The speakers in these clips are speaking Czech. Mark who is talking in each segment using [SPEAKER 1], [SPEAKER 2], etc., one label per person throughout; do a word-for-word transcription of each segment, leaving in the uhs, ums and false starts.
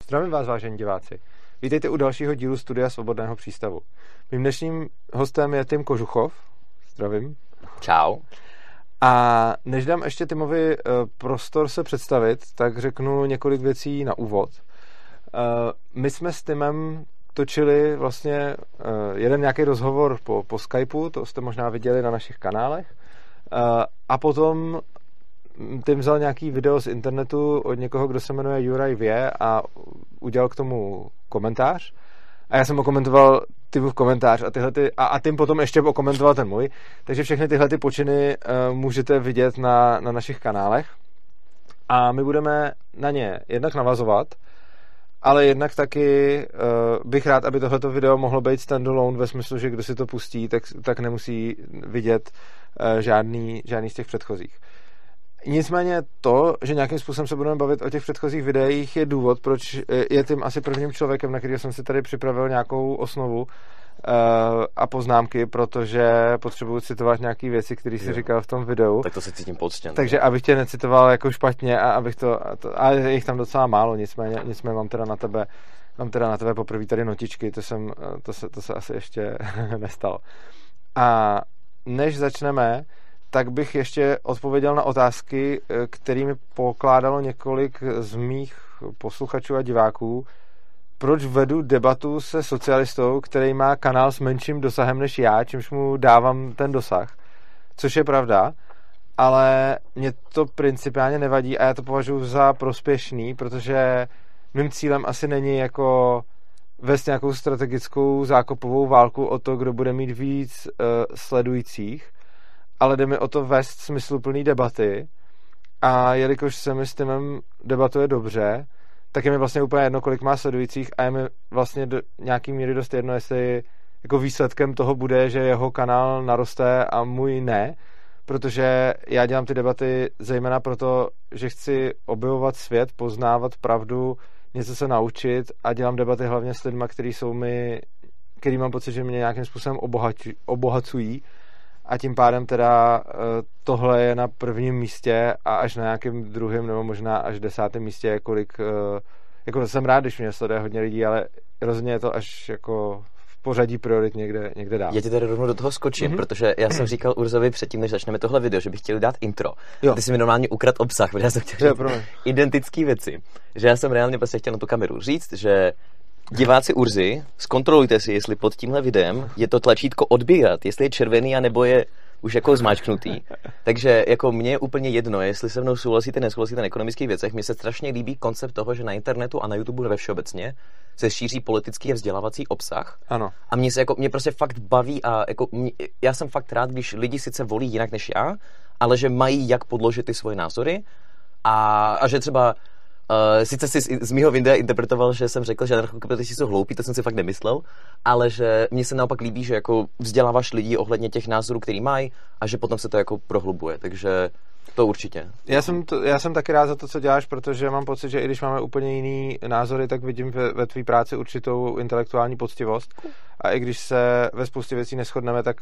[SPEAKER 1] Zdravím vás, vážení diváci. Vítejte u dalšího dílu Studia Svobodného přístavu. Mým dnešním hostem je Tim Kožuchov. Zdravím.
[SPEAKER 2] Čau.
[SPEAKER 1] A než dám ještě Timovi prostor se představit, tak řeknu několik věcí na úvod. My jsme s Timem točili vlastně jeden nějaký rozhovor po, po Skypeu, to jste možná viděli na našich kanálech. A potom Tim vzal nějaký video z internetu od někoho, kdo se jmenuje Juraj Vě a udělal k tomu komentář. A já jsem okomentoval Timův komentář a, tyhle ty, a, a Tim potom ještě okomentoval ten můj. Takže všechny tyhle ty počiny uh, můžete vidět na, na našich kanálech. A my budeme na ně jednak navazovat, ale jednak taky uh, bych rád, aby tohleto video mohlo být standalone ve smyslu, že kdo si to pustí, tak, tak nemusí vidět uh, žádný, žádný z těch předchozích. Nicméně to, že nějakým způsobem se budeme bavit o těch předchozích videích, je důvod, proč je tím asi prvním člověkem, na kterého jsem si tady připravil nějakou osnovu uh, a poznámky, protože potřebuji citovat nějaké věci, které si říkal v tom videu.
[SPEAKER 2] Tak to se cítím poctěn.
[SPEAKER 1] Takže abych tě necitoval jako špatně a abych to, a, to, a je jich tam docela málo, nicméně, nicméně mám teda na tebe, mám teda na tebe poprvé tady notičky, to, jsem, to, se, to se asi ještě nestalo. A než začneme, tak bych ještě odpověděl na otázky, kterými pokládalo několik z mých posluchačů a diváků. Proč vedu debatu se socialistou, který má kanál s menším dosahem než já, čímž mu dávám ten dosah? Což je pravda, ale mě to principiálně nevadí a já to považuji za prospěšný, protože mým cílem asi není jako vést nějakou strategickou zákopovou válku o to, kdo bude mít víc uh, sledujících, ale jde mi o to vést smysluplný debaty a jelikož se mi s Timem debatuje dobře, tak je mi vlastně úplně jedno, kolik má sledujících a je mi vlastně do nějaký míry dost jedno, jestli jako výsledkem toho bude, že jeho kanál naroste a můj ne, protože já dělám ty debaty zejména proto, že chci objevovat svět, poznávat pravdu, něco se naučit a dělám debaty hlavně s lidmi, který jsou mi, který mám pocit, že mě nějakým způsobem obohačují, obohacují. A tím pádem teda tohle je na prvním místě a až na nějakém druhém nebo možná až desátém místě, kolik, jako jsem rád, když mě sleduje hodně lidí, ale rozhodně je to až jako v pořadí priorit někde, někde dál.
[SPEAKER 2] Já ti tady rovnou do toho skočím, mm-hmm. protože já jsem říkal Urzovi předtím, než začneme tohle video, že bych chtěl dát intro. Jo. A ty jsi mi normálně ukradl obsah, protože já jsem chtěl říct identický věci. Že já jsem reálně prostě chtěl na tu kameru říct, že diváci Urzy, zkontrolujte si, jestli pod tímhle videem je to tlačítko odbírat, jestli je červený, anebo je už jako zmáčknutý. Takže jako mně je úplně jedno, jestli se mnou souhlasíte, nesouhlasíte na ekonomických věcech. Mně se strašně líbí koncept toho, že na internetu a na YouTube ve všeobecně se šíří politický a vzdělávací obsah.
[SPEAKER 1] Ano.
[SPEAKER 2] A mě se jako mě prostě fakt baví a jako mě, já jsem fakt rád, když lidi sice volí jinak než já, ale že mají jak podložit ty svoje názory a, a že třeba Uh, sice si z, z mýho videa interpretoval, že jsem řekl, že anarchokapitalisti jsou hloupí, to jsem si fakt nemyslel, ale že mně se naopak líbí, že jako vzděláváš lidi ohledně těch názorů, který mají a že potom se to jako prohlubuje, takže to určitě.
[SPEAKER 1] Já jsem, to, já jsem taky rád za to, co děláš, protože mám pocit, že i když máme úplně jiný názory, tak vidím ve, ve tvý práci určitou intelektuální poctivost a i když se ve spoustě věcí neshodneme, tak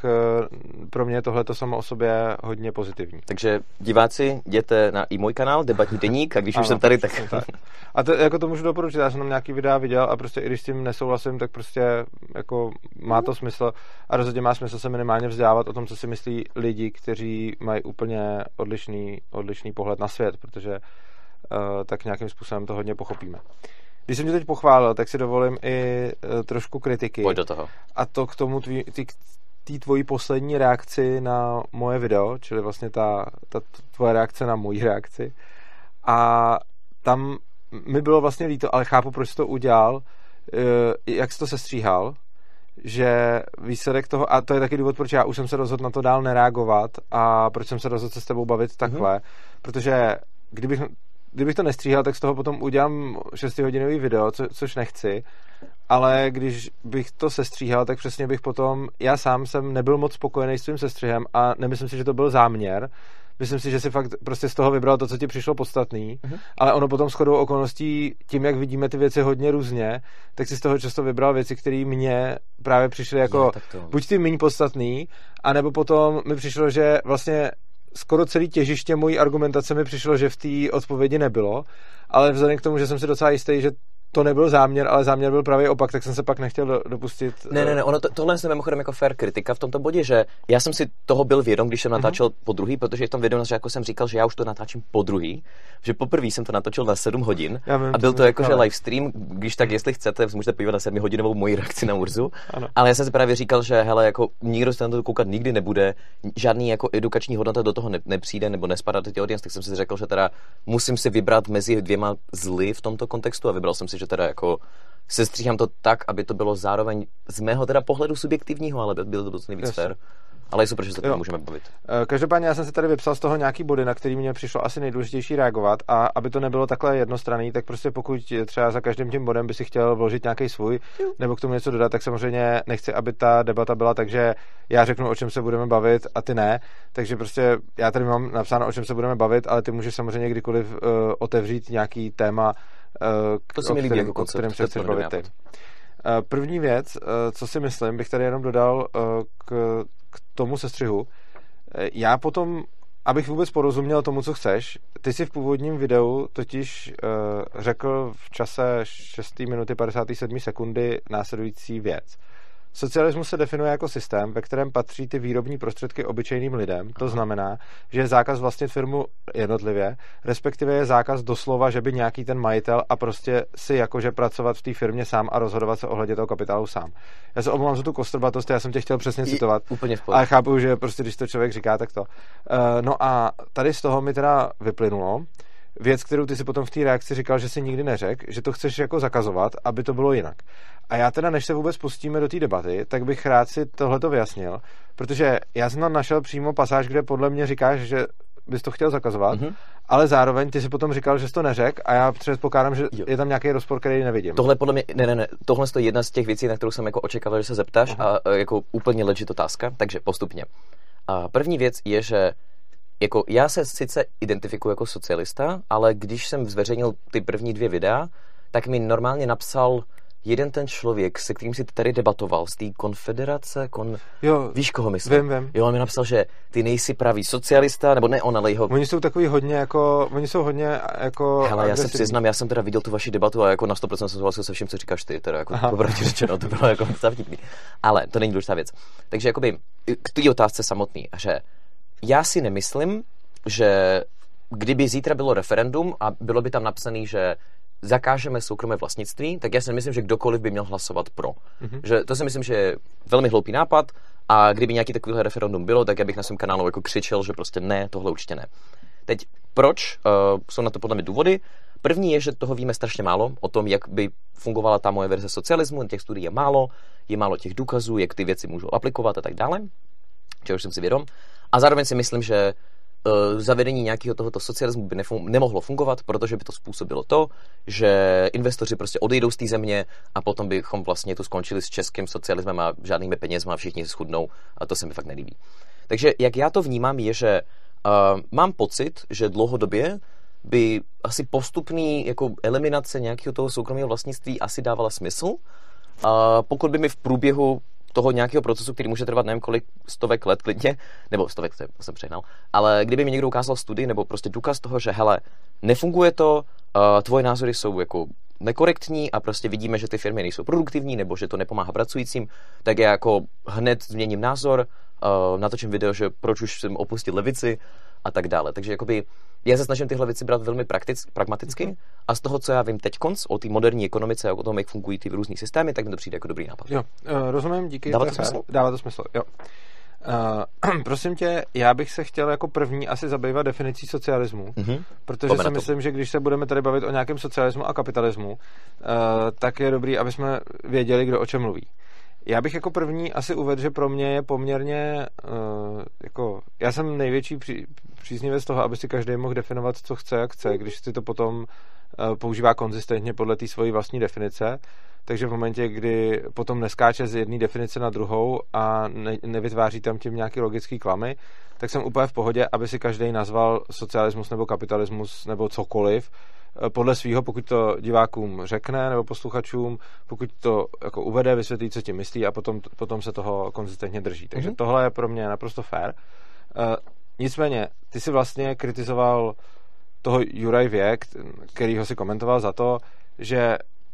[SPEAKER 1] pro mě tohle to samo o sobě hodně pozitivní.
[SPEAKER 2] Takže diváci, jděte na i můj kanál, Debatní deník, a když ano, už jsem tady, tak...
[SPEAKER 1] tak. A to, jako to můžu doporučit, já jsem tam nějaký videa viděl a prostě i když s tím nesouhlasím, tak prostě jako má to smysl a rozhodně má smysl se minimálně vzdělávat o tom, co si myslí lidi, kteří mají úplně odlišný, odlišný pohled na svět, protože uh, tak nějakým způsobem to hodně pochopíme. Když jsem tě teď pochválil, tak si dovolím i uh, trošku kritiky.
[SPEAKER 2] Pojď do toho.
[SPEAKER 1] A to k tomu tvý, ty, tý tvojí poslední reakci na moje video, čili vlastně ta, ta tvoje reakce na moji reakci. A tam mi bylo vlastně líto, ale chápu, proč jsi to udělal, jak jsi to sestříhal, že výsledek toho, a to je taky důvod, proč já už jsem se rozhodl na to dál nereagovat a proč jsem se rozhodl se s tebou bavit takhle, mm-hmm. protože kdybych, kdybych to nestříhal, tak z toho potom udělám šestihodinový video, co, což nechci, ale když bych to sestříhal, tak přesně bych potom, já sám jsem nebyl moc spokojený s tvým sestřihem a nemyslím si, že to byl záměr. Myslím si, že si fakt prostě z toho vybral to, co ti přišlo podstatný, uh-huh. ale ono potom shodou okolností, tím, jak vidíme ty věci hodně různě, tak si z toho často vybral věci, které mně právě přišly jako
[SPEAKER 2] je,
[SPEAKER 1] buď ty méně podstatný, anebo potom mi přišlo, že vlastně skoro celý těžiště mojí argumentace mi přišlo, že v té odpovědi nebylo, ale vzhledem k tomu, že jsem si docela jistý, že to nebyl záměr, ale záměr byl pravý opak, tak jsem se pak nechtěl dopustit.
[SPEAKER 2] Ne, ne, ne, ono to, tohle je mimochodem jako fair kritika v tomto bodě, že já jsem si toho byl vědom, když jsem natáčel uh-huh. po druhý, protože v tom videu, že jako jsem říkal, že já už to natáčím po druhý, že poprvé jsem to natočil na sedm hodin vím, a byl to jako, že live stream, když tak, jestli chcete, můžete podívat na sedmihodinovou moji reakci na Urzu, ano. Ale já jsem si právě říkal, že hele, jako nikdo se na to koukat nikdy nebude, žádný jako edukační hodnota do toho ne, nepřijde nebo nespadá do těch audience, tak jsem si řekl, že teda musím si vybrat mezi dvěma zly v tomto kontextu a vybral jsem si, že teda jako sestříhám to tak, aby to bylo zároveň z mého teda pohledu subjektivního, ale bylo to docela víc fair. Ale je super, že se tomu můžeme bavit.
[SPEAKER 1] Každopádně já jsem si tady vypsal z toho nějaký body, na který mě přišlo asi nejdůležitější reagovat a aby to nebylo takhle jednostranný, tak prostě pokud třeba za každým tím bodem by si chtěl vložit nějaký svůj nebo k tomu něco dodat, tak samozřejmě nechci, aby ta debata byla tak, že já řeknu, o čem se budeme bavit a ty ne. Takže prostě já tady mám napsáno, o čem se budeme bavit, ale ty můžeš samozřejmě kdykoliv uh, otevřít nějaký téma, uh,
[SPEAKER 2] to si mi líbí jako koncept,
[SPEAKER 1] o kterém se chceš bavit ty. Uh, první věc, uh, co si myslím, bych tady jenom dodal uh, k k tomu sestřihu. Já potom, abych vůbec porozuměl tomu, co chceš, ty si v původním videu totiž uh, řekl v čase šest minuty padesát sedm sekundy následující věc. Socialismus se definuje jako systém, ve kterém patří ty výrobní prostředky obyčejným lidem. To znamená, že je zákaz vlastnit firmu jednotlivě, respektive je zákaz doslova, že by nějaký ten majitel a prostě si jakože pracovat v té firmě sám a rozhodovat se ohledně toho kapitálu sám. Já se omlouvám za tu kostrbatost, já jsem tě chtěl přesně citovat.
[SPEAKER 2] I, úplně v pohodě.
[SPEAKER 1] Ale chápu, že prostě když to člověk říká, tak to. Uh, no a tady z toho mi teda vyplynulo věc, kterou ty si potom v té reakci říkal, že si nikdy neřekl, že to chceš jako zakazovat, aby to bylo jinak. A já teda, než se vůbec pustíme do té debaty, tak bych rád si tohleto vyjasnil, protože já jsem tam našel přímo pasáž, kde podle mě říkáš, že bys to chtěl zakazovat, mm-hmm. ale zároveň ty si potom říkal, že jsi to neřekl a já předpokládám, že jo. Je tam nějaký rozpor, který nevidím.
[SPEAKER 2] Tohle podle mě, ne, ne, ne, tohle je jedna z těch věcí, na kterou jsem jako očekával, že se zeptáš uh-huh. a jako úplně legit otázka, takže postupně. A první věc je, že jako já se sice identifikuji jako socialista, ale když jsem zveřejnil ty první dvě videa, tak mi normálně napsal jeden ten člověk, se kterým si tady debatoval, z té konfederace, kon...
[SPEAKER 1] jo,
[SPEAKER 2] víš, koho myslím?
[SPEAKER 1] Vím, vím.
[SPEAKER 2] Jo, on mi napsal, že ty nejsi pravý socialista, nebo ne on, ale jeho...
[SPEAKER 1] Oni jsou takový hodně jako, oni jsou hodně jako...
[SPEAKER 2] Hele, já se přiznám, já jsem teda viděl tu vaši debatu a jako na sto procent jsem souhlasil se vším, co říkáš ty, teda jako popravdě řečeno, to bylo jako vtipný. Ale to není důležitá věc. Takže jakoby k té otázce samotný, že já si nemyslím, že kdyby zítra bylo referendum a bylo by tam napsané, že zakážeme soukromé vlastnictví, tak já si myslím, že kdokoliv by měl hlasovat pro. Mm-hmm. Že to si myslím, že je velmi hloupý nápad a kdyby nějaký takovýhle referendum bylo, tak já bych na svém kanálu jako křičel, že prostě ne, tohle určitě ne. Teď proč? Uh, jsou na to podle mě důvody. První je, že toho víme strašně málo o tom, jak by fungovala ta moje verze socialismu, těch studií je málo, je málo těch důkazů, jak ty věci můžou aplikovat a tak dále, čehož jsem si vědom. A zároveň si myslím, že uh, zavedení nějakého tohoto socialismu by nefun- nemohlo fungovat, protože by to způsobilo to, že investoři prostě odejdou z té země a potom bychom vlastně tu skončili s českým socialismem a žádnými penězma a všichni schudnou a to se mi fakt nelíbí. Takže jak já to vnímám je, že uh, mám pocit, že dlouhodobě by asi postupný jako eliminace nějakého toho soukromého vlastnictví asi dávala smysl. A pokud by mi v průběhu toho nějakého procesu, který může trvat nevím kolik stovek let klidně, nebo stovek, to jsem přehnal, ale kdyby mi někdo ukázal studii nebo prostě důkaz toho, že hele, nefunguje to, uh, tvoje názory jsou jako nekorektní a prostě vidíme, že ty firmy nejsou produktivní nebo že to nepomáhá pracujícím, tak já jako hned změním názor, uh, natočím video, že proč už jsem opustil levici a tak dále. Takže jakoby já se snažím tyhle věci brát velmi prakticky, pragmaticky mm-hmm. a z toho, co já vím teďkonc o té moderní ekonomice a o tom, jak fungují ty různý systémy, tak mi to přijde jako dobrý nápad.
[SPEAKER 1] Jo, uh, rozumím, díky.
[SPEAKER 2] Dává to smysl?
[SPEAKER 1] Dává to smysl, jo. Uh, prosím tě, já bych se chtěl jako první asi zabývat definicí socialismu, mm-hmm. protože Pome si myslím, že když se budeme tady bavit o nějakém socialismu a kapitalismu, uh, tak je dobrý, aby jsme věděli, kdo o čem mluví. Já bych jako první asi uvedl, že pro mě je poměrně uh, jako, já jsem největší pří, příznivec toho, aby si každý mohl definovat, co chce, jak chce, když si to potom uh, používá konzistentně podle té svojí vlastní definice, takže v momentě, kdy potom neskáče z jedné definice na druhou a ne, nevytváří tam tím nějaký logický klamy, tak jsem úplně v pohodě, aby si každý nazval socialismus nebo kapitalismus nebo cokoliv, podle svýho, pokud to divákům řekne nebo posluchačům, pokud to jako uvede, vysvětlí, co tím myslí a potom, potom se toho konzistentně drží. Takže mm-hmm. tohle je pro mě naprosto fair. Uh, nicméně, ty si vlastně kritizoval toho Juraj Věk, kterýho si komentoval za to, že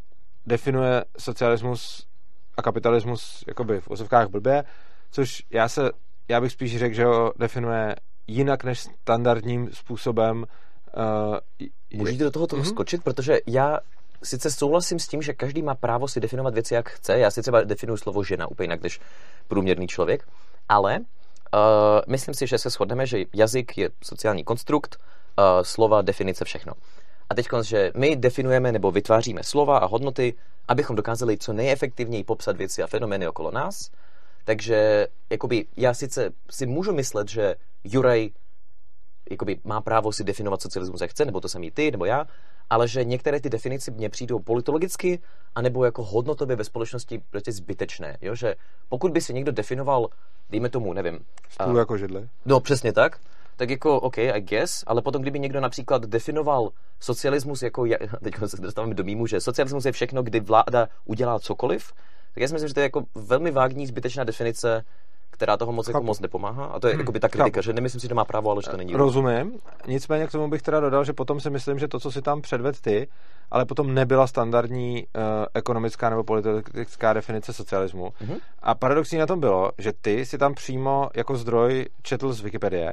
[SPEAKER 1] definuje socialismus a kapitalismus jakoby v ozovkách blbě, což já se, já bych spíš řekl, že ho definuje jinak než standardním způsobem. Uh,
[SPEAKER 2] Můžete do toho toho mm-hmm. skočit, protože já sice souhlasím s tím, že každý má právo si definovat věci, jak chce. Já si třeba definuji slovo žena úplně jinak než průměrný člověk, ale uh, myslím si, že se shodneme, že jazyk je sociální konstrukt, uh, slova, definice, všechno. A teď, že my definujeme nebo vytváříme slova a hodnoty, abychom dokázali co nejefektivněji popsat věci a fenomény okolo nás. Takže jakoby, já sice si můžu myslet, že Juraj jakoby, má právo si definovat socialismus, jak chce, nebo to samý ty, nebo já, ale že některé ty definice mně přijdou politologicky, anebo jako hodnotově ve společnosti prostě zbytečné. Jo? Že pokud by si někdo definoval, dejme tomu, nevím.
[SPEAKER 1] Stůl uh, jako židle.
[SPEAKER 2] No, přesně tak. Tak jako, OK, I guess, ale potom, kdyby někdo například definoval socialismus jako, teď se dostáváme do mýmu, že socialismus je všechno, kdy vláda udělá cokoliv, tak já si myslím, že to je jako velmi vágní, zbytečná definice, která toho moc, jako moc nepomáhá. A to je hmm, jako by ta kritika, chápu. Že nemyslím si, že to má právo, ale že to není.
[SPEAKER 1] Rozumím. Nicméně k tomu bych teda dodal, že potom si myslím, že to, co si tam předved ty, ale potom nebyla standardní uh, ekonomická nebo politická definice socialismu. Mm-hmm. A paradoxní na tom bylo, že ty si tam přímo jako zdroj četl z Wikipedie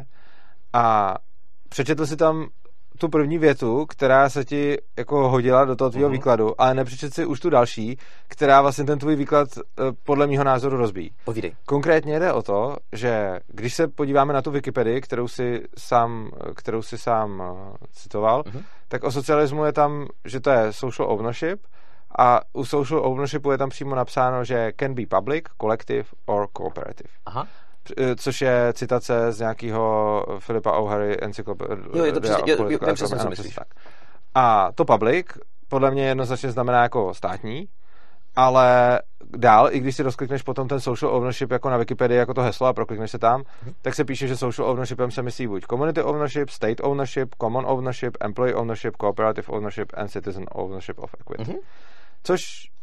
[SPEAKER 1] a přečetl si tam tu první větu, která se ti jako hodila do toho tvýho mm-hmm. výkladu, ale nepřečet si už tu další, která vlastně ten tvůj výklad podle mýho názoru rozbíjí.
[SPEAKER 2] Povídej.
[SPEAKER 1] Konkrétně jde o to, že když se podíváme na tu Wikipedii, kterou si sám, kterou si sám citoval, mm-hmm. tak o socialismu je tam, že to je social ownership a u social ownershipu je tam přímo napsáno, že can be public, collective or cooperative.
[SPEAKER 2] Aha.
[SPEAKER 1] Což je citace z nějakého Philipa O'Hary encyklopedie.
[SPEAKER 2] Jo, je to přesně, jo, jo, přesně, co myslíš.
[SPEAKER 1] A to public podle mě jednoznačně znamená jako státní, ale dál, i když si rozklikneš potom ten social ownership jako na Wikipedii, jako to heslo a proklikneš se tam, hmm. tak se píše, že social ownershipem se myslí buď community ownership, state ownership, common ownership, employee ownership, cooperative ownership and citizen ownership of equity. Hmm. Což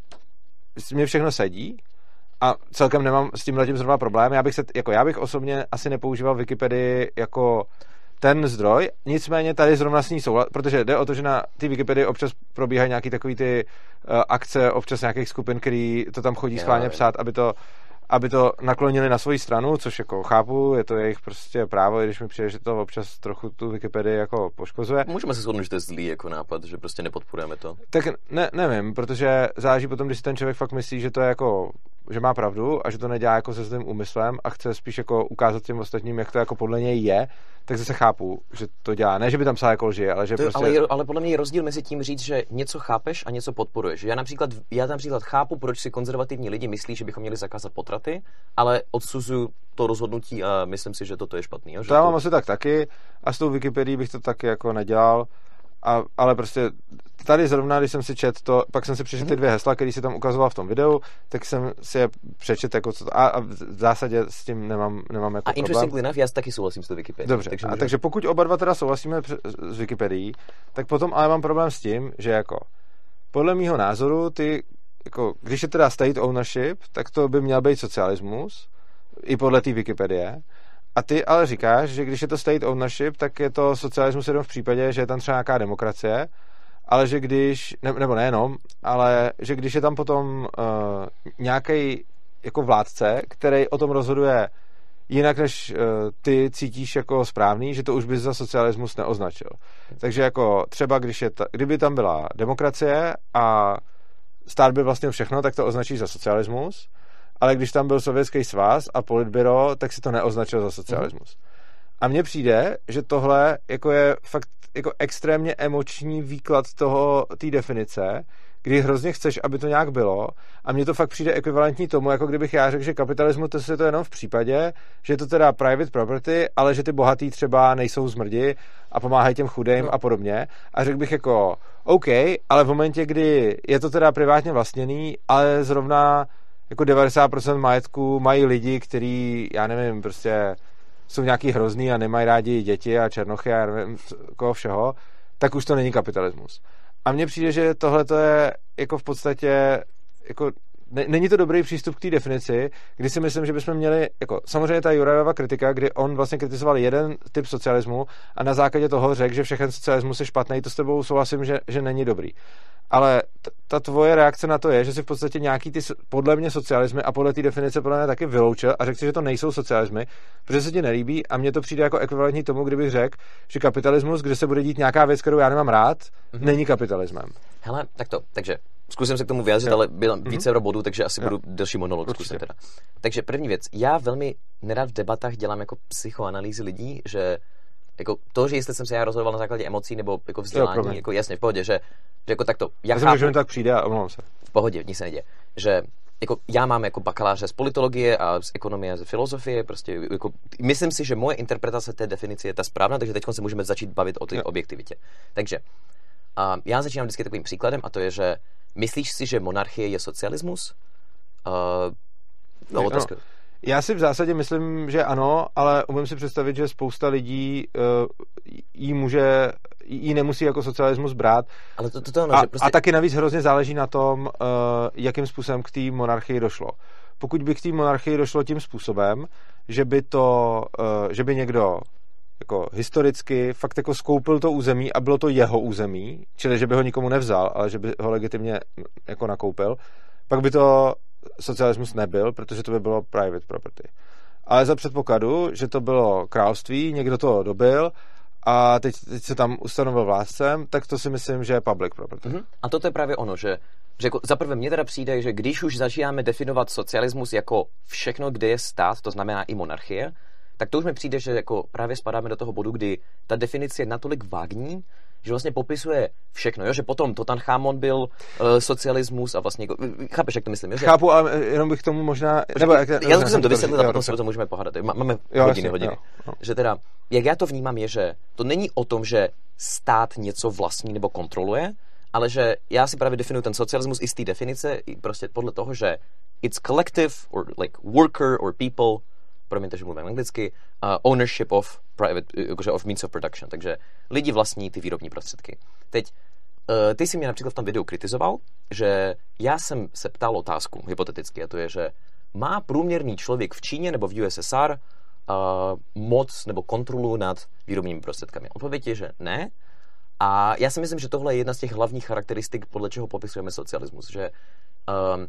[SPEAKER 1] mě všechno sedí, a celkem nemám s tím letím zrovna problém. Já bych, se, jako já bych osobně asi nepoužíval Wikipedii jako ten zdroj, nicméně tady zrovna s ní souhlas, protože jde o to, že na té Wikipedii občas probíhají nějaký takový ty uh, akce, občas nějakých skupin, který to tam chodí schválně psát, aby to, aby to naklonili na svoji stranu, což jako chápu, je to jejich prostě právo, i když mi přijde, že to občas trochu tu Wikipedii jako poškozuje.
[SPEAKER 2] Můžeme se shodnout, že to je zlý jako nápad, že prostě nepodporujeme to.
[SPEAKER 1] Tak ne, nevím, protože záleží potom, když si ten člověk fakt myslí, že to je jako že má pravdu a že to nedělá jako se zlým úmyslem a chce spíš jako ukázat těm ostatním, jak to jako podle něj je, tak zase chápu, že to dělá. Ne, že by tam psal jako lži, ale že
[SPEAKER 2] to,
[SPEAKER 1] prostě...
[SPEAKER 2] Ale, je, ale podle mě je rozdíl mezi tím říct, že něco chápeš a něco podporuješ. Já například, já například chápu, proč si konzervativní lidi myslí, že bychom měli zakázat potraty, ale odsuzuju to rozhodnutí a myslím si, že toto je špatný. Jo? Že
[SPEAKER 1] to já mám
[SPEAKER 2] to...
[SPEAKER 1] asi tak taky a s tou Wikipedií bych to taky jako nedělal. A, ale prostě tady zrovna, když jsem si čet to, pak jsem si přečetl ty dvě hesla, které si tam ukazoval v tom videu, tak jsem si je přečet jako co, a, a v zásadě s tím nemám, nemám jako
[SPEAKER 2] a
[SPEAKER 1] problém. A
[SPEAKER 2] interestingly enough, já taky souhlasím s tou Wikipedií.
[SPEAKER 1] Dobře, takže, a takže pokud oba dva teda souhlasíme s Wikipedií, tak potom ale mám problém s tím, že jako podle mýho názoru ty, jako, když je teda state ownership, tak to by měl být socialismus, i podle té Wikipedie. A ty ale říkáš, že když je to state ownership, tak je to socialismus jenom v případě, že je tam třeba nějaká demokracie, ale že když, ne, nebo nejenom, ale že když je tam potom uh, nějaký jako vládce, který o tom rozhoduje jinak, než uh, ty cítíš jako správný, že to už bys za socialismus neoznačil. Takže jako třeba, když je ta, kdyby tam byla demokracie a stát by vlastně všechno, tak to označíš za socialismus, ale když tam byl Sovětský svaz a politbyro, tak si to neoznačil za socialismus. A mně přijde, že tohle jako je fakt jako extrémně emoční výklad toho, té definice, kdy hrozně chceš, aby to nějak bylo a mně to fakt přijde ekvivalentní tomu, jako kdybych já řekl, že kapitalismus to je to jenom v případě, že je to teda private property, ale že ty bohatý třeba nejsou zmrdi a pomáhají těm chudým no. a podobně. A řekl bych jako OK, ale v momentě, kdy je to teda privátně vlastněný, ale zrovna jako devadesát procent majetku mají lidi, kteří, já nevím, prostě jsou nějaký hrozný a nemají rádi děti a černochy a nevím, koho všeho, tak už to není kapitalismus. A mně přijde, že tohle to je jako v podstatě jako není to dobrý přístup k té definici, kdy si myslím, že bychom měli, jako samozřejmě ta Jurajova kritika, kdy on vlastně kritizoval jeden typ socialismu a na základě toho řekl, že všechen socialismus je špatný, to s tebou souhlasím, že, že není dobrý. Ale t- ta tvoje reakce na to je, že si v podstatě nějaký ty podle mě socialismy a podle té definice podle mě taky vyloučil a řekl si, že to nejsou socialismy, protože se ti nelíbí a mně to přijde jako ekvivalentní tomu, kdybych řekl, že kapitalismus, kde se bude dít nějaká věc, kterou já nemám rád, mm-hmm. není kapitalismem.
[SPEAKER 2] Hele, tak to, takže zkusím se k tomu vyjádřit, ale bylo mm-hmm. více bodů, takže asi jo. budu delší monolog zkusit teda. Takže první věc, já velmi nerad v debatách dělám jako psychoanalýzy lidí, že jako to, že jestli jsem se já rozhodoval na základě emocí nebo jako vzdělání, jo, jako jasně v pohodě, že, že jako takto. Já,
[SPEAKER 1] já chápu, že mi tak přijde a omlouvám se.
[SPEAKER 2] V pohodě, nic se neděje. Že jako já mám jako bakaláře z politologie a z ekonomie a z filozofie, prostě jako, myslím si, že moje interpretace té definice je ta správná, takže teď se můžeme začít bavit o té jo. objektivitě. Takže a já začínám vždycky takovým příkladem a to je, že myslíš si, že monarchie je socialismus? Uh, no,
[SPEAKER 1] no, já si v zásadě myslím, že ano, ale umím si představit, že spousta lidí uh, jí může, jí nemusí jako socialismus brát.
[SPEAKER 2] Ale to, to, to no,
[SPEAKER 1] a,
[SPEAKER 2] že prostě...
[SPEAKER 1] a taky navíc hrozně záleží na tom, uh, jakým způsobem k té monarchii došlo. Pokud by k té monarchii došlo tím způsobem, že by to, uh, že by někdo jako historicky fakt jako skoupil to území a bylo to jeho území, čili že by ho nikomu nevzal, ale že by ho legitimně jako nakoupil, pak by to socialismus nebyl, protože to by bylo private property. Ale za předpokladu, že to bylo království, někdo to dobil a teď, teď se tam ustanovil vládcem, tak to si myslím, že je public property.
[SPEAKER 2] Mm-hmm. A toto je právě ono, že, že jako zaprvé mně teda přijde, že když už začínáme definovat socialismus jako všechno, kde je stát, to znamená i monarchie, tak to už mi přijde, že jako právě spadáme do toho bodu, kdy ta definice je natolik vágní, že vlastně popisuje všechno, jo? Že potom Tutanchamon byl uh, socialismus a vlastně, jako, chápeš, jak to myslím? Jo? Že...
[SPEAKER 1] Chápu, ale jenom bych tomu možná...
[SPEAKER 2] Nebo, jak, já zkusím to vysvětlit a potom se o tom můžeme pohádat. Máme
[SPEAKER 1] jo,
[SPEAKER 2] hodiny,
[SPEAKER 1] jasně,
[SPEAKER 2] hodiny.
[SPEAKER 1] Jo, jo.
[SPEAKER 2] Že teda, jak já to vnímám je, že to není o tom, že stát něco vlastní nebo kontroluje, ale že já si právě definuji ten socialismus i z té definice, i prostě podle toho, že it's collective or like worker or people, promiňte, že mluvím anglicky, uh, ownership of private, jakože of means of production, takže lidi vlastní ty výrobní prostředky. Teď, uh, ty jsi mě například v tom videu kritizoval, že já jsem se ptal otázku, hypoteticky, a to je, že má průměrný člověk v Číně nebo v U S S R uh, moc nebo kontrolu nad výrobními prostředkami. Odpověď je, že ne. A já si myslím, že tohle je jedna z těch hlavních charakteristik, podle čeho popisujeme socialismus, že um,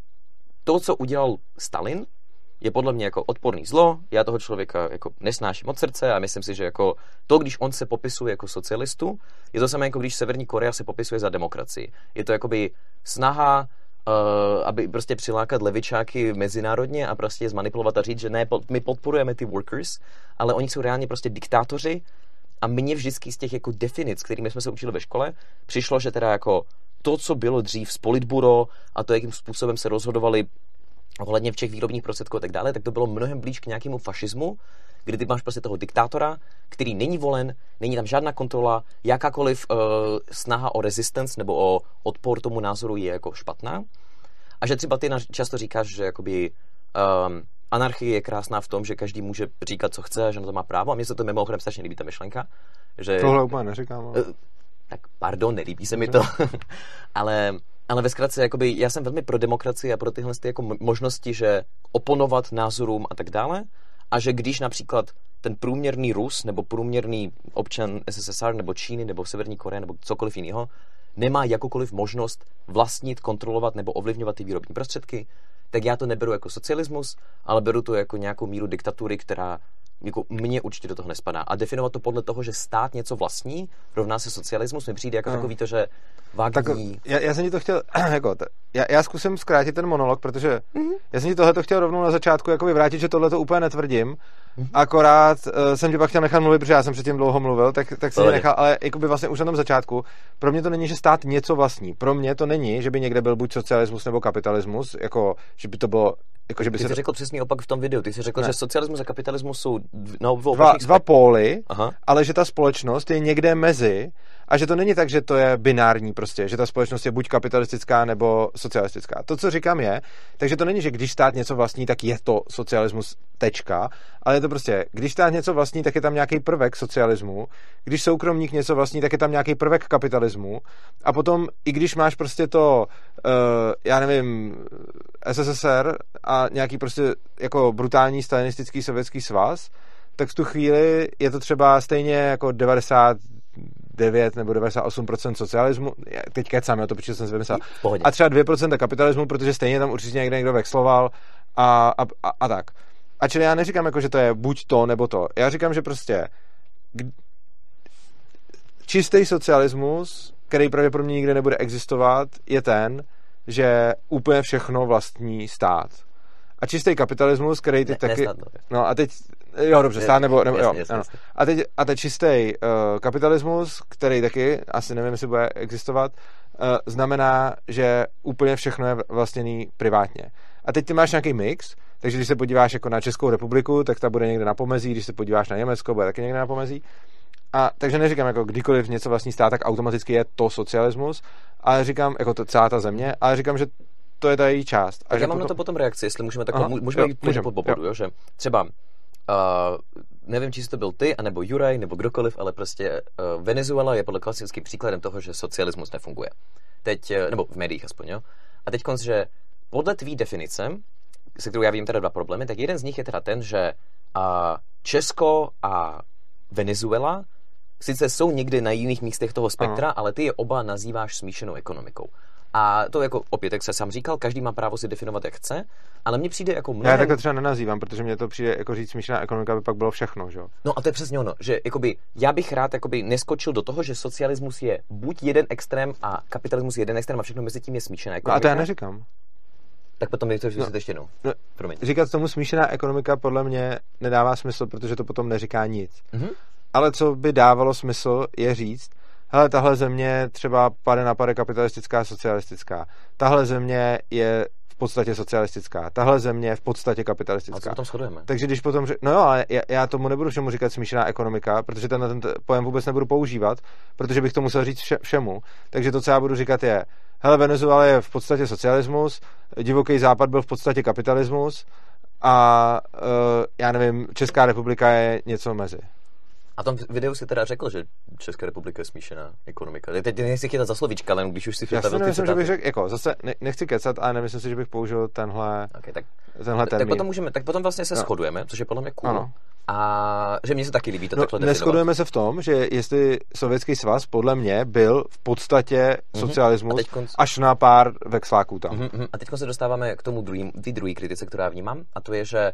[SPEAKER 2] to, co udělal Stalin, je podle mě jako odporný zlo, já toho člověka jako nesnáším od srdce a myslím si, že jako to, když on se popisuje jako socialistu, je to samé, jako když Severní Korea se popisuje za demokracii. Je to jakoby snaha, uh, aby prostě přilákat levičáky mezinárodně a prostě je zmanipulovat a říct, že ne, my podporujeme ty workers, ale oni jsou reálně prostě diktátoři a mně vždycky z těch jako definic, kterými jsme se učili ve škole, přišlo, že teda jako to, co bylo dřív z Politburo a to, jakým způsobem se rozhodovali ohledně všech výrobních prostředků a tak dále, tak to bylo mnohem blíž k nějakému fašismu, kdy ty máš prostě toho diktátora, který není volen, není tam žádná kontrola, jakákoliv uh, snaha o resistance nebo o odpor tomu názoru je jako špatná. A že třeba ty často říkáš, že jakoby um, anarchie je krásná v tom, že každý může říkat, co chce, že na to má právo. A mně se to mimochodem strašně líbí, ta myšlenka. Že,
[SPEAKER 1] tohle úplně neříkám. Ale...
[SPEAKER 2] Uh, tak pardon, nelíbí se mi to. ale... Ale ve zkratce, jakoby, já jsem velmi pro demokracii a pro tyhle ty jako možnosti, že oponovat názorům a tak dále. A že když například ten průměrný Rus nebo průměrný občan S S S R nebo Číny nebo Severní Koreje nebo cokoliv jiného nemá jakoukoliv možnost vlastnit, kontrolovat nebo ovlivňovat ty výrobní prostředky, tak já to neberu jako socialismus, ale beru to jako nějakou míru diktatury, která jako mně určitě do toho nespadá. A definovat to podle toho, že stát něco vlastní, rovná se socialismus, mi přijde jako no. takový to, že vágní...
[SPEAKER 1] Tak já, já jsem ti to chtěl, jako, t- já, já zkusím zkrátit ten monolog, protože mm-hmm. já jsem ti tohle to chtěl rovnou na začátku jako vyvrátit, že tohle to úplně netvrdím, mm-hmm. akorát uh, jsem tě pak chtěl nechat mluvit, protože já jsem předtím dlouho mluvil, tak, tak jsem tě nechal, ale jakoby vlastně už na tom začátku, pro mě to není, že stát něco vlastní. Pro mě to není, že by někde byl buď socialismus nebo kapitalismus, jako, že by to bylo Jako, že by
[SPEAKER 2] ty
[SPEAKER 1] se
[SPEAKER 2] jsi řekl přesný opak v tom videu. Ty jsi řekl, ne. že socialismus a kapitalismus jsou no,
[SPEAKER 1] dva, dva póly, aha. ale že ta společnost je někde mezi a že to není tak, že to je binární prostě, že ta společnost je buď kapitalistická nebo socialistická. To, co říkám je, takže to není, že když stát něco vlastní, tak je to socialismus tečka, ale je to prostě, když stát něco vlastní, tak je tam nějaký prvek socialismu, když soukromník něco vlastní, tak je tam nějaký prvek kapitalismu a potom, i když máš prostě to, uh, já nevím, S S S R a nějaký prostě jako brutální stalinistický sovětský svaz, tak v tu chvíli je to třeba stejně jako devadesát devět nebo devadesát osm procent socialismu, teď kecám, já to protože jsem si vymyslel, a třeba dvě procenta kapitalismu, protože stejně tam určitě někde někdo vexloval a, a, a, a tak. A čili já neříkám, jako, že to je buď to, nebo to. Já říkám, že prostě čistý socialismus, který pravděpodobně nikdy nebude existovat, je ten, že úplně všechno vlastní stát. A čistý kapitalismus, který ty ne, taky... Nestát, no a teď... Jo, dobře, stát nebo... nebo jasně, jo, jasně, jasně. A teď, a teď čistý uh, kapitalismus, který taky, asi nevím, jestli bude existovat, uh, znamená, že úplně všechno je vlastněný privátně. A teď ty máš nějaký mix, takže když se podíváš jako na Českou republiku, tak ta bude někde na pomezí, když se podíváš na Německo, bude taky někde na pomezí. A takže neříkám, jako kdykoliv něco vlastní stát, tak automaticky je to socialismus, ale říkám, jako to celá ta země, ale říkám, že to je ta její část. A
[SPEAKER 2] tak já mám
[SPEAKER 1] potom...
[SPEAKER 2] na to potom reakci, jestli můžeme takhle, Aha, můžeme jít můžem, po bodu, jo, že třeba uh, nevím, či jsi to byl ty, anebo Juraj, nebo kdokoliv, ale prostě uh, Venezuela je podle klasickým příkladem toho, že socialismus nefunguje. Teď, uh, nebo v médiích aspoň, jo. A teď konc, že podle tvý definice, se kterou já vím teda dva problémy, tak jeden z nich je teda ten, že uh, Česko a Venezuela sice jsou někdy na jiných místech toho spektra, Aha. ale ty je oba nazýváš smíšenou ekonomikou. A to jako opět, jak se sám říkal, každý má právo si definovat, jak chce, ale mně přijde jako mnohem...
[SPEAKER 1] Já takhle třeba nenazývám, protože mně to přijde jako říct smíšená ekonomika, by pak bylo všechno, že jo?
[SPEAKER 2] No a to je přesně ono, že jakoby, já bych rád jakoby neskočil do toho, že socialismus je buď jeden extrém a kapitalismus je jeden extrém a všechno mezi tím je smíšená ekonomika.
[SPEAKER 1] No a to já neříkám.
[SPEAKER 2] Tak potom mi to vždycky no, ještě jednou.
[SPEAKER 1] No, říkat tomu smíšená ekonomika podle mě nedává smysl, protože to potom neříká nic. Mm-hmm. Ale co by dávalo smysl, je říct, hele, tahle země třeba pade na pade kapitalistická, socialistická. Tahle země je v podstatě socialistická. Tahle země je v podstatě kapitalistická. A co
[SPEAKER 2] potom shodujeme?
[SPEAKER 1] Takže když potom řek... No jo, ale já, já tomu nebudu všemu říkat smíšená ekonomika, protože ten, ten pojem vůbec nebudu používat, protože bych to musel říct vše, všemu. Takže to, co já budu říkat, je, hele, Venezuela je v podstatě socialismus, divoký západ byl v podstatě kapitalismus a uh, já nevím, Česká republika je něco mezi.
[SPEAKER 2] A tom videu si teda řekl, že Česká republika je smíšená ekonomika. Teď nechci chytat za slovíčka, ale když už si
[SPEAKER 1] chytal ty citáty. Já bych řekl, jako, zase ne, nechci kecat, ale nemyslím si, že bych použil tenhle,
[SPEAKER 2] okay, tak,
[SPEAKER 1] tenhle termín.
[SPEAKER 2] Tak potom, můžeme, tak potom vlastně se no. shodujeme, což je podle mě cool.
[SPEAKER 1] Ano.
[SPEAKER 2] A že mně se taky líbí to
[SPEAKER 1] no,
[SPEAKER 2] takhle definovat.
[SPEAKER 1] Neshodujeme se v tom, že jestli Sovětský svaz podle mě byl v podstatě mm-hmm. socialismus konc... až na pár vexláků tam.
[SPEAKER 2] Mm-hmm. A teď se dostáváme k tomu druhý, ty druhý kritice, kterou já vnímám, a to je, že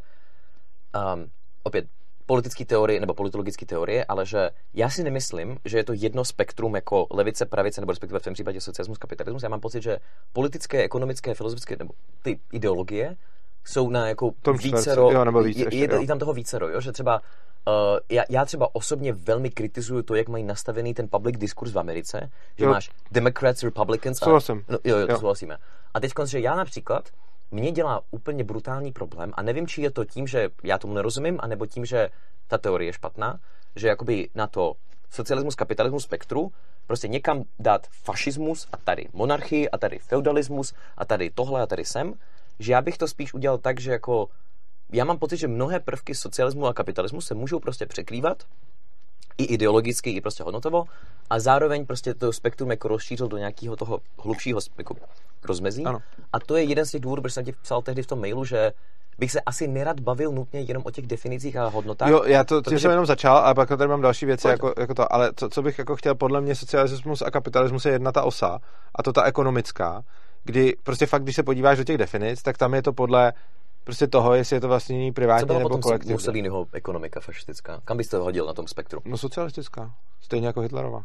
[SPEAKER 2] um, opět politické teorie nebo politologické teorie, ale že já si nemyslím, že je to jedno spektrum jako levice, pravice nebo respektive v tom případě socialismus, kapitalismus. Já mám pocit, že politické, ekonomické, filozofické nebo ty ideologie jsou na jako vícero,
[SPEAKER 1] jo, nebo víc
[SPEAKER 2] je,
[SPEAKER 1] ještě,
[SPEAKER 2] je,
[SPEAKER 1] jo.
[SPEAKER 2] je tam toho vícero, jo? Že třeba uh, já, já třeba osobně velmi kritizuju to, jak mají nastavený ten public diskurs v Americe, že
[SPEAKER 1] jo.
[SPEAKER 2] máš Democrats, Republicans a...
[SPEAKER 1] Souhlasím.
[SPEAKER 2] No, jo, jo, jo. souhlasíme. A teď že já například mě dělá úplně brutální problém a nevím, či je to tím, že já tomu nerozumím, anebo tím, že ta teorie je špatná, že jakoby na to socialismus, kapitalismus spektru prostě někam dát fašismus a tady monarchii a tady feudalismus a tady tohle a tady sem, že já bych to spíš udělal tak, že jako já mám pocit, že mnohé prvky socialismu a kapitalismu se můžou prostě překrývat i ideologicky, i prostě hodnotovo a zároveň prostě to spektrum jako rozšířil do nějakého toho hlubšího jako rozmezí.
[SPEAKER 1] Ano.
[SPEAKER 2] A to je jeden z těch důvodů, proč jsem ti psal tehdy v tom mailu, že bych se asi nerad bavil nutně jenom o těch definicích a hodnotách.
[SPEAKER 1] Jo, já to tím jsem jenom začal, ale pak tady mám další věci, jako, jako to, ale co, co bych jako chtěl, podle mě socialismus a kapitalismus je jedna ta osa, a to ta ekonomická, kdy prostě fakt, když se podíváš do těch definic, tak tam je to podle prostě toho, jestli je to vlastně privátně nebo kolektivně. Co
[SPEAKER 2] byla potom Mussoliniho ekonomika fašistická? Kam byste ho hodil na tom spektru?
[SPEAKER 1] No socialistická, stejně jako Hitlerova.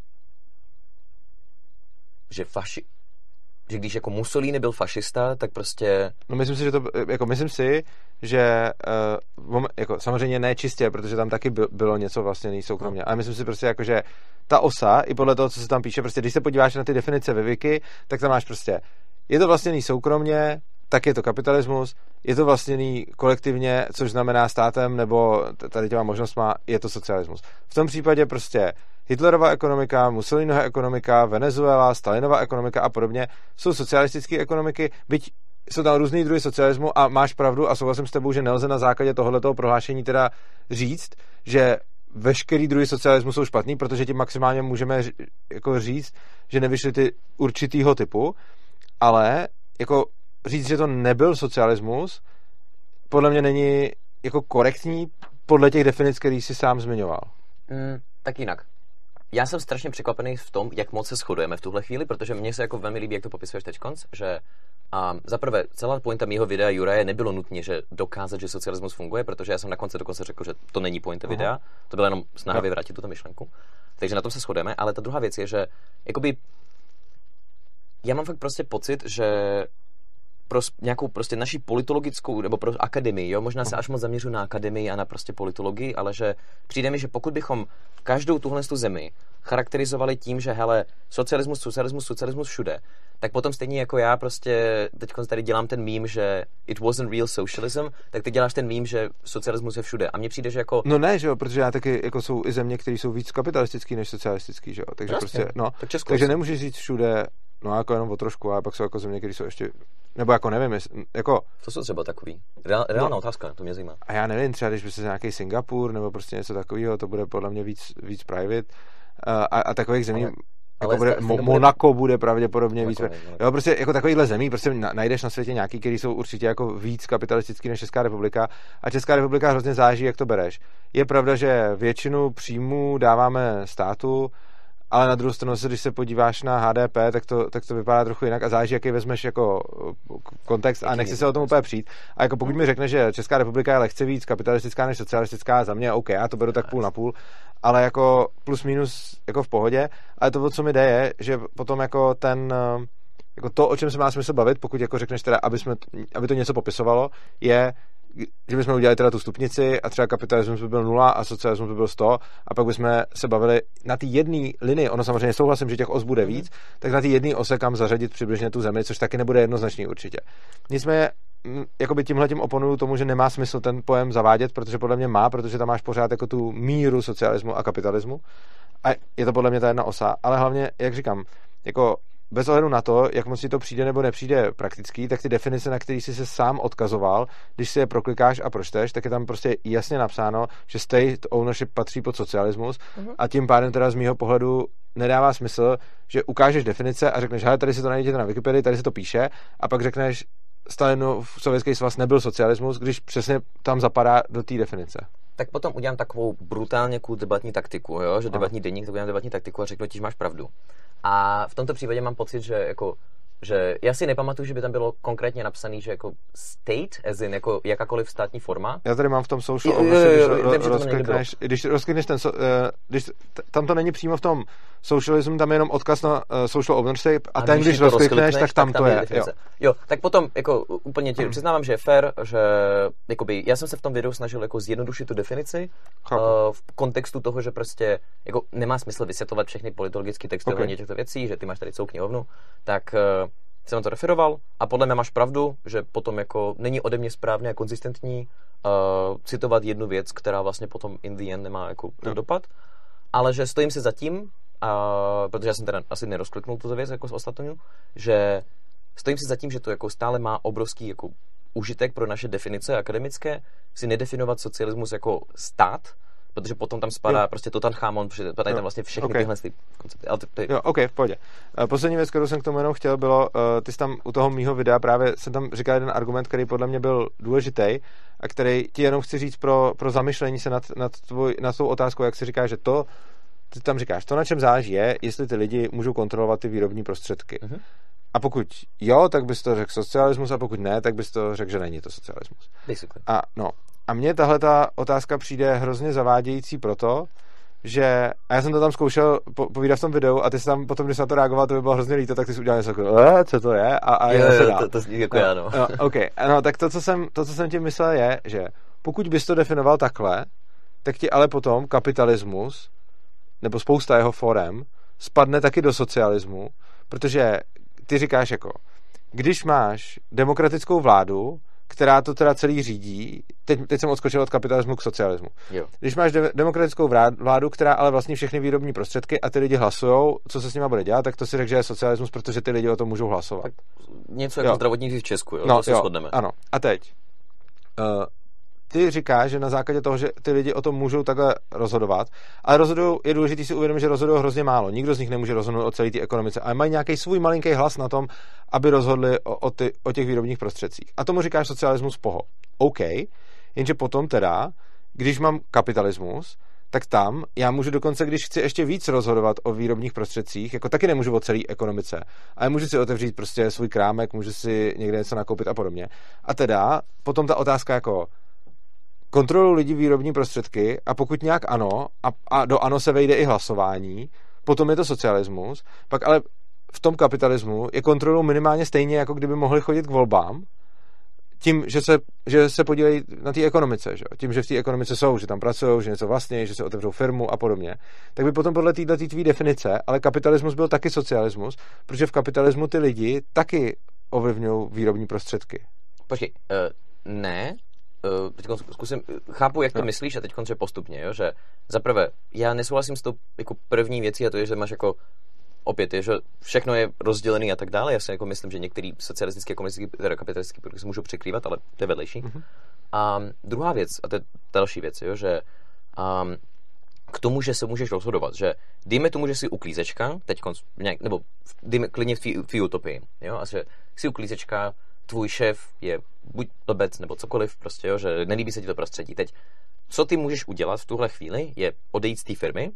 [SPEAKER 2] Že faši... že když jako Mussolini byl fašista, tak prostě...
[SPEAKER 1] No myslím si, že to, jako myslím si, že uh, jako samozřejmě ne čistě, protože tam taky bylo něco vlastně soukromně, ale myslím si prostě jako, že ta osa, i podle toho, co se tam píše, prostě když se podíváš na ty definice ve Wiki, tak tam máš prostě, je to vlastněný soukromně, tak je to kapitalismus, je to vlastněný kolektivně, což znamená státem, nebo tady těma možnostma, je to socialismus. V tom případě prostě Hitlerova ekonomika, Mussoliniho ekonomika, Venezuela, Stalinova ekonomika a podobně jsou socialistické ekonomiky, byť jsou tam různý druhy socialismu a máš pravdu a souhlasím s tebou, že nelze na základě tohoto prohlášení teda říct, že veškerý druhy socialismu jsou špatný, protože tím maximálně můžeme jako říct, že nevyšly ty určitýho typu, ale jako říct, že to nebyl socialismus, podle mě není jako korektní podle těch definic, který jsi sám zmiňoval.
[SPEAKER 2] Mm, tak jinak. Já jsem strašně překvapený v tom, jak moc se shodujeme v tuhle chvíli, protože mně se jako velmi líbí, jak to popisuješ teďkonc, že um, zaprvé celá pointa mýho videa Juraje nebylo nutně, že dokázat, že socialismus funguje, protože já jsem na konci dokonce řekl, že to není pointa videa, uh-huh. to byla jenom snaha vyvrátit tuto myšlenku. Takže na tom se shodujeme, ale ta druhá věc je, že jakoby já mám fakt prostě pocit, že pro nějakou prostě naší politologickou, nebo pro akademii, jo, možná se až moc zaměřuji na akademii a na prostě politologii, ale že přijde mi, že pokud bychom každou tuhle tu zemi charakterizovali tím, že hele, socialismus, socialismus, socialismus všude, tak potom stejně jako já prostě teď tady dělám ten mím, že it wasn't real socialism, tak ty děláš ten mím, že socialismus je všude. A mně přijde, že jako...
[SPEAKER 1] No ne, že jo, protože já taky, jako jsou i země, které jsou víc kapitalistický než socialistický, že jo, takže
[SPEAKER 2] Jasně.
[SPEAKER 1] prostě, no,
[SPEAKER 2] tak
[SPEAKER 1] takže nemůžeš říct všude, no jako jenom o trošku, ale pak jsou jako země, které jsou ještě, nebo jako nevím, jestli, jako...
[SPEAKER 2] To jsou třeba takový, Reál, reálná no, otázka, to mě zajímá.
[SPEAKER 1] A já nevím, třeba když by se nějaký Singapur, nebo prostě něco takového, to bude podle mě víc, víc private, a, a takových zemí... Ale... Jako
[SPEAKER 2] Ale
[SPEAKER 1] bude,
[SPEAKER 2] zda,
[SPEAKER 1] Mo- Monako bude pravděpodobně
[SPEAKER 2] Monako,
[SPEAKER 1] víc.
[SPEAKER 2] Monako.
[SPEAKER 1] Jo, prostě jako takovýchhle zemí, prostě najdeš na světě nějaký, který jsou určitě jako víc kapitalistický než Česká republika. A Česká republika hrozně záží, jak to bereš. Je pravda, že většinu příjmů dáváme státu, ale na druhou stranu, když se podíváš na H D P, tak to, tak to vypadá trochu jinak a záleží, jaký vezmeš jako kontext a nechci se o tom úplně přijít. A jako pokud mi řekne, že Česká republika je lehce víc kapitalistická než socialistická, za mě OK, já to beru tak půl na půl, ale jako plus minus jako v pohodě. Ale to, o co mi jde, je, že potom jako ten jako to, o čem se má smysl bavit, pokud jako řekneš teda, aby, jsme, aby to něco popisovalo, je, že bychom udělali teda tu stupnici a třeba kapitalismus by byl nula a socialismus by byl sto a pak bychom se bavili na té jedné linii, ono samozřejmě souhlasím, že těch os bude víc, tak na té jedné ose kam zařadit přibližně tu zemi, což taky nebude jednoznačný určitě. Nicméně jakoby tímhletím oponuju tomu, že nemá smysl ten pojem zavádět, protože podle mě má, protože tam máš pořád jako tu míru socialismu a kapitalismu a je to podle mě ta jedna osa, ale hlavně, jak říkám, jako bez ohledu na to, jak moc ti to přijde nebo nepřijde praktický, tak ty definice, na které jsi se sám odkazoval, když si je proklikáš a pročteš, tak je tam prostě jasně napsáno, že state ownership patří pod socialismus uh-huh. a tím pádem teda z mýho pohledu nedává smysl, že ukážeš definice a řekneš, hele, tady si to najdete na Wikipedii, tady se to píše a pak řekneš, Stalinův sovětský svaz nebyl socialismus, když přesně tam zapadá do té definice.
[SPEAKER 2] Tak potom udělám takovou brutálně cool debatní taktiku, jo? Že debatní deník, tak udělám debatní taktiku a řeknu ti, že máš pravdu. A v tomto případě mám pocit, že jako že já si nepamatuju, že by tam bylo konkrétně napsaný, že jako state, as in jako jakákoliv státní forma.
[SPEAKER 1] Já tady mám v tom social ownership, když rozklikneš, když rozklikneš ten, když tam to není přímo v tom socialism, tam je jenom odkaz na social ownership a, a ten, když rozklikneš, tak tam, tak tam to je.
[SPEAKER 2] je jo. jo, tak potom jako úplně ti přiznávám, že je fair, že jakoby, já jsem se v tom videu snažil jako zjednodušit tu definici uh, v kontextu toho, že prostě jako nemá smysl vysvětlovat všechny politologické textování okay. těchto věcí, že ty máš tady celou knihovnu, tak uh, jsem to referoval a podle mě máš pravdu, že potom jako není ode mě správně a konzistentní uh, citovat jednu věc, která vlastně potom in the end nemá jako no. dopad, ale že stojím se za tím, uh, protože já jsem teda asi nerozkliknul tuto věc jako z ostatního, že stojím se za tím, že to jako stále má obrovský jako užitek pro naše definice akademické, si nedefinovat socialismus jako stát, protože potom tam spadá jo. prostě Tutanchamon, protože padají tam vlastně všechny okay. tyhle koncepty. Ale ty, ty...
[SPEAKER 1] Jo, ok, v pohodě. Poslední věc, kterou jsem k tomu jenom chtěl, bylo, ty jsi tam u toho mýho videa právě, jsem tam říkal jeden argument, který podle mě byl důležitý a který ti jenom chci říct pro, pro zamyšlení se nad, nad, tvoj, nad tou otázkou, jak si říkáš, že to, ty tam říkáš, to, na čem záleží, je, jestli ty lidi můžou kontrolovat ty výrobní prostředky. Uh-huh. A pokud jo, tak bys to řekl socialismus, a pokud ne, tak bys to řekl, že není to socialismus.
[SPEAKER 2] Basically.
[SPEAKER 1] A no, a mně tahle ta otázka přijde hrozně zavádějící proto, že, a já jsem to tam zkoušel po, povídat v tom videu a ty jsi tam potom, když jsi na to reagoval, to by bylo hrozně líto, tak ty jsi udělal něco jako, eh, co to je? A, a
[SPEAKER 2] jo,
[SPEAKER 1] se
[SPEAKER 2] jo, to, to zní jako
[SPEAKER 1] no,
[SPEAKER 2] já, no.
[SPEAKER 1] no. Ok, no, tak to co, jsem, to, co jsem tím myslel je, že pokud bys to definoval takhle, tak ti ale potom kapitalismus, nebo spousta jeho forem, spadne taky do socialismu, protože ty říkáš jako, když máš demokratickou vládu, která to teda celý řídí, teď, teď jsem odskočil od kapitalismu k socialismu.
[SPEAKER 2] Jo.
[SPEAKER 1] Když máš de- demokratickou vládu, která ale vlastně všechny výrobní prostředky a ty lidi hlasujou, co se s nima bude dělat, tak to si řekl, že je socialismus, protože ty lidi o tom můžou hlasovat. Tak
[SPEAKER 2] něco jako zdravotnictví v Česku, jo?
[SPEAKER 1] No,
[SPEAKER 2] to se
[SPEAKER 1] jo,
[SPEAKER 2] shodneme.
[SPEAKER 1] Ano. A teď. Uh, ty říkáš, že na základě toho, že ty lidi o tom můžou takhle rozhodovat, ale rozhodují, je důležité si uvědomit, že rozhodují hrozně málo. Nikdo z nich nemůže rozhodnout o celé té ekonomice, ale mají nějaký svůj malinký hlas na tom, aby rozhodli o, o, ty, o těch výrobních prostředcích. A tomu říkáš socialismus poho. OK, jenže potom teda, když mám kapitalismus, tak tam já můžu dokonce, když chci ještě víc rozhodovat o výrobních prostředcích, jako taky nemůžu o celé ekonomice, ale můžu si otevřít prostě svůj krámek, můžu si někde něco nakoupit a podobně. A teda potom ta otázka jako kontrolují lidi výrobní prostředky a pokud nějak ano, a, a do ano se vejde i hlasování, potom je to socialismus, pak ale v tom kapitalismu je kontrolou minimálně stejně, jako kdyby mohli chodit k volbám, tím, že se, že se podílejí na té ekonomice, že? Tím, že v té ekonomice jsou, že tam pracují, že něco vlastně, že se otevřou firmu a podobně, tak by potom podle této tvý definice, ale kapitalismus byl taky socialismus, protože v kapitalismu ty lidi taky ovlivňují výrobní prostředky.
[SPEAKER 2] Počkej, uh, ne, uh, teď zkusím, chápu, jak to no. myslíš a teď konce postupně, jo? Že zaprvé, já nesouhlasím s tou jako první věcí a to je, že máš jako opět je, že všechno je rozdělené a tak dále. Já si jako myslím, že některé socialistické, komunistické, teda kapitalistické produkty se můžou překrývat, ale to je vedlejší. Mm-hmm. A druhá věc, a to je další věc, jo, že um, k tomu, že se můžeš rozhodovat, že dejme tomu, že jsi uklízečka, teď nějak, nebo dejme klidně v tvý utopii, jo, a že jsi uklízečka, tvůj šéf je buď blbec nebo cokoliv, prostě, jo, že nelíbí se ti to prostředí. Teď, co ty můžeš udělat v tuhle chvíli, je odejít z té firmy,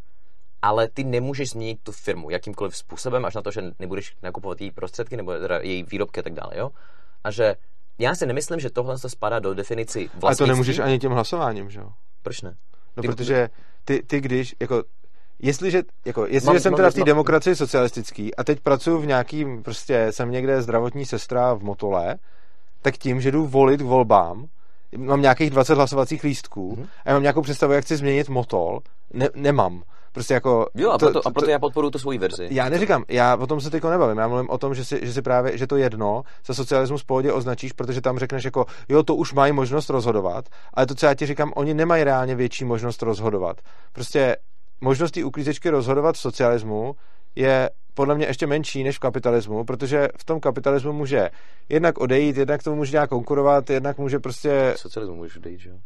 [SPEAKER 2] ale ty nemůžeš změnit tu firmu jakýmkoliv způsobem, až na to, že nebudeš nakupovat její prostředky nebo teda její výrobky a tak dále, jo? A že já si nemyslím, že tohle se spadá do definici vlastnictví.
[SPEAKER 1] Ale to nemůžeš ani tím hlasováním, že jo?
[SPEAKER 2] Proč ne?
[SPEAKER 1] No,
[SPEAKER 2] ty,
[SPEAKER 1] protože ty, ty když, jako, jestliže, jako, jestliže mám, jsem teda v té demokracii socialistický a teď pracuji v nějakým, prostě jsem někde zdravotní sestra v Motole, tak tím, že jdu volit k volbám, mám nějakých dvacet hlasovacích lístků mm-hmm. a já mám nějakou představu, jak chci změnit Motol, ne, nemám. Prostě jako...
[SPEAKER 2] Jo, a proto, to, to, a proto já podporuji tu svoji verzi.
[SPEAKER 1] Já neříkám, já o tom se teďko nebavím, já mluvím o tom, že si, že si právě, že to jedno za socialismus v pohodě označíš, protože tam řekneš jako, jo, to už mají možnost rozhodovat, ale to, co já ti říkám, oni nemají reálně větší možnost rozhodovat. Prostě možnost té uklízečky rozhodovat v socialismu je podle mě ještě menší než v kapitalismu, protože v tom kapitalismu může jednak odejít, jednak tomu může nějak konkurovat, jednak může prostě...
[SPEAKER 2] V socialismu můžeš odejít, že jo?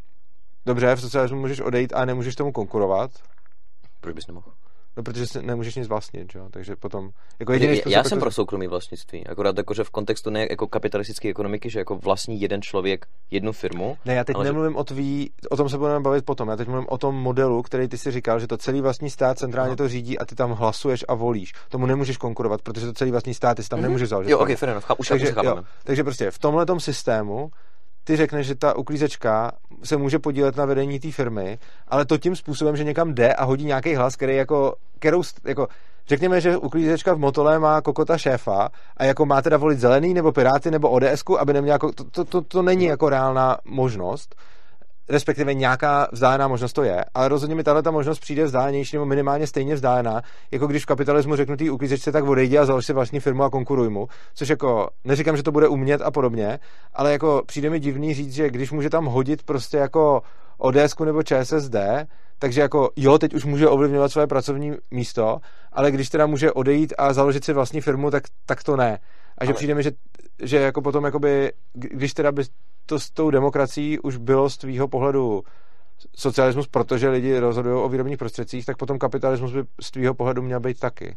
[SPEAKER 1] Dobře, v socialismu můžeš odejít a nemůžeš tomu konkurovat.
[SPEAKER 2] Proč bys nemohl?
[SPEAKER 1] No, protože si nemůžeš nic vlastnit, jo? Takže potom... Jako
[SPEAKER 2] jediný já, já jsem pro soukromý vlastnictví, akorát jakože v kontextu ne jako kapitalistické ekonomiky, že jako vlastní jeden člověk jednu firmu.
[SPEAKER 1] Ne, já teď nemluvím že... o tvý, o tom se budeme bavit potom, já teď mluvím o tom modelu, který ty si říkal, že to celý vlastní stát centrálně no. to řídí a ty tam hlasuješ a volíš. Tomu nemůžeš konkurovat, protože to celý vlastní stát ty si tam mm-hmm. nemůžeš založit.
[SPEAKER 2] Jo, ok, fair enough, už takže, jo,
[SPEAKER 1] takže prostě v tomhletom systému ty řekneš, že ta uklízečka se může podílet na vedení té firmy, ale to tím způsobem, že někam jde a hodí nějaký hlas, který jako, kterou, jako řekněme, že uklízečka v Motole má kokota šéfa a jako má teda volit zelený nebo Piráty nebo ODSku, aby neměl jako, to, to, to, to není jako reálná možnost, respektive nějaká vzdálená možnost to je, ale rozhodně mi tahle ta možnost přijde vzdálenější nebo minimálně stejně vzdálená, jako když v kapitalismu řeknu té uklízečce, tak odejdi a založ si vlastní firmu a konkuruj mu, což jako, neříkám, že to bude umět a podobně, ale jako přijde mi divný říct, že když může tam hodit prostě jako ODSku nebo ČSSD, takže jako jo, teď už může ovlivňovat své pracovní místo, ale když teda může odejít a založit si vlastní firmu, tak, tak to ne. A že ale... přijde mi, že, že jako potom jakoby, když teda by to s tou demokracií už bylo z tvýho pohledu socialismus, protože lidi rozhodují o výrobních prostředcích, tak potom kapitalismus by z tvýho pohledu měl být taky.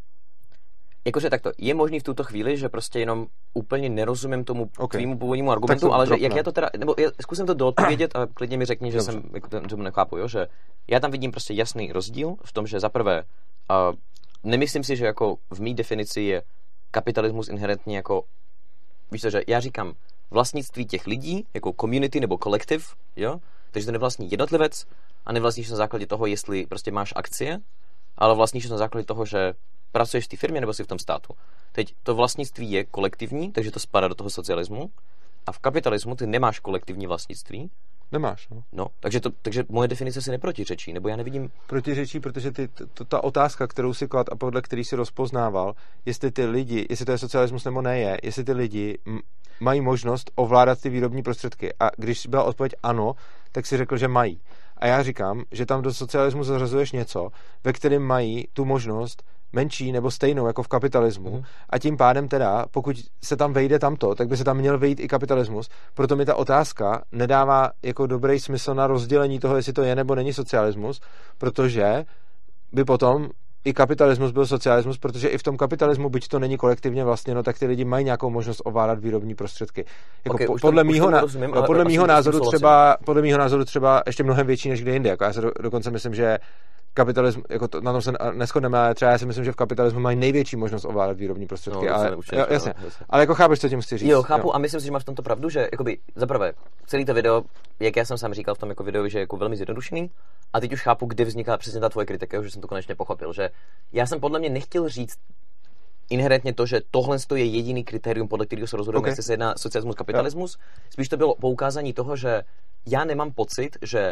[SPEAKER 2] Jakože takto, je možný v tuto chvíli, že prostě jenom úplně nerozumím tomu okay. tvýmu původnímu argumentu, ale že jak já to teda, nebo já zkusím to doodpovědět a klidně mi řekni, že Dobře. jsem jako tomu nechápu, jo, že já tam vidím prostě jasný rozdíl v tom, že zaprvé uh, nemyslím si, že jako v mý definici je kapitalismus inherentně jako, víš co, že já říkám vlastnictví těch lidí, jako community nebo kolektiv, jo, takže to nevlastní jednotlivec a nevlastníš na základě toho, jestli prostě máš akcie, ale vlastníš na základě toho, že pracuješ v té firmě nebo jsi v tom státu. Teď to vlastnictví je kolektivní, takže to spadá do toho socialismu a v kapitalismu ty nemáš kolektivní vlastnictví.
[SPEAKER 1] Nemáš, no.
[SPEAKER 2] No, takže, to, takže moje definice si neprotiřečí, nebo já nevidím...
[SPEAKER 1] Protiřečí, protože ty, to, ta otázka, kterou si klad a podle který si rozpoznával, jestli ty lidi, jestli to je socialismus nebo ne je, jestli ty lidi m- mají možnost ovládat ty výrobní prostředky. A když byla odpověď ano, tak si řekl, že mají. A já říkám, že tam do socialismu zařazuješ něco, ve kterém mají tu možnost menší nebo stejnou jako v kapitalismu
[SPEAKER 2] mm.
[SPEAKER 1] a tím pádem teda, pokud se tam vejde tamto, tak by se tam měl vejít i kapitalismus. Proto mi ta otázka nedává jako dobrý smysl na rozdělení toho, jestli to je nebo není socialismus, protože by potom i kapitalismus byl socialismus, protože i v tom kapitalismu, byť to není kolektivně vlastněno, tak ty lidi mají nějakou možnost ovládat výrobní prostředky. Jako
[SPEAKER 2] okay,
[SPEAKER 1] po, podle
[SPEAKER 2] tam,
[SPEAKER 1] mýho, na, rozumím, no, podle mýho názoru třeba, podle mýho názoru třeba ještě mnohem větší než kde jinde. Jako já se do, dokonce myslím, že kapitalismus, jako to, na tom se neshodneme, ale třeba já si myslím, že v kapitalismu mají největší možnost ovládat výrobní prostředky.
[SPEAKER 2] No,
[SPEAKER 1] ale,
[SPEAKER 2] neučili,
[SPEAKER 1] jo, jasně. No, ale jako chápeš, co tím chci říct.
[SPEAKER 2] Jo, chápu jo. A myslím si, že máš v tomto pravdu, že jakoby, zaprvé, celý to video, jak já jsem sám říkal v tom jako videu, že je jako velmi zjednodušený, a teď už chápu, kde vzniká přesně ta tvoje kritika, že jsem to konečně pochopil, že já jsem podle mě nechtěl říct inherentně to, že tohle je jediný kritérium, podle kterého se rozhodujeme, okay. jestli se jedná socialismus, kapitalismus. Spíš to bylo poukázání toho, že já nemám pocit, že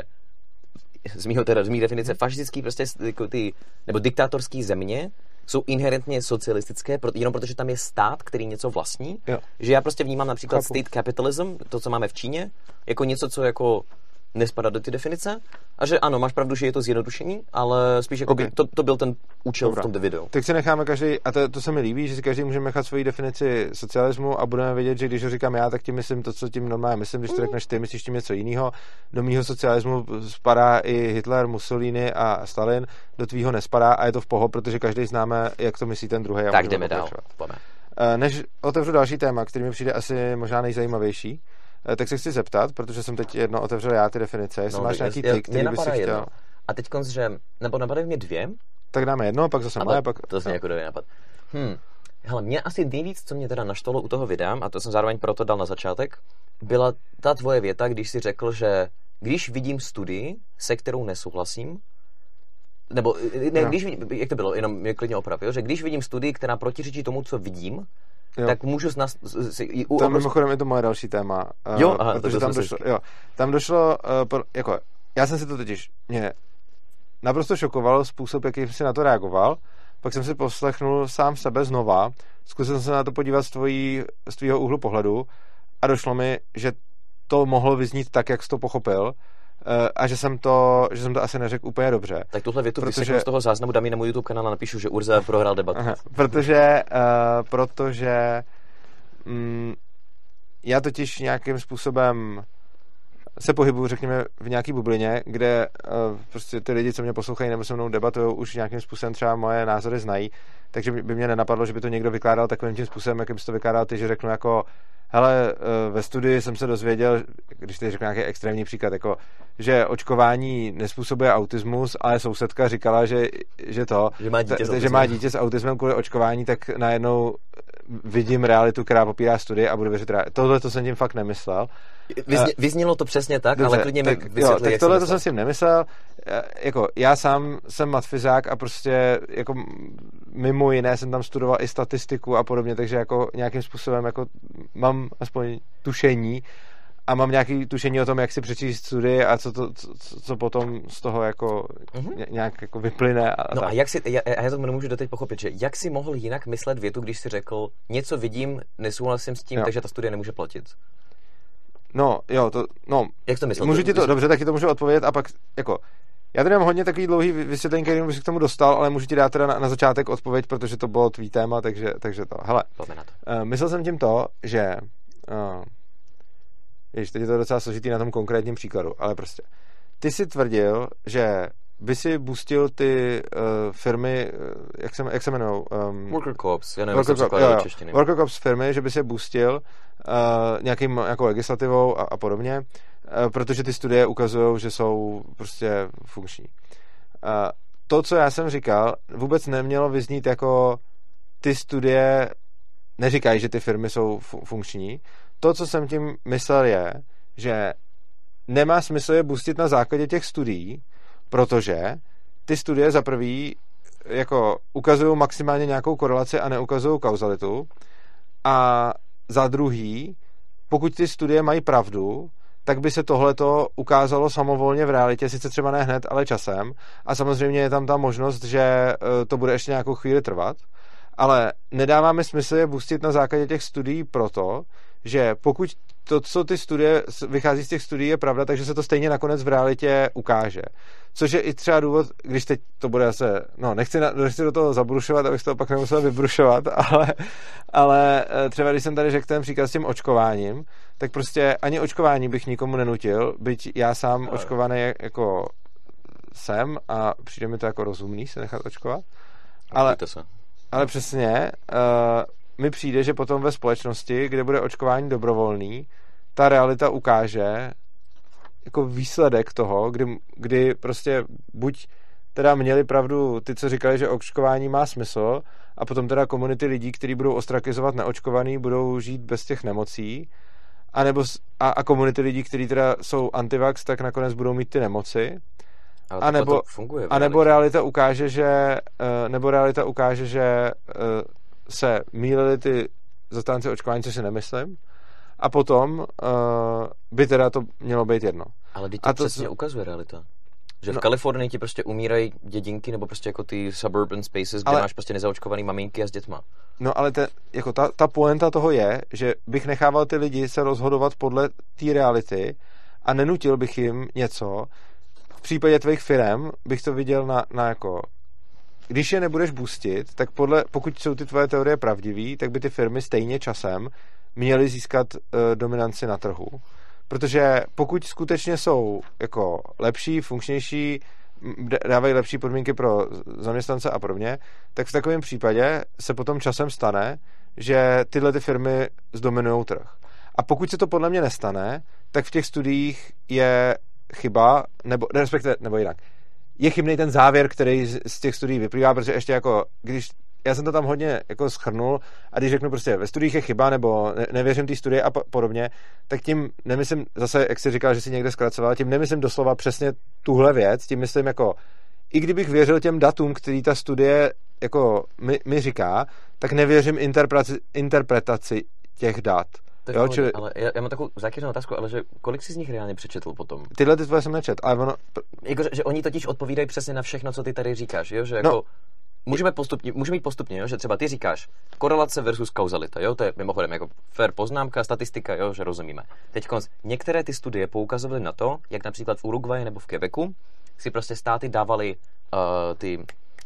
[SPEAKER 2] z mýho teda, z mý definice fašistický prostě jako ty, nebo diktátorský země jsou inherentně socialistické, jenom protože tam je stát, který něco vlastní. Jo. Že já prostě vnímám například Chápu. state capitalism, to, co máme v Číně, jako něco, co jako nespadá do ty definice. A že ano, máš pravdu, že je to zjednodušení, ale spíš jako okay. by, to, to byl ten účel Dobrá. v tom videu.
[SPEAKER 1] Tak si necháme každý, a to, to se mi líbí, že si každý můžeme nechat svoji definici socialismu a budeme vědět, že když ho říkám já, tak tím myslím to, co tím normálně myslím, když to řekneš ty, myslíš tím něco jiného. Do mýho socialismu spadá i Hitler, Mussolini a Stalin, do tvýho nespadá a je to v poho, protože každý známe, jak to myslí ten druhý.
[SPEAKER 2] Tak jdeme dál.
[SPEAKER 1] Než otevřu další téma, který mi přijde asi možná nejzajímavější, tak se chci zeptat, protože jsem teď jedno otevřel já ty definice, jestli no, máš nějaký ty, který bys si chtěl. Jedno.
[SPEAKER 2] A teď konc, že, nebo napadají mě dvě.
[SPEAKER 1] Tak dáme jedno, pak zase moje, pak...
[SPEAKER 2] To zní no. jako dobrý nápad. Hm. Hele, mě asi nejvíc, co mě teda naštvalo u toho videa, a to jsem zároveň proto dal na začátek, byla ta tvoje věta, když jsi řekl, že když vidím studii, se kterou nesouhlasím, nebo ne, no. když vidím, jak to bylo, jenom mě klidně opravil, že když vidím studii, která protiřečí tomu, co vidím, Jo. tak můžu s nás... Si,
[SPEAKER 1] u, to mimochodem je to moje další téma.
[SPEAKER 2] Jo, aha,
[SPEAKER 1] protože tam došlo, jo, tam došlo, uh, jako, já jsem si to totiž, mě naprosto šokovalo způsob, jakým jsi na to reagoval, pak jsem si poslechnul sám sebe znova, zkusil jsem se na to podívat z, tvojí, z tvýho úhlu pohledu a došlo mi, že to mohlo vyznít tak, jak jsi to pochopil, a že jsem to, že jsem to asi neřekl úplně dobře.
[SPEAKER 2] Tak tuhle větu protože... z toho záznamu dám ji na můj YouTube kanál a napíšu, že Urza prohrál debatu.
[SPEAKER 1] Aha, protože, uh, protože um, já totiž nějakým způsobem se pohybuju, řekněme, v nějaký bublině, kde uh, prostě ty lidi, co mě poslouchají nebo se mnou debatují, už nějakým způsobem třeba moje názory znají, takže by mě nenapadlo, že by to někdo vykládal takovým tím způsobem, jakým jsi to vykládal ty, že řeknu jako hele, ve studii jsem se dozvěděl, když teď řeknu nějaký extrémní příklad, jako, že očkování nespůsobuje autismus, ale sousedka říkala, že, že to,
[SPEAKER 2] že má, dítě
[SPEAKER 1] t- že má dítě s autismem kvůli očkování, tak najednou vidím realitu, která popírá studii a budu věřit realitu. Tohle to jsem tím fakt nemyslel.
[SPEAKER 2] Vyzně, vyznělo to přesně tak, Dobře, ale klidně mi vysvětli,
[SPEAKER 1] tak tohle to jsem si nemyslel. Jako, já sám jsem matfyzák a prostě jako mimo jiné jsem tam studoval i statistiku a podobně, takže jako nějakým způsobem jako mám aspoň tušení a mám nějaké tušení o tom, jak si přečíst studii a co, to, co, co potom z toho jako mm-hmm. nějak jako vyplyne. A
[SPEAKER 2] no
[SPEAKER 1] tak.
[SPEAKER 2] a jak si, já, já to nemůžu doteď pochopit, že jak si mohl jinak myslet větu, když si řekl, něco vidím, nesouhlasím s tím, jo. takže ta studie nemůže platit?
[SPEAKER 1] No, jo, to, no.
[SPEAKER 2] Jak to myslel?
[SPEAKER 1] Můžu ti to, to dobře, tak ti to můžu odpovědět a pak, jako, já tady mám hodně takový dlouhý vysvětlení, který bych k tomu dostal, ale můžu ti dát teda na, na začátek odpověď, protože to bylo tvý téma, takže, takže to. Hele,
[SPEAKER 2] uh,
[SPEAKER 1] myslel jsem tím to, že, uh, víš, teď je to docela složitý na tom konkrétním příkladu, ale prostě, ty si tvrdil, že by si boostil ty uh, firmy, jak se, jak se jmenujou? Um,
[SPEAKER 2] Worker Co-ops, já nevím, jak se překládá do češtiny.
[SPEAKER 1] Worker Co-ops firmy, že by si je boostil uh, nějakým jako legislativou a, a podobně, uh, protože ty studie ukazují, že jsou prostě funkční. Uh, to, co já jsem říkal, vůbec nemělo vyznít jako ty studie neříkají, že ty firmy jsou funkční. To, co jsem tím myslel, je, že nemá smysl je boostit na základě těch studií, protože ty studie za prvý jako ukazují maximálně nějakou korelaci a neukazují kauzalitu a za druhý, pokud ty studie mají pravdu, tak by se tohleto ukázalo samovolně v realitě, sice třeba ne hned, ale časem a samozřejmě je tam ta možnost, že to bude ještě nějakou chvíli trvat Ale nedáváme smysl je boostit na základě těch studií proto, že pokud to, co ty studie, vychází z těch studií, je pravda, takže se to stejně nakonec v realitě ukáže. Což je i třeba důvod, když teď to bude zase, no nechci, na, nechci do toho zabrušovat, abych to pak nemusel vybrušovat, ale, ale třeba když jsem tady řekl ten příklad s tím očkováním, tak prostě ani očkování bych nikomu nenutil, byť já sám očkovaný jako jsem a přijde mi to jako rozumný se nechat očkovat. Ale, ale přesně, uh, mi přijde, že potom ve společnosti, kde bude očkování dobrovolný, ta realita ukáže jako výsledek toho, kdy, kdy prostě buď teda měli pravdu ty, co říkali, že očkování má smysl, a potom teda komunity lidí, kteří budou ostrakizovat neočkovaný, budou žít bez těch nemocí, a, nebo, a, a komunity lidí, kteří teda jsou antivax, tak nakonec budou mít ty nemoci.
[SPEAKER 2] Ale a nebo, to funguje
[SPEAKER 1] a nebo realita ukáže, že nebo realita ukáže, že se mýlili ty zastánci očkování, co si nemyslím, a potom uh, by teda to mělo být jedno.
[SPEAKER 2] Ale teď to, to přesně ukazuje realita. Že v no, Kalifornii ti prostě umírají dědinky, nebo prostě jako ty suburban spaces, kde ale, máš prostě nezaočkovaný maminky a s dětma.
[SPEAKER 1] No ale te, jako ta, ta poenta toho je, že bych nechával ty lidi se rozhodovat podle té reality a nenutil bych jim něco. V případě tvých firem bych to viděl na, na jako... Když je nebudeš boostit, tak podle, pokud jsou ty tvoje teorie pravdivý, tak by ty firmy stejně časem měly získat uh, dominanci na trhu. Protože pokud skutečně jsou jako lepší, funkčnější, dávají lepší podmínky pro zaměstnance a podobně, tak v takovém případě se potom časem stane, že tyhle ty firmy zdominují trh. A pokud se to podle mě nestane, tak v těch studiích je chyba, nebo respektive, nebo jinak. Je chybný ten závěr, který z těch studií vyplývá, protože ještě jako, když já jsem to tam hodně jako schrnul a když řeknu prostě ve studiích je chyba nebo ne, nevěřím té studie a podobně, tak tím nemyslím, zase jak jsi říkal, že si někde zkracoval, tím nemyslím doslova přesně tuhle věc, tím myslím jako, i kdybych věřil těm datům, který ta studie jako mi, mi říká, tak nevěřím interpretaci, interpretaci těch dat.
[SPEAKER 2] Jo, pohodě, čili... ale já, já mám takovou zákeřnou otázku, ale že kolik jsi z nich reálně přečetl potom?
[SPEAKER 1] Tyhle ty tvoje jsem nečet, ale ono...
[SPEAKER 2] Jako, že, že oni totiž odpovídají přesně na všechno, co ty tady říkáš, jo? Že jako... No. Můžeme, postupně, můžeme jít postupně, jo? Že třeba ty říkáš korelace versus kauzalita, jo? To je mimochodem jako fair poznámka, statistika, jo? Že rozumíme. Teď některé ty studie poukazovaly na to, jak například v Uruguayi nebo v Quebecu si prostě státy dávali uh, ty...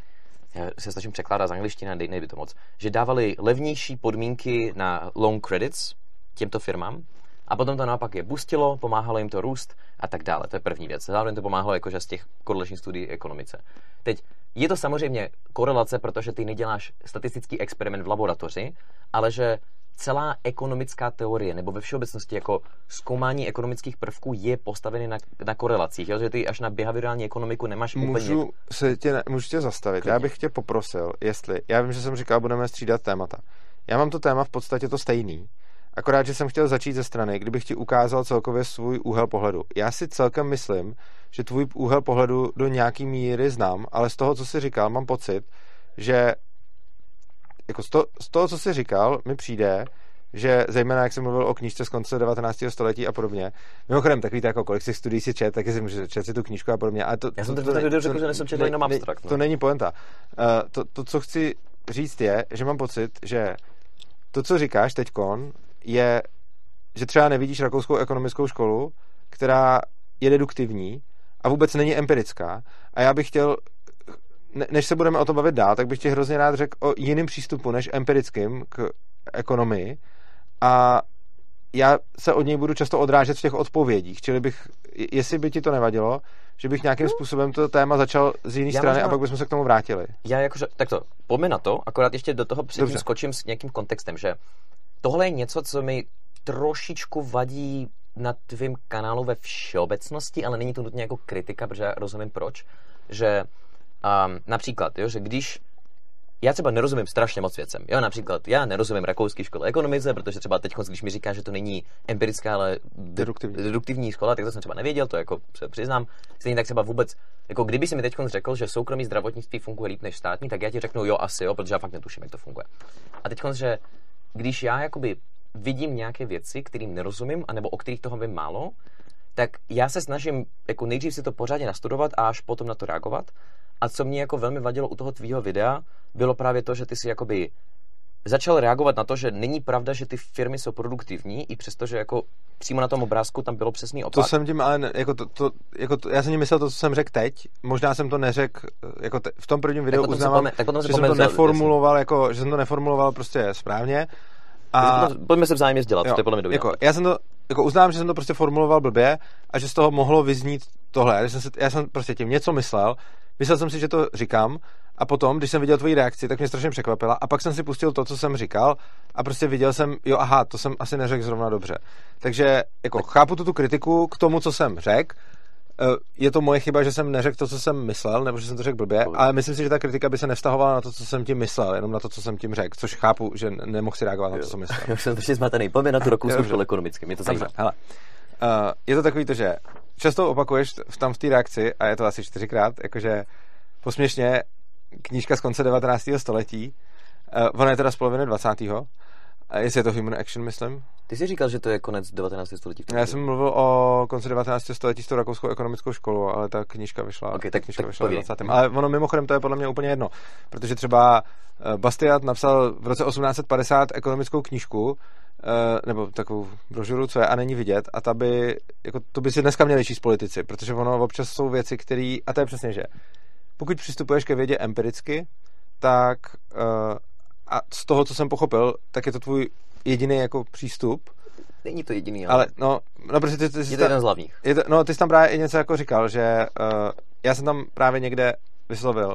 [SPEAKER 2] Já se snažím překládat z angličtiny, nejde to moc. Že dávali levnější podmínky na loan credits těmto firmám a potom to naopak je boostilo, pomáhalo jim to růst a tak dále. To je první věc. Zároveň to pomáhalo jakože z těch korelačních studií ekonomice. Teď je to samozřejmě korelace, protože ty neděláš statistický experiment v laboratoři, ale že celá ekonomická teorie nebo ve všeobecnosti jako zkoumání ekonomických prvků je postavený na, na korelacích, jo? Že ty až na behaviorální ekonomiku nemáš
[SPEAKER 1] můžu
[SPEAKER 2] úplně...
[SPEAKER 1] Se tě, můžu tě zastavit. Klidně. Já bych tě poprosil, jestli... Já vím, že jsem říkal, budeme střídat témata. Já mám to téma v podstatě to stejný. Akorát, že jsem chtěl začít ze strany, kdybych ti ukázal celkově svůj úhel pohledu. Já si celkem myslím, že tvůj úhel pohledu do nějaký míry znám, ale z toho, co jsi říkal, mám pocit, že jako z, to, z toho, co jsi říkal, mi přijde, že zejména, jak jsem mluvil o knížce z konce devatenáctého století a podobně. Mimochodem, takový to jako kolik těch studií si čet, taky si můžu čet si tu knížku a podobně. Ale to,
[SPEAKER 2] Já jsem
[SPEAKER 1] to,
[SPEAKER 2] to, to, to řekl, že nejsem četl jenom abstrakt.
[SPEAKER 1] To není pointa. Uh, to, to, co chci říct je, že mám pocit, že to, co říkáš teďkon, je, že třeba nevidíš rakouskou ekonomickou školu, která je deduktivní a vůbec není empirická. A já bych chtěl, než se budeme o tom bavit dál, tak bych ti hrozně rád řekl o jiném přístupu než empirickým k ekonomii a já se od něj budu často odrážet v těch odpovědích, čili bych, jestli by ti to nevadilo, že bych nějakým způsobem to téma začal z jiné strany možná, a pak bychom se k tomu vrátili.
[SPEAKER 2] Já jakože, takto, pojďme na to, akorát ještě do toho předtím skočím s nějakým kontextem, že tohle je něco, co mi trošičku vadí na tvým kanálu ve všeobecnosti, ale není to nutně jako kritika, protože já rozumím proč, že um, například, jo, že když já třeba nerozumím strašně moc věcem. Jo, například já nerozumím rakouské škole ekonomice, protože třeba teď, když mi říká, že to není empirická, ale deduktivní. deduktivní škola, tak to jsem třeba nevěděl, to jako se přiznám. Stejně tak třeba vůbec, jako kdyby si mi teď řekl, že soukromý zdravotnictví funguje líp než státní, tak já ti řeknu jo, asi jo, protože já fakt netuším, jak to funguje. A teď, že když já jakoby vidím nějaké věci, kterým nerozumím, anebo o kterých toho vím málo, tak já se snažím jako nejdřív si to pořádně nastudovat a až potom na to reagovat. A co mě jako velmi vadilo u toho tvýho videa, bylo právě to, že ty si jakoby začal reagovat na to, že není pravda, že ty firmy jsou produktivní, i přesto, že jako přímo na tom obrázku tam bylo přesný opak.
[SPEAKER 1] To jsem tím, ale ne, jako to, to, jako to, já jsem tím myslel to, co jsem řekl teď, možná jsem to neřekl, jako te, v tom prvním videu uznávám, že jsem to neformuloval, jako, že jsem to neformuloval prostě správně.
[SPEAKER 2] A pojďme se vzájemně sdělat, jo, to je podle mě
[SPEAKER 1] jako, já jsem to, jako uznám, že jsem to prostě formuloval blbě a že z toho mohlo vyznít tohle. Já jsem, se, já jsem prostě tím něco myslel, myslel jsem si, že to říkám, a potom, když jsem viděl tvoji reakci, tak mě strašně překvapila a pak jsem si pustil to, co jsem říkal a prostě viděl jsem, jo aha, to jsem asi neřekl zrovna dobře. Takže jako chápu tu, tu kritiku k tomu, co jsem řekl. Je to moje chyba, že jsem neřekl to, co jsem myslel, nebo že jsem to řekl blbě, ale myslím si, že ta kritika by se nevztahovala na to, co jsem tím myslel, jenom na to, co jsem tím řekl, což chápu, že nemohl si reagovat na to, co myslel.
[SPEAKER 2] Já jsem trošku zmatený, pojďme na tu rokovskou školu ekonomicky, mě to zajímá.
[SPEAKER 1] Hele, uh, je to takový to, že často opakuješ v, tam v té reakci, a je to asi čtyřikrát, jakože posměšně knížka z konce devatenáctého století, uh, ona je teda z poloviny dvacátého A jestli je to Human Action, myslím.
[SPEAKER 2] Ty jsi říkal, že to je konec devatenáctého století.
[SPEAKER 1] Já jsem mluvil o konci devatenáctého století s tou rakouskou ekonomickou školou, ale ta knížka vyšla,
[SPEAKER 2] okay,
[SPEAKER 1] ta
[SPEAKER 2] tak,
[SPEAKER 1] knížka
[SPEAKER 2] tak
[SPEAKER 1] vyšla v dvacátém Ale ono mimochodem to je podle mě úplně jedno, protože třeba Bastiat napsal v roce osmnáct set padesát ekonomickou knížku, nebo takovou brožuru, co je a není vidět, a ta by, jako, to by si dneska měli číst politici, protože ono občas jsou věci, které, a to je přesně, že pokud přistupuješ ke vědě empiricky, tak a z toho, co jsem pochopil, tak je to tvůj jediný jako přístup.
[SPEAKER 2] Není to jediný, ale...
[SPEAKER 1] ale no, no protože ty, ty, ty
[SPEAKER 2] je to jeden z hlavních.
[SPEAKER 1] Je to, no, ty jsi tam právě i něco jako říkal, že uh, já jsem tam právě někde vyslovil,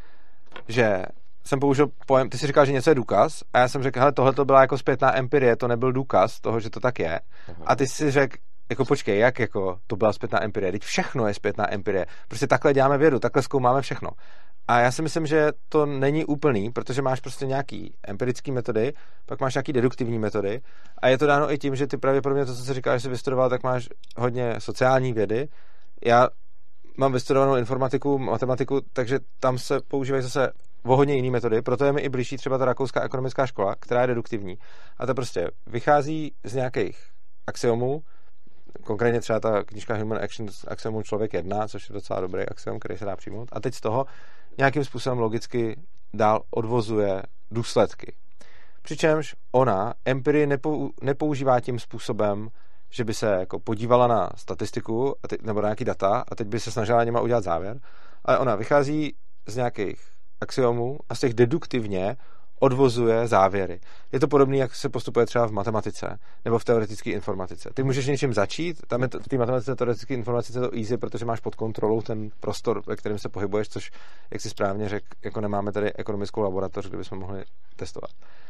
[SPEAKER 1] že jsem použil pojem, ty jsi říkal, že něco je důkaz, a já jsem řekl, hele, tohle to byla jako zpětná empirie, to nebyl důkaz toho, že to tak je. Uh-huh. A ty jsi řekl, jako počkej, jak jako to byla zpětná empirie? Teď všechno je zpětná empirie. Prostě takhle děláme vědu, takhle zkoumáme všechno. A já si myslím, že to není úplný, protože máš prostě nějaký empirický metody, pak máš nějaký deduktivní metody a je to dáno i tím, že ty pravděpodobně to, co jsi říkal, že jsi vystudoval, tak máš hodně sociální vědy. Já mám vystudovanou informatiku, matematiku, takže tam se používají zase o hodně jiné metody, proto je mi i blížší třeba ta rakouská ekonomická škola, která je deduktivní. A to prostě vychází z nějakých axiomů, konkrétně třeba ta knížka Human Action z axiomu člověk jedna, což je docela dobrý axiom, který se dá přijmout. A teď z toho nějakým způsobem logicky dál odvozuje důsledky. Přičemž ona empirii nepou, nepoužívá tím způsobem, že by se jako podívala na statistiku a teď, nebo na nějaký data a teď by se snažila něma udělat závěr, ale ona vychází z nějakých axiomů a z těch deduktivně odvozuje závěry. Je to podobné, jak se postupuje třeba v matematice nebo v teoretické informatice. Ty můžeš něčím začít, tam je to, v té matematice teoretické informatice je to easy, protože máš pod kontrolou ten prostor, ve kterém se pohybuješ, což, jak si správně řekl, jako nemáme tady ekonomickou laboratoř, kde bychom mohli testovat.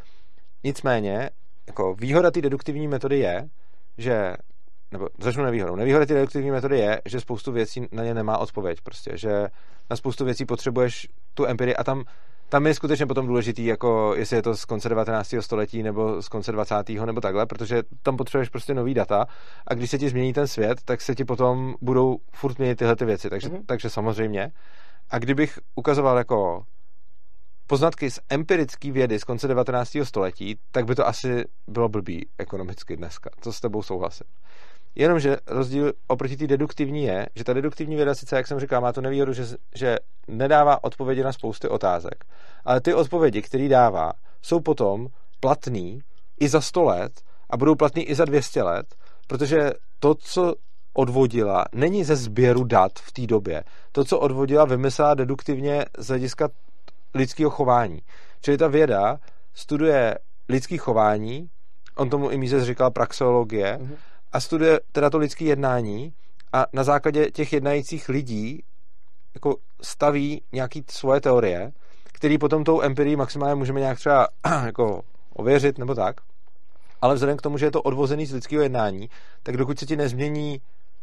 [SPEAKER 1] Nicméně, jako výhoda té deduktivní metody je, že nebo začnu nevýhodou. Nevýhoda té deduktivní metody je, že spoustu věcí na ně nemá odpověď. Prostě, že na spoustu věcí potřebuješ tu empirii a tam Tam je skutečně potom důležitý, jako jestli je to z konce devatenáctého století nebo z konce dvacátého nebo takhle, protože tam potřebuješ prostě nový data a když se ti změní ten svět, tak se ti potom budou furt měnit tyhle ty věci. Takže, mm-hmm. takže samozřejmě. A kdybych ukazoval jako poznatky z empirické vědy z konce devatenáctého století, tak by to asi bylo blbý ekonomicky dneska. To s tebou souhlasím. Jenomže rozdíl oproti té deduktivní je, že ta deduktivní věda sice, jak jsem říkal, má tu nevýhodu, že, že nedává odpovědi na spousty otázek. Ale ty odpovědi, které dává, jsou potom platný i za sto let a budou platný i za dvě stě let, protože to, co odvodila, není ze sběru dat v té době. To, co odvodila, vymyslela deduktivně z hlediska lidského chování. Čili ta věda studuje lidské chování, on tomu i Mises říkal praxeologie, mm-hmm. a studuje teda to lidské jednání a na základě těch jednajících lidí jako staví nějaký svoje teorie, který potom tou empirii maximálně můžeme nějak třeba jako ověřit nebo tak. Ale vzhledem k tomu, že je to odvozený z lidského jednání, tak dokud se ti nezmění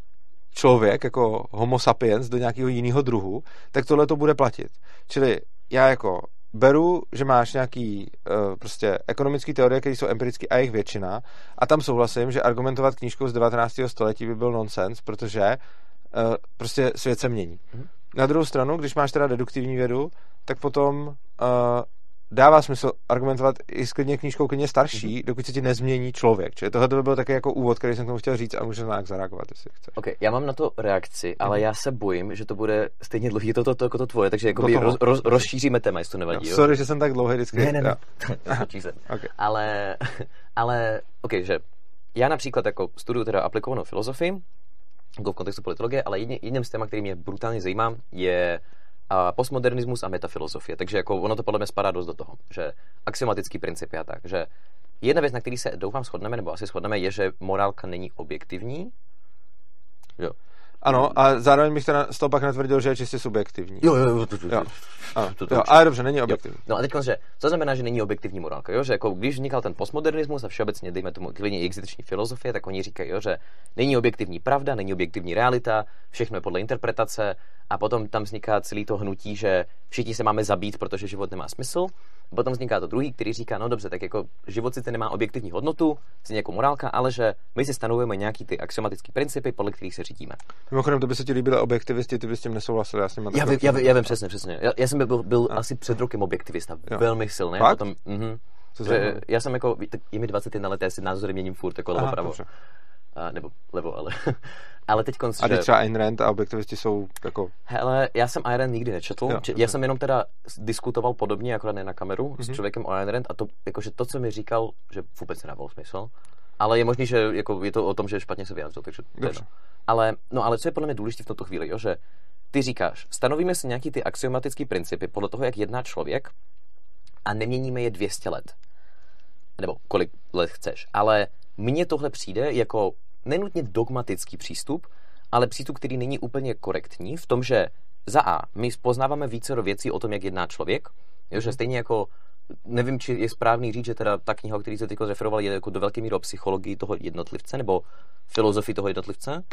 [SPEAKER 1] člověk jako homo sapiens do nějakého jiného druhu, tak tohle to bude platit. Čili já jako beru, že máš nějaký uh, prostě ekonomický teorie, které jsou empirické a jejich většina a tam souhlasím, že argumentovat knížkou z devatenáctého století by byl nonsens, protože uh, prostě svět se mění. Mm. Na druhou stranu, když máš teda deduktivní vědu, tak potom uh, dává smysl argumentovat i s klidně knížkou klidně starší, mm-hmm. dokud se ti nezmění člověk. Čili tohle by byl taky jako úvod, který jsem k tomu chtěl říct a můžeš nějak zareagovat, jestli chceš.
[SPEAKER 2] Ok, já mám na to reakci, ale mm-hmm. já se bojím, že to bude stejně dlouhý to, to, to, jako to tvoje, takže jakoby roz, roz, rozšíříme téma, jestli to nevadí.
[SPEAKER 1] No, sorry, že jsem tak dlouhý vždycky.
[SPEAKER 2] Ne, ne, ne. okay. Ale, ale, ok, že já například jako studuju teda aplikovanou filozofii, jako v kontextu politologie, ale jedním, jedním z témat, který mě brutálně zajímá, je a postmodernismus a metafilozofie. Takže jako ono to podle mě spadá dost do toho, že axiomatický principy a tak, že jedna věc, na který se doufám shodneme, nebo asi shodneme, je, že morálka není objektivní. Jo.
[SPEAKER 1] Ano, a zároveň bych teda z toho pak netvrdil, že je čistě subjektivní.
[SPEAKER 2] Jo, jo, jo, to, to,
[SPEAKER 1] jo. Ano, to, to jo, ale dobře, není objektivní.
[SPEAKER 2] Jo. No a teď, že co znamená, že není objektivní morálka, jo? Že jako když vznikal ten postmodernismus a všeobecně, dejme tomu klidně existenční filozofie, tak oni říkají, jo, že není objektivní pravda, není objektivní realita, všechno je podle interpretace a potom tam vzniká celý to hnutí, že všichni se máme zabít, protože život nemá smysl. A potom vzniká to druhý, který říká, no dobře, tak jako život sice nemá objektivní hodnotu, stejně jako morálka, ale že my si stanovujeme nějaký ty axiomatické principy, podle kterých se řídíme.
[SPEAKER 1] Mimochodem, to by se ti líbily objektivisti, ty bys s tím nesouhlasil, já s ním
[SPEAKER 2] já, vím, já, vím, já vím přesně, přesně. Já, já jsem byl, byl asi před rokem objektivista, jo. Velmi silný.
[SPEAKER 1] Fakt?
[SPEAKER 2] Potom, mhm, že já jsem jako, je mi dvacet jedna let, já si názory měním furt, jako levo, pravo. A, nebo levo, ale... ale teď konc,
[SPEAKER 1] a teď třeba Ayn Rand a objektivisti jsou jako...
[SPEAKER 2] Hele, já jsem Ayn Rand nikdy nečetl. Jo, já jsem jenom teda diskutoval podobně, akorát ne na kameru, mm-hmm. s člověkem o Ayn Rand a to, jakože to, co mi říkal, že vůbec nedávalo smysl. Ale je možný, že jako je to o tom, že špatně se vyjádřil, takže to je no. Ale, no ale co je podle mě důležité v tomto chvíli, jo, že ty říkáš, stanovíme si nějaký ty axiomatické principy podle toho, jak jedná člověk a neměníme je dvě stě let. Nebo kolik let chceš. Ale mně tohle přijde jako nenutně dogmatický přístup, ale přístup, který není úplně korektní v tom, že za A, my poznáváme více věcí o tom, jak jedná člověk, jo, že stejně jako, nevím, či je správný říct, že teda ta kniha, o který se teď referoval, je jako do velké míry o psychologii toho jednotlivce, nebo filozofii toho jednotlivce?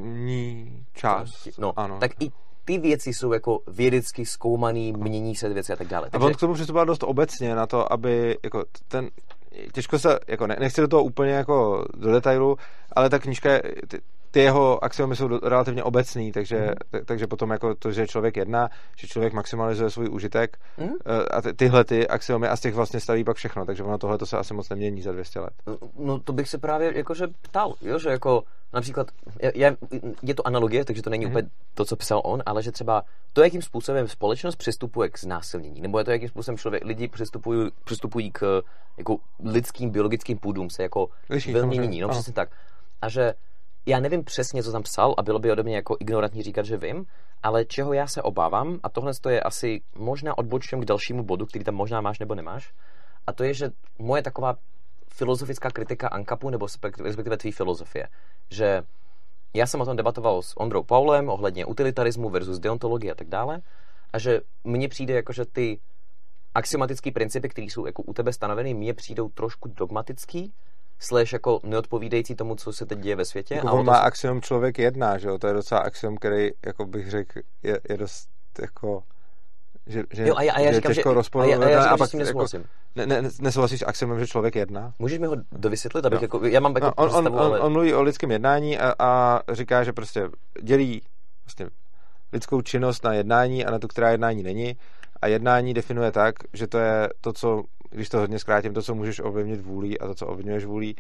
[SPEAKER 1] První část,
[SPEAKER 2] no,
[SPEAKER 1] ano.
[SPEAKER 2] Tak i ty věci jsou jako vědecky zkoumaný, mění se věci a tak dále.
[SPEAKER 1] Takže... A on k tomu přistupoval dost obecně na to, aby jako ten, těžko se, jako ne, nechci do toho úplně jako do detailu, ale ta knížka, ty, ty jeho axiomy jsou do, relativně obecný, takže, mm. t, takže potom jako to, že člověk jedná, že člověk maximalizuje svůj užitek mm. a ty, tyhle ty axiomy a z těch vlastně staví pak všechno, takže ono tohle to se asi moc nemění za dvě stě let.
[SPEAKER 2] No to bych se právě jakože ptal, jo, že jako například, je, je to analogie, takže to není mm. úplně to, co psal on, ale že třeba to, jakým způsobem společnost přistupuje k znásilnění, nebo je to, jakým způsobem člověk, lidi přistupují, přistupují k jako lidským biologickým půdům, se jako velmi mění, no přesně tak. A že já nevím přesně, co tam psal a bylo by ode mě jako ignorantní říkat, že vím, ale čeho já se obávám, a tohle je asi možná odbočím k dalšímu bodu, který tam možná máš nebo nemáš, a to je, že moje taková filozofická kritika ANCAPu, nebo respektive tvý filozofie, že já jsem o tom debatoval s Ondrou Paulem ohledně utilitarismu versus deontologie a tak dále, a že mně přijde jako, že ty axiomatické principy, které jsou jako u tebe stanoveny, mně přijdou trošku dogmatický, slash jako neodpovídající tomu, co se teď děje ve světě.
[SPEAKER 1] Jako on má to... axiom člověk jedná, že jo? To je docela axiom, který, jako bych řekl, je, je dost jako... Že, že,
[SPEAKER 2] jo, a já, a já
[SPEAKER 1] že
[SPEAKER 2] říkám,
[SPEAKER 1] těžko
[SPEAKER 2] že,
[SPEAKER 1] rozporovat.
[SPEAKER 2] A já, a já říkám,
[SPEAKER 1] a pak,
[SPEAKER 2] že s tím nesouhlasím.
[SPEAKER 1] Jako, ne, ne, nesouhlasíš s axiomem, že člověk jedná?
[SPEAKER 2] Můžeš mi ho dovysvětlit, abych no. jako... Já mám jako
[SPEAKER 1] no, on,
[SPEAKER 2] představu,
[SPEAKER 1] on,
[SPEAKER 2] ale...
[SPEAKER 1] on, on mluví o lidském jednání a, a říká, že prostě dělí vlastně lidskou činnost na jednání a na tu, která jednání není. A jednání definuje tak, že to je to, co, když to hodně zkrátím, to, co můžeš ovlivnit vůlí a to, co ovlivňuješ vůlí.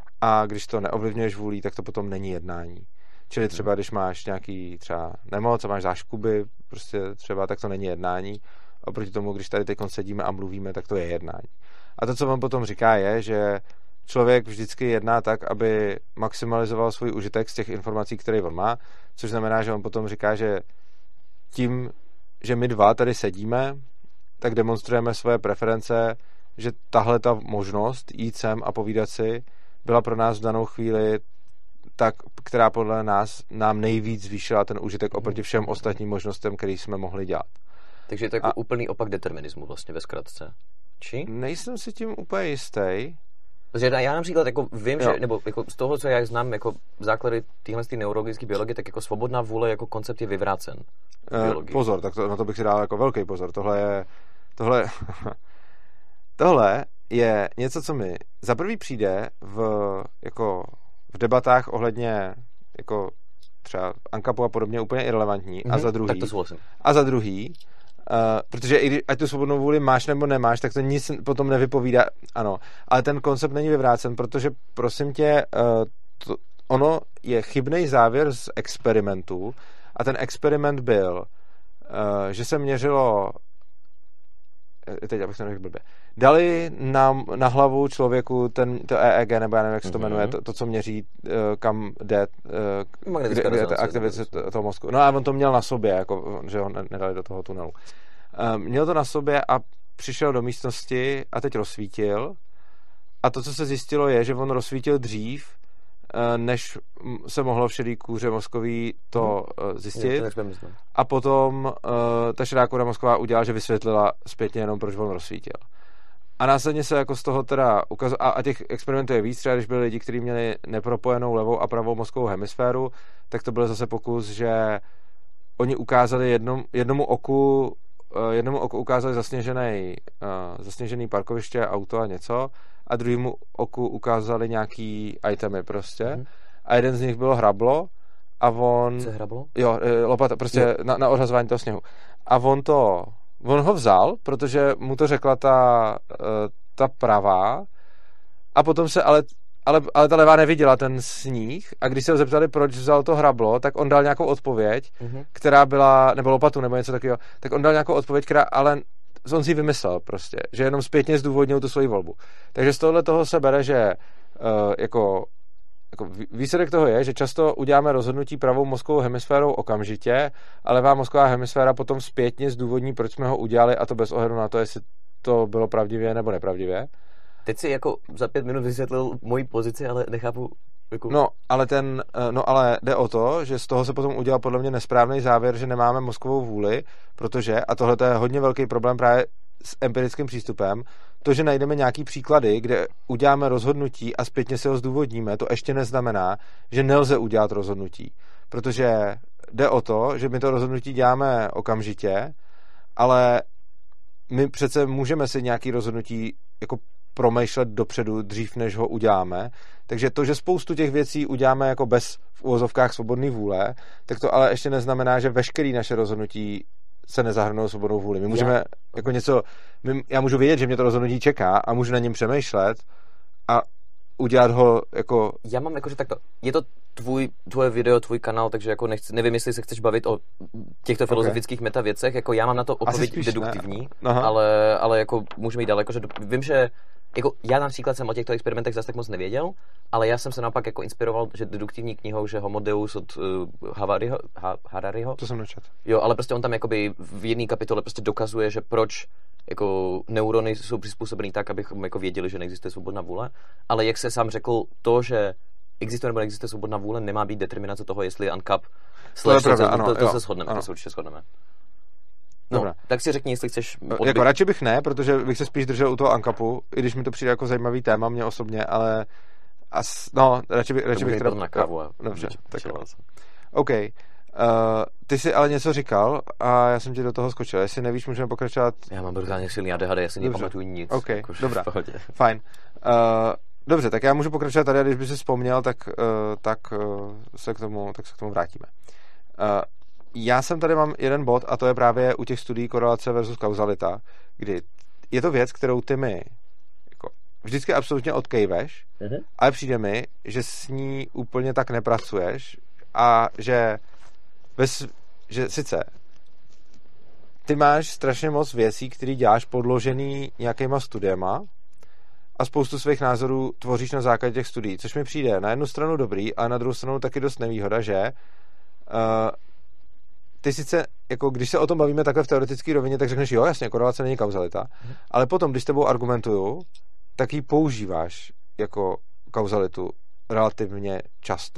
[SPEAKER 1] A když to neovlivňuješ vůlí, tak to potom není jednání. Čili třeba, když máš nějaký třeba nemoc a máš záškuby, prostě třeba, tak to není jednání. A proti tomu, když tady teď sedíme a mluvíme, tak to je jednání. A to, co on potom říká, je, že člověk vždycky jedná tak, aby maximalizoval svůj užitek z těch informací, které on má, což znamená, že on potom říká, že tím, že my dva tady sedíme, tak demonstrujeme svoje preference, že tahle ta možnost jít sem a povídat si byla pro nás v danou chvíli tak, která podle nás nám nejvíc zvýšila ten užitek oproti všem ostatním možnostem, který jsme mohli dělat.
[SPEAKER 2] Takže je to jako a úplný opak determinismu vlastně ve zkratce. Či?
[SPEAKER 1] Nejsem si tím úplně jistý.
[SPEAKER 2] Protože já například jako vím, jo. že nebo jako z toho, co já znám jako základy téhle neurologické biologie, tak jako svobodná vůle jako koncept je vyvrácen.
[SPEAKER 1] Eh, pozor, tak to, na to bych si dal jako velký pozor. Tohle je tohle, tohle je něco, co mi za prvý přijde v, jako v debatách ohledně jako třeba ANCAPu a podobně úplně irrelevantní. Mm-hmm, a za druhý,
[SPEAKER 2] tak to souhlasím.
[SPEAKER 1] A za druhý protože i když, ať tu svobodnou vůli máš nebo nemáš, tak to nic potom nevypovídá, ano, ale ten koncept není vyvrácen, protože prosím tě, uh, to, ono je chybný závěr z experimentu a ten experiment byl, uh, že se měřilo, teď abych to neřekl blbě, dali na, na hlavu člověku ten, to E E G, nebo já nevím, jak se to jmenuje, to, to co měří, uh, kam jde, uh, kde, kde je aktivizace toho mozku. No a on to měl na sobě, jako, že ho nedali do toho tunelu. Uh, měl to na sobě a přišel do místnosti a teď rozsvítil. A to, co se zjistilo, je, že on rozsvítil dřív, než se mohlo v šedý kůře mozkový to hmm. zjistit. A potom uh, ta šedá kůra mozková udělala, že vysvětlila zpětně jenom, proč on rozsvítil. A následně se jako z toho teda ukazuje, a, a těch experimentů je víc, třeba když byli lidi, kteří měli nepropojenou levou a pravou mozkovou hemisféru, tak to byl zase pokus, že oni ukázali jednom, jednomu oku uh, jednomu oku ukázali zasněžený, uh, zasněžený parkoviště, auto a něco, a druhému oku ukázali nějaký itemy prostě. Mm-hmm. A jeden z nich bylo hrablo a on...
[SPEAKER 2] Co je hrablo?
[SPEAKER 1] Jo, lopata, prostě jo. Na, na ořazování toho sněhu. A on to... On ho vzal, protože mu to řekla ta, ta pravá, a potom se ale, ale, ale ta levá neviděla ten sníh, a když se ho zeptali, proč vzal to hrablo, tak on dal nějakou odpověď, mm-hmm. která byla, nebo lopatu, nebo něco takového, tak on dal nějakou odpověď, která ale on si vymyslel prostě, že jenom zpětně zdůvodnil tu svoji volbu. Takže z tohohle toho se bere, že uh, jako, jako výsledek toho je, že často uděláme rozhodnutí pravou mozkovou hemisférou okamžitě, a levá mozková hemisféra potom zpětně zdůvodní, proč jsme ho udělali, a to bez ohledu na to, jestli to bylo pravdivě nebo nepravdivě.
[SPEAKER 2] Teď si jako za pět minut vysvětlil moji pozici, ale nechápu. Jako...
[SPEAKER 1] No, ale ten, no, ale jde o to, že z toho se potom udělal podle mě nesprávný závěr, že nemáme mozkovou vůli, protože, a tohle je hodně velký problém právě s empirickým přístupem, to, že najdeme nějaký příklady, kde uděláme rozhodnutí a zpětně si ho zdůvodníme, to ještě neznamená, že nelze udělat rozhodnutí. Protože jde o to, že my to rozhodnutí děláme okamžitě, ale my přece můžeme si nějaký rozhodnutí jako promýšlet dopředu dřív, než ho uděláme. Takže to, že spoustu těch věcí uděláme jako bez v uvozovkách svobodné vůle, tak to ale ještě neznamená, že veškerý naše rozhodnutí se nezahrnou svobodnou vůli. My můžeme já. jako něco, my, já můžu vědět, že mě to rozhodnutí čeká a můžu na něm přemýšlet a udělat ho jako...
[SPEAKER 2] Já mám jakože takto, je to tvůj, tvoje video, tvůj kanál, takže jako nechci, nevím, jestli se chceš bavit o těchto filozofických okay. metavěcech, jako já mám na to odpověď deduktivní, ale, ale jako můžeme jít dál, jakože vím, že jako já například jsem o těchto experimentech zase tak moc nevěděl, ale já jsem se naopak jako inspiroval, že deduktivní knihou, že Homo Deus od uh, Havariho, ha, Harariho.
[SPEAKER 1] To jsem nečet.
[SPEAKER 2] Jo, ale prostě on tam jakoby v jedné kapitole prostě dokazuje, že proč jako neurony jsou přizpůsobený tak, abychom jako věděli, že neexistuje svobodná vůle, ale jak se sám řekl, to, že existuje nebo neexistuje svobodná vůle, nemá být determinace toho, jestli je uncap.
[SPEAKER 1] To je pravda, ano,
[SPEAKER 2] to, to
[SPEAKER 1] jo,
[SPEAKER 2] se shodneme,
[SPEAKER 1] ano.
[SPEAKER 2] to se určitě shodneme. No,
[SPEAKER 1] Dobrá.
[SPEAKER 2] Tak si řekni, jestli chceš... Odbyt...
[SPEAKER 1] Jako radši bych ne, protože bych se spíš držel u toho uncapu, i když mi to přijde jako zajímavý téma, mě osobně, ale as, no, radši, by, radši bych...
[SPEAKER 2] Teda... na kávu a...
[SPEAKER 1] Dobře, tak jo. OK. Uh, ty jsi ale něco říkal a já jsem ti do toho skočil. Jestli nevíš, můžeme pokračovat...
[SPEAKER 2] Já mám brutálně silný A D H D, já si nepamatuju nic.
[SPEAKER 1] OK,
[SPEAKER 2] jako,
[SPEAKER 1] dobrá, fajn. Uh, dobře, tak já můžu pokračovat tady, a když by si vzpomněl, tak, uh, tak, uh, se k tomu, tak se k tomu vrátíme. Uh, Já jsem tady mám jeden bod, a to je právě u těch studií korelace versus kauzalita, kdy je to věc, kterou ty mi jako vždycky absolutně odkejveš, uh-huh. ale přijde mi, že s ní úplně tak nepracuješ a že, bez, že sice ty máš strašně moc věcí, které děláš podložený nějakýma studiema a spoustu svých názorů tvoříš na základě těch studií, což mi přijde na jednu stranu dobrý, a na druhou stranu taky dost nevýhoda, že uh, ty sice, jako když se o tom bavíme takhle v teoretické rovině, tak řekneš, jo, jasně, korelace není kauzalita, mm. ale potom, když s tebou argumentuju, tak ji používáš jako kauzalitu relativně často.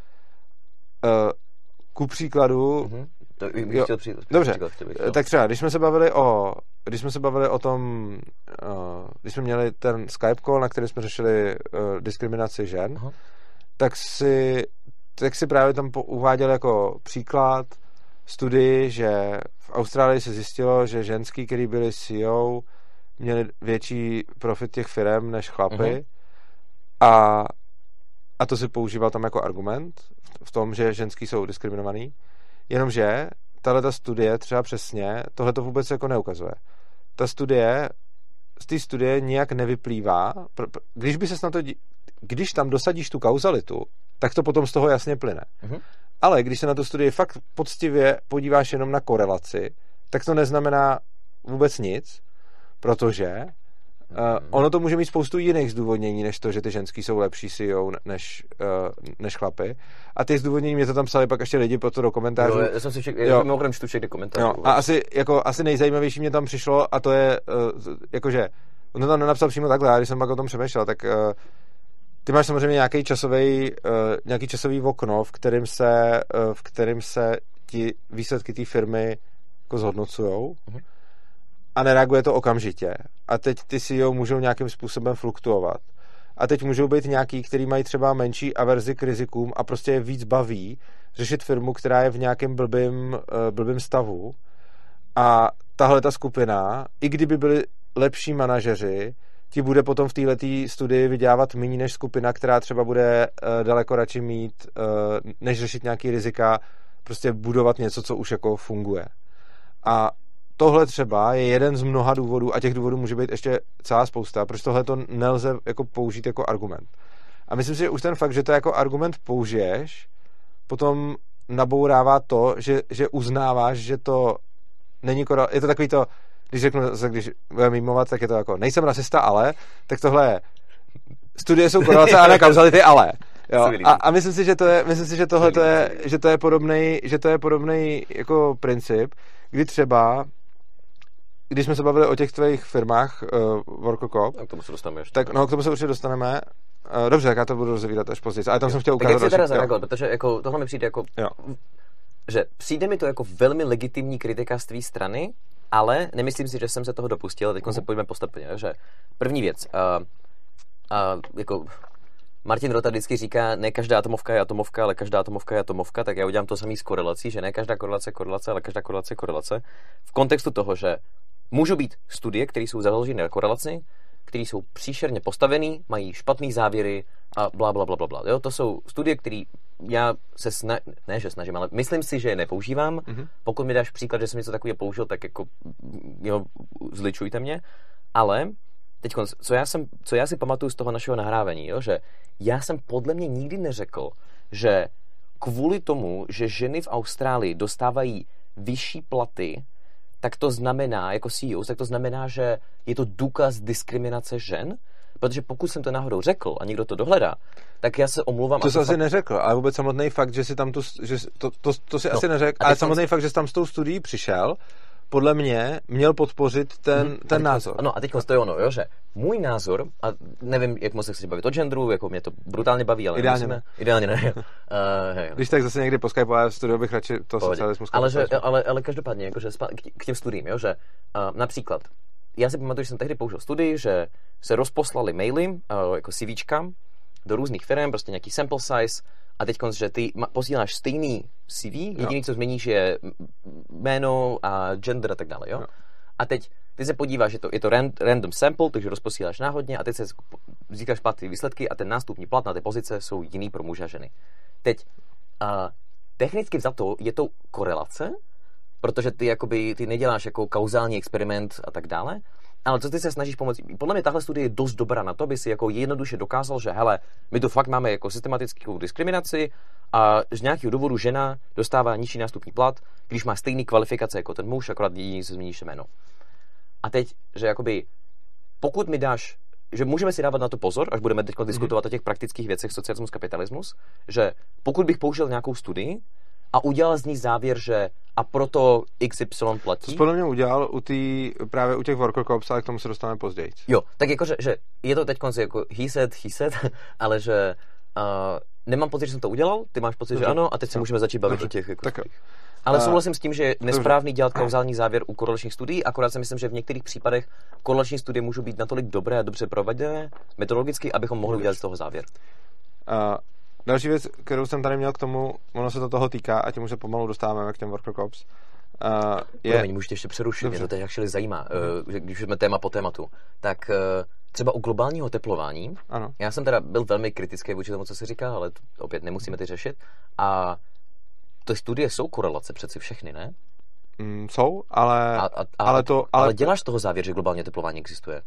[SPEAKER 1] Uh, ku příkladu...
[SPEAKER 2] Mm-hmm. To bych jo, chtěl přijít.
[SPEAKER 1] Dobře,
[SPEAKER 2] příklad, chtěl.
[SPEAKER 1] Tak třeba, když jsme se bavili o, když jsme se bavili o tom, uh, když jsme měli ten Skype call, na který jsme řešili uh, diskriminaci žen, uh-huh. tak si, tak si právě tam uváděl jako příklad studii, že v Austrálii se zjistilo, že ženský, který byli C E O, měli větší profit těch firem než chlapy, uh-huh. a, a to si používal tam jako argument v tom, že ženský jsou diskriminovaný, jenomže tahle ta studie třeba přesně tohle to vůbec jako neukazuje. Ta studie, z té studie nijak nevyplývá, když by ses na to, když tam dosadíš tu kauzalitu, tak to potom z toho jasně plyne. Mm-hmm. Ale když se na tu studii fakt poctivě podíváš jenom na korelaci, tak to neznamená vůbec nic, protože uh, ono to může mít spoustu jiných zdůvodnění, než to, že ty ženský jsou lepší C E O než, uh, než chlapy. A ty zdůvodnění mě to tam psali pak ještě lidi pod to do komentářů.
[SPEAKER 2] Jo, já jsem si však, já jsem mimochodem čtu všechny komentáře.
[SPEAKER 1] A asi, jako, asi nejzajímavější mě tam přišlo, a to je, uh, jakože, on to tam nenapsal přímo takhle, a když jsem pak o tom přemýšlel, tak uh, ty máš samozřejmě nějaký časový, uh, nějaký časový okno, v kterém se, uh, v kterém se ti výsledky té firmy jako zhodnocujou. Uh-huh. A nereaguje to okamžitě. A teď ty C E O můžou nějakým způsobem fluktuovat. A teď můžou být nějaký, který mají třeba menší averzi k rizikům a prostě je víc baví řešit firmu, která je v nějakém blbým, blbým stavu. A tahle ta skupina, i kdyby byli lepší manažeři, ti bude potom v této studii vydělávat méně než skupina, která třeba bude daleko radši mít, než řešit nějaký rizika, prostě budovat něco, co už jako funguje. A tohle třeba je jeden z mnoha důvodů, a těch důvodů může být ještě celá spousta, proč tohle to nelze jako použít jako argument. A myslím si, že už ten fakt, že to jako argument použiješ, potom nabourává to, že, že uznáváš, že to není korel... Je to takový to, když řeknu, když budeme mimovat, tak je to jako, nejsem rasista, ale, tak tohle je, studie jsou korelace a ne kauzality, ale. Jo. A, a myslím si, že to je, myslím si, že tohle to je, že to je podobnej, že to je podobnej jako princip, kdy třeba když jsme se bavili o těch tvých firmách uh, WorkerCop,
[SPEAKER 2] k tomu se dostaneme ještě.
[SPEAKER 1] Tak, no, k tomu se určitě dostaneme. Uh, dobře, tak já to budu rozvídat až později. Ale tam jo. jsem chtěl ukázat.
[SPEAKER 2] Tak jak si teda zareagoval, protože jako, tohle mi přijde jako, jo. že přijde mi to jako velmi legitimní kritika z tvý strany, ale nemyslím si, že jsem se toho dopustil. Teď uh-huh. se pojďme postupně. Že první věc, uh, uh, jako Martin Rota vždycky říká, ne každá atomovka je atomovka, ale každá atomovka je atomovka, tak já udělám to samý s korelací, že ne každá korelace je korelace, ale každá korelace je korelace. V kontextu toho, že můžou být studie, které jsou založeny na korelaci, které jsou příšerně postavené, mají špatné závěry a bla, bla, bla, bla, bla. Jo, to jsou studie, které já se snažím, ne, že snažím, ale myslím si, že je nepoužívám. Mm-hmm. Pokud mi dáš příklad, že jsem něco takového použil, tak jako jo, zličujte mě. Ale teď, co já, jsem, co já si pamatuju z toho našeho nahrávání, jo, že já jsem podle mě nikdy neřekl, že kvůli tomu, že ženy v Austrálii dostávají vyšší platy, tak to znamená, jako C E O, tak to znamená, že je to důkaz diskriminace žen? Protože pokud jsem to náhodou řekl a někdo to dohledá, tak já se omluvám.
[SPEAKER 1] To jsi asi fakt... neřekl, ale vůbec samotný fakt, že si tam tu, že to, to, to si no, asi neřekl, ale samotný tam... fakt, že jsi tam s tou studií přišel, podle mě měl podpořit ten, hmm, ten názor.
[SPEAKER 2] No a teď to je ono, jo, že můj názor, a nevím, jak moc se chci bavit o genderu, jako mě to brutálně baví, ale
[SPEAKER 1] ideálně
[SPEAKER 2] ne. Ideálně ne. uh, hej,
[SPEAKER 1] Když tak zase někdy po Skype a studio bych radši to socialismus.
[SPEAKER 2] Ale, že, ale, ale každopádně, jakože k těm studiím, jo, že uh, například, já si pamatuju, že jsem tehdy použil studii, že se rozposlali maily, uh, jako CVčka, do různých firm, prostě nějaký sample size, a teď že ty posíláš stejný C V, jediný, co změníš, je jméno a gender a tak dále, jo? jo. A teď ty se podíváš, že to, je to random sample, takže rozposíláš náhodně a teď se získáš plat ty výsledky a ten nástupní plat na ty pozice jsou jiný pro muže a ženy. Teď uh, technicky vzato je to korelace, protože ty jakoby, ty neděláš jako kauzální experiment a tak dále, ale co ty se snažíš pomoct? Podle mě tahle studie je dost dobrá na to, aby si jako jednoduše dokázal, že hele, my tu fakt máme jako systematickou diskriminaci a z nějakého důvodu žena dostává nižší nástupní plat, když má stejný kvalifikace jako ten muž, akorát jediný se změníš jméno. A teď, že jakoby, pokud mi dáš, že můžeme si dávat na to pozor, až budeme teď diskutovat mm-hmm. o těch praktických věcech socialismus, kapitalismus, že pokud bych použil nějakou studii a udělal z ní závěr, že a proto X Y platí.
[SPEAKER 1] To jsi podle mě udělal u tý, právě u těch WorkerCops, ale k tomu se dostaneme později.
[SPEAKER 2] Jo, tak jakože, že je to teď konci jako he said, he said, ale že uh, nemám pocit, že jsem to udělal, ty máš pocit, Dobře. že ano, a teď se můžeme začít bavit Dobře. o těch jako tak, ale souhlasím s tím, že je nesprávný dělat kauzální závěr u korelačních studií, akorát si myslím, že v některých případech korelační studie můžou být natolik dobré a dobře provedené metodologicky, abychom mohli udělat z toho závěr.
[SPEAKER 1] Uh, další věc, kterou jsem tady měl k tomu, ono se to toho týká, a tím už se pomalu dostáváme k těm WorkerCops. Uh, je...
[SPEAKER 2] Promiň, můžete ještě přerušit, mě to teď actually zajímá, uh, když jsme téma po tématu. Tak uh, třeba u globálního teplování,
[SPEAKER 1] ano.
[SPEAKER 2] Já jsem teda byl velmi kritický vůči tomu, co se říká, ale opět nemusíme ty řešit. A ty studie jsou korelace přeci všechny, ne?
[SPEAKER 1] Mm, jsou, ale...
[SPEAKER 2] A, a, a,
[SPEAKER 1] ale, to,
[SPEAKER 2] ale, ale děláš z toho závěr, že globální oteplování existuje?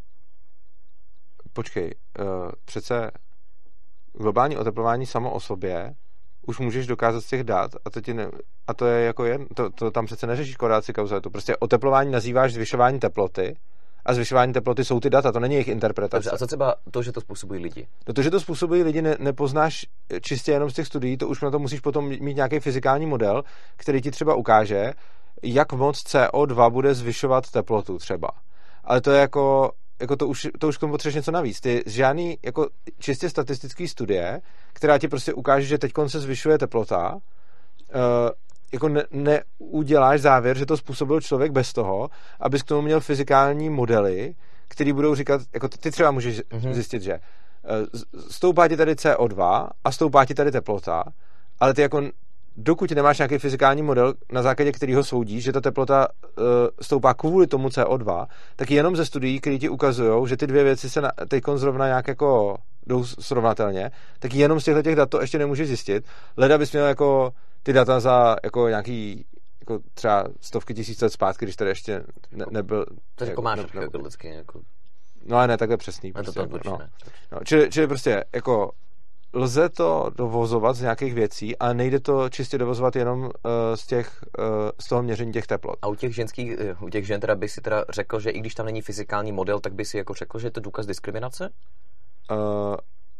[SPEAKER 1] Počkej, uh, přece globální oteplování samo o sobě už můžeš dokázat z těch dat a to, ti ne, a to je jako jen, to, to tam přece neřešíš korelaci kauzalitu. Prostě oteplování nazýváš zvyšování teploty a zvyšování teploty jsou ty data, to není jejich interpretace.
[SPEAKER 2] Dobře, a co třeba to, že to způsobují lidi?
[SPEAKER 1] No to, že to způsobují lidi, ne, nepoznáš čistě jenom z těch studií, to už na to musíš potom mít nějaký fyzikální model, který ti třeba ukáže, jak moc C O dva bude zvyšovat teplotu třeba. Ale to je jako, jako to už, to už k tomu potřebuješ něco navíc. Ty žádný jako čistě statistický studie, která ti prostě ukáže, že teď se zvyšuje teplota, uh, jako ne, neuděláš závěr, že to způsobil člověk bez toho, abys k tomu měl fyzikální modely, který budou říkat, jako ty třeba můžeš mm-hmm. zjistit, že uh, stoupá ti tady C O dva a stoupá ti tady teplota, ale ty jako dokud nemáš nějaký fyzikální model, na základě kterého soudíš, že ta teplota uh, stoupá kvůli tomu C O dva, tak jenom ze studií, které ti ukazují, že ty dvě věci se teď zrovna nějak jako jdou srovnatelně, tak jenom z těchto těch dat to ještě nemůžeš zjistit. Leda bys měl jako ty data za jako nějaký jako třeba stovky tisíc let zpátky, když tady ještě ne, nebyl...
[SPEAKER 2] To jako máš ne, jako lidsky jako...
[SPEAKER 1] No ale ne takhle přesný.
[SPEAKER 2] Prostě, to to
[SPEAKER 1] no.
[SPEAKER 2] Ne.
[SPEAKER 1] No, čili, čili prostě jako lze to dovozovat z nějakých věcí, ale nejde to čistě dovozovat jenom uh, z těch, uh, z toho měření těch teplot.
[SPEAKER 2] A u těch ženských, u těch žen teda by si teda řekl, že i když tam není fyzikální model, tak by si jako řekl, že je to důkaz diskriminace?
[SPEAKER 1] Uh,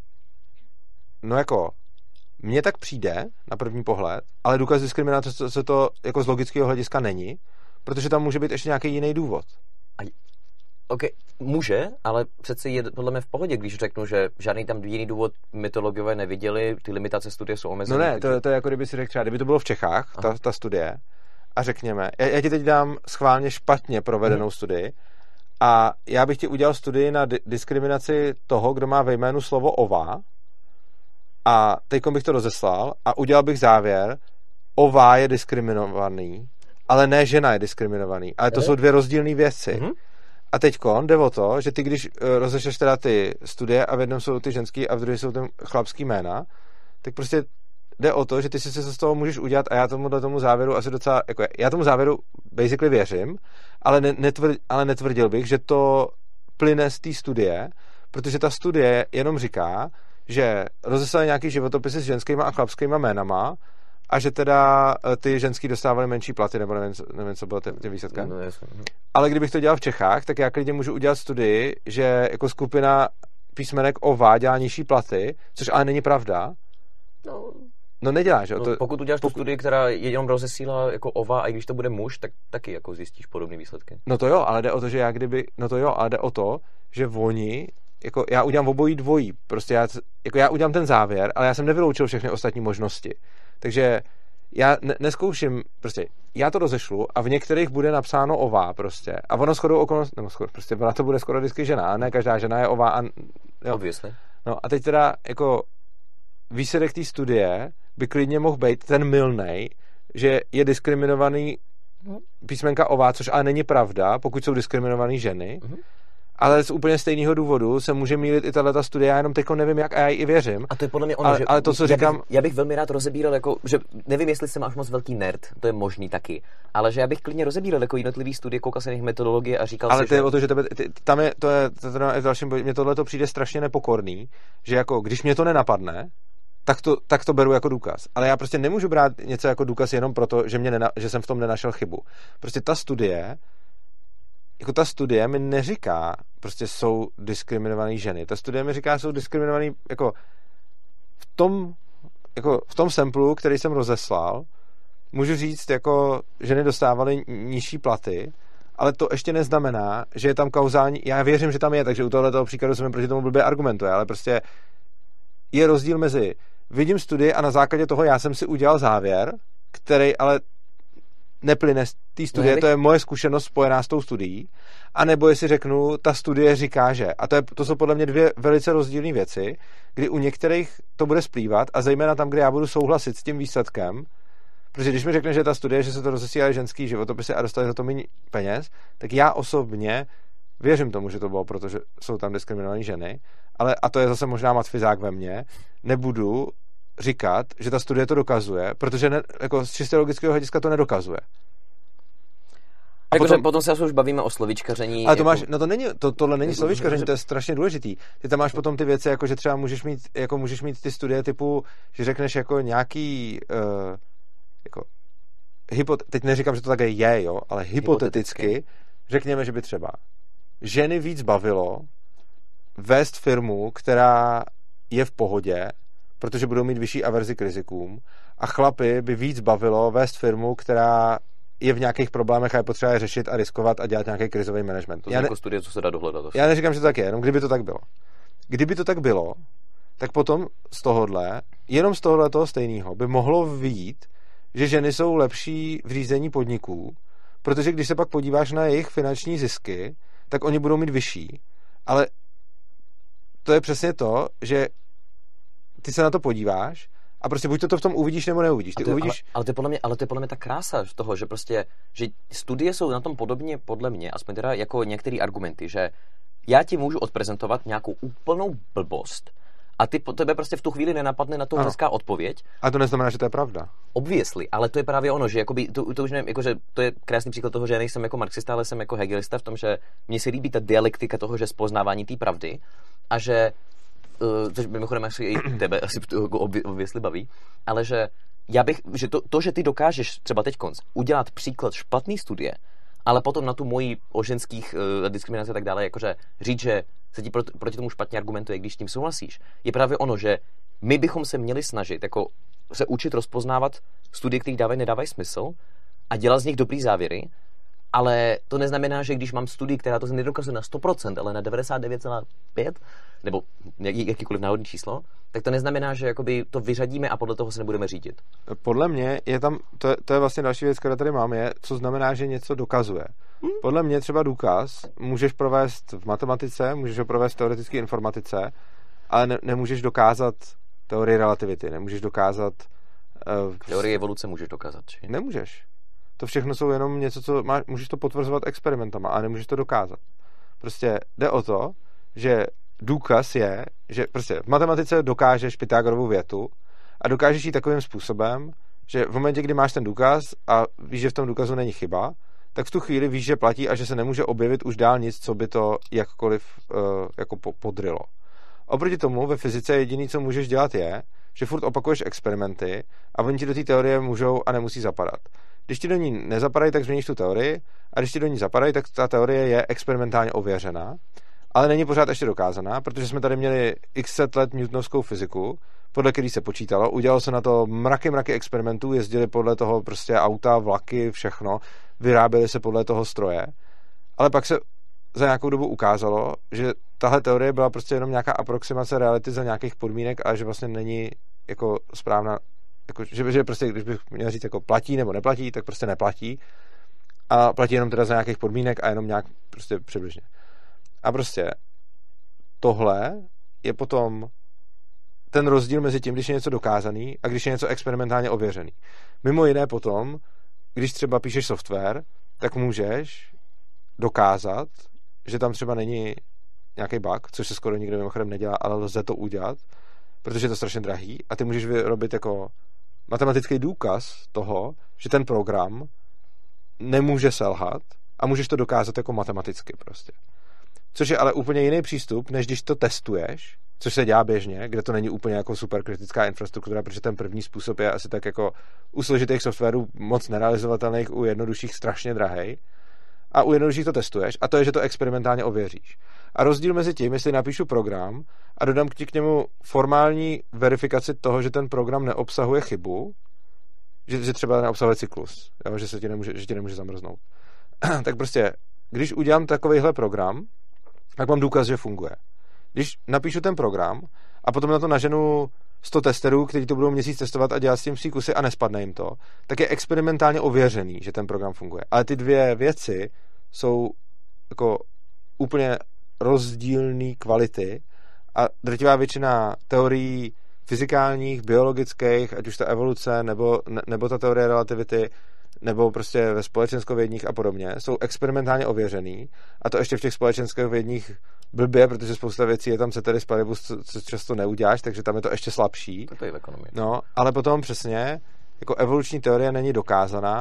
[SPEAKER 1] no jako, mně tak přijde na první pohled, ale důkaz diskriminace se to jako z logického hlediska není, protože tam může být ještě nějaký jiný důvod.
[SPEAKER 2] A OK, může, ale přece je podle mě v pohodě, když řeknu, že žádný tam jiný důvod mytologové neviděli, ty limitace studie jsou omezené.
[SPEAKER 1] No ne, takže... to, to je jako kdyby si řekl třeba, kdyby to bylo v Čechách, ta, ta studie, a řekněme, já, já ti teď dám schválně špatně provedenou hmm. studii a já bych ti udělal studii na di- diskriminaci toho, kdo má ve jménu slovo ova a teďkom bych to rozeslal a udělal bych závěr, ova je diskriminovaný, ale ne žena je diskriminovaný. Ale to je? Jsou dvě rozdílné věci. Hmm. A teďkon jde o to, že ty když uh, rozešleš teda ty studie a v jednom jsou ty ženský a v druhé jsou ty chlapský jména, tak prostě jde o to, že ty si se z toho můžeš udělat a já tomu tomu závěru asi docela, jako já tomu závěru basically věřím, ale, ne, netvr, ale netvrdil bych, že to plyne z té studie, protože ta studie jenom říká, že rozeslali nějaký životopisy s ženskýma a chlapskýma jménama a že teda ty ženský dostávaly menší platy, nebo nevím, nevím co bylo tím výsledkem. No, ale kdybych to dělal v Čechách, tak já klidně můžu udělat studii, že jako skupina písmenek ova dělá nižší platy, což ale není pravda.
[SPEAKER 2] No,
[SPEAKER 1] no nedělá, že?
[SPEAKER 2] No,
[SPEAKER 1] to,
[SPEAKER 2] pokud uděláš
[SPEAKER 1] pokud...
[SPEAKER 2] tu studii, která jenom rozesílá jako ova, a i když to bude muž, tak taky jako zjistíš podobné výsledky.
[SPEAKER 1] No to jo, ale jde o to, že já kdyby, no to jo, ale jde o to, že oni, jako já udělám obojí dvojí, prostě já, jako já udělám ten závěr, ale já jsem nevyloučil všechny ostatní možnosti. Takže já ne- neskouším, prostě já to rozešlu a v některých bude napsáno ová prostě a ono shodou okolností, nebo skoro, prostě ona to bude skoro vždycky žena a ne každá žena je ová a jo.
[SPEAKER 2] Obviously.
[SPEAKER 1] No a teď teda jako výsledek té studie by klidně mohl být ten mylnej, že je diskriminovaný písmenka ová, což ale není pravda, pokud jsou diskriminovaný ženy. Uh-huh. Ale z úplně stejného důvodu se může mýlit i tato studie, já jenom teďko nevím, jak a já ji i věřím.
[SPEAKER 2] A to je podle mě ono,
[SPEAKER 1] ale,
[SPEAKER 2] že
[SPEAKER 1] ale to, co
[SPEAKER 2] já
[SPEAKER 1] říkám...
[SPEAKER 2] Bych, já bych velmi rád rozebíral, jako, že nevím, jestli jsem až moc velký nerd, to je možný taky, ale že já bych klidně rozebíral jako jednotlivý studie, koukal jsem jejich metodologie a říkal
[SPEAKER 1] ale
[SPEAKER 2] si,
[SPEAKER 1] to je
[SPEAKER 2] že...
[SPEAKER 1] o to, že tebe, ty, tam je, to je, to, to je dalším, mně tohle to přijde strašně nepokorný, že jako, když mě to nenapadne, tak to, tak to beru jako důkaz. Ale já prostě nemůžu brát něco jako důkaz jenom proto, že, mě nena, že jsem v tom nenašel chybu. Prostě ta studie jako ta studie mi neříká, prostě jsou diskriminované ženy. Ta studie mi říká, jsou diskriminované jako v tom, jako v tom samplu, který jsem rozeslal, můžu říct, jako ženy dostávaly nižší platy, ale to ještě neznamená, že je tam kauzální, já věřím, že tam je, takže u tohoto příkladu jsem proti tomu blbě argumentuje, ale prostě je rozdíl mezi vidím studii a na základě toho já jsem si udělal závěr, který ale neplyne z té studie, no, to je moje zkušenost spojená s tou studií, anebo jestli řeknu, ta studie říká, že. A to, je, to jsou podle mě dvě velice rozdílné věci, kdy u některých to bude splývat a zejména tam, kde já budu souhlasit s tím výsledkem, protože když mi řekne, že ta studie, že se to rozesílají ženský životopisy a dostali za to méně peněz, tak já osobně věřím tomu, že to bylo, protože jsou tam diskriminované ženy, ale, a to je zase možná matfizák ve mně, nebudu říkat, že ta studie to dokazuje, protože ne, jako z čistě logického hlediska to nedokazuje.
[SPEAKER 2] A jako potom, potom se už bavíme o slovíčkaření.
[SPEAKER 1] Ale to
[SPEAKER 2] jako...
[SPEAKER 1] máš, no to není, to, tohle není slovíčkaření, to je strašně důležitý. Ty tam máš potom ty věci, jako že třeba můžeš mít, jako můžeš mít ty studie typu, že řekneš jako nějaký, uh, jako, hypot, teď neříkám, že to tak je, jo, ale hypoteticky, hypoteticky, řekněme, že by třeba ženy víc bavilo vést firmu, která je v pohodě, protože budou mít vyšší averzi k rizikům, a chlapy by víc bavilo vést firmu, která je v nějakých problémech a je potřeba je řešit a riskovat a dělat nějaký krizový management.
[SPEAKER 2] To je jako studie, co se dá dohledat.
[SPEAKER 1] Já neříkám, že to tak je, jenom kdyby to tak bylo. Kdyby to tak bylo, tak potom z tohohle, jenom z tohohle toho stejného, by mohlo vyjít, že ženy jsou lepší v řízení podniků, protože když se pak podíváš na jejich finanční zisky, tak oni budou mít vyšší. Ale to je přesně to, že ty se na to podíváš a prostě buď to, to v tom uvidíš, nebo neuvidíš. Ty
[SPEAKER 2] to,
[SPEAKER 1] uvidíš...
[SPEAKER 2] Ale, ale, to je podle mě, ale to je podle mě ta krása z toho, že prostě, že studie jsou na tom podobně podle mě, aspoň teda jako některé argumenty, že já ti můžu odprezentovat nějakou úplnou blbost a ty po tebe prostě v tu chvíli nenapadne na to hezká odpověď.
[SPEAKER 1] A to neznamená, že to je pravda.
[SPEAKER 2] Obviously, ale to je právě ono, že jakoby, to, to už nevím, jako, že to je krásný příklad toho, že já nejsem jako marxista, ale jsem jako hegelista v tom, že mně se líbí ta dialektika toho, že spoznávání té pravdy a že Uh, což mimochodem asi i tebe asi obvěsli baví, ale že já bych, že to, to, že ty dokážeš třeba teď konc udělat příklad špatný studie, ale potom na tu moji o ženských uh, diskriminaci a tak dále, jakože říct, že se ti proti, proti tomu špatně argumentuje, když s tím souhlasíš, je právě ono, že my bychom se měli snažit jako se učit rozpoznávat studie, které dávají, nedávají smysl a dělat z nich dobrý závěry, ale to neznamená, že když mám studii, která to nedokazuje na sto procent, ale na devadesát devět celá pět, nebo jakýkoliv náhodný číslo, tak to neznamená, že jakoby to vyřadíme a podle toho se nebudeme řídit.
[SPEAKER 1] Podle mě je tam, to je, to je vlastně další věc, která tady mám, je, co znamená, že něco dokazuje. Hmm. Podle mě třeba důkaz můžeš provést v matematice, můžeš ho provést v teoretické informatice, ale ne, nemůžeš dokázat teorii relativity, nemůžeš dokázat...
[SPEAKER 2] Uh, teorii evoluce můžeš dokázat, či?
[SPEAKER 1] Nemůžeš. To všechno jsou jenom něco, co máš, můžeš to potvrzovat experimentama, ale nemůžeš to dokázat. Prostě jde o to, že důkaz je, že prostě v matematice dokážeš Pythagorovou větu a dokážeš ji takovým způsobem, že v momentě, kdy máš ten důkaz a víš, že v tom důkazu není chyba, tak v tu chvíli víš, že platí a že se nemůže objevit už dál nic, co by to jakkoliv uh, jako podrylo. Oproti tomu ve fyzice jediné, co můžeš dělat, je, že furt opakuješ experimenty a oni ti do té teorie můžou a nemusí zapadat. Když ti do ní nezapadají, tak změníš tu teorii a když ti do ní zapadají, tak ta teorie je experimentálně ověřená, ale není pořád ještě dokázaná, protože jsme tady měli x set let newtonovskou fyziku, podle který se počítalo, udělalo se na to mraky, mraky experimentů, jezdili podle toho prostě auta, vlaky, všechno, vyráběly se podle toho stroje, ale pak se za nějakou dobu ukázalo, že tahle teorie byla prostě jenom nějaká aproximace reality za nějakých podmínek a že vlastně není jako správná, jako, že, že prostě, když bych měl říct jako platí nebo neplatí, tak prostě neplatí a platí jenom teda za nějakých podmínek a jenom nějak prostě přibližně. A prostě tohle je potom ten rozdíl mezi tím, když je něco dokázaný a když je něco experimentálně ověřený. Mimo jiné potom, když třeba píšeš software, tak můžeš dokázat, že tam třeba není nějaký bug, což se skoro nikdo mimochodem nedělá, ale lze to udělat, protože je to strašně drahý a ty můžeš vyrobit jako matematický důkaz toho, že ten program nemůže selhat a můžeš to dokázat jako matematicky prostě. Což je ale úplně jiný přístup, než když to testuješ, což se dělá běžně, kde to není úplně jako super kritická infrastruktura, protože ten první způsob je asi tak jako u složitých softwarů moc nerealizovatelných, u jednodušších strašně drahej. A u jednodušších to testuješ a to je, že to experimentálně ověříš. A rozdíl mezi tím, jestli napíšu program a dodám ti k němu formální verifikaci toho, že ten program neobsahuje chybu, že, že třeba neobsahuje cyklus, jo, že se ti nemůže, že ti nemůže zamrznout. Tak prostě, když udělám takovýhle program, tak mám důkaz, že funguje. Když napíšu ten program a potom na to naženu sto testerů, kteří to budou měsíc testovat a dělat s tím svý kusy a nespadne jim to, tak je experimentálně ověřený, že ten program funguje. Ale ty dvě věci jsou jako úplně rozdílné kvality a drtivá většina teorií fyzikálních, biologických, ať už ta evoluce, nebo, ne, nebo ta teorie relativity, nebo prostě ve společenskovědních a podobně, jsou experimentálně ověřený a to ještě v těch společenskovědních blbě, protože spousta věcí je tam ceteris paribus, co, co často neuděláš, takže tam je to ještě slabší.
[SPEAKER 2] To je v ekonomii.
[SPEAKER 1] No, ale potom přesně, jako evoluční teorie není dokázaná,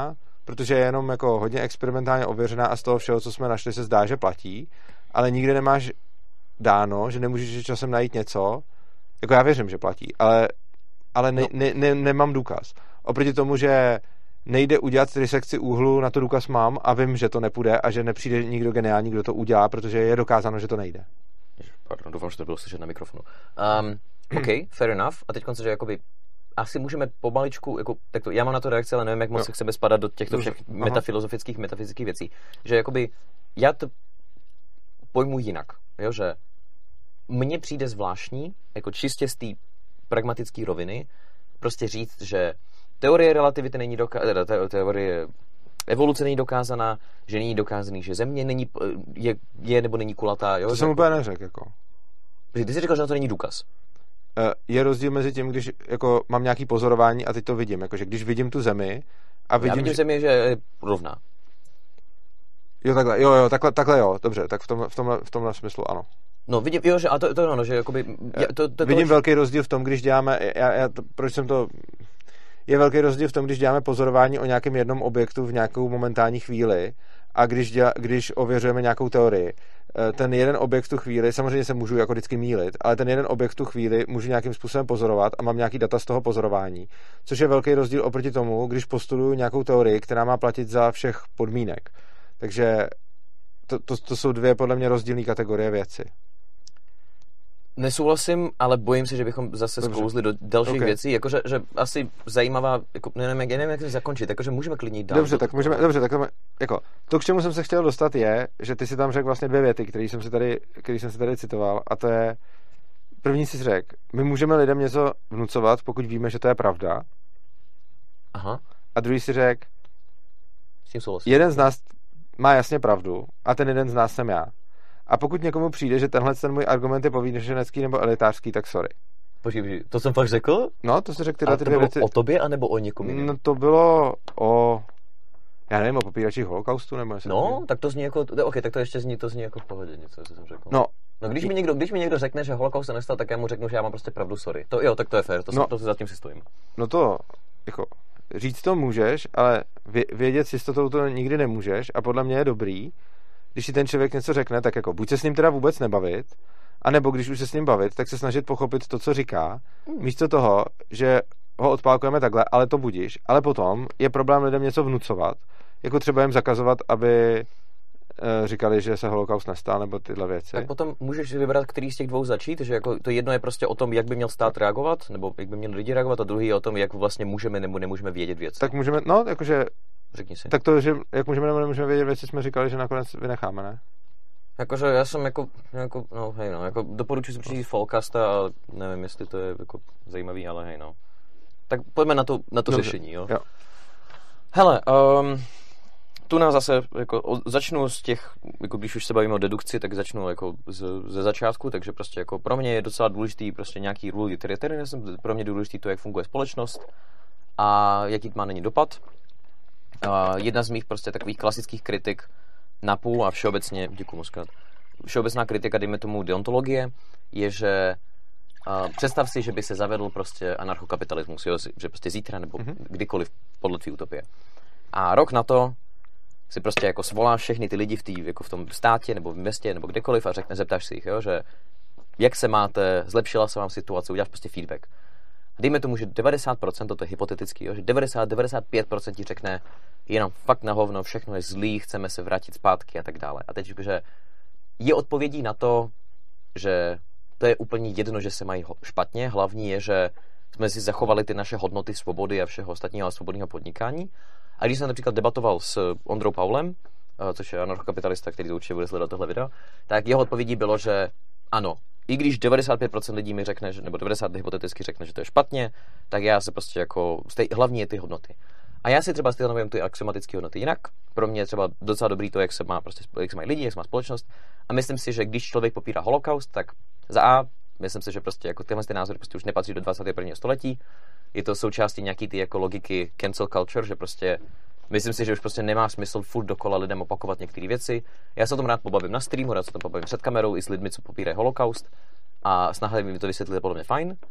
[SPEAKER 1] protože je jenom jako hodně experimentálně ověřená a z toho všeho, co jsme našli, se zdá, že platí, ale nikde nemáš dáno, že nemůžeš časem najít něco, jako já věřím, že platí, ale, ale ne, ne, ne, nemám důkaz. Oproti tomu, že nejde udělat trisekci úhlu, na to důkaz mám a vím, že to nepůjde a že nepřijde nikdo geniální, kdo to udělá, protože je dokázáno, že to nejde.
[SPEAKER 2] Pardon, doufám, že to bylo slyšet na mikrofonu. Um, OK, fair enough. A teď konce, že jakoby asi můžeme pomaličku, jako, tak to, já mám na to reakci, ale nevím, jak moc se chceme spadat do těchto všech Aha. metafilozofických, metafyzických věcí. Že jakoby, já to pojmu jinak, jo, že mně přijde zvláštní, jako čistě z té pragmatické roviny, prostě říct, že teorie relativity není dokázaná, teorie evoluce není dokázaná, že není dokázaný, že země není, je, je nebo není kulatá. Jo?
[SPEAKER 1] To jsem úplně neřekl, jako.
[SPEAKER 2] Protože ty jsi říkal, že na to není důkaz.
[SPEAKER 1] Je rozdíl mezi tím, když jako mám nějaký pozorování a teď to vidím, jakože když vidím tu zemi a vidím...
[SPEAKER 2] Já vidím
[SPEAKER 1] že...
[SPEAKER 2] zemi, že je rovná.
[SPEAKER 1] Jo, takhle, jo, jo, takhle, takhle jo, dobře, tak v tomhle, v tomhle, v tomhle smyslu ano.
[SPEAKER 2] No vidím, jo, že, a to, to ano, že jakoby... Já, to, to,
[SPEAKER 1] vidím
[SPEAKER 2] to,
[SPEAKER 1] velký rozdíl v tom, když děláme, já, já, to, proč jsem to... Je velký rozdíl v tom, když děláme pozorování o nějakém jednom objektu v nějakou momentální chvíli a když, děla, když ověřujeme nějakou teorii. Ten jeden objekt v tu chvíli, samozřejmě se můžu jako vždycky mýlit, ale ten jeden objekt v tu chvíli můžu nějakým způsobem pozorovat a mám nějaký data z toho pozorování. Což je velký rozdíl oproti tomu, když postuluju nějakou teorii, která má platit za všech podmínek. Takže to, to, to jsou dvě podle mě rozdílné kategorie věci.
[SPEAKER 2] Nesouhlasím, ale bojím se, že bychom zase Dobře. sklouzli do dalších okay. věcí, jakože že asi zajímavá, jako, nevím, jak, nevím, jak to zakončit, jakože můžeme klidně dál.
[SPEAKER 1] Dobře, tak můžeme, dobře, tak to, jako, to, k čemu jsem se chtěl dostat, je, že ty si tam řekl vlastně dvě věty, které jsem si tady, který jsem si tady citoval, a to je, první si řekl, my můžeme lidem něco vnucovat, pokud víme, že to je pravda.
[SPEAKER 2] Aha.
[SPEAKER 1] A druhý si řekl,
[SPEAKER 2] s tím souhlasím.
[SPEAKER 1] Jeden z nás má jasně pravdu a ten jeden z nás jsem já. A pokud někomu přijde, že tenhle ten můj argument je povídečenecký nebo elitářský, tak sorry.
[SPEAKER 2] Počkej, počkej, to jsem fakt řekl?
[SPEAKER 1] No, to jsi řekl tyhle
[SPEAKER 2] ty dvě věci.
[SPEAKER 1] A to bylo
[SPEAKER 2] o tobě, anebo o někom jiném?
[SPEAKER 1] No, to bylo o, já nevím, o popíračích holokaustu, nebo jestli...
[SPEAKER 2] No, to tak to zní jako, ok, tak to ještě zní, to zní jako v pohodě, něco, co jsem řekl.
[SPEAKER 1] No.
[SPEAKER 2] No, když mi někdo, když mi někdo řekne, že holokaust se nestal, tak já mu řeknu, že já mám prostě pravdu, sorry. To jo, tak to je fér, to, no, to zatím si stojím.
[SPEAKER 1] No to, jako, říct to můžeš, ale vědět s jistotou to nikdy nemůžeš a podle mě je dobrý, když si ten člověk něco řekne, tak jako buď se s ním teda vůbec nebavit, anebo když už se s ním bavit, tak se snažit pochopit to, co říká, místo toho, že ho odpálkujeme takhle, ale to budíš. Ale potom je problém lidem něco vnucovat, jako třeba jim zakazovat, aby e, říkali, že se holokaust nestal, nebo tyhle věci.
[SPEAKER 2] Tak potom můžeš vybrat, který z těch dvou začít, že jako to jedno je prostě o tom, jak by měl stát reagovat, nebo jak by měl lidi reagovat, a druhý je o tom, jak vlastně můžeme nebo nemůžeme vědět věci.
[SPEAKER 1] Tak můžeme, no, jakože
[SPEAKER 2] řekni si.
[SPEAKER 1] Tak to, že jak můžeme nebo nemůžeme vědět věci, jsme říkali, že nakonec vynecháme, ne?
[SPEAKER 2] Jakože já jsem jako, jako no hej no, jako doporučuji si přijít Fallcasta, ale nevím, jestli to je jako zajímavý, ale hej no. Tak pojďme na to, na to řešení, jo?
[SPEAKER 1] jo.
[SPEAKER 2] Hele, um, tu nás zase, jako o, začnu z těch, jako když už se bavíme o dedukci, tak začnu jako z, ze začátku, takže prostě jako pro mě je docela důležitý prostě nějaký rule utilitarianism, pro mě je důležitý to, jak funguje společnost a jaký má na ní dopad. Uh, jedna z mých prostě takových klasických kritik na půl a všeobecně, děkuji moc krát, všeobecná kritika, dejme tomu deontologie, je, že uh, představ si, že by se zavedl prostě anarchokapitalismus, jo, že prostě zítra nebo mm-hmm. kdykoliv podle tvý utopie. A rok na to si prostě jako svoláš všechny ty lidi v, tý, jako v tom státě nebo v městě nebo kdekoliv a řekne, zeptáš si jich, jo, že jak se máte, zlepšila se vám situace, uděláš prostě feedback. Dejme tomu, že devadesát procent, to je hypotetický, jo, že devadesát až devadesát pět procent ti řekne jenom fakt na hovno, všechno je zlý, chceme se vrátit zpátky a tak dále. A teď, že je odpovědí na to, že to je úplně jedno, že se mají špatně, hlavní je, že jsme si zachovali ty naše hodnoty svobody a všeho ostatního a svobodného podnikání. A když jsem například debatoval s Ondrou Paulem, což je anarchokapitalista, který to určitě bude sledovat tohle video, tak jeho odpovědí bylo, že ano, i když devadesát pět procent lidí mi řekne, že, nebo devadesát procent hypoteticky řekne, že to je špatně, tak já se prostě jako, hlavní je ty hodnoty. A já si třeba stanovujem ty axiomatické hodnoty jinak. Pro mě je třeba docela dobrý to, jak se má prostě, jak se mají lidi, jak se má společnost. A myslím si, že když člověk popírá holokaust, tak za A, myslím si, že prostě jako tyhle ty názory prostě už nepatří do dvacátého prvního století. Je to součástí nějaký ty jako logiky cancel culture, že prostě myslím si, že už prostě nemá smysl furt dokola lidem opakovat některé věci. Já se o tom rád pobavím na streamu, rád se o tom pobavím před kamerou i s lidmi, co popírají holokaust. A snaha mi to vysvětlit je podle mě fajn.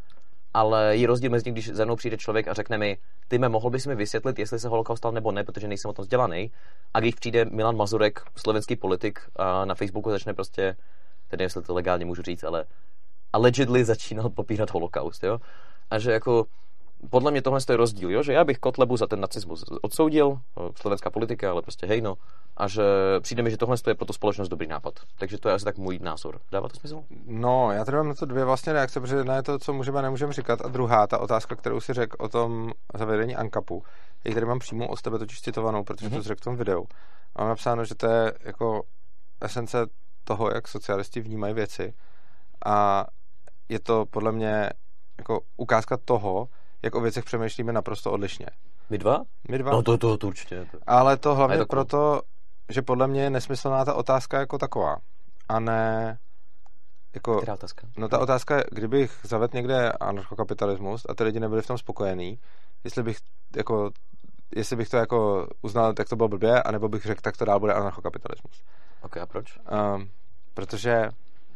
[SPEAKER 2] ale je rozdíl mezi tím, když za mnou přijde člověk a řekne mi, ty me, mohl bys mi vysvětlit, jestli se holokaust stal nebo ne, protože nejsem o tom vzdělaný. A když přijde Milan Mazurek, slovenský politik, a na Facebooku začne prostě, tedy jestli to legálně můžu říct, ale allegedly začínal popírat holokaust, jo. A že jako podle mě tohle je rozdíl, jo? Že já bych Kotlebu za ten nacismus odsoudil, slovenská politika, ale prostě hej, no. A že přijde mi, že tohle je pro tu společnost dobrý nápad. Takže to je asi tak můj názor. Dává to smysl?
[SPEAKER 1] No, já tady mám na to dvě vlastně reakce, protože jedna je to, co můžeme a nemůžeme říkat, a druhá, ta otázka, kterou si řekl o tom zavedení ANCAPu. Já tady mám přímo od tebe totiž citovanou, protože mm-hmm. to jsi řekl v tom videu. A mám napsáno, že to je jako esence toho, jak socialisti vnímají věci. A je to podle mě jako ukázka toho, jak o věcech přemýšlíme naprosto odlišně.
[SPEAKER 2] My dva?
[SPEAKER 1] My dva.
[SPEAKER 2] No to, to, to určitě. To...
[SPEAKER 1] Ale to hlavně to proto, že podle mě je nesmyslná ta otázka jako taková. A ne... Jako,
[SPEAKER 2] Která otázka?
[SPEAKER 1] No ta otázka je, kdybych zavedl někde anarchokapitalismus a ty lidi nebyli v tom spokojení, jestli bych jako jestli bych to jako uznal, tak to bylo blbě, anebo bych řekl, tak to dál bude anarchokapitalismus.
[SPEAKER 2] Ok, a proč?
[SPEAKER 1] Um, protože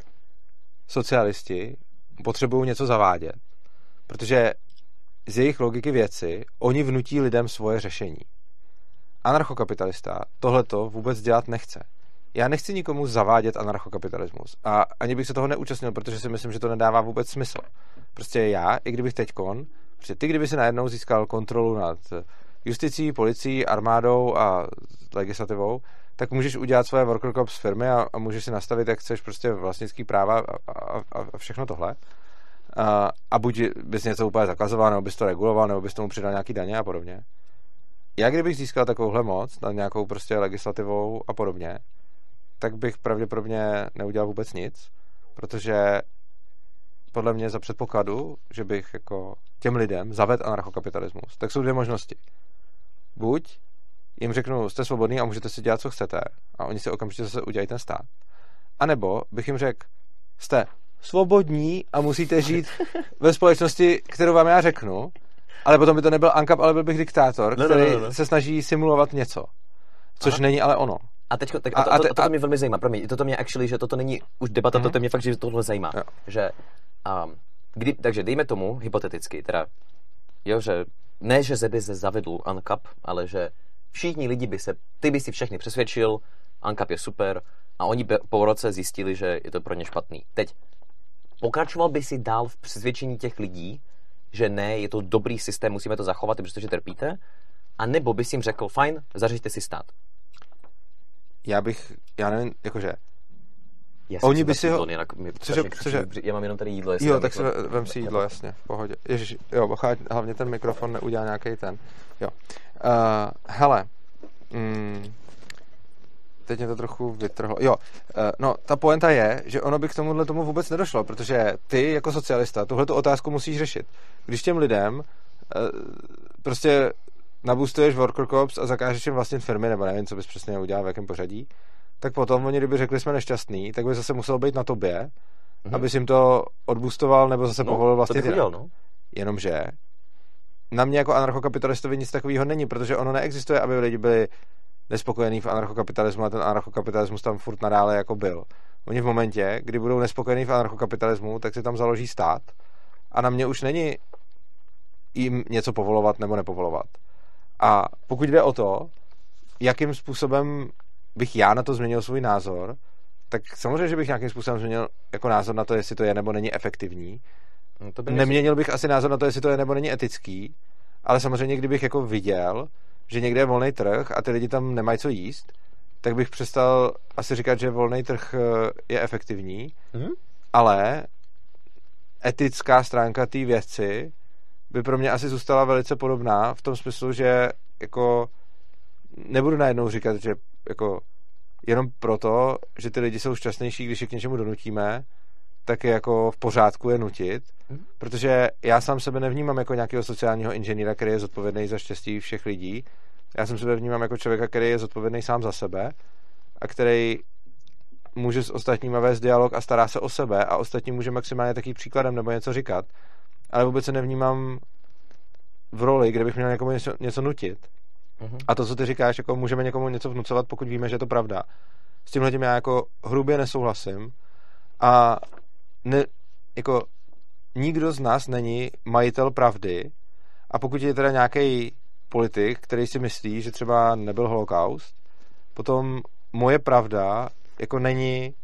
[SPEAKER 1] socialisti potřebují něco zavádět, protože z jejich logiky věci oni vnutí lidem svoje řešení. Anarchokapitalista tohleto vůbec dělat nechce. Já nechci nikomu zavádět anarchokapitalismus a ani bych se toho neúčastnil, protože si myslím, že to nedává vůbec smysl. Prostě já, i kdybych teďkon, protože ty, kdyby si najednou získal kontrolu nad justicí, policií, armádou a legislativou, tak můžeš udělat svoje worker cops firmy a, a můžeš si nastavit, jak chceš, prostě vlastnický práva a, a, a všechno tohle. A, a buď bys něco úplně zakazoval, nebo bys to reguloval, nebo bys tomu přidal nějaký daně a podobně. Já kdybych získal takovouhle moc nad nějakou prostě legislativou a podobně, tak bych pravděpodobně neudělal vůbec nic, protože podle mě za předpokladu, že bych jako těm lidem zavedl anarchokapitalismus, tak jsou dvě možnosti. Buď jim řeknu, jste svobodní a můžete si dělat, co chcete, a oni si okamžitě zase udělají ten stát. A nebo bych jim řekl, jste svobodní a musíte žít ve společnosti, kterou vám já řeknu, ale potom by to nebyl ANCAP, ale byl bych diktátor,
[SPEAKER 2] no,
[SPEAKER 1] který
[SPEAKER 2] no, no, no.
[SPEAKER 1] se snaží simulovat něco, což
[SPEAKER 2] Aha.
[SPEAKER 1] není ale ono.
[SPEAKER 2] A teďko, tak, a, to, a, to, to, to mě velmi zajímá, promiň, toto mě actually, že toto není už debata, mm-hmm. toto mě fakt, že tohle zajímá, jo. Že, um, kdy, takže dejme tomu, hypoteticky, teda, jo, že ne, že by se zavedl ANCAP, ale že všichni lidi by se, ty by si všechny přesvědčil, ANCAP je super a oni by po roce zjistili, že je to pro ně špatný. Teď, pokračoval by si dál v přesvědčení těch lidí, že ne, je to dobrý systém, musíme to zachovat, protože trpíte, a nebo bys jim řekl, fajn, zařiďte si stát.
[SPEAKER 1] Já bych, já nevím, jakože
[SPEAKER 2] Já
[SPEAKER 1] oni by si ho...
[SPEAKER 2] Jinak
[SPEAKER 1] cože, cože?
[SPEAKER 2] Já mám jenom tady jídlo.
[SPEAKER 1] Jo, tak si vem si jídlo, jasně, v pohodě. Ježiš, jo, bochá, hlavně ten mikrofon neudělá nějaký ten. Jo. Uh, hele, mm, teď mě to trochu vytrhlo. Jo, uh, no, ta poenta je, že ono by k tomuhle tomu vůbec nedošlo, protože ty jako socialista tuhletu otázku musíš řešit. Když těm lidem uh, prostě naboostuješ worker cops a zakážeš jim vlastnit firmy, nebo nevím, co bys přesně udělal, v jakém pořadí, tak potom oni, kdyby řekli, jsme nešťastní, tak by zase muselo být na tobě, mm-hmm. abys jim to odboostoval, nebo zase no, povolil vlastnit jinak. Udělal, no. Jenomže na mě jako anarchokapitalistovi nic takového není, protože ono neexistuje, aby lidi byli nespokojení v anarchokapitalismu a ten anarchokapitalismus tam furt nadále jako byl. Oni v momentě, kdy budou nespokojení v anarchokapitalismu, tak si tam založí stát a na mě už není jim něco povolovat nebo nepovolovat. A pokud jde o to, jakým způsobem bych já na to změnil svůj názor, tak samozřejmě, že bych nějakým způsobem změnil jako názor na to, jestli to je nebo není efektivní. No to by Neměnil bych asi názor na to, jestli to je nebo není etický, ale samozřejmě, kdybych jako viděl, že někde je volný trh a ty lidi tam nemají co jíst, tak bych přestal asi říkat, že volný trh je efektivní, mm-hmm. ale etická stránka té věci by pro mě asi zůstala velice podobná v tom smyslu, že jako nebudu najednou říkat, že jako jenom proto, že ty lidi jsou šťastnější, když je k něčemu donutíme, tak je jako v pořádku je nutit, mm. protože já sám sebe nevnímám jako nějakého sociálního inženýra, který je zodpovědný za štěstí všech lidí. Já jsem sebe vnímám jako člověka, který je zodpovědný sám za sebe a který může s ostatníma vést dialog a stará se o sebe a ostatní může maximálně takým příkladem nebo něco říkat, ale vůbec se nevnímám v roli, kde bych měl někomu něco, něco nutit. Uh-huh. A to, co ty říkáš, jako můžeme někomu něco vnucovat, pokud víme, že je to pravda. S tímhle tím já jako hrubě nesouhlasím a ne, jako nikdo z nás není majitel pravdy a pokud je teda nějaký politik, který si myslí, že třeba nebyl holokaust, potom moje pravda jako není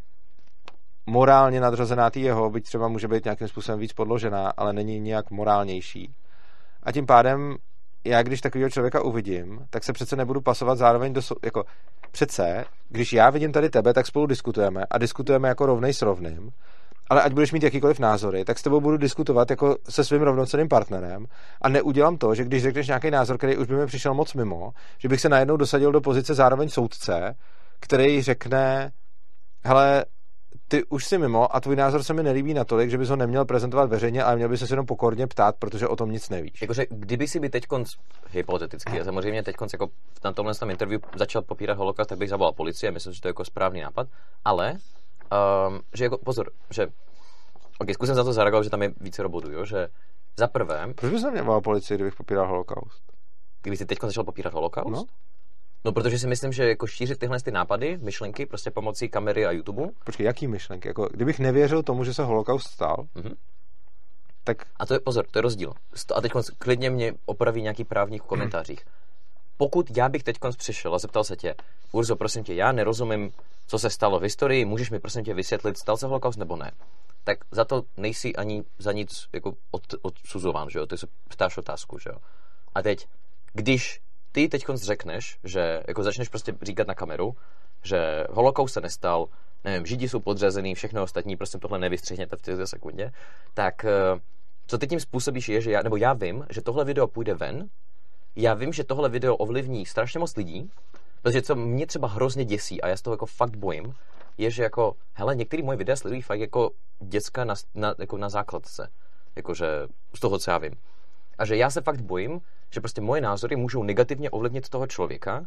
[SPEAKER 1] morálně nadřazená tý jeho, byť třeba může být nějakým způsobem víc podložená, ale není nějak morálnější. A tím pádem já, když takového člověka uvidím, tak se přece nebudu pasovat zároveň do... Jako, přece, když já vidím tady tebe, tak spolu diskutujeme a diskutujeme jako rovnej s rovným, ale ať budeš mít jakýkoliv názory, tak s tebou budu diskutovat jako se svým rovnocenným partnerem a neudělám to, že když řekneš nějaký názor, který už by mi přišel moc mimo, že bych se najednou dosadil do pozice zároveň soudce, který řekne, hele, ty už jsi mimo a tvůj názor se mi nelíbí natolik, že bys ho neměl prezentovat veřejně, ale měl bys se jenom pokorně ptát, protože o tom nic nevíš.
[SPEAKER 2] Jakože kdyby si by teďkonc, hypoteticky, a samozřejmě teďkonc jako na tomhle interview začal popírat holokaust, tak bych zavolal policii a myslím, že to je jako správný nápad, ale um, že jako, pozor, že ok, zkusím za to zareagovat, že tam je více bodů, jo, že za prvé...
[SPEAKER 1] Proč bys neměl policii, kdybych popíral holokaust?
[SPEAKER 2] Kdyby si teďkonc začal popírat holokaust?
[SPEAKER 1] No.
[SPEAKER 2] No, protože si myslím, že jako šířit tyhle ty nápady, myšlenky, prostě pomocí kamery a YouTube.
[SPEAKER 1] Počkej, jaký myšlenky? Jako, kdybych nevěřil tomu, že se holokaust stal, mm-hmm. tak...
[SPEAKER 2] A to je, pozor, to je rozdíl. A teď klidně mě opraví nějaký právník v komentářích. Pokud já bych teď přišel a zeptal se tě, Urzo, prosím tě, já nerozumím, co se stalo v historii, můžeš mi prosím tě vysvětlit, stal se holokaust nebo ne? Tak za to nejsi ani za nic jako od, odsuzován, že jo? Ty se ptáš otázku, že jo? A teď, když ty teď řekneš, že jako začneš prostě říkat na kameru, že holokaust se nestal, nevím, Židi jsou podřazený, všechno ostatní, prostě tohle nevystřihněte v této sekundě, tak co ty tím způsobíš je, že já, nebo já vím, že tohle video půjde ven, já vím, že tohle video ovlivní strašně moc lidí, protože co mě třeba hrozně děsí a já z toho jako fakt bojím, je, že jako, hele, některý moje videa sledují fakt jako děcka na, na, jako na základce, jakože z toho, co já vím. A že já se fakt bojím, že prostě moje názory můžou negativně ovlivnit toho člověka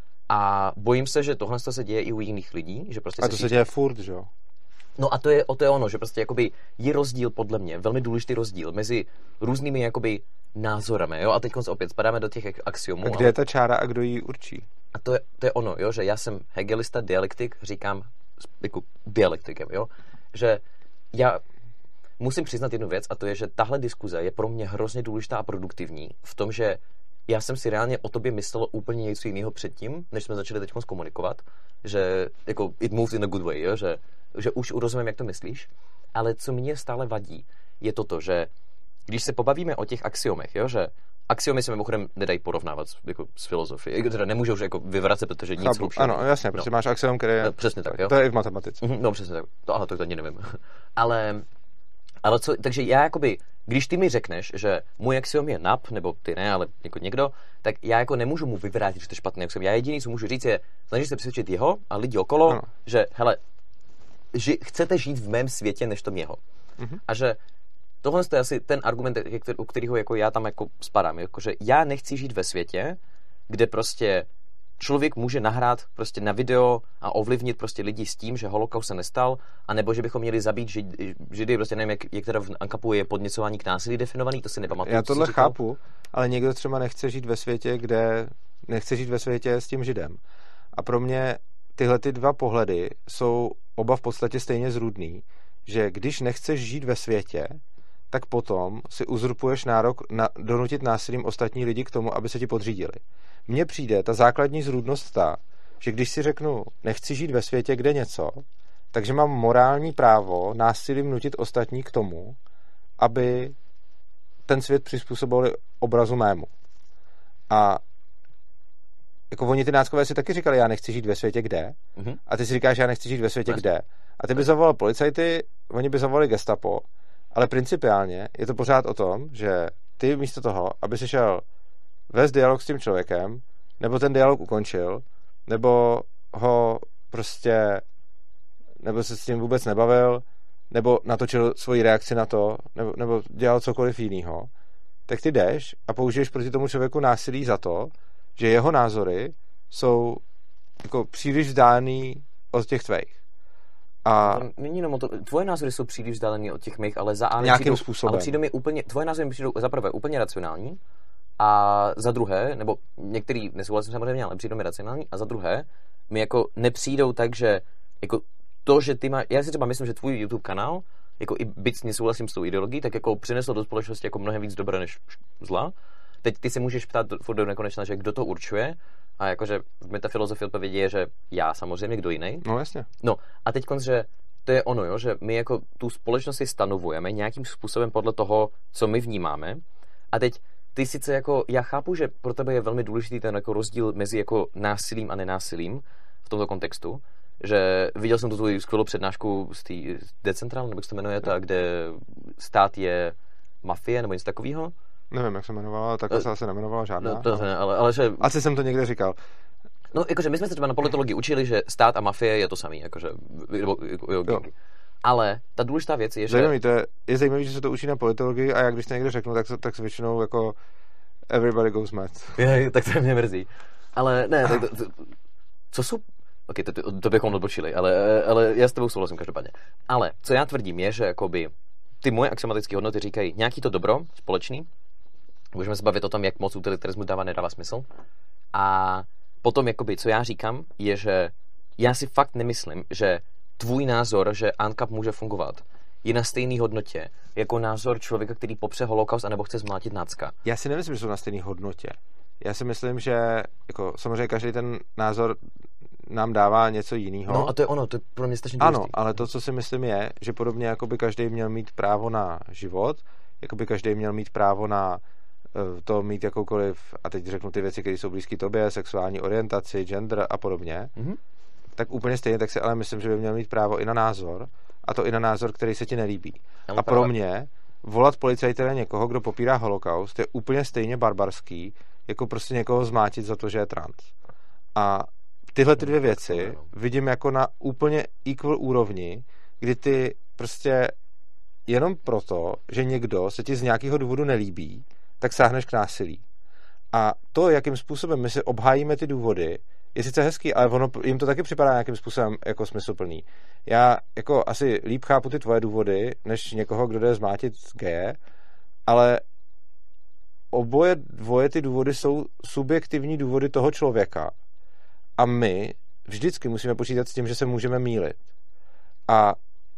[SPEAKER 2] a bojím se, že tohle se děje i u jiných lidí. Že prostě
[SPEAKER 1] a to se, se děje furt, že jo?
[SPEAKER 2] No a to je, o to je ono, že prostě jakoby je rozdíl podle mě, velmi důležitý rozdíl mezi různými jakoby názorami, jo? A teď opět spadáme do těch axiomů.
[SPEAKER 1] A kde ale... je ta čára a kdo ji určí?
[SPEAKER 2] A to je, to je ono, jo? Že já jsem hegelista, dialektik, říkám jako dialektikem, jo? Že já musím přiznat jednu věc a to je, že tahle diskuze je pro mě hrozně důležitá a produktivní v tom, že já jsem si reálně o tobě myslel úplně něco jiného předtím, než jsme začali teď komunikovat, že jako it moves in a good way, jo? Že, že už urozumím, jak to myslíš, ale co mě stále vadí, je toto, že když se pobavíme o těch axiomech, jo? Že axiomy se mimochodem nedají porovnávat jako s filozofií, teda nemůžou už jako vyvracet, protože nic hlubšího.
[SPEAKER 1] Ano, jasně, protože no. Máš axiom, který je...
[SPEAKER 2] Přesně tak, jo?
[SPEAKER 1] To je i v matematice.
[SPEAKER 2] No, přesně tak. To, aha, to ani nevím. ale... Ale co, takže já jakoby, když ty mi řekneš, že můj axiom je nap, nebo ty ne, ale jako někdo, tak já jako nemůžu mu vyvrátit, že to je špatný axiom. Já jediný, co můžu říct, je, snažíš se přesvědčit jeho a lidi okolo, ano. Že hele, ži, chcete žít v mém světě, než tom jeho. Mhm. A že tohle je asi ten argument, u kterého jako já tam jako spadám. Jako, že já nechci žít ve světě, kde prostě člověk může nahrát prostě na video a ovlivnit prostě lidi s tím, že holokaust se nestal, anebo že bychom měli zabít žid, židy, prostě nevím, jak, jak teda v Ankapu je podněcování k násilí definovaný, to si nepamatuju.
[SPEAKER 1] Já tohle chápu, ale někdo třeba nechce žít ve světě, kde nechce žít ve světě s tím židem. A pro mě tyhle ty dva pohledy jsou oba v podstatě stejně zrůdný, že když nechceš žít ve světě, tak potom si uzurpuješ nárok na donutit násilím ostatní lidi k tomu, aby se ti podřídili. Mně přijde ta základní zrůdnost ta, že když si řeknu, nechci žít ve světě, kde něco, takže mám morální právo násilím nutit ostatní k tomu, aby ten svět přizpůsobili obrazu mému. A jako oni ty náckové si taky říkali, já nechci žít ve světě, kde? Mm-hmm. A ty si říkáš, já nechci žít ve světě, kde? A ty by zavolal policajty, oni by zavolali gestapo, ale principiálně je to pořád o tom, že ty místo toho, aby si šel vést dialog s tím člověkem, nebo ten dialog ukončil, nebo ho prostě, nebo se s tím vůbec nebavil, nebo natočil svoji reakci na to, nebo, nebo dělal cokoliv jiného, tak ty jdeš a použiješ proti tomu člověku násilí za to, že jeho názory jsou jako příliš vzdálený od těch tvých. A
[SPEAKER 2] není jenom to, tvoje názory jsou příliš vzdálený od těch mých, ale za A
[SPEAKER 1] nějakým
[SPEAKER 2] přijdou,
[SPEAKER 1] způsobem.
[SPEAKER 2] Ale přijdou mi úplně, tvoje názory přijdou za prvé úplně racionální a za druhé, nebo některý nesouhlasím samozřejmě, ale přijdou mi racionální a za druhé mi jako nepřijdou tak, že jako to, že ty máš, já si třeba myslím, že tvůj YouTube kanál jako i byť nesouhlasím s tou ideologií, tak jako přineslo do společnosti jako mnohem víc dobra než zla. Teď ty se můžeš ptát furt do nekonečna, že kdo to určuje, a jakože v metafilozofii odpovědi je, že já samozřejmě, kdo jiný.
[SPEAKER 1] No jasně.
[SPEAKER 2] No a teď že to je ono, jo, že my jako tu společnost si stanovujeme nějakým způsobem podle toho, co my vnímáme. A teď ty sice jako, já chápu, že pro tebe je velmi důležitý ten jako rozdíl mezi jako násilím a nenásilím v tomto kontextu, že viděl jsem tu tvoji skvělou přednášku z té Decentral, nebo jak se to jmenuje, ta, kde stát je mafie, nebo něco takového.
[SPEAKER 1] Nevím, jak se jmenovala, tak se asi nemenovala žádná.
[SPEAKER 2] No, to ne, ale, ale že...
[SPEAKER 1] Asi jsem to někde říkal.
[SPEAKER 2] No, jakože my jsme se třeba na politologii učili, že stát a mafie je to samý, jakože... Jo, jo, jo. Ale ta důležitá věc je, že...
[SPEAKER 1] Zajímavý, to je, je zajímavý, že se to učí na politologii a já když to někde řeknu, tak, tak se většinou jako everybody goes mad.
[SPEAKER 2] Je, tak to mě mrzí. Ale ne, tak to, to, co jsou... Ok, to, to, to bychom odbočili, ale, ale já s tebou souhlasím každopádně. Ale co já tvrdím je, že jakoby ty moje axiomatické hodnoty říkají nějaký to dobro společný, můžeme se bavit o tom, jak moc utilitarismus dává, nedává smysl. A potom, jakoby, co já říkám, je, že já si fakt nemyslím, že tvůj názor, že ANCAP může fungovat, je na stejné hodnotě jako názor člověka, který popře holokaust anebo chce zmlátit nácka.
[SPEAKER 1] Já si nemyslím, že jsou na stejné hodnotě. Já si myslím, že jako, samozřejmě každý ten názor nám dává něco jiného.
[SPEAKER 2] No a to je ono, to je pro mě strašně důležitý.
[SPEAKER 1] Ano, ale to, co si myslím, je, že podobně jako by každý měl mít právo na život, jako by každý měl mít právo na to mít jakoukoliv, a teď řeknu ty věci, které jsou blízké tobě, sexuální orientaci, gender a podobně, mm-hmm. tak úplně stejně, tak si ale myslím, že by měl mít právo i na názor, a to i na názor, který se ti nelíbí. A pro mě volat policajty na někoho, kdo popírá holokaust, je úplně stejně barbarský, jako prostě někoho zmátit za to, že je trans. A tyhle ty dvě věci vidím jako na úplně equal úrovni, kdy ty prostě jenom proto, že někdo se ti z nějakého důvodu nelíbí, tak sáhneš k násilí. A to, jakým způsobem my si obhájíme ty důvody, je sice hezký, ale ono, jim to taky připadá nějakým způsobem jako smysluplný. Já jako asi líp chápu ty tvoje důvody, než někoho, kdo jde zmátit geje, ale oboje dvoje ty důvody jsou subjektivní důvody toho člověka. A my vždycky musíme počítat s tím, že se můžeme mýlit. A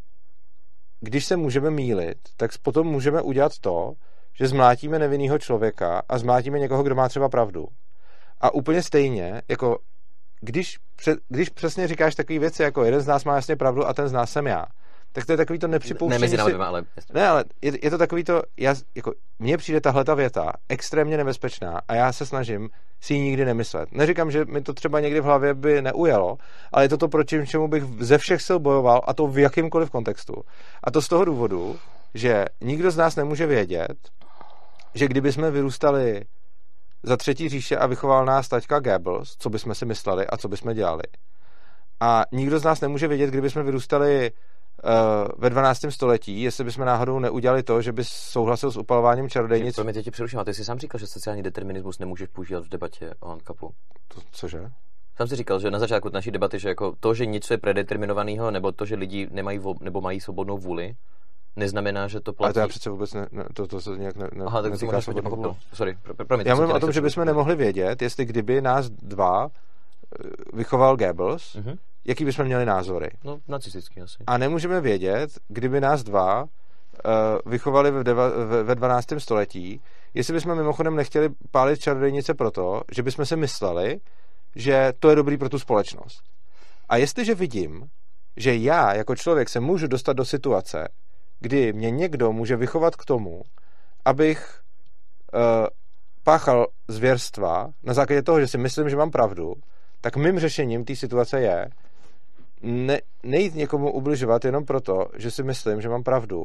[SPEAKER 1] když se můžeme mýlit, tak potom můžeme udělat to, že zmlátíme nevinného člověka a zmlátíme někoho, kdo má třeba pravdu. A úplně stejně, jako když, když přesně říkáš takové věci, jako jeden z nás má jasně pravdu a ten z nás jsem já, tak to je takový to nepřipouštění.
[SPEAKER 2] Ne mezi námi dvěma, ale...
[SPEAKER 1] Ne, ale je, je to takový to, já, jako, mně přijde tahleta věta extrémně nebezpečná a já se snažím si ji nikdy nemyslet. Neříkám, že mi to třeba někdy v hlavě by neujelo, ale je to to, proti čemu bych ze všech sil bojoval, a to v jakýmkoliv kontextu. A to z toho důvodu, že nikdo z nás nemůže vědět, že kdyby jsme vyrůstali za třetí říše a vychoval nás taťka Goebbels, co bychom si mysleli a co bychom dělali. A nikdo z nás nemůže vědět, kdyby jsme vyrůstali uh, ve dvanáctém století, jestli bychom náhodou neudělali to, že bys souhlasil s upalováním čarodějnic.
[SPEAKER 2] Promiň, tě přeruším, a ty jsi sám říkal, že sociální determinismus nemůžeš používat v debatě o ANCAPu.
[SPEAKER 1] To, cože?
[SPEAKER 2] Sám si říkal, že na začátku naší debaty, že jako to, že něco je predeterminovaného, nebo to, že lidi nemají vo, nebo mají svobodnou vůli, neznamená, že to platí.
[SPEAKER 1] Ale to já přece vůbec ne, ne, to, to se nějak ne, ne,
[SPEAKER 2] Aha, tak netýká svobodnou vůli. Sorry, pro, pro,
[SPEAKER 1] já mluvím o tom, že bychom nemohli vědět, jestli kdyby nás dva vychoval Goebbels, uh-huh. jaký bychom měli názory.
[SPEAKER 2] No, nacistický asi.
[SPEAKER 1] A nemůžeme vědět, kdyby nás dva uh, vychovali ve, deva, ve, ve dvanáctém století, jestli bychom mimochodem nechtěli pálit čarodějnice proto, že bychom si mysleli, že to je dobrý pro tu společnost. A jestliže vidím, že já jako člověk se můžu dostat do situace, kdy mě někdo může vychovat k tomu, abych uh, páchal zvěrstva na základě toho, že si myslím, že mám pravdu, tak mým řešením té situace je ne, nejít někomu ubližovat jenom proto, že si myslím, že mám pravdu,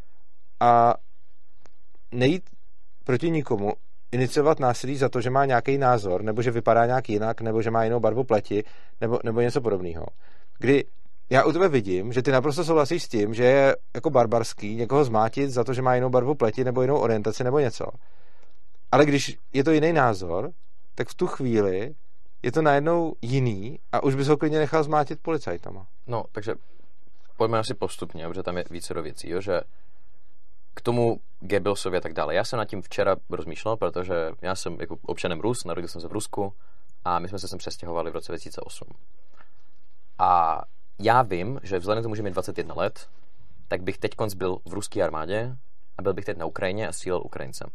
[SPEAKER 1] a nejít proti nikomu iniciovat násilí za to, že má nějaký názor, nebo že vypadá nějak jinak, nebo že má jinou barvu pleti, nebo, nebo něco podobného. Kdy já u tebe vidím, že ty naprosto souhlasíš s tím, že je jako barbarský někoho zmátit za to, že má jinou barvu pleti, nebo jinou orientaci, nebo něco. Ale když je to jiný názor, tak v tu chvíli je to najednou jiný a už bys ho klidně nechal zmátit policajtama.
[SPEAKER 2] No, takže pojďme asi postupně, protože tam je více do věcí, jo, že k tomu Goebbelsovi a tak dále. Já jsem nad tím včera rozmýšlel, protože já jsem jako občanem Rus, narodil jsem se v Rusku a my jsme se sem přestěhovali v roce dva tisíce osm. A já vím, že vzhledem k tomu, že mi dvacet jedna let, tak bych teďkonc byl v ruské armádě a byl bych teď na Ukrajině a střílel Ukrajince.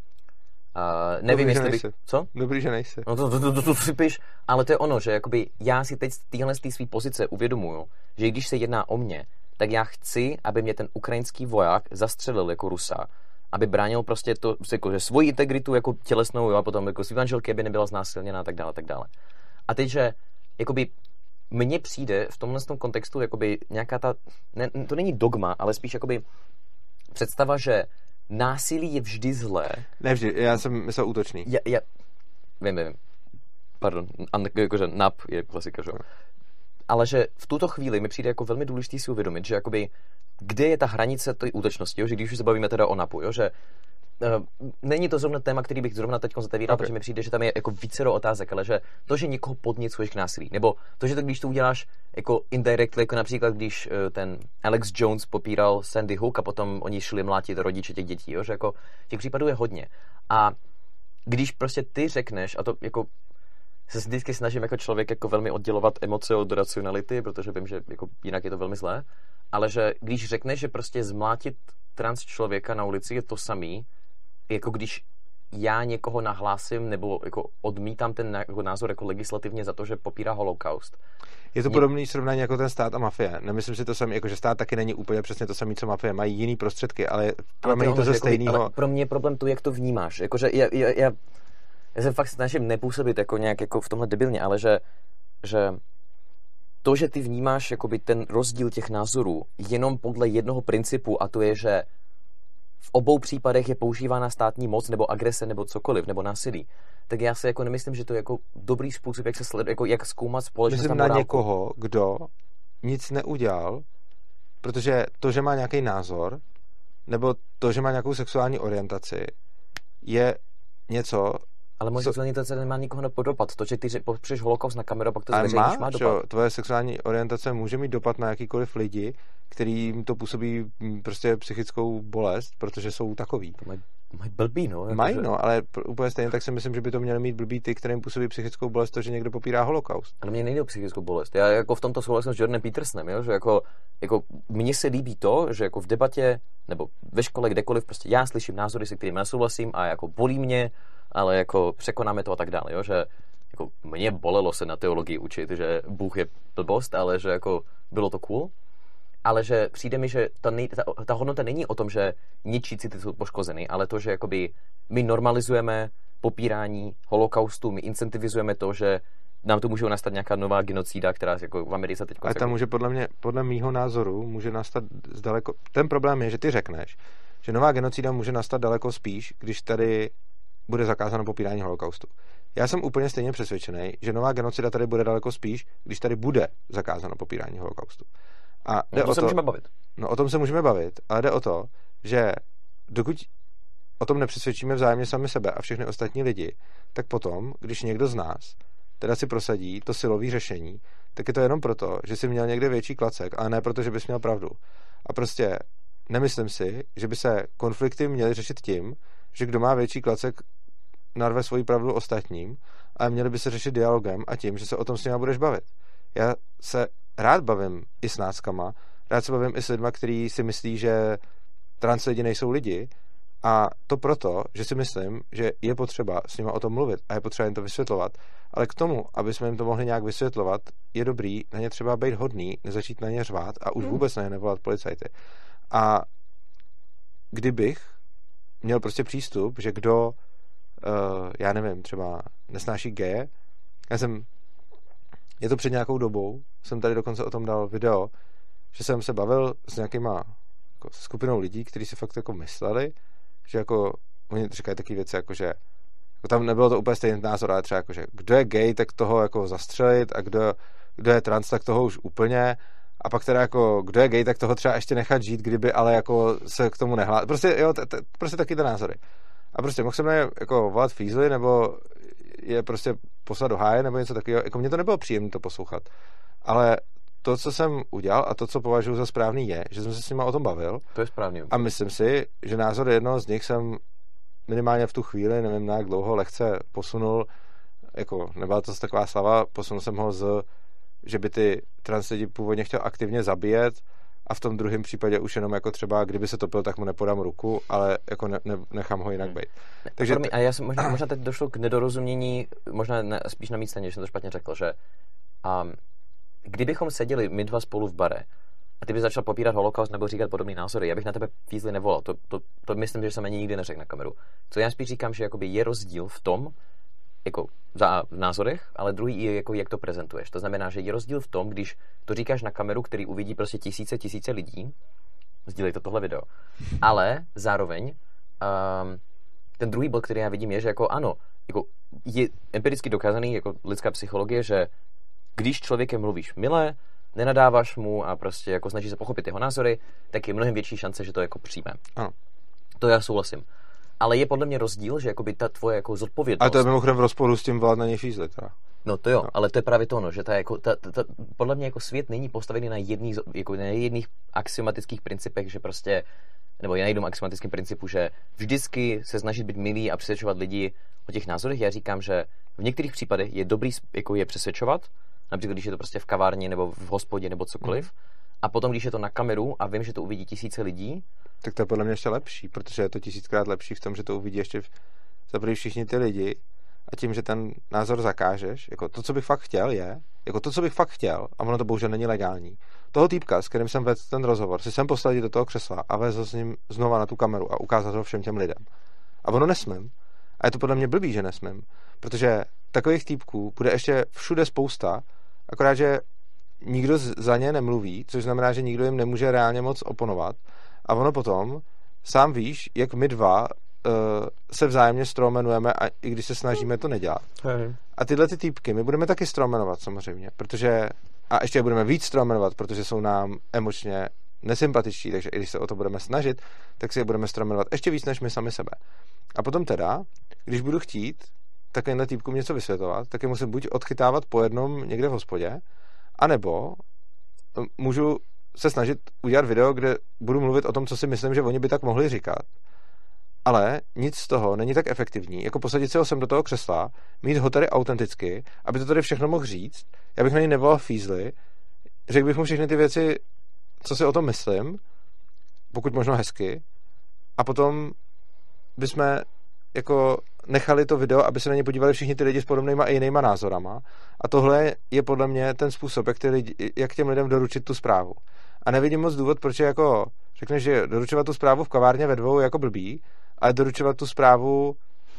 [SPEAKER 2] Uh, nevím,
[SPEAKER 1] Dobrý,
[SPEAKER 2] jestli bych... Co?
[SPEAKER 1] Dobrý, že nejsi.
[SPEAKER 2] No to, to, to, to, to sypiš, ale to je ono, že jakoby já si teď z téhle z té svý pozice uvědomuju, že když se jedná o mě, tak já chci, aby mě ten ukrajinský voják zastřelil jako Rusa, aby bránil prostě to, jako, že svoji integritu jako tělesnou, jo, a potom jako svý manželky, aby nebyla znásilněná a tak dále, tak dále. A teď, že jakoby mně přijde v tomhle tom kontextu jakoby nějaká ta, ne, to není dogma, ale spíš jakoby představa, že násilí je vždy zlé.
[SPEAKER 1] Ne vždy, já jsem myslel útočný.
[SPEAKER 2] Já, já, vím, vím. Pardon, jakože nap je klasika, že jo. Ale že v tuto chvíli mi přijde jako velmi důležitý si uvědomit, že jakoby, kde je ta hranice té útočnosti, jo? Že když už se bavíme teda o napu, jo? Že uh, není to zrovna téma, který bych zrovna teď zatevíral, okay. Protože mi přijde, že tam je jako vícero otázek, ale že to, že někoho podněcuješ k násilí, nebo to, že to, když to uděláš jako indirectly, jako například, když uh, ten Alex Jones popíral Sandy Hook a potom oni šli mlátit rodiče těch dětí, jo? Že jako těch případů je hodně. A když prostě ty řekneš, a to jako se vždycky snažím jako člověk jako velmi oddělovat emoce od racionality, protože vím, že jako jinak je to velmi zlé, ale že když řekneš, že prostě zmlátit trans člověka na ulici je to samý, jako když já někoho nahlásím nebo jako odmítám ten jako názor jako legislativně za to, že popírá holokaust.
[SPEAKER 1] Je to podobné srovnání jako ten stát a mafie. Nemyslím si to samé, jako že stát taky není úplně přesně to samé, co mafie. Mají jiný prostředky, ale pramení to ze stejného.
[SPEAKER 2] Ale pro mě je problém to, jak to vnímáš. Jakože já, já, já, já se fakt snažím nepůsobit jako nějak jako v tomhle debilně, ale že, že to, že ty vnímáš jakoby ten rozdíl těch názorů jenom podle jednoho principu, a to je, že v obou případech je používána státní moc nebo agrese nebo cokoliv, nebo násilí, tak já se jako nemyslím, že to je jako dobrý způsob, jak se sled, jako jak zkoumat společnost.
[SPEAKER 1] Myslím na někoho, kdo nic neudělal, protože to, že má nějaký názor, nebo to, že má nějakou sexuální orientaci, je něco.
[SPEAKER 2] Ale moje sexuální orientace nemá nikoho na dopad. To, že ty popřeš holokaust na kameru, pak to zveřejníš, má dopad. Jo,
[SPEAKER 1] tvoje sexuální orientace může mít dopad na jakýkoliv lidi, kterým to působí prostě psychickou bolest, protože jsou takový.
[SPEAKER 2] Mají maj blbý, no.
[SPEAKER 1] Mají,
[SPEAKER 2] že...
[SPEAKER 1] no, ale úplně stejně tak si myslím, že by to měli mít blbý ty, kterým působí psychickou bolest, to, že někdo popírá holokaust.
[SPEAKER 2] Ale mě nejde o psychickou bolest. Já jako v tomto souhlasím s Jordanem Petersonem, jo, že jako, jako mně se líbí to, že jako v debatě nebo ve škole, kdekoliv, prostě já slyším názory, se kterými nesouhlasím a jako bolí mě, ale jako překonáme to a tak dále, jo, že jako mě bolelo se na teologii učit, že Bůh je blbost, ale že jako bylo to cool, ale že přijde mi, že ta, nej, ta, ta hodnota není o tom, že něčí city jsou poškozený, ale to, že jakoby my normalizujeme popírání holokaustu, my incentivizujeme to, že nám to může nastat nějaká nová genocída, která jako v Americe teď...
[SPEAKER 1] Ale tam může podle mě, podle mýho názoru, může nastat zdaleko... Ten problém je, že ty řekneš, že nová genocída může nastat daleko spíš, když tady bude zakázáno popírání holokaustu. Já jsem úplně stejně přesvědčený, že nová genocida tady bude daleko spíš, když tady bude zakázáno popírání holokaustu. A jde
[SPEAKER 2] no to
[SPEAKER 1] o
[SPEAKER 2] se
[SPEAKER 1] to,
[SPEAKER 2] můžeme bavit.
[SPEAKER 1] No o tom se můžeme bavit, ale jde o to, že dokud o tom nepřesvědčíme vzájemně sami sebe a všechny ostatní lidi, tak potom, když někdo z nás teda si prosadí to silové řešení, tak je to jenom proto, že jsi měl někde větší klacek, ale ne proto, že bys měl pravdu. A prostě nemyslím si, že by se konflikty měly řešit tím, že kdo má větší klacek, narve svoji pravdu ostatním, ale měli by se řešit dialogem a tím, že se o tom s nima budeš bavit. Já se rád bavím i s náckama, rád se bavím i s lidma, kteří si myslí, že trans lidi nejsou lidi, a to proto, že si myslím, že je potřeba s nima o tom mluvit a je potřeba jim to vysvětlovat, ale k tomu, aby jsme jim to mohli nějak vysvětlovat, je dobrý na ně třeba být hodný, nezačít na ně řvát a už hmm. vůbec na ně nevolat policajty. A kdybych měl prostě přístup, že kdo, uh, já nevím, třeba nesnáší geje, já jsem, je to před nějakou dobou, jsem tady dokonce o tom dal video, že jsem se bavil s nějakýma jako skupinou lidí, kteří si fakt jako mysleli, že jako, oni říkají taky věci, jako že jako tam nebylo to úplně stejný názor, ale třeba jako, že kdo je gay, tak toho jako zastřelit a kdo, kdo je trans, tak toho už úplně. A pak teda jako, kdo je gay, tak toho třeba ještě nechat žít, kdyby ale jako se k tomu nehlásí. Prostě, jo, t- t- prostě taky ty názory. A prostě mohl jsem je jako volat fízly, nebo je prostě poslat do háje, nebo něco takového. Jako mně to nebylo příjemné to poslouchat. Ale to, co jsem udělal a to, co považuji za správný, je, že jsem se s nima o tom bavil.
[SPEAKER 2] To je správný.
[SPEAKER 1] A myslím si, že názor jednoho z nich jsem minimálně v tu chvíli, nevím na jak dlouho, lehce posunul, jako nebyla to taková slava, posunul jsem ho z, že by ty trans lidi původně chtěl aktivně zabíjet, a v tom druhém případě už jenom jako třeba, kdyby se topil, tak mu nepodám ruku, ale jako ne, ne, nechám ho jinak být.
[SPEAKER 2] Takže t- a já jsem možná, možná teď došlo k nedorozumění, možná ne, spíš na mý straně, že jsem to špatně řekl, že um, kdybychom seděli my dva spolu v bare a ty bys začal popírat holokaust nebo říkat podobné názory, já bych na tebe fízli nevolal. To, to, to myslím, že jsem ani nikdy neřekl na kameru. Co já spíš říkám, že jakoby je rozdíl v tom, jako za v názorech, ale druhý je jako jak to prezentuješ. To znamená, že je rozdíl v tom, když to říkáš na kameru, který uvidí prostě tisíce, tisíce lidí, sdílej to tohle video, ale zároveň um, ten druhý bod, který já vidím, je, že jako ano, jako je empiricky dokázaný jako lidská psychologie, že když člověkem mluvíš milé, nenadáváš mu a prostě jako snažíš se pochopit jeho názory, tak je mnohem větší šance, že to jako přijme.
[SPEAKER 1] Ano.
[SPEAKER 2] To já souhlasím. Ale je podle mě rozdíl, že jakoby ta tvoje jako zodpovědnost...
[SPEAKER 1] A to je mimochodem v rozporu s tím volat na něj fízli, teda.
[SPEAKER 2] No to jo, no. Ale to je právě to, no, že ta, jako, ta, ta, ta, podle mě jako svět není postavený na jedných, jako na jedných axiomatických principech, že prostě, nebo já nejdu axiomatickým principu, že vždycky se snažit být milý a přesvědčovat lidi o těch názorech. Já říkám, že v některých případech je dobrý jako je přesvědčovat, například když je to prostě v kavárně nebo v hospodě nebo cokoliv, mm. a potom když je to na kameru a vím, že to uvidí tisíce lidí,
[SPEAKER 1] tak to je podle mě ještě lepší, protože je to tisíckrát lepší v tom, že to uvidí ještě za první všichni ty lidi a tím, že ten názor zakážeš, jako to, co bych fakt chtěl, je, jako to, co bych fakt chtěl, a ono to bohužel není legální. Toho týpka, s kterým jsem vedl ten rozhovor, si jsem posadil do toho křesla a vezl s ním znova na tu kameru a ukázal ho všem těm lidem. A ono nesmím. A je to podle mě blbý, že nesmím, protože takových týpků bude ještě všude spousta, akorát, že nikdo za ně nemluví, což znamená, že nikdo jim nemůže reálně moc oponovat. A ono potom, sám víš, jak my dva uh, se vzájemně stromenujeme a i když se snažíme to nedělat.
[SPEAKER 2] Hej.
[SPEAKER 1] A tyhle ty týpky my budeme taky stromenovat samozřejmě, protože, a ještě je budeme víc stromenovat, protože jsou nám emočně nesympatičtí, takže i když se o to budeme snažit, tak si je budeme stromenovat ještě víc než my sami sebe. A potom teda, když budu chtít takovýmhle týpkům něco vysvětlovat, tak je musím buď odchytávat po jednom někde v hospodě, anebo můžu se snažit udělat video, kde budu mluvit o tom, co si myslím, že oni by tak mohli říkat. Ale nic z toho není tak efektivní, jako posadit se ho sem do toho křesla, mít ho tady autenticky, aby to tady všechno mohl říct. Já bych na něj nevolal fízly, řekl bych mu všechny ty věci, co si o tom myslím, pokud možno hezky, a potom bychom jako nechali to video, aby se na ně podívali všichni ty lidi s podobnýma a jinýma názorama. A tohle je podle mě ten způsob, jak, ty lidi, jak těm lidem doručit tu zprávu. A nevidím moc důvod, proč je jako řekneš, že doručovat tu zprávu v kavárně ve dvou je jako blbý, ale doručovat tu zprávu uh,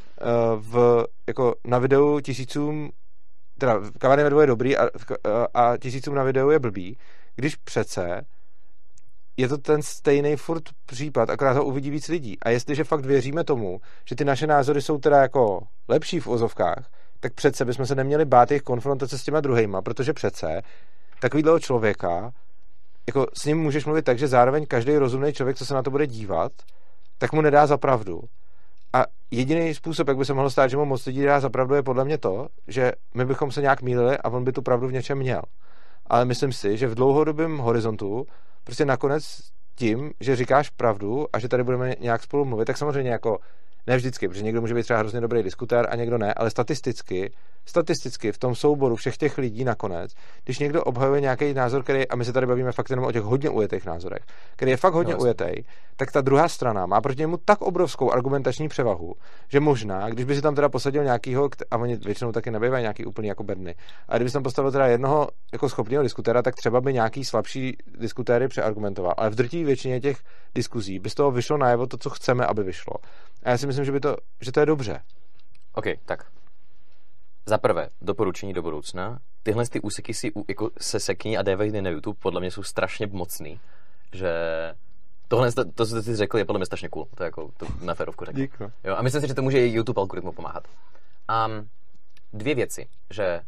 [SPEAKER 1] v, jako na videu tisícům, teda v kavárně ve dvou je dobrý a, a tisícům na videu je blbý, když přece je to ten stejný furt případ, akorát to uvidí víc lidí. A jestliže fakt věříme tomu, že ty naše názory jsou teda jako lepší v ozovkách, tak přece bychom se neměli bát jejich konfrontace s těma druhejma, protože přece takovýhleho člověka, jako s ním můžeš mluvit tak, že zároveň každý rozumný člověk, co se na to bude dívat, tak mu nedá za pravdu. A jediný způsob, jak by se mohlo stát, že mu moc lidí dá za pravdu, je podle mě to, že my bychom se nějak mýlili a on by tu pravdu v něčem měl. Ale myslím si, že v dlouhodobém horizontu prostě nakonec tím, že říkáš pravdu a že tady budeme nějak spolu mluvit, tak samozřejmě jako ne vždycky, protože někdo může být třeba hrozně dobrý diskutér a někdo ne, ale statisticky, statisticky v tom souboru všech těch lidí nakonec, když někdo obhajuje nějaký názor, který, a my se tady bavíme fakt jenom o těch hodně ujetých názorech, který je fakt hodně no, ujetý, tak ta druhá strana má proti němu tak obrovskou argumentační převahu, že možná, když by si tam teda posadil nějakýho, a oni většinou taky nebývají nějaký úplný jako bedny, a kdyby si tam postavil teda jednoho jako schopného diskutéra, tak třeba by nějaký slabší diskutéry přeargumentoval, ale v drtivé většině těch diskuzí by z toho vyšlo najevo to, co chceme, aby vyšlo. A já si myslím, že by to, že to je dobře.
[SPEAKER 2] OK, tak. Za prvé, doporučení do budoucna. Tyhle ty úseky si jako se sekni a dávej na YouTube, podle mě jsou strašně mocný, že tohle, to, to, co ty řekl, je podle mě strašně cool. To je jako, to na férovku řekl.
[SPEAKER 1] Děkuji.
[SPEAKER 2] Jo, a myslím si, že to může YouTube algoritmu pomáhat. Um, dvě věci, že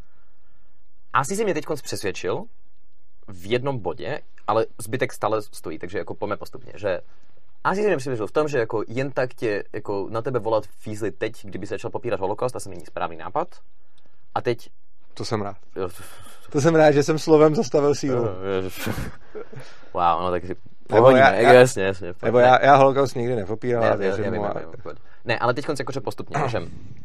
[SPEAKER 2] asi si mě teď přesvědčil v jednom bodě, ale zbytek stále stojí, takže jako pojďme postupně, že asi si nepřivěřil v tom, že jako jen tak tě jako na tebe volat fízli teď, kdyby se začal popírat holokaust, asi není správný nápad. A teď...
[SPEAKER 1] To jsem rád. Jo, to... to jsem rád, že jsem slovem zastavil sílu.
[SPEAKER 2] Wow, no tak si pohodíme, já, jasně, jasně.
[SPEAKER 1] Nebo já, já holokaust nikdy nepopíral.
[SPEAKER 2] Ne, já, já, já, já, ne, ale teď jakože postupně, že,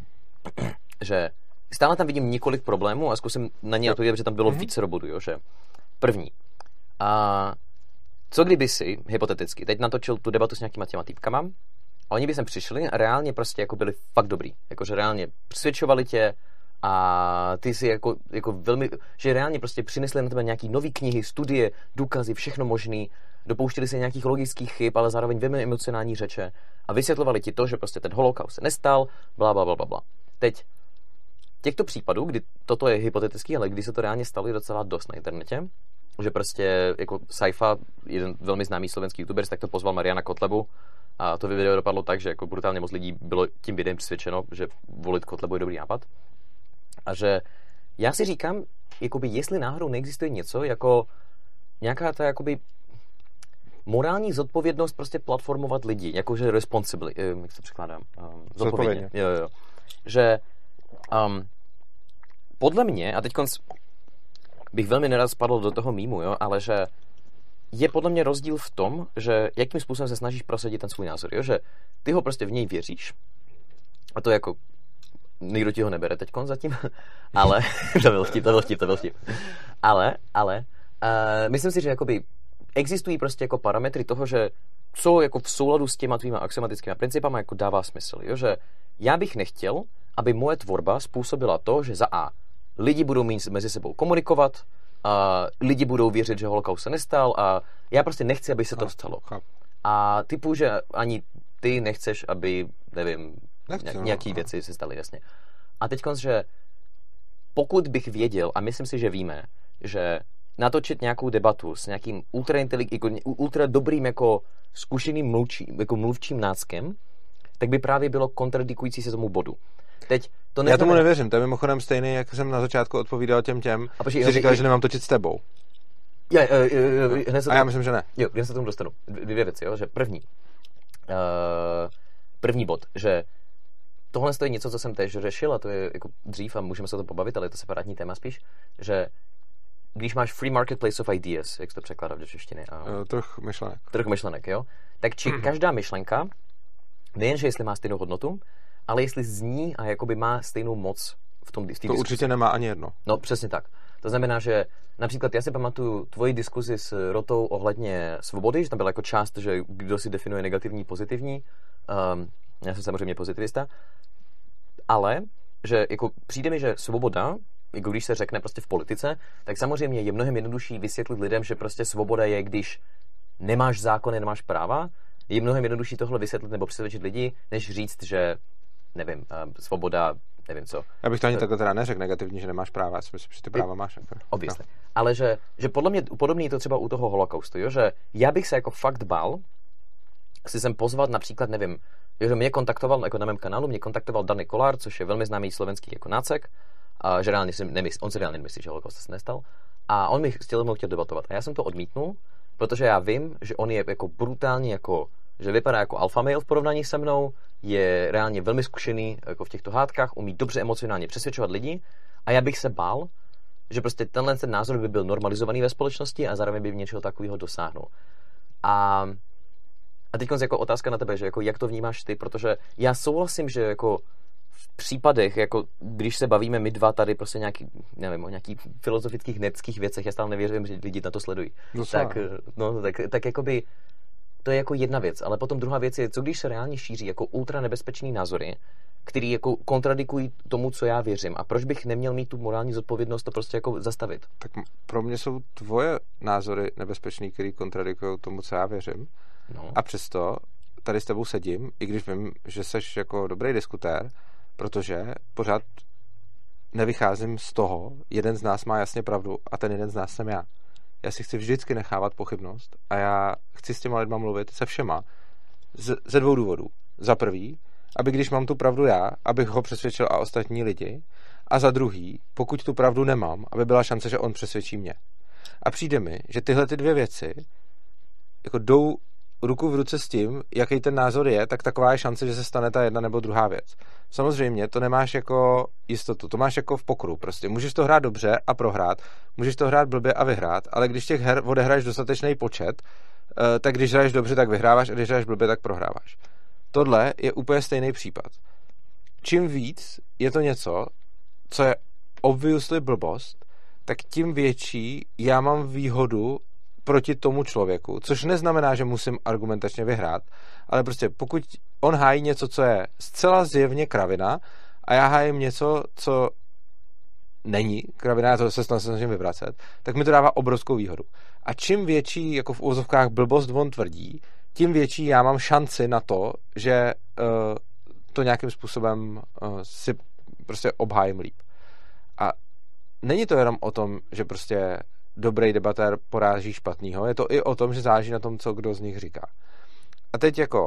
[SPEAKER 2] že stále tam vidím několik problémů a zkusím na ně odpovědět, protože tam bylo více bodů, jo, že první. A co kdyby si, hypoteticky, teď natočil tu debatu s nějakýma těma týpkama a oni by sem přišli a reálně prostě jako byli fakt dobrý. Jakože reálně přesvědčovali tě a ty si jako, jako velmi, že reálně prostě přinesli na tebe nějaký nový knihy, studie, důkazy, všechno možný, dopouštěli se nějakých logických chyb, ale zároveň velmi emocionální řeče a vysvětlovali ti to, že prostě ten holokaust se nestal, bla, bla, bla, bla, bla. Teď těchto případů, kdy toto je hypotetický, ale kdy se to reálně stalo, je docela dost na internetě, že prostě jako Saifa, jeden velmi známý slovenský youtuber, tak to pozval Mariana Kotlebu a to video dopadlo tak, že jako brutálně moc lidí bylo tím videem přesvědčeno, že volit Kotlebu je dobrý nápad. A že já si říkám, jakoby jestli náhodou neexistuje něco jako nějaká ta jakoby morální zodpovědnost prostě platformovat lidi, jakože responsibly, jak to překládám? Um, zodpovědně. Jo, jo. Že um, podle mě, a teď bych velmi nerad spadl do toho mýmu, jo, ale že je podle mě rozdíl v tom, že jakým způsobem se snažíš prosadit ten svůj názor, jo, že ty ho prostě v něj věříš a to jako nikdo ti ho nebere teďkon zatím, ale to byl vtip, to byl vtip, to byl vtip. Ale, ale uh, myslím si, že jakoby existují prostě jako parametry toho, že co jako v souladu s těma tvýma axiomatickými principama jako dává smysl, jo, že já bych nechtěl, aby moje tvorba způsobila to, že za A lidi budou mít mezi sebou komunikovat, a lidi budou věřit, že holokaust se nestal a já prostě nechci, aby se to stalo. A typu, že ani ty nechceš, aby, nevím, Nechci, nějaký no, věci se staly, jasně. A teď konc, že pokud bych věděl, a myslím si, že víme, že natočit nějakou debatu s nějakým ultra, jako, ultra dobrým jako zkušeným mluvčím, jako mluvčím náckem, tak by právě bylo kontradikující se tomu bodu. Teď to
[SPEAKER 1] neznamená... Já tomu nevěřím, to je mimochodem stejný, jak jsem na začátku odpovídal těm těm, a počkej, si říkal, že nemám točit s tebou.
[SPEAKER 2] Já, uh, uh, uh, hned se
[SPEAKER 1] a já myslím, že ne.
[SPEAKER 2] Jo, hned se tomu dostanu. Dvě věci, jo, že první. Uh, první bod, že tohle je něco, co jsem též řešil, a to je jako dřív a můžeme se o to pobavit, ale je to separátní téma spíš, že když máš free marketplace of ideas, jak se to překládá do češtiny? A...
[SPEAKER 1] Uh, trh myšlenek.
[SPEAKER 2] Trh myšlenek, jo? Tak či každá myšlenka, nejenže jestli má stejnou hodnotu, ale jestli zní a jakoby má stejnou moc v tom v
[SPEAKER 1] To
[SPEAKER 2] diskuzi.
[SPEAKER 1] určitě nemá ani jedno.
[SPEAKER 2] No, přesně tak. To znamená, že například já si pamatuju tvoji diskuzi s Rotou ohledně svobody, že tam byla jako část, že kdo si definuje negativní, pozitivní. Um, já jsem samozřejmě pozitivista. Ale, že jako přijde mi, že svoboda, jako když se řekne prostě v politice, tak samozřejmě je mnohem jednodušší vysvětlit lidem, že prostě svoboda je, když nemáš zákony, nemáš práva. Je mnohem jednodušší tohle vysvětlit nebo přesvědčit lidi, než říct, že nevím, uh, svoboda, nevím co.
[SPEAKER 1] Já bych to ani takhle teda neřekl negativně, že nemáš práva, já si myslím, že ty práva máš.
[SPEAKER 2] Obviously. No. Ale že, že podle mě podobný je to třeba u toho holokaustu, jo? Že já bych se jako fakt bál si sem pozvat například, nevím, jo, že mě kontaktoval, jako na mém kanálu, mě kontaktoval Dany Kolár, což je velmi známý slovenský jako nácek, a že reálně si nemyslí, on si reálně nemyslí, že holokaust se nestal. A on mi chtěl mnou chtěl debatovat. A já jsem to odmítnul, protože já vím, že on je jako brutálně jako, že vypadá jako alfa male v porovnání se mnou, je reálně velmi zkušený jako v těchto hádkách, umí dobře emocionálně přesvědčovat lidi a já bych se bál, že prostě tenhle ten názor by byl normalizovaný ve společnosti a zároveň by v něčeho takového dosáhnul. A, a teď jako otázka na tebe, že jako jak to vnímáš ty, protože já souhlasím, že jako v případech, jako když se bavíme my dva tady prostě nějaký, nevím, o nějakých filozofických nerdských věcech, já stále nevěřím, že lidi na to sledují. No, tak, no, tak, tak jakoby to je jako jedna věc, ale potom druhá věc je, co když se reálně šíří jako ultra nebezpečný názory, který jako kontradikují tomu, co já věřím. A proč bych neměl mít tu morální zodpovědnost to prostě jako zastavit?
[SPEAKER 1] Tak pro mě jsou tvoje názory nebezpečný, který kontradikují tomu, co já věřím. No. A přesto tady s tebou sedím, i když vím, že seš jako dobrý diskutér, protože pořád nevycházím z toho, jeden z nás má jasně pravdu a ten jeden z nás jsem já. Já si chci vždycky nechávat pochybnost a já chci s těma lidma mluvit se všema z, ze dvou důvodů. Za prvý, aby když mám tu pravdu já, abych ho přesvědčil a ostatní lidi, a za druhý, pokud tu pravdu nemám, aby byla šance, že on přesvědčí mě. A přijde mi, že tyhle ty dvě věci jako jdou ruku v ruce s tím, jaký ten názor je, tak taková je šance, že se stane ta jedna nebo druhá věc. Samozřejmě to nemáš jako jistotu, to máš jako v pokru prostě. Můžeš to hrát dobře a prohrát, můžeš to hrát blbě a vyhrát, ale když těch her odehraješ dostatečný počet, tak když hraješ dobře, tak vyhráváš a když hraješ blbě, tak prohráváš. Tohle je úplně stejný případ. Čím víc je to něco, co je obviously blbost, tak tím větší já mám výhodu proti tomu člověku, což neznamená, že musím argumentačně vyhrát, ale prostě pokud on hájí něco, co je zcela zjevně kravina a já hájím něco, co není kravina, já to se snažím vyvracet, tak mi to dává obrovskou výhodu. A čím větší, jako v úvozovkách blbost on tvrdí, tím větší já mám šanci na to, že uh, to nějakým způsobem uh, si prostě obhájím líp. A není to jenom o tom, že prostě dobrý debatér poráží špatnýho, je to i o tom, že záleží na tom, co kdo z nich říká. A teď jako,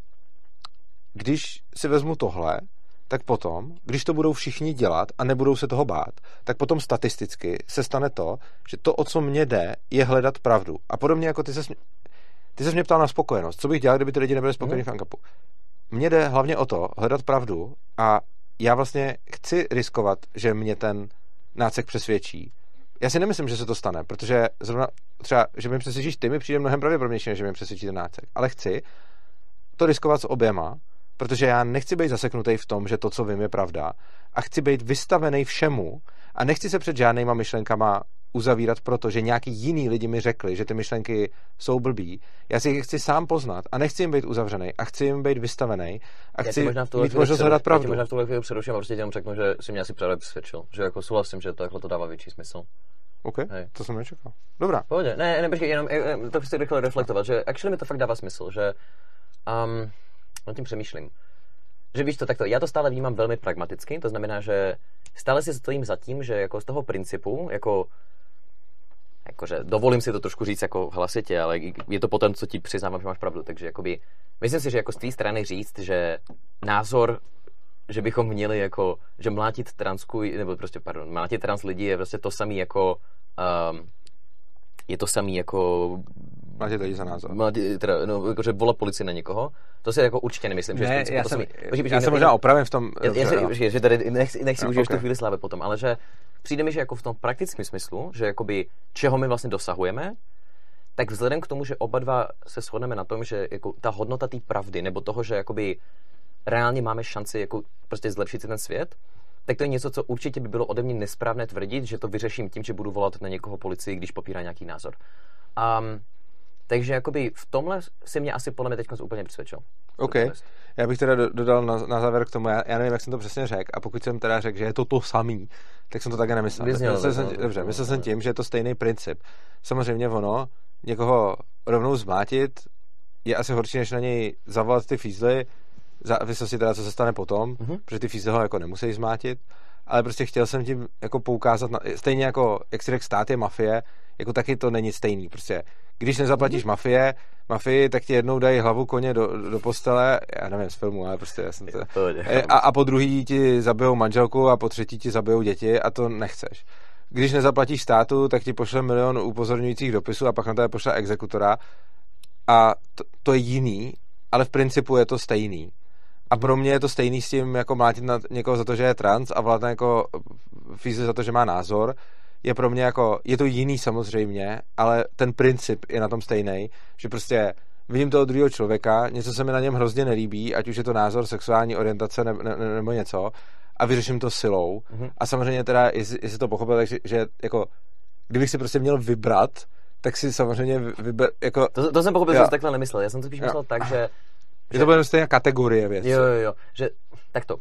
[SPEAKER 1] když si vezmu tohle, tak potom, když to budou všichni dělat a nebudou se toho bát, tak potom statisticky se stane to, že to, o co mně jde, je hledat pravdu. A podobně jako ty ses, ty ses mě ptal na spokojenost. Co bych dělal, kdyby ty lidi nebyli spokojení mm. v ANCAPu? Mně jde hlavně o to, hledat pravdu a já vlastně chci riskovat, že mě ten nácek přesvědčí. Já si nemyslím, že se to stane, protože zrovna třeba, že mě přesvědčíš ty, mi přijde mnohem pravděpodobnější, než že mě přesvědčí ten nácek. Ale chci to riskovat s oběma, protože já nechci být zaseknutý v tom, že to, co vím, je pravda a chci být vystavený všemu a nechci se před žádnýma myšlenkama uzavírat, protože nějaký jiný lidi mi řekli, že ty myšlenky jsou blbý. Já si je chci sám poznat a nechci jim být uzavřený a chci jim být vystavený a chci mít možnost hledat pravdu.
[SPEAKER 2] Já možná v tuhle chvíli přeruším a prostě jenom řeknu, že si mě asi právě přesvědčil, že jako souhlasím, že takhle to dává větší smysl.
[SPEAKER 1] OK, hej. To jsem nečekal. Dobrá.
[SPEAKER 2] Pohodě, ne, ne, počkej, jenom to prostě rychle reflektovat, že actually mi to fakt dává smysl, že um, nad tím přemýšlím. Že víš to takto, já to stále vnímám velmi pragmaticky, to znamená, že stále si stojím za tím, že jako z toho principu, jako jakože dovolím si to trošku říct jako hlasitě, ale je to potom, co ti přiznávám, že máš pravdu, takže jakoby, myslím si, že jako z té strany říct, že názor, že bychom měli jako, že mlátit transku, nebo prostě, pardon, mlátit trans lidi je prostě to samý jako, um, je to samý jako
[SPEAKER 1] mlátit lidi za názor.
[SPEAKER 2] Mlátit, teda, no, jakože volat policii na někoho. To si jako určitě nemyslím, že
[SPEAKER 1] ne,
[SPEAKER 2] je
[SPEAKER 1] já
[SPEAKER 2] to
[SPEAKER 1] jsem,
[SPEAKER 2] samý.
[SPEAKER 1] Počkej, já jsem možná opravím v tom.
[SPEAKER 2] Já, já si, že tady nechci, nechci
[SPEAKER 1] no,
[SPEAKER 2] užiješ
[SPEAKER 1] okay.
[SPEAKER 2] tu chvíli slávy potom, ale že přijde mi, že jako v tom praktickém smyslu, že jakoby čeho my vlastně dosahujeme, tak vzhledem k tomu, že oba dva se shodneme na tom, že jako ta hodnota té pravdy, nebo toho, že jakoby reálně máme šanci jako prostě zlepšit si ten svět, tak to je něco, co určitě by bylo ode mě nesprávné tvrdit, že to vyřeším tím, že budu volat na někoho policii, když popírá nějaký názor. Um, takže jakoby v tomhle si mě asi podle mě teď úplně přesvědčil.
[SPEAKER 1] OK. Já bych teda dodal na, na závěr k tomu, já, já nevím, jak jsem to přesně řekl, a pokud jsem teda řekl, že je to to samý, tak jsem to také nemyslel.
[SPEAKER 2] Vyzněl,
[SPEAKER 1] myslel
[SPEAKER 2] vyzněl,
[SPEAKER 1] jsem,
[SPEAKER 2] vyzněl,
[SPEAKER 1] dobře, myslel
[SPEAKER 2] vyzněl.
[SPEAKER 1] jsem tím, že je to stejný princip. Samozřejmě ono, někoho rovnou zmátit je asi horší, než na něj zavolat ty fízly, závislosti teda, co se stane potom, mm-hmm. protože ty fízly ho jako nemusí zmátit, ale prostě chtěl jsem tím jako poukázat, na, stejně jako, jak si řekl, stát je mafie, jako taky to není stejný, prostě když nezaplatíš mm-hmm. mafie, mafii, tak ti jednou dají hlavu koně do, do postele, já nevím z filmu, ale prostě já jsem to... A, a po druhý ti zabijou manželku a po třetí ti zabijou děti a to nechceš. Když nezaplatíš státu, tak ti pošle milion upozorňujících dopisů a pak na tebe pošle exekutora a to, to je jiný, ale v principu je to stejný. A pro mě je to stejný s tím, jako mlátit na někoho za to, že je trans a volat na jako fízli za to, že má názor, je pro mě jako, je to jiný samozřejmě, ale ten princip je na tom stejný, že prostě vidím toho druhého člověka, něco se mi na něm hrozně nelíbí, ať už je to názor, sexuální orientace ne, ne, nebo něco, a vyřeším to silou. Mm-hmm. A samozřejmě teda, jestli, jestli to pochopil, takže že jako, kdybych si prostě měl vybrat, tak si samozřejmě vyber, jako...
[SPEAKER 2] To, to jsem pochopil, že jsi takhle nemyslel. Já jsem to spíš myslel tak, že...
[SPEAKER 1] Je to bude stejná kategorie věc.
[SPEAKER 2] Jo, jo, jo, že takto.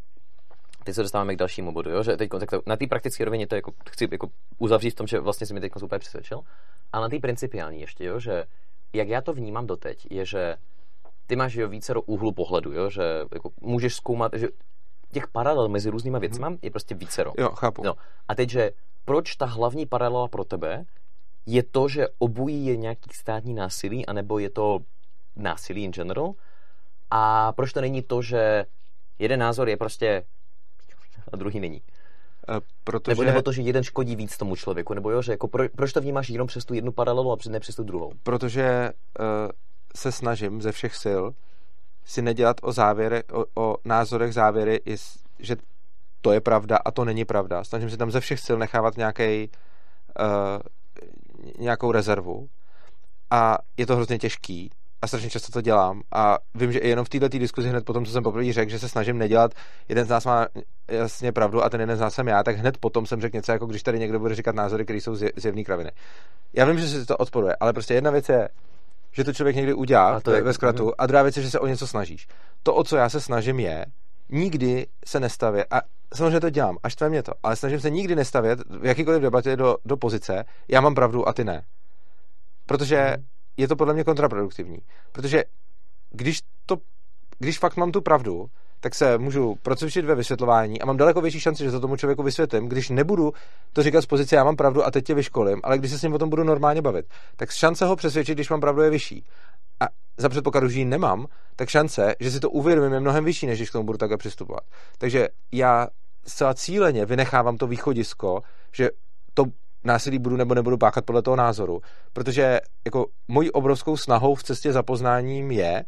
[SPEAKER 2] Teď se dostáváme k dalšímu bodu, jo, že teď takto, na té praktické rovině to jako, chci jako uzavřít v tom, že vlastně si mi teď úplně přesvědčil, ale na té principiální ještě, jo, že jak já to vnímám doteď, je, že ty máš jo vícero úhlu pohledu, jo, že jako můžeš zkoumat, že těch paralel mezi různýma věcma hmm. je prostě vícero.
[SPEAKER 1] Jo, chápu.
[SPEAKER 2] No, a teď, že proč ta hlavní paralela pro tebe je to, že obojí je nějaký státní násilí, anebo je to násilí in general, a proč to není to, že jeden názor je prostě a druhý není.
[SPEAKER 1] Uh, protože...
[SPEAKER 2] nebo, nebo to, že jeden škodí víc tomu člověku, nebo jo, že jako pro, proč to vnímáš jenom přes tu jednu paralelu a ne přes tu druhou?
[SPEAKER 1] Protože uh, se snažím ze všech sil si nedělat o závěre, o, o názorech závěry, že to je pravda a to není pravda. Snažím se tam ze všech sil nechávat nějaký, uh, nějakou rezervu a je to hrozně těžký, a strašně často to dělám a vím, že i jenom v této diskuzi hned potom, co jsem poprvé řekl, že se snažím nedělat, jeden z nás má jasně pravdu a ten jeden z nás jsem já, tak hned potom jsem řekl něco, jako když tady někdo bude říkat názory, které jsou zjevný kraviny. Já vím, že se to odporuje, ale prostě jedna věc je, že to člověk někdy udělá to je, ve zkratu mm. a druhá věc je, že se o něco snažíš. To, o co já se snažím, je nikdy se nestavět, a samozřejmě to dělám, až tvé mě to, ale snažím se nikdy nestavět v jakýkoliv debatě do, do pozice, já mám pravdu a ty ne. Protože mm. je to podle mě kontraproduktivní. Protože když, to, když fakt mám tu pravdu, tak se můžu procvičit ve vysvětlování a mám daleko větší šanci, že to tomu člověku vysvětlím, když nebudu to říkat z pozice já mám pravdu a teď tě vyškolím, ale když se s ním o tom budu normálně bavit, tak šance ho přesvědčit, když mám pravdu, je vyšší. A za předpokladu, že ji nemám, tak šance, že si to uvědomím, je mnohem vyšší, než když k tomu budu takhle přistupovat. Takže já zcela cíleně vynechávám to východisko, že to násilí budu nebo nebudu páchat podle toho názoru, protože jako mojí obrovskou snahou v cestě za poznáním je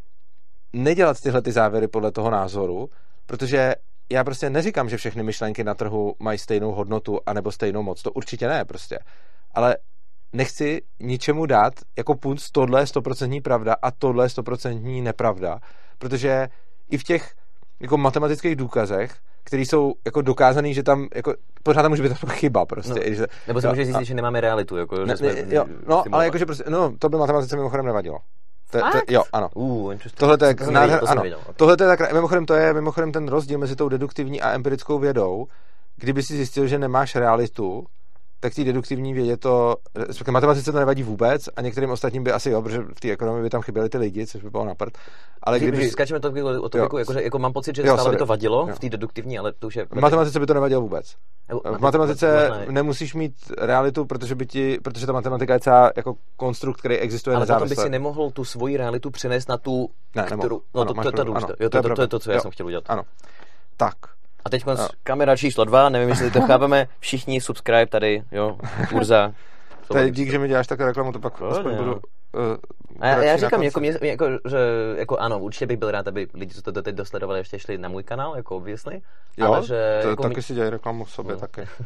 [SPEAKER 1] nedělat tyhle ty závěry podle toho názoru, protože já prostě neříkám, že všechny myšlenky na trhu mají stejnou hodnotu anebo stejnou moc, to určitě ne prostě, ale nechci ničemu dát jako punc, tohle je stoprocentní pravda a tohle je stoprocentní nepravda, protože i v těch jako matematických důkazech, který jsou jako dokázaný, že tam jako pořád tam může být chyba prostě.
[SPEAKER 2] No,
[SPEAKER 1] že,
[SPEAKER 2] nebo se může zjistit, že nemáme realitu. Jako,
[SPEAKER 1] ne,
[SPEAKER 2] že jsme,
[SPEAKER 1] ne, jo, no, ale jakože prostě, no, to by matematice mimochodem nevadilo. To, to, jo, ano.
[SPEAKER 2] Uh,
[SPEAKER 1] tohle to je,
[SPEAKER 2] to
[SPEAKER 1] nádher,
[SPEAKER 2] to
[SPEAKER 1] ano.
[SPEAKER 2] Viděl, okay.
[SPEAKER 1] Tohle to je tak, mimochodem to je mimochodem ten rozdíl mezi tou deduktivní a empirickou vědou. Kdyby si zjistil, že nemáš realitu, tak té deduktivní vědě to, respektive matematice to nevadí vůbec a některým ostatním by asi jo, protože v té ekonomii by tam chyběly ty lidi, což by bylo na prd. Ale kdyby...
[SPEAKER 2] Skáčeme to o to, jako, že jako mám pocit, že
[SPEAKER 1] jo,
[SPEAKER 2] stále
[SPEAKER 1] sorry.
[SPEAKER 2] by to vadilo
[SPEAKER 1] jo.
[SPEAKER 2] v té deduktivní, ale to už je...
[SPEAKER 1] V matematice by to nevadilo vůbec.
[SPEAKER 2] Nebo,
[SPEAKER 1] v matematice
[SPEAKER 2] možná...
[SPEAKER 1] nemusíš mít realitu, protože by ti, protože ta matematika je celá jako konstrukt, který existuje
[SPEAKER 2] ale
[SPEAKER 1] nezávisle.
[SPEAKER 2] Ale potom by si nemohl tu svoji realitu přenést na tu,
[SPEAKER 1] ne,
[SPEAKER 2] kterou... No
[SPEAKER 1] ano,
[SPEAKER 2] to, to, to, to, to, jo, to, to, to je to, co já
[SPEAKER 1] jo.
[SPEAKER 2] jsem chtěl udělat.
[SPEAKER 1] Ano. Tak.
[SPEAKER 2] A teď kamera číslo dva, nevím, jestli to chápeme, všichni subscribe tady, jo, Urza.
[SPEAKER 1] To je dík, že mi děláš takovou reklamu, to pak aspoň budu... Uh,
[SPEAKER 2] a já, já říkám, jako, mě, jako, že jako ano, určitě bych byl rád, aby lidi, co to doteď dosledovali, ještě šli na můj kanál, jako obviously.
[SPEAKER 1] Jo,
[SPEAKER 2] ale že,
[SPEAKER 1] to,
[SPEAKER 2] jako
[SPEAKER 1] taky
[SPEAKER 2] mi...
[SPEAKER 1] si dělají reklamu v sobě, no. taky. Uh,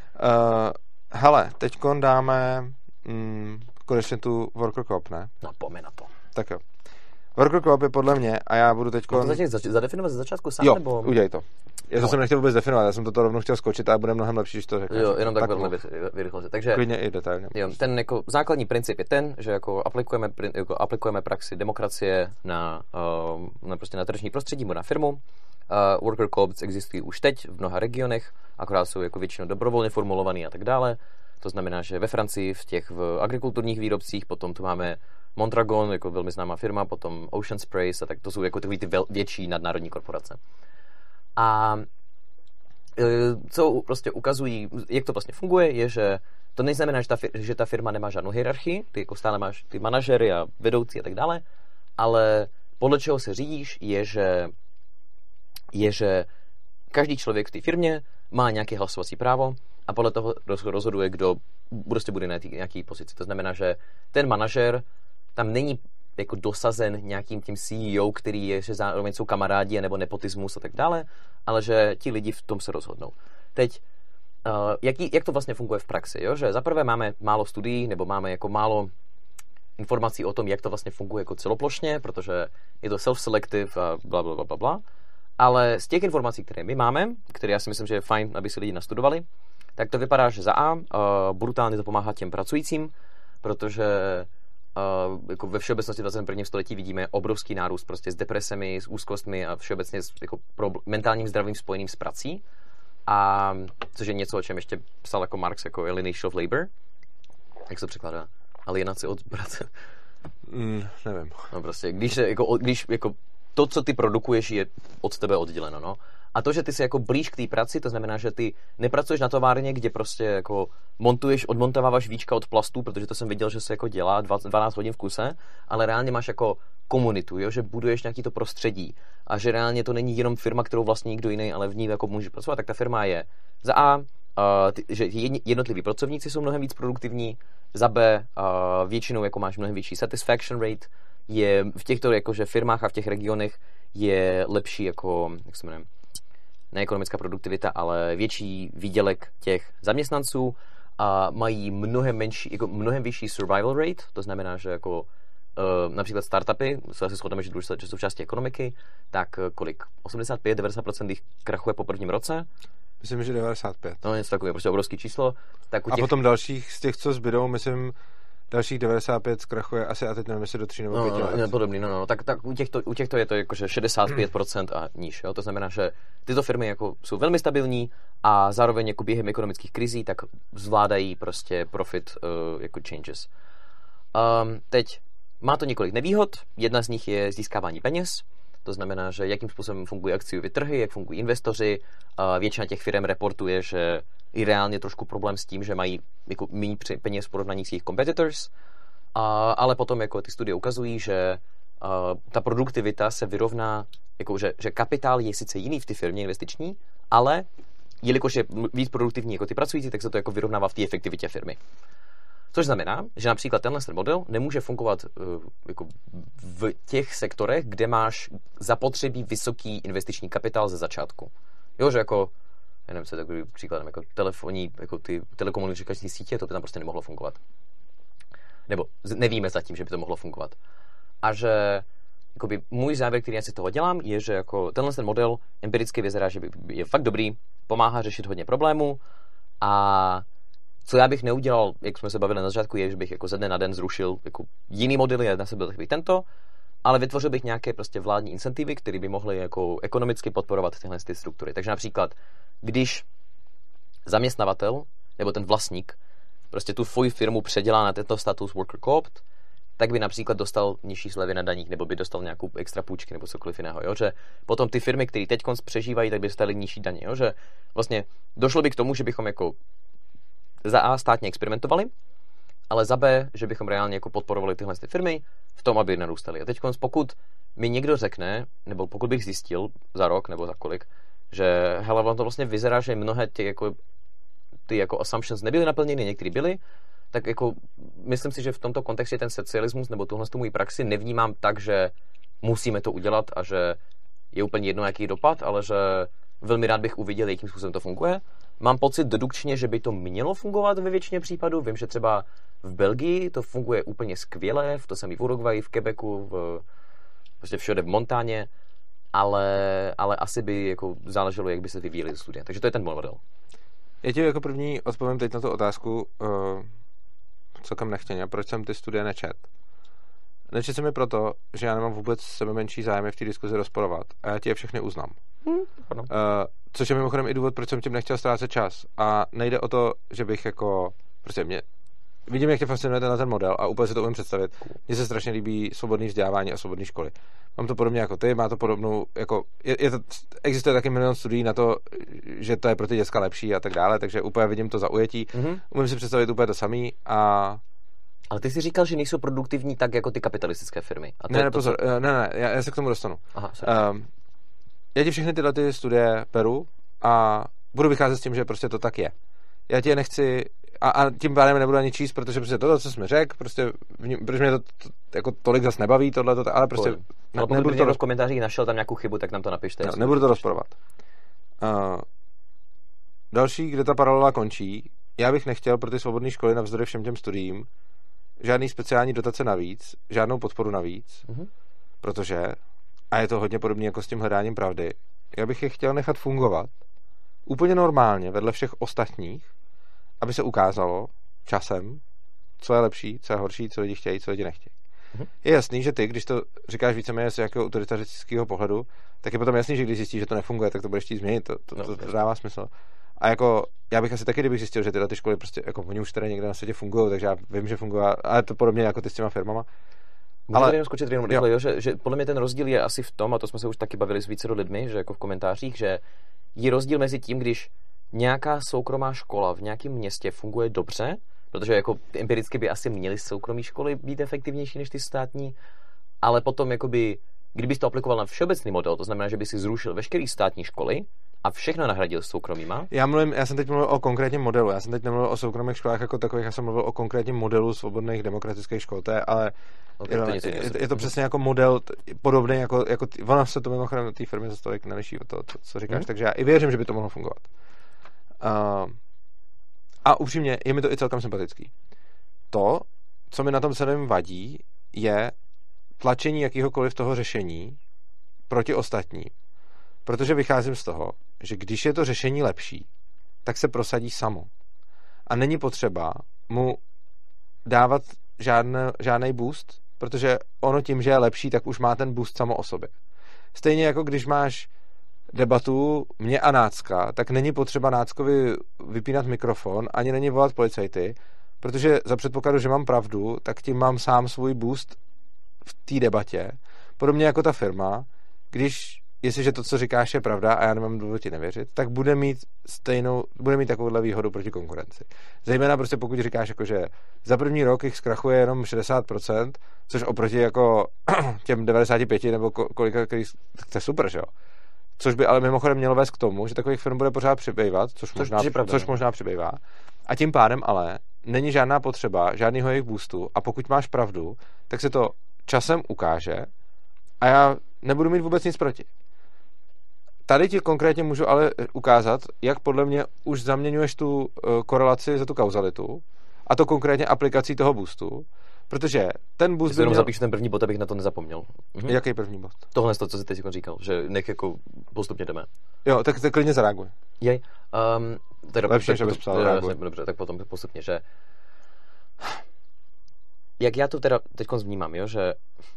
[SPEAKER 1] hele, teďkon dáme mm, konečně tu Worker Co-op, ne?
[SPEAKER 2] No, pojďme na to.
[SPEAKER 1] Tak jo. Worker Co-op je podle mě, a já budu teďkon...
[SPEAKER 2] No to začít zač- zadefinovat ze začátku sám,
[SPEAKER 1] jo,
[SPEAKER 2] nebo...
[SPEAKER 1] udělej to. Já to no. jsem nechtěl vůbec definovat, já jsem to rovnou chtěl skočit a bude mnohem lepší, když to řekneš.
[SPEAKER 2] Jo, jenom tak, tak velmi vyrychle. Takže
[SPEAKER 1] klidně i detailně.
[SPEAKER 2] Jo, ten jako základní princip je ten, že jako aplikujeme, jako aplikujeme praxi demokracie na, uh, na, prostě na tržní prostředí nebo na firmu. Uh, worker co-ops existují už teď v mnoha regionech, akorát jsou jako většinou dobrovolně formulovaný a tak dále. To znamená, že ve Francii v těch v agrikulturních výrobcích, potom tu máme Mondragon, jako velmi známá firma, potom Ocean Sprays a tak to jsou jako takový ty vel, větší nadnárodní korporace. A co prostě ukazují, jak to vlastně funguje, je, že to neznamená, že ta, že ta firma nemá žádnou hierarchii, ty jako stále máš ty manažery a vedoucí a tak dále, ale podle čeho se řídíš, je, že je, že každý člověk v té firmě má nějaké hlasovací právo a podle toho rozhoduje, kdo prostě bude na nějaký pozici. To znamená, že ten manažer tam není jako dosazen nějakým tím C E O, který je, že zároveň jsou kamarádi nebo nepotismus a tak dále, ale že ti lidi v tom se rozhodnou. Teď, uh, jaký, jak to vlastně funguje v praxi? Jo? Že zaprvé máme málo studií nebo máme jako málo informací o tom, jak to vlastně funguje jako celoplošně, protože je to self-selective a bla, bla, bla, bla, bla. Ale z těch informací, které my máme, které já si myslím, že je fajn, aby si lidi nastudovali, tak to vypadá, že za A uh, brutálně to pomáhá těm pracujícím, protože Uh, jako ve všeobecnosti v dvacátém prvním století vidíme obrovský nárůst prostě s depresemi, s úzkostmi a všeobecně s jako pro, mentálním zdravím spojeným s prací. A což je něco, o čem ještě psal jako Marx, jako alienation of labor. Jak se to překládá? Alienace od práce.
[SPEAKER 1] Mm, nevím.
[SPEAKER 2] No prostě, když, se, jako, když jako to, co ty produkuješ, je od tebe odděleno, no. A to, že ty jsi jako blíž k té práci, to znamená, že ty nepracuješ na továrně, kde prostě jako montuješ, odmontováváš víčka od plastu, protože to jsem viděl, že se jako dělá dvanáct hodin v kuse, ale reálně máš jako komunitu, jo? Že buduješ nějaký to prostředí a že reálně to není jenom firma, kterou vlastní někdo jiný, ale v ní jako můžeš pracovat, tak ta firma je za A, uh, ty, že jednotliví pracovníci jsou mnohem víc produktivní, za B, uh, většinou jako máš mnohem větší satisfaction rate, je v těchto jakože firmách a v těch regionech je lepší jako, jak se jmenuje, ne ekonomická produktivita, ale větší výdělek těch zaměstnanců a mají mnohem menší, jako mnohem vyšší survival rate, to znamená, že jako uh, například startupy, se asi shodneme, že důležité, že jsou části ekonomiky, tak kolik? osmdesát pět až devadesát procent jich krachuje po prvním roce?
[SPEAKER 1] Myslím, že devadesát pět.
[SPEAKER 2] No něco takové, prostě obrovský číslo. Tak u těch...
[SPEAKER 1] A potom dalších z těch, co zbydou, myslím, dalších devadesát pět zkrachuje asi, a teď nevím, jestli do tří nebo pěti
[SPEAKER 2] no,
[SPEAKER 1] let.
[SPEAKER 2] No, podobný, no, no, tak, tak u, těchto, u těchto je to jakože šedesát pět procent a níž, jo? To znamená, že tyto firmy jako jsou velmi stabilní a zároveň jako během ekonomických krizí tak zvládají prostě profit uh, jako changes. Um, teď má to několik nevýhod, jedna z nich je získávání peněz, to znamená, že jakým způsobem fungují akciové trhy, jak fungují investoři, uh, většina těch firm reportuje, že je reálně trošku problém s tím, že mají jako méně peněz v porovnání s jejich competitors, a, ale potom jako ty studie ukazují, že uh, ta produktivita se vyrovná, jako že, že kapitál je sice jiný v té firmě investiční, ale jelikož je víc produktivní jako ty pracující, tak se to jako vyrovnává v té efektivitě firmy. Což znamená, že například tenhle model nemůže fungovat uh, jako v těch sektorech, kde máš zapotřebí vysoký investiční kapitál ze začátku. Jo, že jako já nevím, co je takový příkladem, jako telefonní, jako ty telekomunikační sítě, to by tam prostě nemohlo fungovat. Nebo nevíme zatím, že by to mohlo fungovat. A že jakoby, můj závěr, který já si z toho dělám, je, že jako tenhle ten model empiricky vyzerá, že je fakt dobrý, pomáhá řešit hodně problémů a co já bych neudělal, jak jsme se bavili na začátku, je, že bych jako ze dne na den zrušil jako jiný modely, jedna se byl takový tento, ale vytvořil bych nějaké prostě vládní incentivy, které by mohly jako ekonomicky podporovat tyhle ty struktury. Takže například, když zaměstnavatel nebo ten vlastník prostě tu svoji firmu předělá na tento status worker co-opt, tak by například dostal nižší slevy na daních, nebo by dostal nějakou extra půjčky, nebo cokoliv jiného, jo? Že potom ty firmy, které teď přežívají, tak by dostaly nižší daně, jo? Že vlastně došlo by k tomu, že bychom jako za A státně experimentovali, ale za B, že bychom reálně jako podporovali tyhle ty firmy v tom, aby narůstaly. A teď pokud mi někdo řekne, nebo pokud bych zjistil za rok nebo za kolik, že hele, vám to vlastně vyzerá, že mnohé ty jako, ty jako assumptions nebyly naplněny, některé byly, tak jako myslím si, že v tomto kontextu ten socialismus nebo tuhle tu můj praxi nevnímám tak, že musíme to udělat a že je úplně jedno, jaký dopad, ale že velmi rád bych uviděl, jakým způsobem to funguje. Mám pocit dedukčně, že by to mělo fungovat ve většině případů. Vím, že třeba v Belgii to funguje úplně skvěle, v to samý v Uruguayi, v Quebecu, v, prostě všude v Montáně, ale, ale asi by jako záleželo, jak by se vyvíjely studie. Takže to je ten model.
[SPEAKER 1] Já ti jako první odpovím teď na tu otázku uh, celkem nechtěně, proč jsem ty studie nečet. Nečet jsem je proto, že já nemám vůbec sebe menší zájem v té diskuzi rozporovat. A já ti je všechny uznám. Hmm, uh, což je mimochodem i důvod, proč jsem tím nechtěl ztrácet čas. A nejde o to, že bych jako prostě mě vidím, jak tě fascinuje na ten model a úplně si to umím představit. Mně se strašně líbí svobodné vzdělávání a svobodné školy. Mám to podobně jako ty, má to podobnou, jako, je, je to, existuje taky milion studií na to, že to je pro ty děcka lepší a tak dále, takže úplně vidím to zaujetí. Mm-hmm. Umím si představit úplně to samý a...
[SPEAKER 2] Ale ty jsi říkal, že nejsou produktivní tak jako ty kapitalistické firmy. A to
[SPEAKER 1] ne, ne,
[SPEAKER 2] to,
[SPEAKER 1] pozor,
[SPEAKER 2] co...
[SPEAKER 1] ne, ne, já, já se k tomu dostanu.
[SPEAKER 2] Aha,
[SPEAKER 1] um, já ti všechny tyhle ty studie beru a budu vycházet s tím, že prostě to tak je. Já ti je nechci a, a tím pádem nebudu ani číst, protože prostě to, co jsme řekl, prostě, protože mě to, to jako tolik zas nebaví, tohle, to, ale prostě...
[SPEAKER 2] Ne, ale pokud nebudu by to roz... v komentářích našel tam nějakou chybu, tak nám to napište.
[SPEAKER 1] No, nebudu to rozporovat. Uh, další, kde ta paralela končí, já bych nechtěl pro ty svobodné školy navzdory všem těm studiím žádný speciální dotace navíc, žádnou podporu navíc, uh-huh. protože, a je to hodně podobné jako s tím hledáním pravdy, já bych je chtěl nechat fungovat úplně normálně vedle všech ostatních, aby se ukázalo časem, co je lepší, co je horší, co lidi chtějí, co lidi nechtějí. Mm-hmm. Je jasný, že ty, když to říkáš víceméně z jakého autoritaristického pohledu, tak je potom jasný, že když zjistíš, že to nefunguje, tak to budeš chtít změnit. To, to, no, to, to dává smysl. A jako, já bych asi taky, kdybych zjistil, že tyhle ty školy prostě, jako oni už tady někde na světě fungují, takže já vím, že fungují, ale to podobně jako ty s těma firmama.
[SPEAKER 2] Můžu ale skočit jenom rychle, jo, že, že podle mě ten rozdíl je asi v tom, a to jsme se už taky bavili s vícero lidmi, že jako v komentářích, že je rozdíl mezi tím, když nějaká soukromá škola v nějakém městě funguje dobře, protože jako empiricky by asi měly soukromé školy být efektivnější než ty státní, ale potom jakoby, kdybys to aplikoval na všeobecný model, to znamená, že by si zrušil veškeré státní školy a všechno nahradil soukromýma.
[SPEAKER 1] Já mluvím, já jsem teď mluvil o konkrétním modelu, já jsem teď nemluvil o soukromých školách jako takových, já jsem mluvil o konkrétním modelu svobodných demokratických škol, to je, ale okay, je, to něco, je, je to přesně jako model podobný jako, jako tý, ono se to mimochodem na té firmě za stolik neliší od toho, co říkáš, hmm. takže já i věřím, že by to mohlo fungovat. Uh, a upřímně, je mi to i celkem sympatický. To, co mi na tom celém vadí, je, tlačení jakýhokoliv toho řešení proti ostatním. Protože vycházím z toho, že když je to řešení lepší, tak se prosadí samo. A není potřeba mu dávat žádný, žádný boost, protože ono tím, že je lepší, tak už má ten boost samo o sobě. Stejně jako když máš debatu mě a Nácka, tak není potřeba Náckovi vypínat mikrofon, ani není volat policajty, protože za předpokladu, že mám pravdu, tak tím mám sám svůj boost v té debatě. Podobně jako ta firma, když, jestliže to, co říkáš, je pravda a já nemám důvod ti nevěřit, tak bude mít stejnou, bude mít takovouhle výhodu proti konkurenci. Zejména prostě pokud říkáš, jako, že za první rok jich zkrachuje jenom šedesát procent, což oproti jako těm devadesát pět nebo kolika, který, tak to je super, že jo? Což by ale mimochodem mělo vést k tomu, že takových firm bude pořád přibývat, což, což, možná, pravda, což možná přibývá. A tím pádem ale není žádná potřeba, žádného jejich boostu a pokud máš pravdu, tak se to časem ukáže a já nebudu mít vůbec nic proti. Tady ti konkrétně můžu ale ukázat, jak podle mě už zaměňuješ tu uh, korelaci za tu kauzalitu a to konkrétně aplikací toho boostu, protože ten boost by
[SPEAKER 2] jenom
[SPEAKER 1] měl...
[SPEAKER 2] zapíšu ten první bod, abych na to nezapomněl.
[SPEAKER 1] Mhm. Jaký první bod?
[SPEAKER 2] Tohle je to, co jsi teď říkal, že nech jako postupně jdeme.
[SPEAKER 1] Jo, tak to klidně zareaguj.
[SPEAKER 2] Jej. Um, teda,
[SPEAKER 1] Lepší, než abys psal reaguj.
[SPEAKER 2] Dobře, tak potom postupně, že jak já to teda teď vnímám, jo, že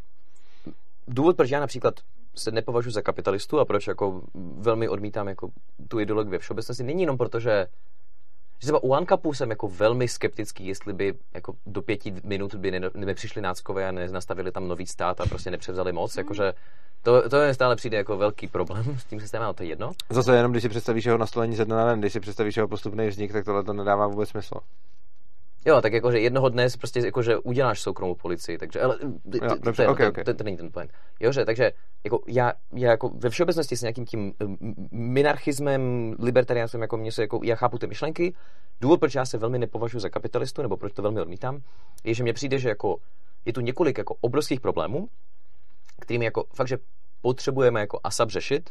[SPEAKER 2] důvod, proč já například se nepovažuji za kapitalistu a proč jako velmi odmítám jako tu ideologii ve všeobecnosti, není jenom proto, že že třeba u OneCupu jsem jako velmi skeptický, jestli by jako do pěti minut by nepřišli náckové a nenastavili tam nový stát a prostě nepřevzali moc, jakože to, to je stále přijde jako velký problém s tím systémem, ale to je jedno.
[SPEAKER 1] Zase jenom, když si představíš jeho nastolení ze dne na den, když si představíš jeho postupný vznik, tak tohle to nedává vůbec smysl.
[SPEAKER 2] Jo, tak jakože jednoho dne prostě jakože uděláš soukromou policii, takže ale
[SPEAKER 1] jo, dobře,
[SPEAKER 2] to,
[SPEAKER 1] okay,
[SPEAKER 2] to,
[SPEAKER 1] okay.
[SPEAKER 2] to, to není ten point. Jo, že takže jako já, já jako ve všeobecnosti s nějakým tím minarchismem, libertariánstvem, jako mě se jako já chápu ty myšlenky. Důvod, proč já se velmi nepovažuji za kapitalistu, nebo proč to velmi odmítám, je, že mně přijde, že jako je tu několik jako obrovských problémů, kterými jako fakt, že potřebujeme jako ASAP řešit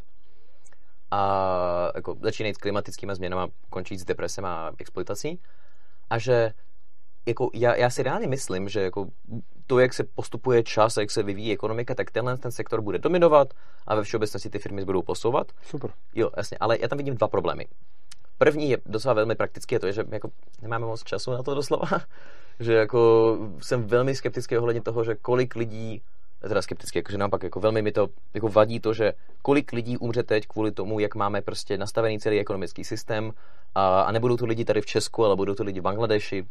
[SPEAKER 2] a jako začínají s klimatickými změnami, končit s depresem a exploitací a že jako já, já si reálně myslím, že jako to, jak se postupuje čas a jak se vyvíjí ekonomika, tak tenhle ten sektor bude dominovat a ve všeobecnosti ty firmy budou posouvat.
[SPEAKER 1] Super.
[SPEAKER 2] Jo, jasně, ale já tam vidím dva problémy. První je docela velmi praktický, je to, že jako nemáme moc času na to doslova, že jako jsem velmi skeptický ohledně toho, že kolik lidí, teda skeptický, jakože naopak jako velmi mi to jako vadí to, že kolik lidí umře teď kvůli tomu, jak máme prostě nastavený celý ekonomický systém a, a nebudou to lidi tady v Česku, ale budou to lidi v Bangladeši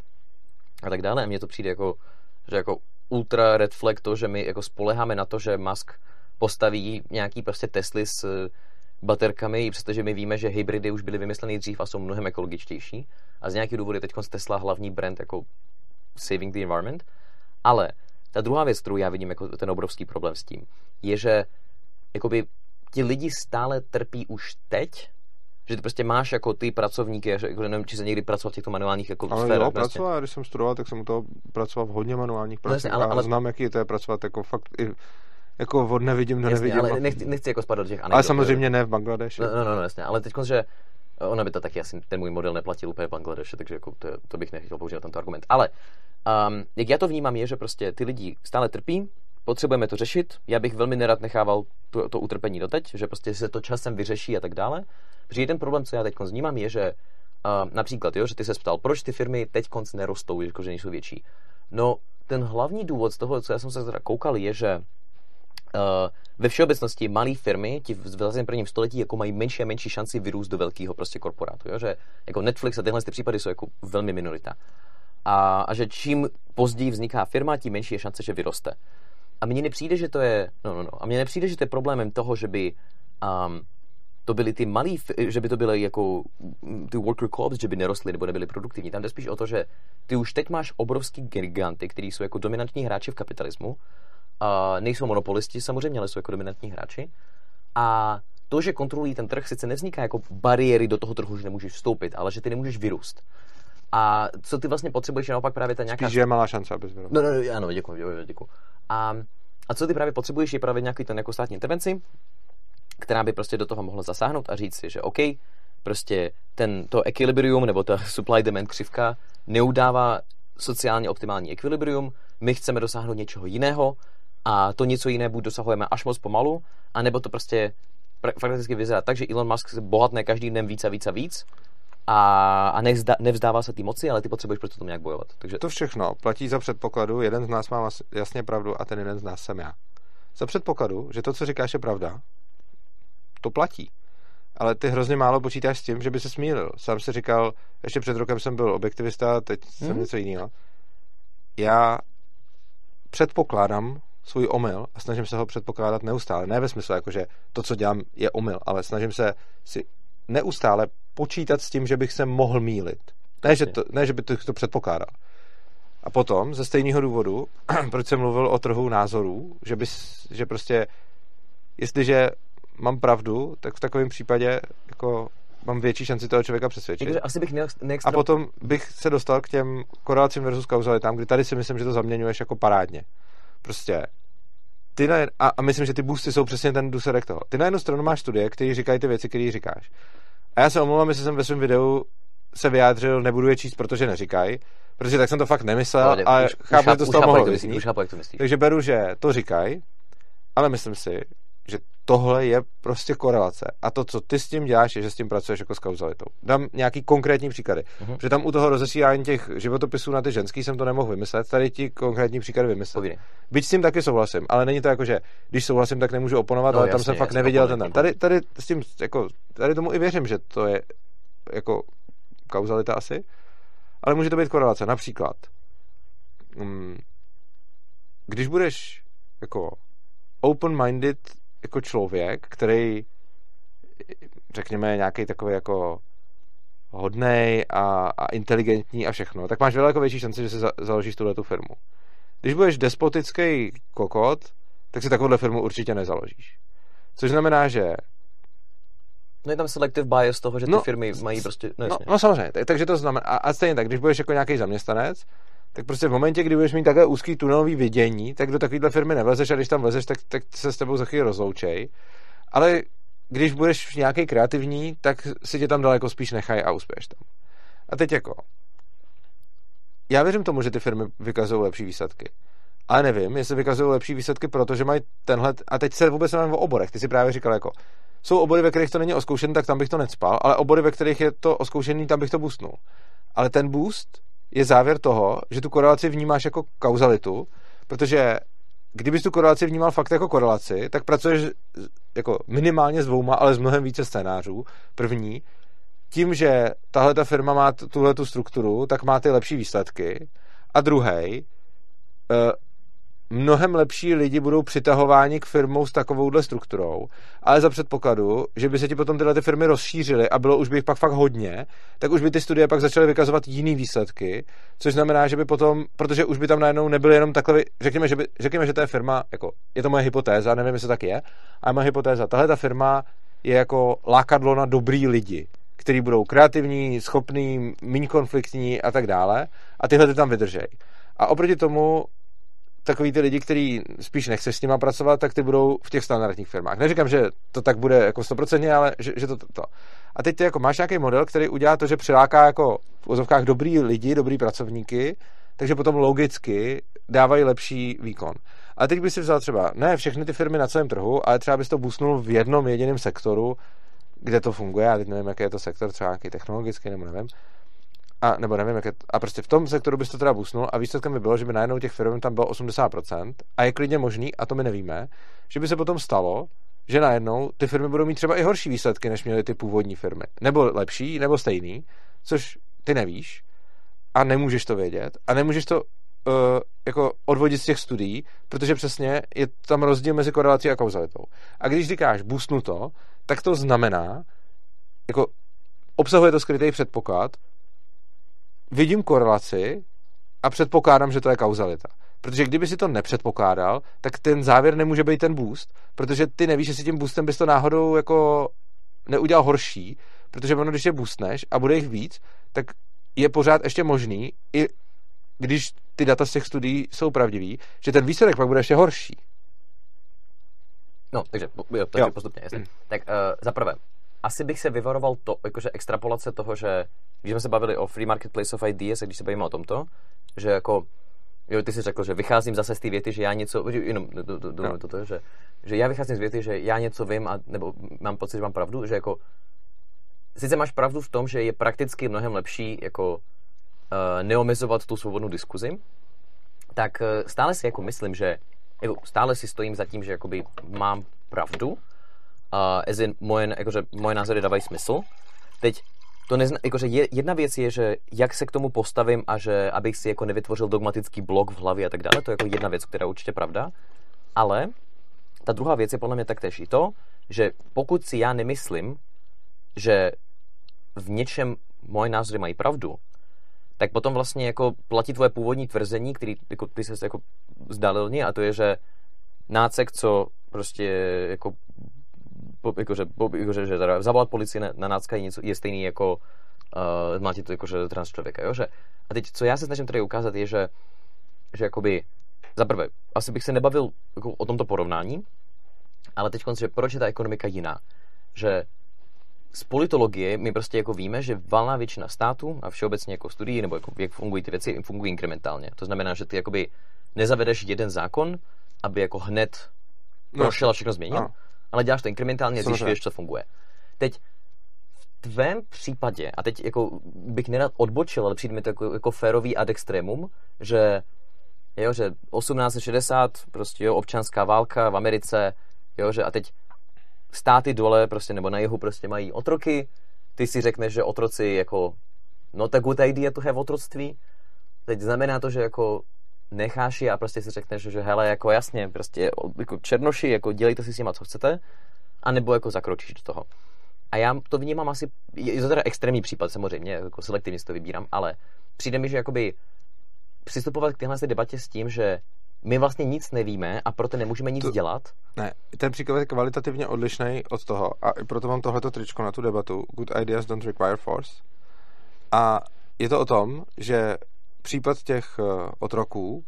[SPEAKER 2] a tak dále. A mně to přijde jako, že jako ultra red flag to, že my jako spoleháme na to, že Musk postaví nějaký prostě Tesly s baterkami, přestože my víme, že hybridy už byly vymysleny dřív a jsou mnohem ekologičtější. A z nějakých důvodů je teď Tesla hlavní brand jako saving the environment. Ale ta druhá věc, kterou já vidím jako ten obrovský problém s tím, je, že jakoby ti lidi stále trpí už teď, že ty prostě máš jako ty pracovníky, jako nevím, či se někdy pracoval v těchto manuálních jako
[SPEAKER 1] ale
[SPEAKER 2] sférách.
[SPEAKER 1] Ale jo, pracoval, když jsem studoval, tak jsem u toho pracoval v hodně manuálních pracích no, ale, ale... a znám, jaký to je pracovat jako fakt i jako od nevidím do
[SPEAKER 2] jasně,
[SPEAKER 1] nevidím.
[SPEAKER 2] Ale nechci, nechci jako spadat do těch anekdot.
[SPEAKER 1] Ale samozřejmě ne v Bangladeši.
[SPEAKER 2] No, no, no, no jasně, ale teď, že ona by to taky asi ten můj model neplatil úplně v Bangladeši, takže jako to, to bych nechtěl použít tento argument. Ale um, jak já to vnímám je, že prostě ty lidi stále trpí, potřebujeme to řešit, já bych velmi nerad nechával to, to utrpení doteď, že prostě se to časem vyřeší a tak dále. Protože jeden problém, co já teď vnímám, je, že uh, například, jo, že ty se ptal, proč ty firmy teď konc nerostou, jako že nejsou větší. No, ten hlavní důvod z toho, co já jsem se teda koukal, je, že uh, ve všeobecnosti malé firmy, ti v dvacátém prvním století jako mají menší a menší šanci vyrůst do velkého prostě korporátu, jo, že jako Netflix a tyhle ty případy jsou jako velmi minorita. A, a že čím později vzniká firma, tím menší je šance, že vyroste. A mně nepřijde, že to je, no, no, no, a mně nepřijde, že to je problémem toho, že by um, to byly ty malý, že by to byly jako ty worker co-ops, že by nerostly nebo nebyly produktivní. Tam jde spíš o to, že ty už teď máš obrovský giganty, kteří jsou jako dominantní hráči v kapitalismu. A nejsou monopolisti samozřejmě, ale jsou jako dominantní hráči. A to, že kontrolují ten trh, sice nevzniká jako bariéry do toho trhu, že nemůžeš vstoupit, ale že ty nemůžeš vyrůst. A co ty vlastně potřebuješ, je naopak právě ta nějaká...
[SPEAKER 1] Spíš, že je malá šance, abys vyrůst.
[SPEAKER 2] No, no, no, ano, děkuji, děkuji. A, a co ty právě potřebuješ, je právě nějaký ten jako státní intervenci, která by prostě do toho mohla zasáhnout a říct si, že OK, prostě ten, to equilibrium nebo ta supply demand křivka neudává sociálně optimální ekvilibrium, my chceme dosáhnout něčeho jiného a to něco jiné buď dosahujeme až moc pomalu, anebo to prostě fakticky vyzerá tak, že Elon Musk se bohatne každý den víc a víc a víc a, a nevzdá, nevzdává se ty moci, ale ty potřebuješ proto tomu nějak bojovat. Takže...
[SPEAKER 1] To všechno platí za předpokladu, jeden z nás má jasně pravdu a ten jeden z nás jsem já. Za předpokladu, že to, co říkáš, je pravda, to platí. Ale ty hrozně málo počítáš s tím, že by se smílil. Sám si říkal, ještě před rokem jsem byl objektivista, teď hmm. jsem něco jiného. Já předpokládám svůj omyl a snažím se ho předpokládat neustále. Ne ve smyslu, jako, že to, co dělám, je omyl, ale snažím se si neustále počítat s tím, že bych se mohl mýlit. Ne, že, to, ne, že by to, to předpokládal. A potom, ze stejného důvodu, proč jsem mluvil o trhu názorů, že, bys, že prostě, jestliže mám pravdu, tak v takovém případě jako mám větší šanci toho člověka přesvědčit.
[SPEAKER 2] Takže asi bych neextra...
[SPEAKER 1] A potom bych se dostal k těm korelacím versus kauzalitám, kdy tady si myslím, že to zaměňuješ jako parádně. Prostě ty na, a, a myslím, že ty boosty jsou přesně ten důsledek toho. Ty na jednu stranu máš studie, které říkají ty věci, které říkáš. A já se omlouvám, jestli jsem ve svém videu se vyjádřil, nebudu je číst, protože neříkají, protože tak jsem to fakt nemyslel
[SPEAKER 2] no,
[SPEAKER 1] a
[SPEAKER 2] už,
[SPEAKER 1] chápu, že to z toho mohlo vyznít.
[SPEAKER 2] To
[SPEAKER 1] Takže beru, že to říkají, ale myslím si, že tohle je prostě korelace. A to, co ty s tím děláš, je, že s tím pracuješ jako s kauzalitou. Dám nějaký konkrétní příklady. Uh-huh. Protože tam u toho rozesílání těch životopisů na ty ženský jsem to nemohl vymyslet, tady ti konkrétní příklady vymyslet. Byť s tím taky souhlasím, ale není to jako, že když souhlasím, tak nemůžu oponovat, no, ale jasně, tam jsem fakt neviděl ten tam. Tady, tady, s tím, jako, tady tomu i věřím, že to je jako kauzalita asi, ale může to být korelace. Například, mm, když budeš jako open-minded jako člověk, který řekněme nějaký takový jako hodnej a, a inteligentní a všechno, tak máš daleko větší šanci, že si za, založíš tuhletu firmu. Když budeš despotický kokot, tak si takovouhle firmu určitě nezaložíš. Což znamená, že
[SPEAKER 2] no je tam selective bias toho, že ty no, firmy mají prostě...
[SPEAKER 1] No, no, no samozřejmě, takže to znamená, a, a stejně tak, když budeš jako nějaký zaměstnanec, tak prostě v momentě, kdy budeš mít takové úzký tunelový vidění, tak do takovéhle firmy nevlezeš a když tam vlezeš, tak, tak se s tebou za chvíli rozloučej. Ale když budeš nějaký kreativní, tak si tě tam daleko spíš nechají a uspěješ tam. A teď jako... Já věřím tomu, že ty firmy vykazují lepší výsledky. Ale nevím, jestli vykazují lepší výsledky, protože mají tenhle... A teď se vůbec nevím o oborech. Ty si právě říkal jako... Jsou obory, ve kterých to není oskoušený, tak tam bych to necpal, ale obory, ve kterých je to oskoušený, tam bych to boostnul. Ale ten boost je závěr toho, že tu korelaci vnímáš jako kauzalitu, protože kdybys tu korelaci vnímal fakt jako korelaci, tak pracuješ jako minimálně s dvouma, ale s mnohem více scénářů. První, tím, že tahle ta firma má tuhle tu strukturu, tak má ty lepší výsledky. A druhý, mnohem lepší lidi budou přitahováni k firmou s takovouhle strukturou, ale za předpokladu, že by se ti potom tyhle ty firmy rozšířily a bylo už by jich pak fakt hodně, tak už by ty studie pak začaly vykazovat jiný výsledky, což znamená, že by potom, protože už by tam najednou nebyly jenom takové, řekněme, že by, řekněme, že ta firma, jako, je to moje hypotéza, nevím, jestli to tak je, ale moje hypotéza, tahle ta firma je jako lákadlo na dobrý lidi, kteří budou kreativní, schopní, méně konfliktní a tak dále a tyhle ty tam vydržej. A oproti tomu takový ty lidi, kteří spíš nechceš s nima pracovat, tak ty budou v těch standardních firmách. Neříkám, že to tak bude jako sto procent, ale že, že to, to. A teď ty jako máš nějaký model, který udělá to, že přiláká jako v ozovkách dobrý lidi, dobrý pracovníky, takže potom logicky dávají lepší výkon. A teď bys si vzal třeba, ne všechny ty firmy na celém trhu, ale třeba bys to boostnul v jednom jediném sektoru, kde to funguje, já teď nevím, jaký je to sektor, třeba nějaký technologický, nebo nevím, A, nebo nevím, jak je, a prostě v tom sektoru bys to teda busnul a výsledkem by bylo, že by najednou těch firm tam bylo osmdesát procent a je klidně možný, a to my nevíme, že by se potom stalo, že najednou ty firmy budou mít třeba i horší výsledky, než měly ty původní firmy. Nebo lepší, nebo stejný, což ty nevíš a nemůžeš to vědět a nemůžeš to uh, jako odvodit z těch studií, protože přesně je tam rozdíl mezi korelací a kauzalitou. A když říkáš boostnu to, tak to znamená, jako obsahuje to skrytý předpoklad, vidím korelaci a předpokládám, že to je kauzalita. Protože kdyby si to nepředpokládal, tak ten závěr nemůže být ten boost, protože ty nevíš, jestli tím boostem bys to náhodou jako neudělal horší, protože ono, když je boostneš a bude jich víc, tak je pořád ještě možný, i když ty data z těch studií jsou pravdivý, že ten výsledek pak bude ještě horší.
[SPEAKER 2] No, takže jo, to je postupně, jasně. Mm. Tak uh, za prvé, asi bych se vyvaroval to, jakože extrapolace toho, že když jsme se bavili o free marketplace of ideas a když se bavíme o tomto, že jako Jo, ty jsi řekl, že vycházím zase z té věty, že já něco, jenom do, do, do, no. to, že, že já vycházím z věty, že já něco vím, a, nebo mám pocit, že mám pravdu, že jako sice máš pravdu v tom, že je prakticky mnohem lepší jako uh, neomezovat tu svobodnou diskuzi, tak uh, stále si jako myslím, že jako stále si stojím za tím, že jakoby mám pravdu, uh, as in moje, jakože moje názory dávají smysl. Teď to nezna, jakože je, jedna věc je, že jak se k tomu postavím a že abych si jako nevytvořil dogmatický blok v hlavě a tak dále, to je jako jedna věc, která je určitě pravda, ale ta druhá věc je podle mě taktéž i to, že pokud si já nemyslím, že v něčem moje názory mají pravdu, tak potom vlastně jako platí tvoje původní tvrzení, který jako ty se jako zdálilně, a to je, že nácek, co prostě jako jakože, jakože že teda zavolat policii na, na nácka je, něco, je stejný jako uh, zmátit to jakože trans člověka, jo? Že, a teď, co já se snažím tady ukázat, je, že, že jakoby, za prvé, asi bych se nebavil jako o tomto porovnání, ale teď že proč je ta ekonomika jiná? Že z politologie my prostě jako víme, že valná většina států a všeobecně jako studií, nebo jako jak fungují ty věci, fungují inkrementálně. To znamená, že ty jakoby nezavedeš jeden zákon, aby jako hned prošel a všechno změnil, no. Ale děláš to inkrementálně, zjišťuješ, co funguje. Teď v tvém případě, a teď jako bych nerad odbočil, ale přijde mi to jako, jako férový ad extrémum, že jo, že osmnáct set šedesát, prostě jo, občanská válka v Americe, jo, že a teď státy dole, prostě, nebo na jihu prostě mají otroky, ty si řekneš, že otroci jako not a good idea to have otroctví. Teď znamená to, že jako necháš je a prostě si řekneš, že hele, jako jasně, prostě jako černoši, jako dělejte si s nima, co chcete, anebo jako zakročíš do toho. A já to vnímám asi, je to teda extrémní případ samozřejmě, jako selektivně si to vybírám, ale přijde mi, že jakoby přistupovat k téhle debatě s tím, že my vlastně nic nevíme a proto nemůžeme nic to, dělat.
[SPEAKER 1] Ne, ten příklad je kvalitativně odlišný od toho a i proto mám tohleto tričko na tu debatu Good ideas don't require force. A je to o tom, že případ těch uh, otroků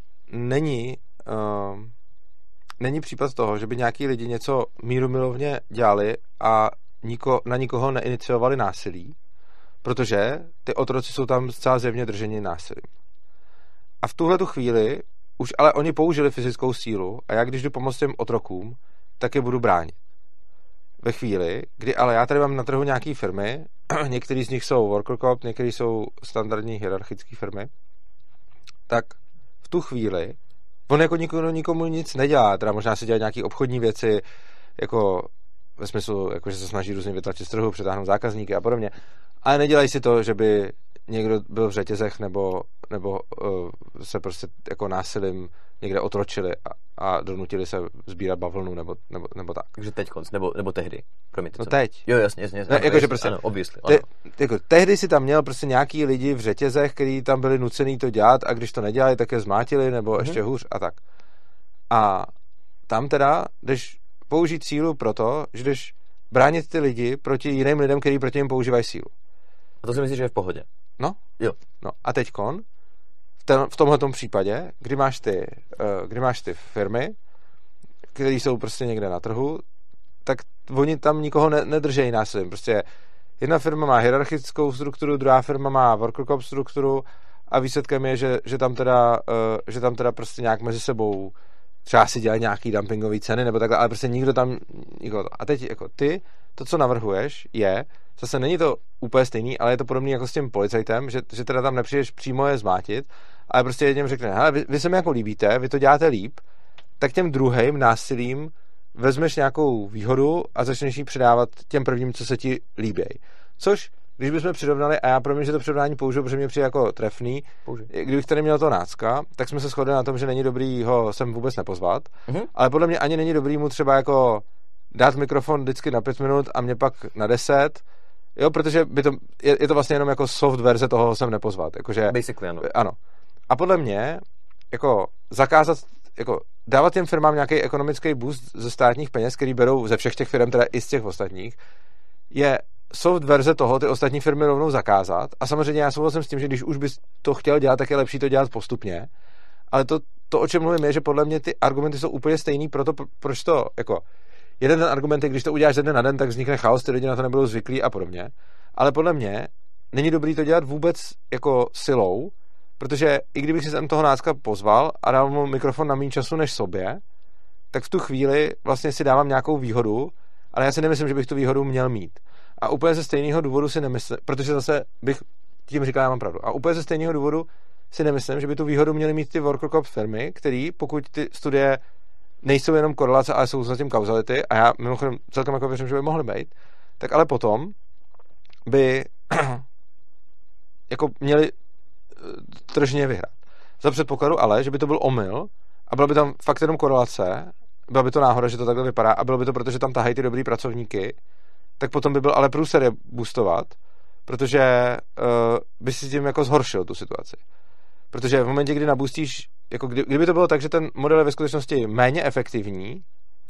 [SPEAKER 1] není uh, není případ toho, že by nějaký lidi něco mírumilovně dělali a niko, na nikoho neiniciovali násilí, protože ty otroci jsou tam zcela zjevně drženi násilím. A v tuhletu chvíli už ale oni použili fyzickou sílu a já když jdu pomoct těm otrokům, tak je budu bránit. Ve chvíli, kdy ale já tady mám na trhu nějaký firmy, některý z nich jsou worker co-op, některý jsou standardní hierarchické firmy, tak v tu chvíli on jako nikomu, nikomu nic nedělá, teda možná si dělá nějaké obchodní věci, jako ve smyslu, jako že se snaží různě vytlačit z trhu, přetáhnout zákazníky a podobně, ale nedělají si to, že by někdo byl v řetězech nebo, nebo uh, se prostě jako násilím někde otročili a, a donutili se sbírat bavlnu nebo, nebo, nebo tak.
[SPEAKER 2] Takže teď konc, nebo, nebo tehdy. Promiňte,
[SPEAKER 1] no teď.
[SPEAKER 2] Jo, jasně, jasně. jasně
[SPEAKER 1] ne, jako, že prostě,
[SPEAKER 2] ano, obviously,
[SPEAKER 1] te, jako, tehdy si tam měl prostě nějaký lidi v řetězech, kteří tam byli nucený to dělat a když to nedělali, tak je zmátili nebo mm-hmm. ještě hůř a tak. A tam teda jdeš použít sílu proto, že jdeš bránit ty lidi proti jiným lidem, kteří proti jim používají sílu.
[SPEAKER 2] A to si myslíš, že je v pohodě?
[SPEAKER 1] No.
[SPEAKER 2] Jo.
[SPEAKER 1] No a teďkon, v, ten, v tomhletom případě, kdy máš ty, uh, kdy máš ty firmy, které jsou prostě někde na trhu, tak oni tam nikoho ne, nedržejí násilím. Prostě jedna firma má hierarchickou strukturu, druhá firma má worker co-op strukturu a výsledkem je, že, že, tam teda, uh, že tam teda prostě nějak mezi sebou třeba si dělají nějaký dumpingový ceny nebo takhle, ale prostě nikdo tam nikoho. A teď jako ty, to, co navrhuješ, je, zase není to úplně stejný, ale je to podobný jako s tím policajtem, že, že teda tam nepřijdeš přímo je zmátit, ale prostě jedním řekne, hele, vy, vy se mi jako líbíte, vy to děláte líp, tak těm druhým násilím vezmeš nějakou výhodu a začneš ji předávat těm prvním, co se ti líbějí. Což, když bychom přirovnali, a já pro mě, že to přirovnání použiju, protože mě přijde jako trefný, Použij. Kdybych tady měl to nácka, tak jsme se shodli na tom, že není dobrý ho sem vůbec nepozvat, mm-hmm. ale podle mě ani není dobrý mu třeba jako dát mikrofon vždycky na pět minut a mě pak na deset, jo, protože by to, je, je to vlastně jenom jako soft verze toho sem nepozvat. Jakože,
[SPEAKER 2] Basically, ano.
[SPEAKER 1] ano. A podle mě, jako zakázat, jako dávat těm firmám nějaký ekonomický boost ze státních peněz, který berou ze všech těch firm, teda i z těch ostatních, je soft verze toho ty ostatní firmy rovnou zakázat. A samozřejmě já souhlasím s tím, že když už bys to chtěl dělat, tak je lepší to dělat postupně. Ale to, to o čem mluvím, je, že podle mě ty argumenty jsou úplně stejný, proto proč to, jako jeden ten argument je, když to uděláš ze dne na den, tak vznikne chaos, ty lidi na to nebudou zvyklí a podobně. Ale podle mě není dobrý to dělat vůbec jako silou, Protože i kdybych si sem toho nácka pozval a dal mu mikrofon na méně času než sobě, tak v tu chvíli vlastně si dávám nějakou výhodu, ale já si nemyslím, že bych tu výhodu měl mít. A úplně ze stejného důvodu si nemyslím, protože zase bych tím říkal, já mám pravdu. A úplně ze stejného důvodu si nemyslím, že by tu výhodu měly mít ty worker co-op firmy, který, pokud ty studie nejsou jenom korelace, ale jsou zatím kauzality, a já mimochodem celkem jako věřím, že by mohly být, tak ale potom by jako měli tržně vyhrát. Za předpokladu ale, že by to byl omyl a byla by tam fakt jenom korelace, byla by to náhoda, že to takhle vypadá a bylo by to proto, že tam tahají ty dobrý pracovníky, tak potom by byl ale průser je boostovat, protože uh, by si tím jako zhoršil tu situaci. Protože v momentě, kdy nabustíš, jako kdy, kdyby to bylo tak, že ten model je ve skutečnosti méně efektivní,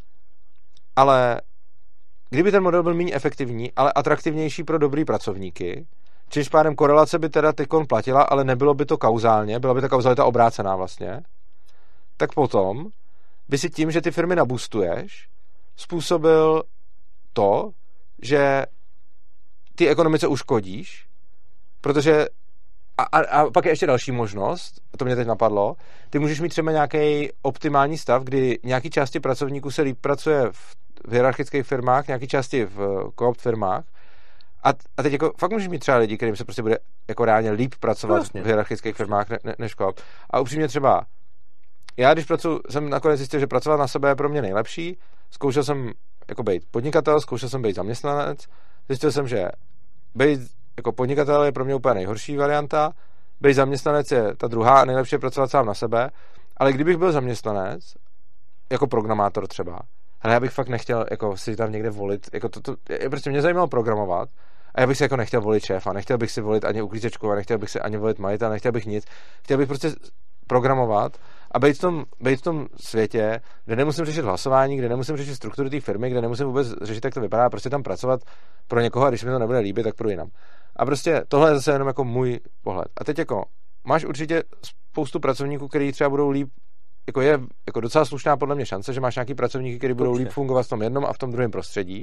[SPEAKER 1] ale kdyby ten model byl méně efektivní, ale atraktivnější pro dobrý pracovníky, čímž pádem korelace by teda tykon platila, ale nebylo by to kauzálně, byla by ta kauzalita obrácená vlastně, tak potom by si tím, že ty firmy nabustuješ, způsobil to, že ty ekonomice uškodíš, protože a, a, a pak je ještě další možnost, to mě teď napadlo, ty můžeš mít třeba nějaký optimální stav, kdy nějaký části pracovníků se líp pracuje v, v hierarchických firmách, nějaký části v co-op firmách a, a teď jako fakt můžeš mít třeba lidi, kterým se prostě bude jako reálně líp pracovat vlastně v hierarchických firmách ne, ne, než co-op. A upřímně třeba já, když pracuji, jsem nakonec zjistil, že pracovat na sebe je pro mě nejlepší, zkoušel jsem jako být podnikatel, zkoušel jsem být zaměstnanec, zjistil jsem, že být jako podnikatel je pro mě úplně nejhorší varianta, být zaměstnanec je ta druhá a nejlepší je pracovat sám na sebe, ale kdybych byl zaměstnanec, jako programátor třeba, ale já bych fakt nechtěl jako si tam někde volit, jako to, to, prostě mě zajímalo programovat a já bych si jako nechtěl volit šéfa, nechtěl bych si volit ani uklízečku a nechtěl bych si ani volit majitele, nechtěl bych nic, chtěl bych prostě programovat a být v tom, být v tom světě, kde nemusím řešit hlasování, kde nemusím řešit struktury té firmy, kde nemusím vůbec řešit, jak to vypadá, prostě tam pracovat pro někoho a když mi to nebude líbit, tak půjdu jinam. A prostě tohle je zase jenom jako můj pohled. A teď jako máš určitě spoustu pracovníků, kteří třeba budou líp, jako je jako docela slušná podle mě šance, že máš nějaký pracovníky, kteří budou líp fungovat v tom jednom a v tom druhém prostředí,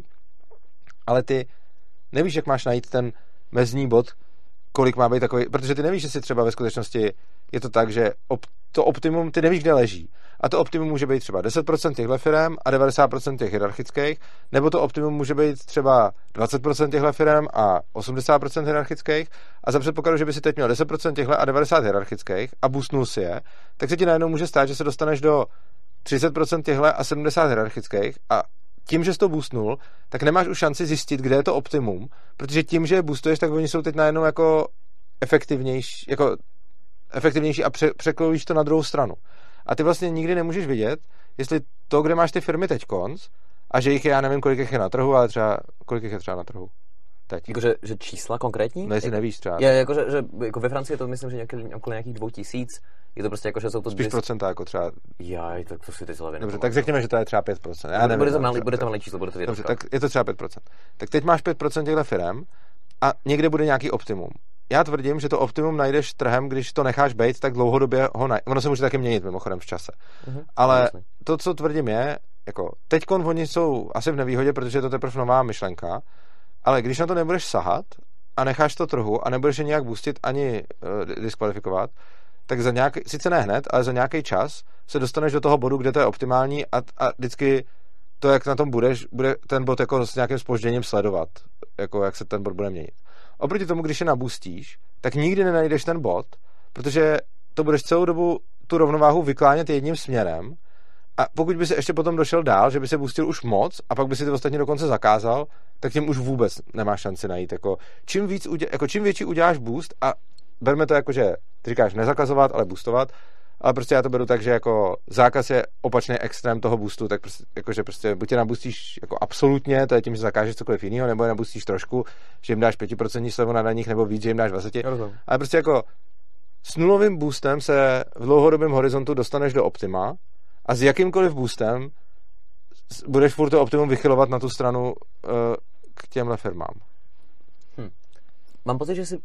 [SPEAKER 1] ale ty nevíš, jak máš najít ten mezní bod, kolik má být takový, protože ty nevíš, jestli třeba ve skutečnosti je to tak, že op, to optimum, ty nevíš, kde leží. A to optimum může být třeba deset procent těchto firem a devadesát procent těch hierarchických, nebo to optimum může být třeba dvacet procent těchto firem a osmdesát procent hierarchických. A za předpokladu, že by si teď měl deset procent těchto a devadesát procent hierarchických a boostnul si je, tak se ti najednou může stát, že se dostaneš do třicet procent těchto a sedmdesát procent hierarchických a tím, že jsi to boostnul, tak nemáš už šanci zjistit, kde je to optimum, protože tím, že je boostuješ, tak oni jsou teď najednou jako efektivnější, jako efektivnější a pře- překlouvíš to na druhou stranu. A ty vlastně nikdy nemůžeš vidět, jestli to, kde máš ty firmy teď konc, a že jich je, já nevím, kolik jich je na trhu, ale třeba, kolik jich je třeba na trhu teď.
[SPEAKER 2] Jakože že čísla konkrétní?
[SPEAKER 1] No, jestli nevíš třeba.
[SPEAKER 2] Je, jako, že, že jako ve Francii je to myslím, že nějaký, okolo nějakých dvou tisíc. Je to prostě jako, že jsou to...
[SPEAKER 1] Spíš dvě... procenta, jako třeba...
[SPEAKER 2] Jaj, tak to si teď zlavě.
[SPEAKER 1] Dobře, tak řekněme, že to je třeba pět procent. Já nevím,
[SPEAKER 2] bude to malý, bude to malý číslo, bude to
[SPEAKER 1] Dobře, tak je to třeba pět procent. Tak teď máš pět procent těchto firem a někde bude nějaký optimum. Já tvrdím, že to optimum najdeš trhem, když to necháš být, tak dlouhodobě ho najdeš. Ono se může taky měnit mimochodem v čase. Uh-huh, ale jasný. To, co tvrdím je, jako teďkon oni jsou asi v nevýhodě, protože je to teprve nová myšlenka, ale když na to nebudeš sahat a necháš to trhu a nebudeš je nějak boostit ani uh, diskvalifikovat, tak za nějaký, sice ne hned, ale za nějaký čas se dostaneš do toho bodu, kde to je optimální a, a vždycky to, jak na tom budeš, bude ten bod jako s nějakým zpožděním sledovat, jako jak se ten bod bude měnit. Oproti tomu, když je nabustíš, tak nikdy nenajdeš ten bod, protože to budeš celou dobu tu rovnováhu vyklánět jedním směrem a pokud by se ještě potom došel dál, že by se boostil už moc a pak by si ty ostatní dokonce zakázal, tak tím už vůbec nemáš šanci najít. Jako, čím, víc uděl, jako, čím větší uděláš boost a berme to jako, že ty říkáš nezakazovat, ale boostovat, ale prostě já to beru tak, že jako zákaz je opačný extrém toho boostu, tak prostě, jako, že prostě buď je nabustíš jako absolutně, to je tím, že zakážeš cokoliv jiného, nebo je nabustíš trošku, že jim dáš pět procent slevu na daních, nebo víc, že jim dáš dvacet procent. Ale prostě jako s nulovým boostem se v dlouhodobém horizontu dostaneš do optima a s jakýmkoliv boostem budeš furt to optimum vychylovat na tu stranu uh, k těmhle firmám.
[SPEAKER 2] Hm. Mám pocit, že si...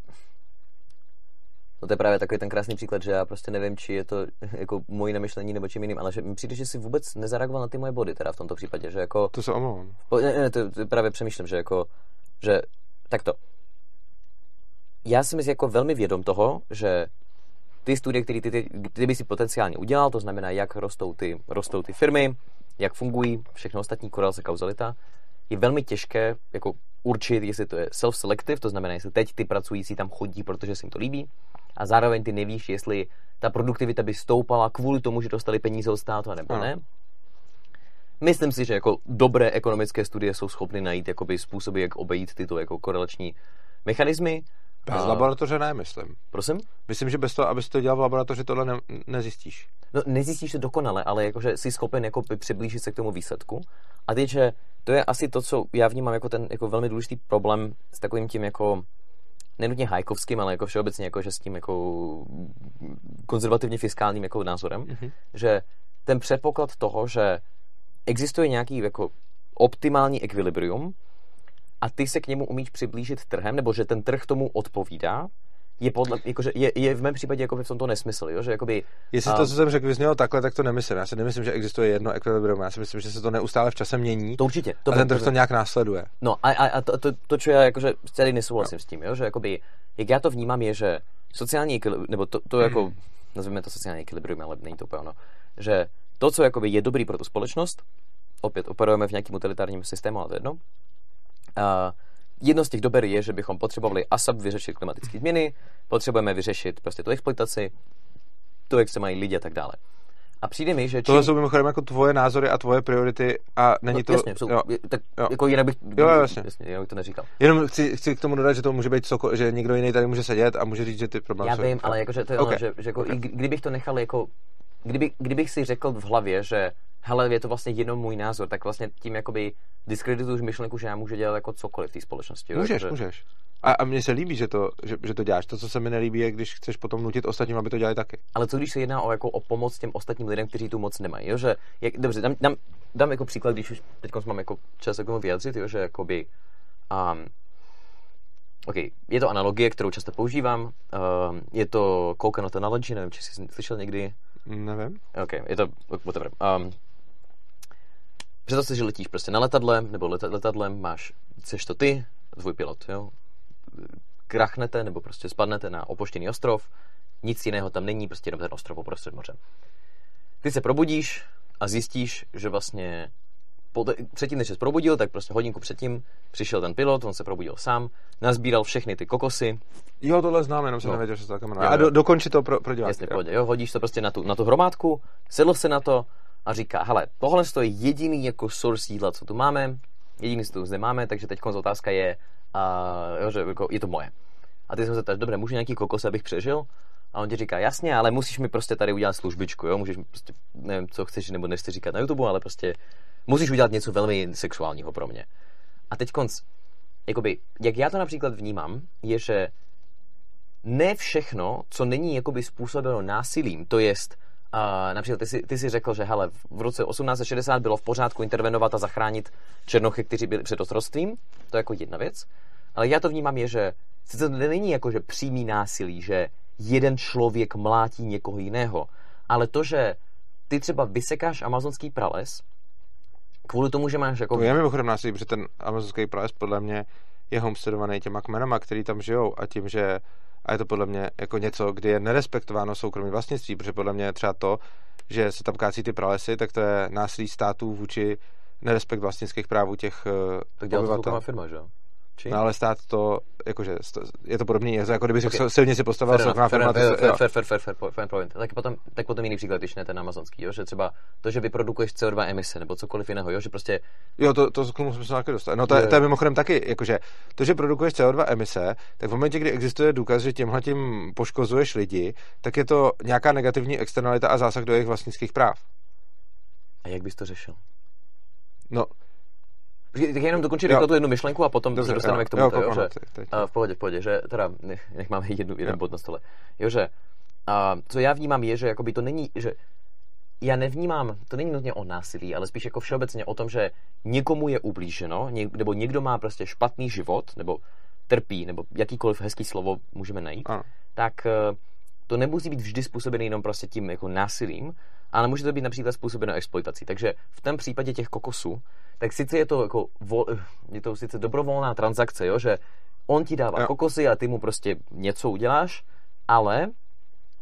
[SPEAKER 2] No to je právě takový ten krásný příklad, že já prostě nevím, či je to jako moje namyšlení nebo čím jiným, ale že mi přijde, že si vůbec nezareagoval na ty moje body teda v tomto případě, že jako...
[SPEAKER 1] To se omlouvám.
[SPEAKER 2] Ne, ne, to, to právě přemýšlím, že jako, že takto. Já si myslím jako velmi vědom toho, že ty studie, které ty, ty, ty by si potenciálně udělal, to znamená, jak rostou ty, rostou ty firmy, jak fungují, všechno ostatní, korelace, kauzalita, je velmi těžké jako určit, jestli to je self-selective, to znamená, jestli teď ty pracující tam chodí, protože se jim to líbí, a zároveň ty nevíš, jestli ta produktivita by stoupala kvůli tomu, že dostali peníze od státu, nebo ne. Myslím si, že jako dobré ekonomické studie jsou schopny najít jakoby způsoby, jak obejít tyto jako korelační mechanismy.
[SPEAKER 1] Bez a... laboratoře ne, myslím.
[SPEAKER 2] Prosím?
[SPEAKER 1] Myslím, že bez toho, abys to dělal v laboratoři, tohle ne, nezjistíš.
[SPEAKER 2] No, nezjistíš to dokonale, ale jakože jsi schopen jako přiblížit se k tomu výsledku. A teď, že to je asi to, co já vnímám jako ten jako velmi důležitý problém s takovým tím jako nenutně hajkovským, ale jako všeobecně jako, že s tím jako konzervativně fiskálním jako názorem, mm-hmm. že ten předpoklad toho, že existuje nějaký jako optimální ekvilibrium a ty se k němu umíš přiblížit trhem, nebo že ten trh tomu odpovídá, je, podle, jakože je, je v mém případě jako v tomto nesmysl, jo? Že jakoby...
[SPEAKER 1] Jestli to, co jsem řekl, vyznělo takhle, tak to nemyslím. Já si nemyslím, že existuje jedno ekvilibrium. Já si myslím, že se to neustále v čase mění.
[SPEAKER 2] To určitě.
[SPEAKER 1] To a ten trh to, to nějak následuje.
[SPEAKER 2] No a, a, a to, to, to, co já jakože celý nesouhlasím no. s tím, jo? Že jakoby, jak já to vnímám, je, že sociální ekvilibrium, nebo to, to jako, mm. nazveme to sociální ekvilibrium, ale není to úplně ono, že to, co jakoby je dobrý pro tu společnost, opět operujeme v nějakém utilitárním systému, ale to je jedno. A jedno z těch dober je, že bychom potřebovali ASAP vyřešit klimatické změny, potřebujeme vyřešit prostě tu exploitaci, to, jak se mají lidi a tak dále. A přijde mi, že... Čím...
[SPEAKER 1] Tohle jsou mimochodem jako tvoje názory a tvoje priority a není
[SPEAKER 2] no,
[SPEAKER 1] to...
[SPEAKER 2] Jasně, jsou,
[SPEAKER 1] jo.
[SPEAKER 2] tak
[SPEAKER 1] jo.
[SPEAKER 2] jako jinak bych...
[SPEAKER 1] Jo, jasně.
[SPEAKER 2] jasně. Jinak bych to neříkal.
[SPEAKER 1] Jenom chci, chci k tomu dodat, že to může být cokoliv, že někdo jiný tady může sedět a může říct, že ty problémy
[SPEAKER 2] Já
[SPEAKER 1] jsou...
[SPEAKER 2] vím, ale jakože to je
[SPEAKER 1] okay.
[SPEAKER 2] ono, že, že jako,
[SPEAKER 1] okay.
[SPEAKER 2] i kdybych to nechal jako... Kdyby, kdybych si řekl v hlavě, že hele, je to vlastně jenom můj názor, tak vlastně tím jakoby diskredituju myšlenku, že já můžu dělat jako cokoliv v té společnosti.
[SPEAKER 1] Můžeš,
[SPEAKER 2] že...
[SPEAKER 1] můžeš. A, a mně se líbí, že to, že, že to děláš. To, co se mi nelíbí, je, když chceš potom nutit ostatním, aby to dělali taky.
[SPEAKER 2] Ale co když se jedná o, jako, o pomoc těm ostatním lidem, kteří tu moc nemají, jo? Že, jak, dobře, dám, dám, dám jako příklad, když už teď mám jako čas k tomu vyjádřit, jo? Že jakoby, um, ok, je to analogie, kterou často používám, um, je to coconut analogy, nevím, či jsi slyšel někdy.
[SPEAKER 1] Nevím.
[SPEAKER 2] Ok, je to whatever. Um, představ si, že letíš prostě na letadle, nebo let, letadlem, máš, seš to ty, tvůj pilot, jo? Krachnete, nebo prostě spadnete na opuštěný ostrov, nic jiného tam není, prostě jenom ten ostrov uprostřed moře. Ty se probudíš a zjistíš, že vlastně předtím, než se probudil, tak prostě hodinku předtím přišel ten pilot, on se probudil sám, nazbíral všechny ty kokosy.
[SPEAKER 1] Jo, tohle znám, jenom jsem no. nevěděl, že se to jmenuje. A do, dokončí to pro, pro diváky.
[SPEAKER 2] Jasně, pohodě, jo, hodíš to prostě na tu, na tu hromádku, sedl se na to a říká, hele, tohle je jediný jako source jídla, co tu máme, jediný, co tu zde máme, takže teď otázka je, uh, jo, že jako, je to moje. A ty se zeptáš, dobré, můžu nějaký kokos, abych přežil? A on ti říká, jasně, ale musíš mi prostě tady udělat službičku, jo, můžeš prostě, nevím, co chceš, nebo nechceš říkat na YouTube, ale prostě musíš udělat něco velmi sexuálního pro mě. A teď konc, jakoby, jak já to například vnímám, je, že ne všechno, co není jakoby způsobeno násilím, to jest, uh, například ty si, ty si řekl, že hele, v roce osmnáct set šedesát bylo v pořádku intervenovat a zachránit černochy, kteří byli před otroctvím, to je jako jedna věc, ale já to vnímám je, že sice to není jako, že přímý násilí, že jeden člověk mlátí někoho jiného, ale to, že ty třeba vysekáš amazonský prales, kvůli tomu, že máš jako...
[SPEAKER 1] To je mimochodem násilí, protože ten amazonský prales podle mě je homesteadovaný těma kmenama, který tam žijou a tím, že a je to podle mě jako něco, kdy je nerespektováno soukromí vlastnictví, protože podle mě třeba to, že se tam kácí ty pralesy, tak to je násilí států vůči nerespekt vlastnických právů těch
[SPEAKER 2] tak dělá to soukromá firma, že jo?
[SPEAKER 1] No ale stát to, jakože, je to podobný, jako kdyby řekl, okay. silně si postavil soukromá firma.
[SPEAKER 2] Fair, fair, fair, fair, fair point. Tak potom, tak potom jiný příklad, když ne ten amazonský, jo? Že třeba to, že vyprodukuješ C O dva emise, nebo cokoliv jiného, jo? Že prostě...
[SPEAKER 1] Jo, to, to k tomu jsme se taky dostali. No to, je, to je mimochodem taky, jakože, to, že produkuješ C O dva emise, tak v momentě, kdy existuje důkaz, že tímhletím poškozuješ lidi, tak je to nějaká negativní externalita a zásah do jejich vlastnických práv.
[SPEAKER 2] A jak bys to řešil?
[SPEAKER 1] No,
[SPEAKER 2] tak jenom dokončit rychle tu jednu myšlenku a potom
[SPEAKER 1] dobře,
[SPEAKER 2] se dostaneme
[SPEAKER 1] jo,
[SPEAKER 2] k tomu,
[SPEAKER 1] jo,
[SPEAKER 2] to, jo, že,
[SPEAKER 1] teď.
[SPEAKER 2] A v pohodě, v pohodě, že teda nech, nech máme jednu, jeden jo. bod na stole. Jo, že a co já vnímám je, že jakoby to není, že já nevnímám, to není nutně o násilí, ale spíš jako všeobecně o tom, že někomu je ublíženo, něk, nebo někdo má prostě špatný život, nebo trpí, nebo jakýkoliv hezký slovo můžeme najít, ano. tak to nemusí být vždy způsobený jenom prostě tím jako násilím, ale může to být například způsobeno exploitací. Takže v tom případě těch kokosů, tak sice je to jako vol, je to sice dobrovolná transakce, jo, že on ti dává jo. kokosy a ty mu prostě něco uděláš, ale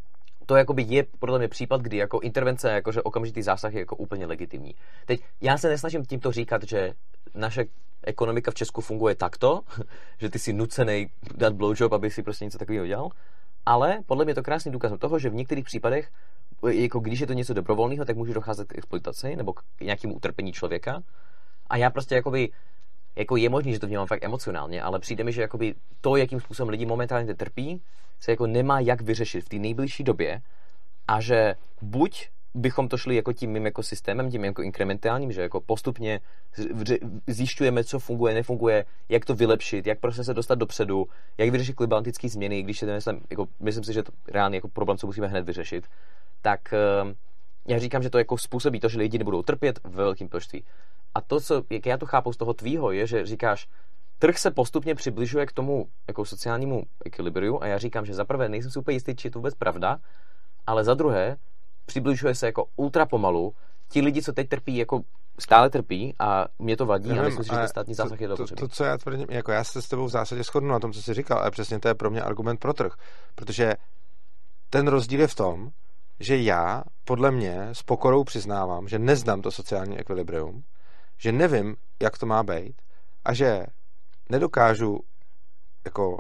[SPEAKER 2] to jakoby je podle mě případ, kdy jako intervence, jakože okamžitý zásah je jako úplně legitimní. Teď já se nesnažím tímto říkat, že naše ekonomika v Česku funguje takto, že ty si nucenej dát blowjob, aby si prostě něco takového dělal, ale podle mě je to krásný důkaz toho, že v některých případech, jako když je to něco dobrovolného, tak může docházet k exploitaci nebo k nějakému utrpení člověka. A já prostě jakoby, jako je možný, že to vnímám fakt emocionálně, ale přijde mi, že jakoby to, jakým způsobem lidi momentálně trpí, se jako nemá jak vyřešit v té nejbližší době a že buď bychom to šli jako tím mým jako systémem, tím jako inkrementálním, že jako postupně zjišťujeme, co funguje, nefunguje, jak to vylepšit, jak prostě se dostat dopředu, jak vyřešit klimatické změny, když se to myslím, jako, myslím si, že to reálně jako problém, co musíme hned vyřešit, tak uh, já říkám, že to jako způsobí to, že lidi nebudou trpět ve velkém množství. A to, co, jak já to chápu z toho tvýho, je, že říkáš, trh se postupně přibližuje k tomu jako sociálnímu ekvilibriu a já říkám, že za prvé nejsem si úplně jistý, či je to vůbec pravda, ale za druhé přibližuje se jako ultra pomalu. Ti lidi, co teď trpí, jako stále trpí a mě to vadí. Nevím, a myslím si, že ten státní zásah
[SPEAKER 1] to,
[SPEAKER 2] je to,
[SPEAKER 1] to, to, co já tvrdím, jako já se s tebou v zásadě shodnu na tom, co jsi říkal, ale přesně to je pro mě argument pro trh. Protože ten rozdíl je v tom, že já, podle mě, s pokorou přiznávám, že neznám to sociální ekvilibrium, že nevím, jak to má být a že nedokážu jako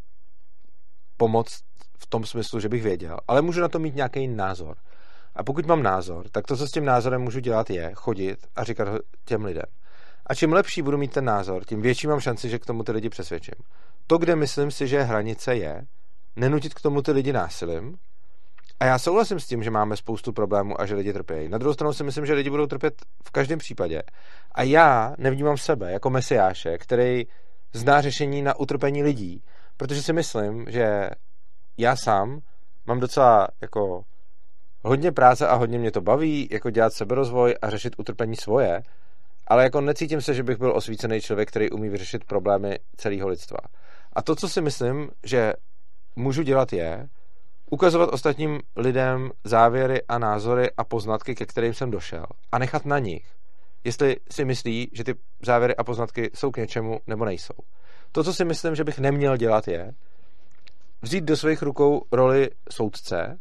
[SPEAKER 1] pomoct v tom smyslu, že bych věděl, ale můžu na to mít nějaký názor. A pokud mám názor, tak to, co s tím názorem můžu dělat, je chodit a říkat ho těm lidem. A čím lepší budu mít ten názor, tím větší mám šanci, že k tomu ty lidi přesvědčím. To, kde myslím si, že hranice je, nenutit k tomu ty lidi násilím. A já souhlasím s tím, že máme spoustu problémů a že lidi trpějí. Na druhou stranu si myslím, že lidi budou trpět v každém případě. A já nevnímám sebe jako mesiáše, který zná řešení na utrpení lidí, protože si myslím, že já sám mám docela jako hodně práce a hodně mě to baví, jako dělat seberozvoj a řešit utrpení svoje, ale jako necítím se, že bych byl osvícený člověk, který umí vyřešit problémy celého lidstva. A to, co si myslím, že můžu dělat, je ukazovat ostatním lidem závěry a názory a poznatky, ke kterým jsem došel a nechat na nich, jestli si myslí, že ty závěry a poznatky jsou k něčemu nebo nejsou. To, co si myslím, že bych neměl dělat, je vzít do svých rukou roli soudce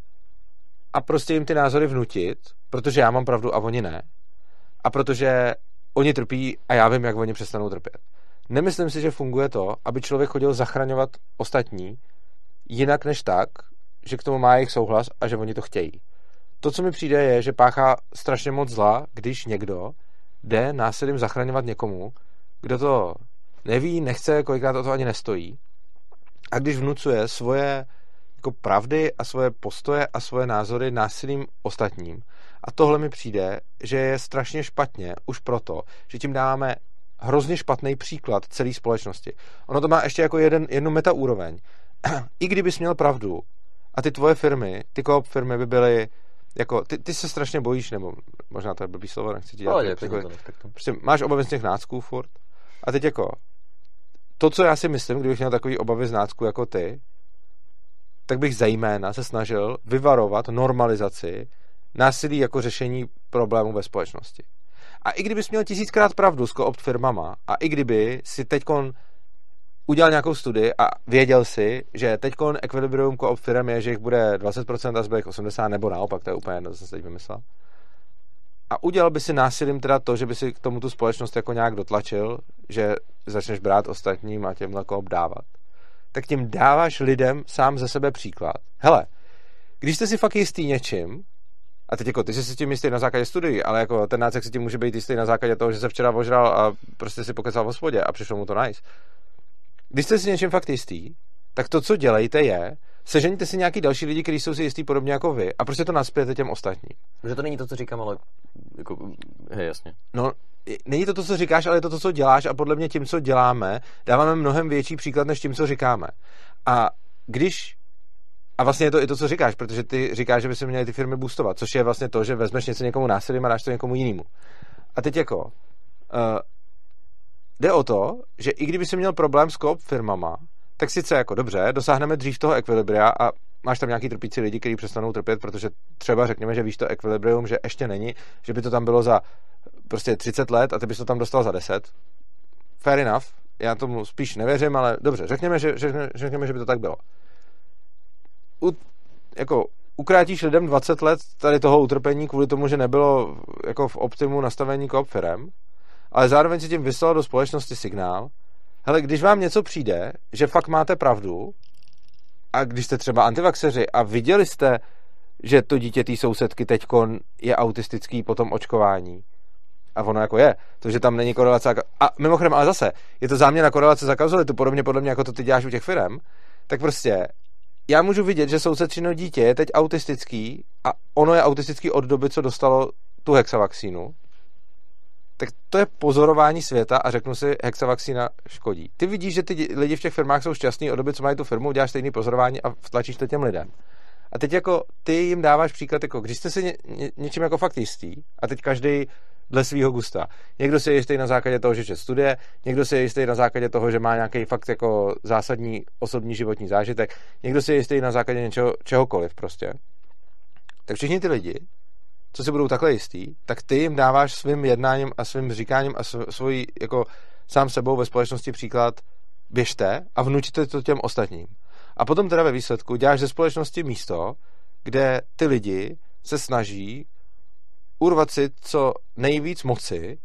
[SPEAKER 1] a prostě jim ty názory vnutit, protože já mám pravdu a oni ne. A protože oni trpí a já vím, jak oni přestanou trpět. Nemyslím si, že funguje to, aby člověk chodil zachraňovat ostatní jinak než tak, že k tomu má jejich souhlas a že oni to chtějí. To, co mi přijde, je, že páchá strašně moc zla, když někdo jde násilím zachraňovat někomu, kdo to neví, nechce, kolikrát o to ani nestojí. A když vnucuje svoje jako pravdy a svoje postoje a svoje názory násilím ostatním. A tohle mi přijde, že je strašně špatně už proto, že tím dáváme hrozně špatný příklad celé společnosti. Ono to má ještě jako jeden, jednu metaúroveň. I kdybys měl pravdu a ty tvoje firmy, ty koop firmy by byly jako, ty, ty se strašně bojíš, nebo možná to je blbý slovo, nechci ti dělat.
[SPEAKER 2] No,
[SPEAKER 1] jako, prostě máš obavy z těch nácků furt. A teď jako to, co já si myslím, kdybych měl takový obavy z nácků jako ty, tak bych zejména se snažil vyvarovat normalizaci násilí jako řešení problémů ve společnosti. A i kdybys měl tisíckrát pravdu s co-op firmama a i kdyby si teďkon udělal nějakou studii a věděl si, že teďkon ekvilibrium co-op firm je, že jich bude dvacet procent a zbylých osmdesát procent, nebo naopak, to je úplně jedno, co jsem si teď vymyslel. A udělal by si násilím teda to, že by si k tomu tu společnost jako nějak dotlačil, že začneš brát ostatním a těmhle co-op dávat. Tak tím dáváš lidem sám ze sebe příklad. Hele, když jste si fakt jistý něčím, a teď jako ty jsi si tím jistý na základě studií, ale jako ten nácek si tím může být jistý na základě toho, že se včera ožral a prostě si pokecal v hospodě a přišlo mu to nice. Když jste si něčím fakt jistý, tak to, co dělejte, je, sežeňte si nějaký další lidi, kteří jsou si jistý podobně jako vy a prostě to naspějete těm ostatním.
[SPEAKER 2] Že to není to, co říkám, ale jako, hej, jasně.
[SPEAKER 1] No, není to to, co říkáš, ale je to to, co děláš a podle mě tím, co děláme, dáváme mnohem větší příklad, než tím, co říkáme. A když A vlastně je to i to, co říkáš, protože ty říkáš, že by se měly ty firmy boostovat, což je vlastně to, že vezmeš něco někomu násilím a dáš to někomu jinému. A teď jako uh, jde o to, že i kdyby si měl problém s co-op firmama, tak sice jako dobře, dosáhneme dřív toho ekvilibria a máš tam nějaký trpící lidi, kteří přestanou trpět, protože třeba řekněme, že víš to ekvilibrium, že ještě není, že by to tam bylo za prostě třicet let a ty bys to tam dostal za deset. Fair enough, já tomu spíš nevěřím, ale dobře, řekněme, že, řekněme, že by to tak bylo. U, jako, ukrátíš lidem dvacet let tady toho utrpení kvůli tomu, že nebylo jako v optimu nastavení koop firem, ale zároveň si tím vyslal do společnosti signál, hele, když vám něco přijde, že fakt máte pravdu, a když jste třeba antivaxeři a viděli jste, že to dítě té sousedky teďkon je autistický po tom očkování, a ono jako je, to, že tam není korelace, a mimochodem, ale zase, je to záměrná korelace za kauzalitu, podobně podle mě, jako to ty děláš u těch firem, tak prostě já můžu vidět, že sousedčino dítě je teď autistický a ono je autistický od doby, co dostalo tu hexavaxínu, tak to je pozorování světa a řeknu si, hexavaxína škodí. Ty vidíš, že ty lidi v těch firmách jsou šťastní od doby, co mají tu firmu, děláš stejný pozorování a vtlačíš to těm lidem. A teď jako ty jim dáváš příklad, jako když jste si ně, ně, něčím jako fakt jistý a teď každý dle svýho gusta. Někdo si je jistý na základě toho, že čte studie, někdo si je jistý na základě toho, že má nějaký fakt jako zásadní osobní životní zážitek, někdo si je jistý na základě něčeho, čehokoliv prostě. Tak všichni ty lidi, co si budou takhle jistý, tak ty jim dáváš svým jednáním a svým říkáním a svojí jako sám sebou ve společnosti příklad, běžte a vnučte to těm ostatním. A potom teda ve výsledku děláš ze společnosti místo, kde ty lidi se snaží urvat si co nejvíc moci,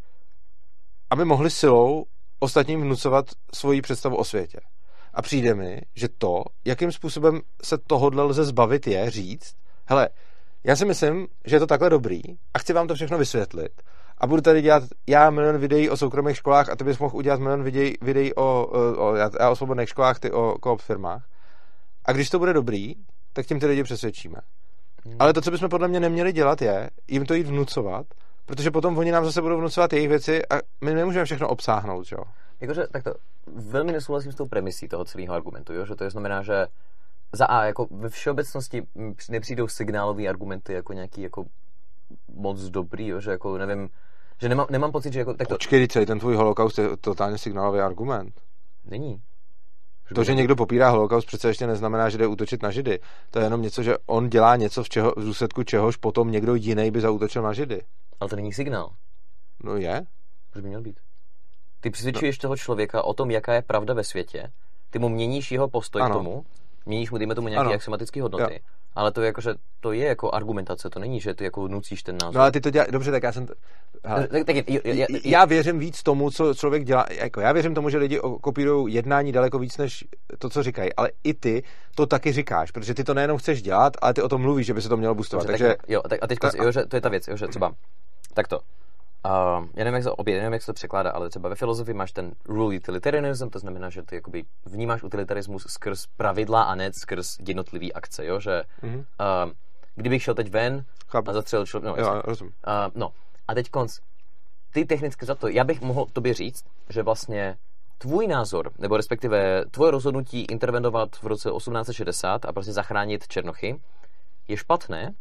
[SPEAKER 1] aby mohli silou ostatním vnucovat svoji představu o světě. A přijde mi, že to, jakým způsobem se tohodle lze zbavit, je říct, hele, já si myslím, že je to takhle dobrý a chci vám to všechno vysvětlit. A budu tady dělat já milion videí o soukromých školách a ty bys mohl udělat milion videí, videí o, o, o, já o svobodných školách, ty o koop firmách. A když to bude dobrý, tak tím ty lidi přesvědčíme. Hmm. Ale to, co bychom podle mě neměli dělat, je jim to jít vnucovat, protože potom oni nám zase budou vnucovat jejich věci a my nemůžeme všechno obsáhnout, jo.
[SPEAKER 2] Jakože takto, velmi nesouhlasím s tou premisí toho celého argumentu, jo? Že to je znamená, že za A, jako ve všeobecnosti nepřijdou signálové argumenty jako nějaký jako moc dobrý, jo? Že jako nevím, že nemám, nemám pocit, že jako takto...
[SPEAKER 1] Počkej, celý ten tvůj holokaust je totálně signálový argument.
[SPEAKER 2] Není.
[SPEAKER 1] To, že někdo popírá holokaust, přece ještě neznamená, že jde útočit na Židy. To je jenom něco, že on dělá něco, v, čeho, v důsledku čehož potom někdo jiný by zaútočil na Židy.
[SPEAKER 2] Ale to není signál.
[SPEAKER 1] No je.
[SPEAKER 2] Proč by měl být? Ty přesvědčuješ no. toho člověka o tom, jaká je pravda ve světě, ty mu měníš jeho postoj ano. k tomu, měníš mu, dejme tomu, nějaké axiomatické hodnoty, jo. Ale to je jako, že to je jako argumentace, to není, že ty jako nucíš ten názor.
[SPEAKER 1] No ale ty to děláš, dobře, tak já jsem... T... tak, tak, já, já, já věřím víc tomu, co člověk dělá, jako já věřím tomu, že lidi kopírují jednání daleko víc, než to, co říkají, ale i ty to taky říkáš, protože ty to nejenom chceš dělat, ale ty o tom mluvíš, že by se to mělo boostovat,
[SPEAKER 2] dobře,
[SPEAKER 1] takže...
[SPEAKER 2] Tak, jo, tak a teď, a... jo, že to je ta věc, jo, že třeba, takto, Uh, já nevím, jak se obě, nevím, jak se to překládá, ale třeba ve filozofii máš ten rule utilitarianism, to znamená, že ty jakoby vnímáš utilitarismus skrz pravidla a ne skrz jednotlivý akce, jo, že mm-hmm. uh, kdybych šel teď ven Chápu. a zatřelil člověk, no,
[SPEAKER 1] jo, rozumím.
[SPEAKER 2] Uh, no, a teď konc, ty technicky za to, já bych mohl tobě říct, že vlastně tvůj názor, nebo respektive tvoje rozhodnutí intervenovat v roce osmnáct set šedesát a prostě zachránit Černochy je špatné,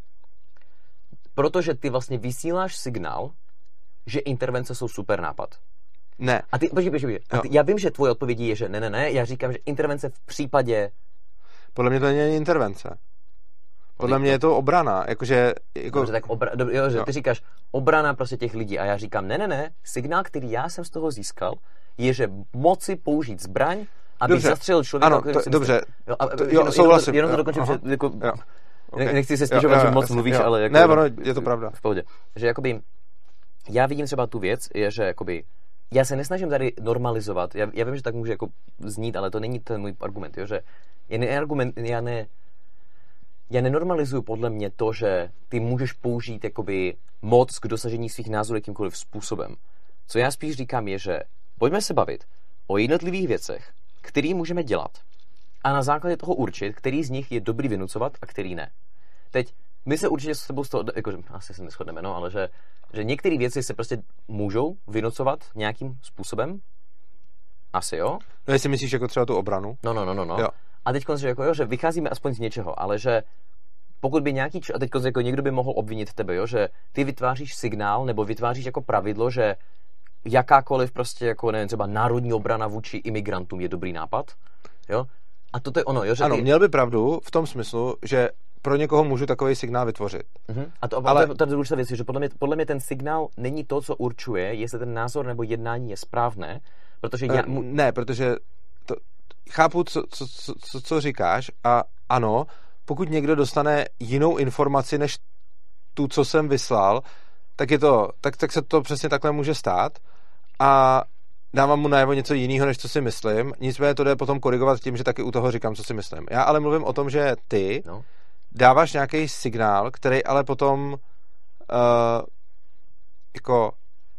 [SPEAKER 2] protože ty vlastně vysíláš signál, že intervence jsou super nápad.
[SPEAKER 1] Ne.
[SPEAKER 2] A ty, počkej, počkej, a ty, já vím, že tvoje odpovědí je, že ne, ne, ne, já říkám, že intervence v případě...
[SPEAKER 1] Podle mě to není intervence. Podle mě je to obrana, jakože... Jako...
[SPEAKER 2] Dobře, tak obra... Dobře, jo, že jo. Ty říkáš obrana prostě těch lidí a já říkám, ne, ne, ne, signál, který já jsem z toho získal, je, že moci použít zbraň, aby dobře. zastřelil člověka...
[SPEAKER 1] Ano, to, dobře,
[SPEAKER 2] jo, a,
[SPEAKER 1] to, jo, souhlasím.
[SPEAKER 2] Jenom to dokončím, že jako... Okay. Nechci se stěžovat, že moc jasný, mluvíš,
[SPEAKER 1] jo.
[SPEAKER 2] ale... Jako,
[SPEAKER 1] ne, ono, je to pravda.
[SPEAKER 2] V pohodě. Že jakoby... Já vidím třeba tu věc, je, že jakoby, já se nesnažím tady normalizovat, já, já vím, že tak může jako znít, ale to není ten můj argument, jo, že já, ne, argument, já, ne, já nenormalizuju podle mě to, že ty můžeš použít jakoby moc k dosažení svých názorů jakýmkoliv způsobem. Co já spíš říkám je, že pojďme se bavit o jednotlivých věcech, které můžeme dělat a na základě toho určit, který z nich je dobrý vynucovat a který ne. Teď my se určitě s tebou z toho, jako, asi se neshodneme, no, ale že, že některé věci se prostě můžou vynocovat nějakým způsobem. Asi jo.
[SPEAKER 1] No jestli myslíš jako třeba tu obranu.
[SPEAKER 2] No, no, no, no. no.
[SPEAKER 1] Jo.
[SPEAKER 2] A teď že, jako, jo, že vycházíme aspoň z něčeho, ale že pokud by nějaký, a teď jako někdo by mohl obvinit tebe, jo, že ty vytváříš signál nebo vytváříš jako pravidlo, že jakákoliv prostě jako, nevím, třeba národní obrana vůči imigrantům je dobrý nápad, jo. A to je ono, jo, že
[SPEAKER 1] ano,
[SPEAKER 2] ty...
[SPEAKER 1] měl by pravdu v tom smyslu, že pro někoho můžu takový signál vytvořit.
[SPEAKER 2] Uh-huh. A to, ale... to, to je důležitá věc, že podle mě, podle mě ten signál není to, co určuje, jestli ten názor nebo jednání je správné, protože já...
[SPEAKER 1] Uh, ne, protože to, chápu, co, co, co, co říkáš a ano, pokud někdo dostane jinou informaci, než tu, co jsem vyslal, tak je to, tak, tak se to přesně takhle může stát a dávám mu najevo něco jiného, než co si myslím. Nicméně to jde potom korigovat tím, že taky u toho říkám, co si myslím. Já ale mluvím o tom, že ty no. dáváš nějaký signál, který ale potom uh, jako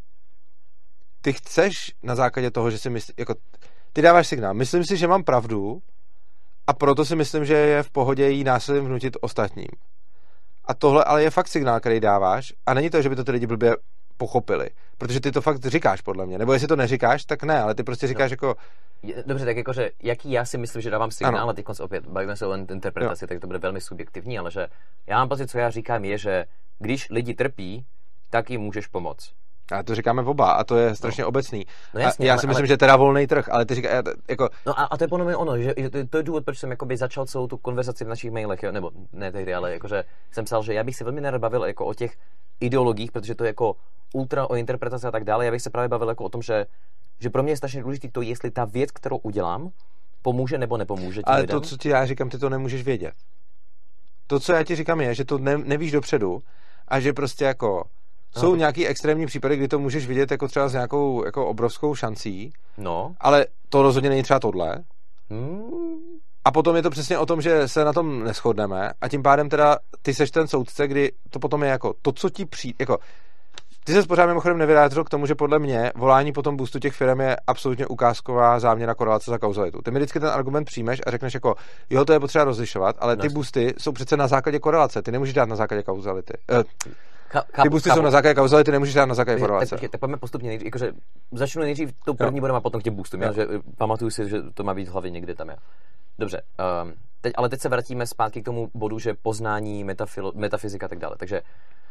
[SPEAKER 1] ty chceš na základě toho, že si myslíš, jako ty dáváš signál. Myslím si, že mám pravdu a proto si myslím, že je v pohodě jí násilím vnutit ostatním. A tohle ale je fakt signál, který dáváš a není to, že by to ty lidi blbě pochopili, protože ty to fakt říkáš podle mě. Nebo jestli to neříkáš, tak ne, ale ty prostě říkáš no. jako...
[SPEAKER 2] Dobře, tak jakože, jaký já si myslím, že dávám signál, ano. a teď opět bavíme se o interpretaci, jo. tak to bude velmi subjektivní, ale že já mám pocit, co já říkám je, že když lidi trpí, tak jim můžeš pomoct.
[SPEAKER 1] A to říkáme oba a to je strašně no. obecný.
[SPEAKER 2] No jasně,
[SPEAKER 1] a já
[SPEAKER 2] ale,
[SPEAKER 1] si myslím,
[SPEAKER 2] ale...
[SPEAKER 1] že teda volný trh, ale ty říkáš, jako...
[SPEAKER 2] No a, a to je podle mě ono, že, že to je důvod, proč jsem jakoby začal celou tu konverzaci v našich mailech, jo? Nebo ne tehdy, ale jakože jsem psal, že já bych se velmi nerad bavil jako o těch ideologiích, protože to je jako ultra o interpretaci a tak dále. Já bych se právě bavil jako o tom, že, že pro mě je strašně důležité to, jestli ta věc, kterou udělám, pomůže nebo nepomůže těm
[SPEAKER 1] ale
[SPEAKER 2] lidem.
[SPEAKER 1] To, co ti já říkám, ty to nemůžeš vědět. To, co já ti říkám, je, že to ne, nevíš dopředu a že prostě jako jsou no. nějaký extrémní případy, kdy to můžeš vidět jako třeba s nějakou jako obrovskou šancí,
[SPEAKER 2] no.
[SPEAKER 1] ale to rozhodně není třeba tohle.
[SPEAKER 2] Hmm.
[SPEAKER 1] A potom je to přesně o tom, že se na tom neshodneme a tím pádem teda ty seš ten soudce, kdy to potom je jako to, co ti přijde, jako ty se pořád mimochodem nevyjádřil k tomu, že podle mě volání po tom boostu těch firm je absolutně ukázková záměna korelace za kauzalitu. Ty mi vždycky ten argument přijmeš a řekneš jako, jo, to je potřeba rozlišovat, ale ty boosty jsou přece na základě korelace, ty nemůžeš dát na základě kauzality. Eh, Ty boosty jsou na základě kauzality, nemůžeš dát na základě korelace.
[SPEAKER 2] Tak, tak pojďme postupně nejdřív, jakože začnu nejdřív tou první bodem a potom k těm boostům, já, že pamatuju si, že to má být v hlavě někde tam je. Dobře, um, teď, ale teď se vrátíme zpátky k tomu bodu, že poznání, metafilo, metafyzika a tak dále. Takže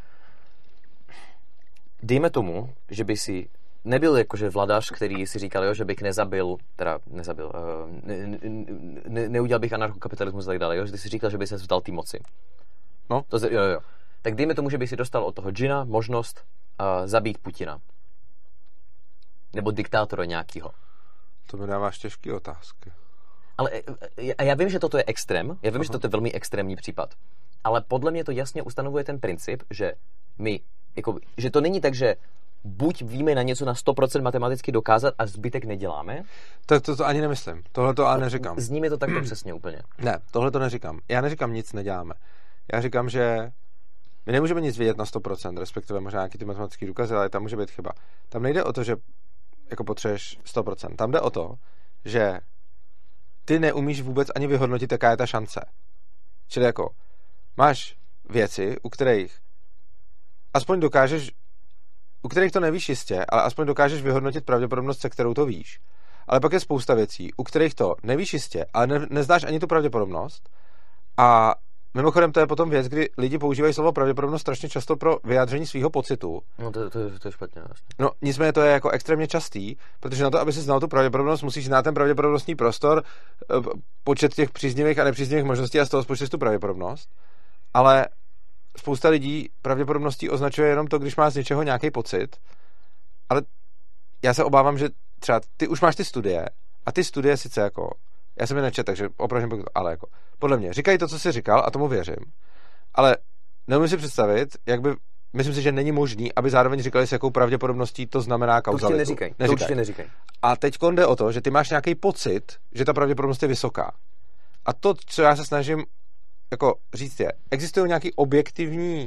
[SPEAKER 2] dejme tomu, že by si nebyl jakože vladař, který si říkal, jo, že bych nezabil, teda nezabil, uh, ne, ne, ne, neudělal bych anarchokapitalismus a tak dále, jo, že ty si říkal, že by se vzdal té moci.
[SPEAKER 1] No.
[SPEAKER 2] To, jo, jo. Tak dejme tomu, že by si dostal od toho džina možnost uh, zabít Putina. Nebo diktátora nějakýho.
[SPEAKER 1] To mi dáváš těžké otázky.
[SPEAKER 2] Ale já, já vím, že toto je extrém, já vím,
[SPEAKER 1] Aha.
[SPEAKER 2] že toto je velmi extrémní případ, ale podle mě to jasně ustanovuje ten princip, že my, jako, že to není tak, že buď víme na něco na sto procent matematicky dokázat a zbytek neděláme.
[SPEAKER 1] Tak to, to ani nemyslím. Tohle to ale neříkám.
[SPEAKER 2] Zní mi to takto přesně úplně.
[SPEAKER 1] Ne, tohle to neříkám. Já neříkám nic neděláme. Já říkám, že my nemůžeme nic vědět na sto procent, respektive možná nějaký ty matematický důkazy, ale tam může být chyba. Tam nejde o to, že jako potřebuješ sto procent. Tam jde o to, že ty neumíš vůbec ani vyhodnotit, jaká je ta šance. Čili jako máš věci, u kterých aspoň dokážeš, u kterých to nevíš jistě, ale aspoň dokážeš vyhodnotit pravděpodobnost, se kterou to víš. Ale pak je spousta věcí, u kterých to nevíš jistě, ale ne, neznáš ani tu pravděpodobnost. A mimochodem to je potom věc, kdy lidi používají slovo pravděpodobnost strašně často pro vyjádření svého pocitu.
[SPEAKER 2] No to, to, to je špatně. Vlastně.
[SPEAKER 1] No nicméně to je jako extrémně častý, protože na to, aby si znal tu pravděpodobnost, musíš znát ten pravděpodobnostní prostor, počet těch příznivých a nepříznivých možností a z toho spočítat tu pravděpodobnost. Ale spousta lidí pravděpodobností označuje jenom to, když má z něčeho nějaký pocit. Ale já se obávám, že třeba ty už máš ty studie a ty studie sice jako já jsem je nečet, takže opravdu, ale jako podle mě říkají to, co jsi říkal a tomu věřím. Ale neumím si představit, jak by, myslím si, že není možný, aby zároveň říkali, s jakou pravděpodobností to znamená kauzalitu.
[SPEAKER 2] To určitě neříkají. To určitě neříkají.
[SPEAKER 1] A teď jde o to, že ty máš nějaký pocit, že ta pravděpodobnost je vysoká. A to, co já se snažím jako říct je, existují nějaký objektivní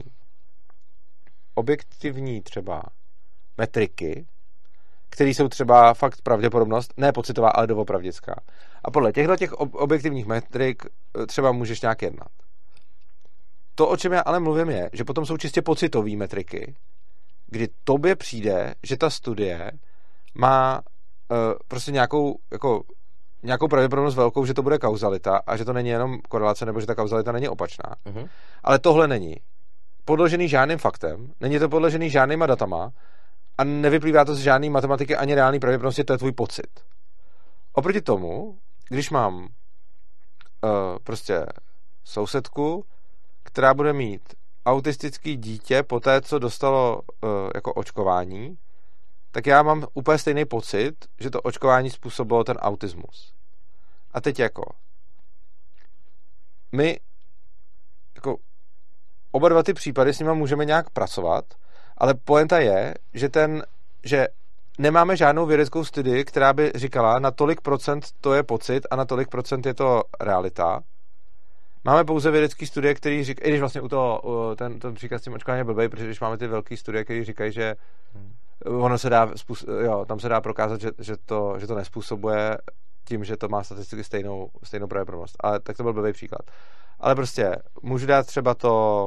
[SPEAKER 1] objektivní třeba metriky, které jsou třeba fakt pravděpodobnost, ne pocitová, ale doopravdická. A podle těchto těch objektivních metrik třeba můžeš nějak jednat. To, o čem já ale mluvím, je, že potom jsou čistě pocitové metriky, kdy tobě přijde, že ta studie má uh, prostě nějakou, jako, nějakou pravděpodobnost velkou, že to bude kauzalita a že to není jenom korelace, nebo že ta kauzalita není opačná. Mm-hmm. Ale tohle není podložený žádným faktem, není to podložený žádnýma datama, a nevyplývá to z žádný matematiky ani reálný pravděpodobnosti, to je tvůj pocit. Oproti tomu, když mám uh, prostě sousedku, která bude mít autistický dítě po té, co dostalo uh, jako očkování, tak já mám úplně stejný pocit, že to očkování způsobilo ten autismus. A teď jako my oba dva ty případy s nimi můžeme nějak pracovat, ale pointa je, že ten, že nemáme žádnou vědeckou studii, která by říkala, na tolik procent to je pocit a na tolik procent je to realita. Máme pouze vědecké studie, které říkají, i když vlastně u toho, ten, ten příklad s tím očkováním je blbej, protože když máme ty velké studie, které říkají, že ono se dá, jo, tam se dá prokázat, že, že, to, že to nespůsobuje tím, že to má statisticky stejnou, stejnou pravděpodobnost. Ale tak to byl blbý příklad. Ale prostě můžu dát třeba to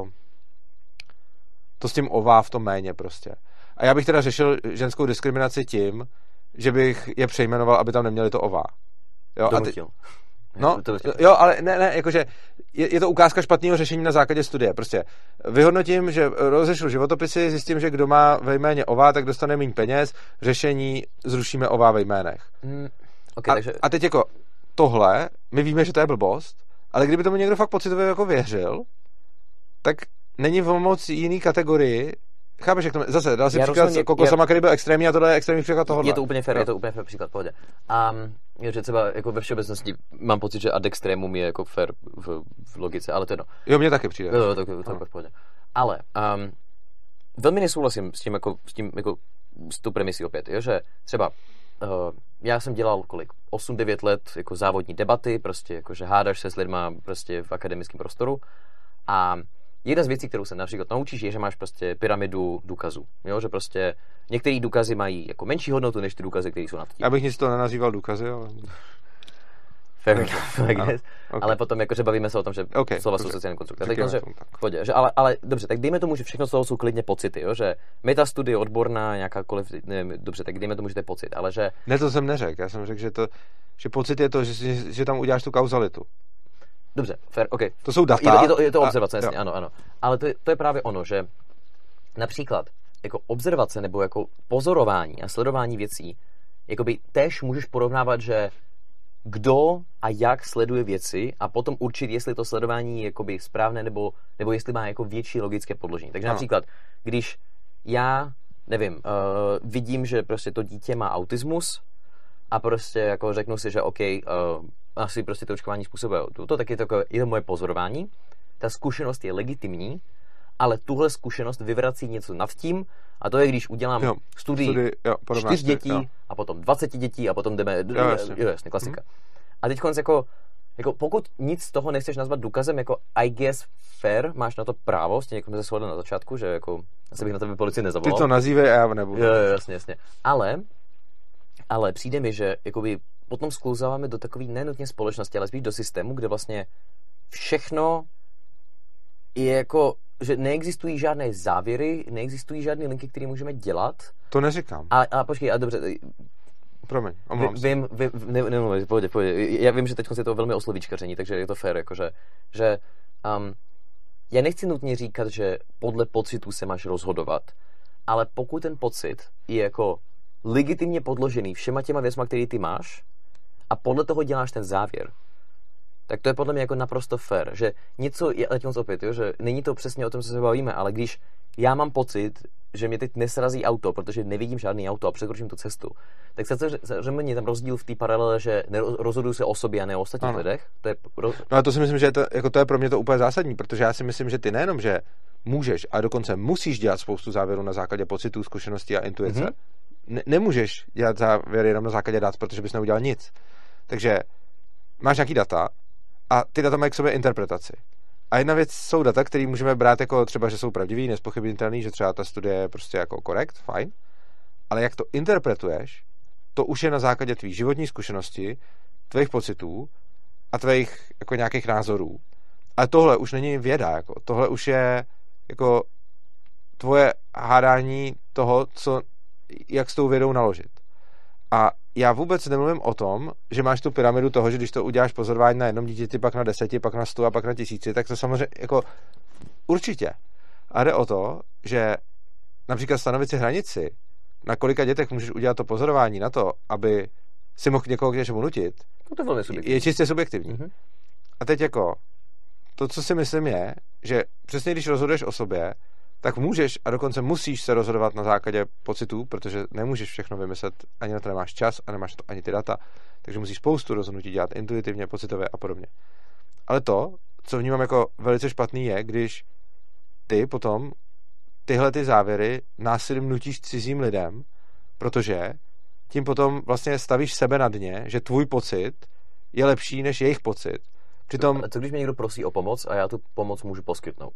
[SPEAKER 1] to s tím ová v tom méně prostě. A já bych teda řešil ženskou diskriminaci tím, že bych je přejmenoval, aby tam neměli to ová. Jo, a ty, no, jo, ale ne, ne, jakože je, je to ukázka špatného řešení na základě studie. Prostě vyhodnotím, že rozešlu životopisy, zjistím, že kdo má ve jméně ová, tak dostane méně peněz, řešení zrušíme ová ve jménech.
[SPEAKER 2] Mm, okay,
[SPEAKER 1] a,
[SPEAKER 2] takže...
[SPEAKER 1] a teď jako tohle, my víme, že to je blbost, ale kdyby tomu někdo fakt pocitově jako věřil, tak není v moc jiný kategorii. Chápeš, jak to zase, dal si já příklad rozumím, s kokosama, já... který byl extrémní a tohle je extrémní příklad tohohle.
[SPEAKER 2] Je to úplně fair, je to úplně fair příklad, pohodě. A um, že třeba jako ve všeobecnosti mám pocit, že ad extrémum je jako fair v, v logice, ale to je no.
[SPEAKER 1] Jo, mně taky přijde.
[SPEAKER 2] Jo, jo, to, to je v pohodě. Ale um, velmi nesouhlasím s tím, jako, s tím, jako, s tou premisí opět, jo, že třeba uh, já jsem dělal kolik, osm devět let jako závodní debaty, prostě jako, že hádáš se s lidma prostě v akademickém prostoru a jedna z věcí, kterou se například naučíš, je, že máš prostě pyramidu důkazů. Jo? Že prostě některé důkazy mají jako menší hodnotu, než ty důkazy, které jsou nad tím.
[SPEAKER 1] Já bych nic to nenazýval důkazy, ale...
[SPEAKER 2] Fair enough, I guess. Okay. Ale potom jakože bavíme se o tom, že okay, slova jsou sociální konstrukce. Tak že, pojde, že, ale, ale dobře, tak dejme tomu, že všechno z toho jsou klidně pocity, jo? Že metastudie odborná, nějakákoliv, nevím, dobře, tak dejme tomu, že to je pocit, ale že...
[SPEAKER 1] Ne, to jsem neřekl, já jsem řekl, že, to, že pocit je to, že, že, že tam uděláš tu kauzalitu.
[SPEAKER 2] Dobře, fair, OK.
[SPEAKER 1] To jsou data.
[SPEAKER 2] Je to, je to, je to observace,
[SPEAKER 1] a,
[SPEAKER 2] jasně, ano, ano. Ale to je, to je právě ono, že například jako observace nebo jako pozorování a sledování věcí, jakoby též můžeš porovnávat, že kdo a jak sleduje věci a potom určit, jestli to sledování je jakoby správné nebo, nebo jestli má jako větší logické podložení. Takže ano. Například, když já, nevím, uh, vidím, že prostě to dítě má autismus a prostě jako řeknu si, že OK, uh, asi prostě to očkování způsobuje to, tak je to, jako, je to moje pozorování. Ta zkušenost je legitimní, ale tuhle zkušenost vyvrací něco nad tím a to je, když udělám jo, studii studi, jo, čtyř dětí jo. A potom dvacet dětí a potom jdeme... Jo, jasně, jo, jasně klasika. Hmm. A teď konec jako, jako pokud nic z toho nechceš nazvat důkazem, jako I guess fair, máš na to právo, s tím jako jsme se shodli na začátku, že jako asi bych na tebe policii nezavolal.
[SPEAKER 1] Ty to nazývej a já nebudu.
[SPEAKER 2] Jo, jo, jasně, jasně. Ale, ale přijde mi, že jakoby potom sklouzáváme do takové nenutně společnosti, ale spíš do systému, kde vlastně všechno je jako, že neexistují žádné závěry, neexistují žádné linky, které můžeme dělat.
[SPEAKER 1] To neříkám.
[SPEAKER 2] A, a počkej, a dobře.
[SPEAKER 1] Promiň, omlouvám se.
[SPEAKER 2] Vím, vím, ne, ne, ne, pojď, pojď. Já vím, že teď je to velmi oslovíčkaření, takže je to fair, jakože, že um, já nechci nutně říkat, že podle pocitu se máš rozhodovat, ale pokud ten pocit je jako legitimně podložený všema těma věcma, které ty máš a podle toho děláš ten závěr, tak to je podle mě jako naprosto fair, že něco, ať moc opět, jo, že není to přesně o tom, co se bavíme, ale když já mám pocit, že mě teď nesrazí auto, protože nevidím žádný auto a překročím tu cestu, tak se samozřejmě tam rozdíl v té paralele, že rozhoduju se o sobě a ne o ostatních ano. lidech. To je roz...
[SPEAKER 1] No a to si myslím, že je to, jako to je pro mě to úplně zásadní, protože já si myslím, že ty nejenom, že můžeš, a dokonce musíš dělat spoustu závěrů na základě pocitů, zkušeností a intuice. Mm-hmm. Ne- nemůžeš dělat závěry jenom na základě dat, protože bys neudělal nic. Takže máš nějaký data a ty data mají k sobě interpretaci. A jedna věc jsou data, které můžeme brát jako třeba, že jsou pravdivý, nezpochybnitelný, že třeba ta studie je prostě jako korekt, fajn. Ale jak to interpretuješ, to už je na základě tvých životní zkušenosti, tvých pocitů a tvých jako nějakých názorů. Ale tohle už není věda, jako tohle už je jako tvoje hádání toho, co, jak s tou vědou naložit. A já vůbec nemluvím o tom, že máš tu pyramidu toho, že když to uděláš pozorování na jednom dítěti, pak na deseti, pak na stu a pak na tisíci, tak to samozřejmě jako určitě. A jde o to, že například stanovit si hranici, na kolika dětech můžeš udělat to pozorování na to, aby si mohl někoho k něčemu nutit,
[SPEAKER 2] to je,
[SPEAKER 1] je čistě subjektivní.
[SPEAKER 2] Mm-hmm.
[SPEAKER 1] A teď jako to, co si myslím je, že přesně když rozhoduješ o sobě, tak můžeš a dokonce musíš se rozhodovat na základě pocitů, protože nemůžeš všechno vymyslet, ani na to nemáš čas a nemáš to ani ty data, takže musíš spoustu rozhodnutí dělat intuitivně, pocitově a podobně. Ale to, co vnímám jako velice špatný je, když ty potom tyhle ty závěry násilím nutíš cizím lidem, protože tím potom vlastně stavíš sebe na dně, že tvůj pocit je lepší než jejich pocit. Přitom...
[SPEAKER 2] A co když mě někdo prosí o pomoc a já tu pomoc můžu poskytnout?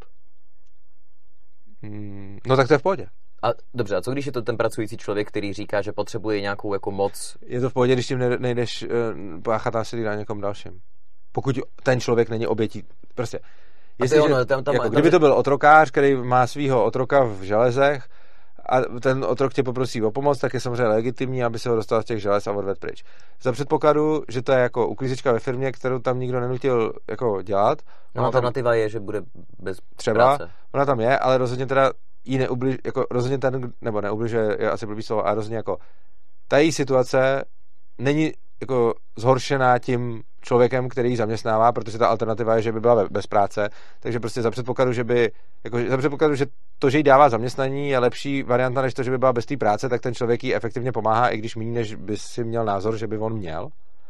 [SPEAKER 1] Hmm, no tak to je v pohodě.
[SPEAKER 2] A dobře, a co když je to ten pracující člověk, který říká, že potřebuje nějakou jako moc?
[SPEAKER 1] Je to v pohodě, když tím nejdeš uh, páchat násilí na někom dalším. Pokud ten člověk není obětí. Prostě. Jestli,
[SPEAKER 2] to ono, tam, tam,
[SPEAKER 1] jako,
[SPEAKER 2] tam,
[SPEAKER 1] kdyby to byl otrokář, který má svého otroka v železech a ten otrok tě poprosí o pomoc, tak je samozřejmě legitimní, aby se ho dostal z těch želez a odvedl pryč. Za předpokladu, že to je jako uklízečka ve firmě, kterou tam nikdo nenutil jako dělat.
[SPEAKER 2] No, alternativa tam, je, že bude bez
[SPEAKER 1] třeba,
[SPEAKER 2] práce.
[SPEAKER 1] Ona tam je, ale rozhodně teda jí neubliž, jako rozhodně ten, nebo neubližuje, je asi blbý slovo, a rozhodně jako ta její situace není jako zhoršená tím člověkem, který ji zaměstnává, protože ta alternativa je, že by byla bez práce, takže prostě za předpokladu, že by, jako za předpokladu, že to, že jí dává zaměstnání, je lepší varianta, než to, že by byla bez té práce, tak ten člověk jí efektivně pomáhá, i když méně, než by si měl názor, že by on měl.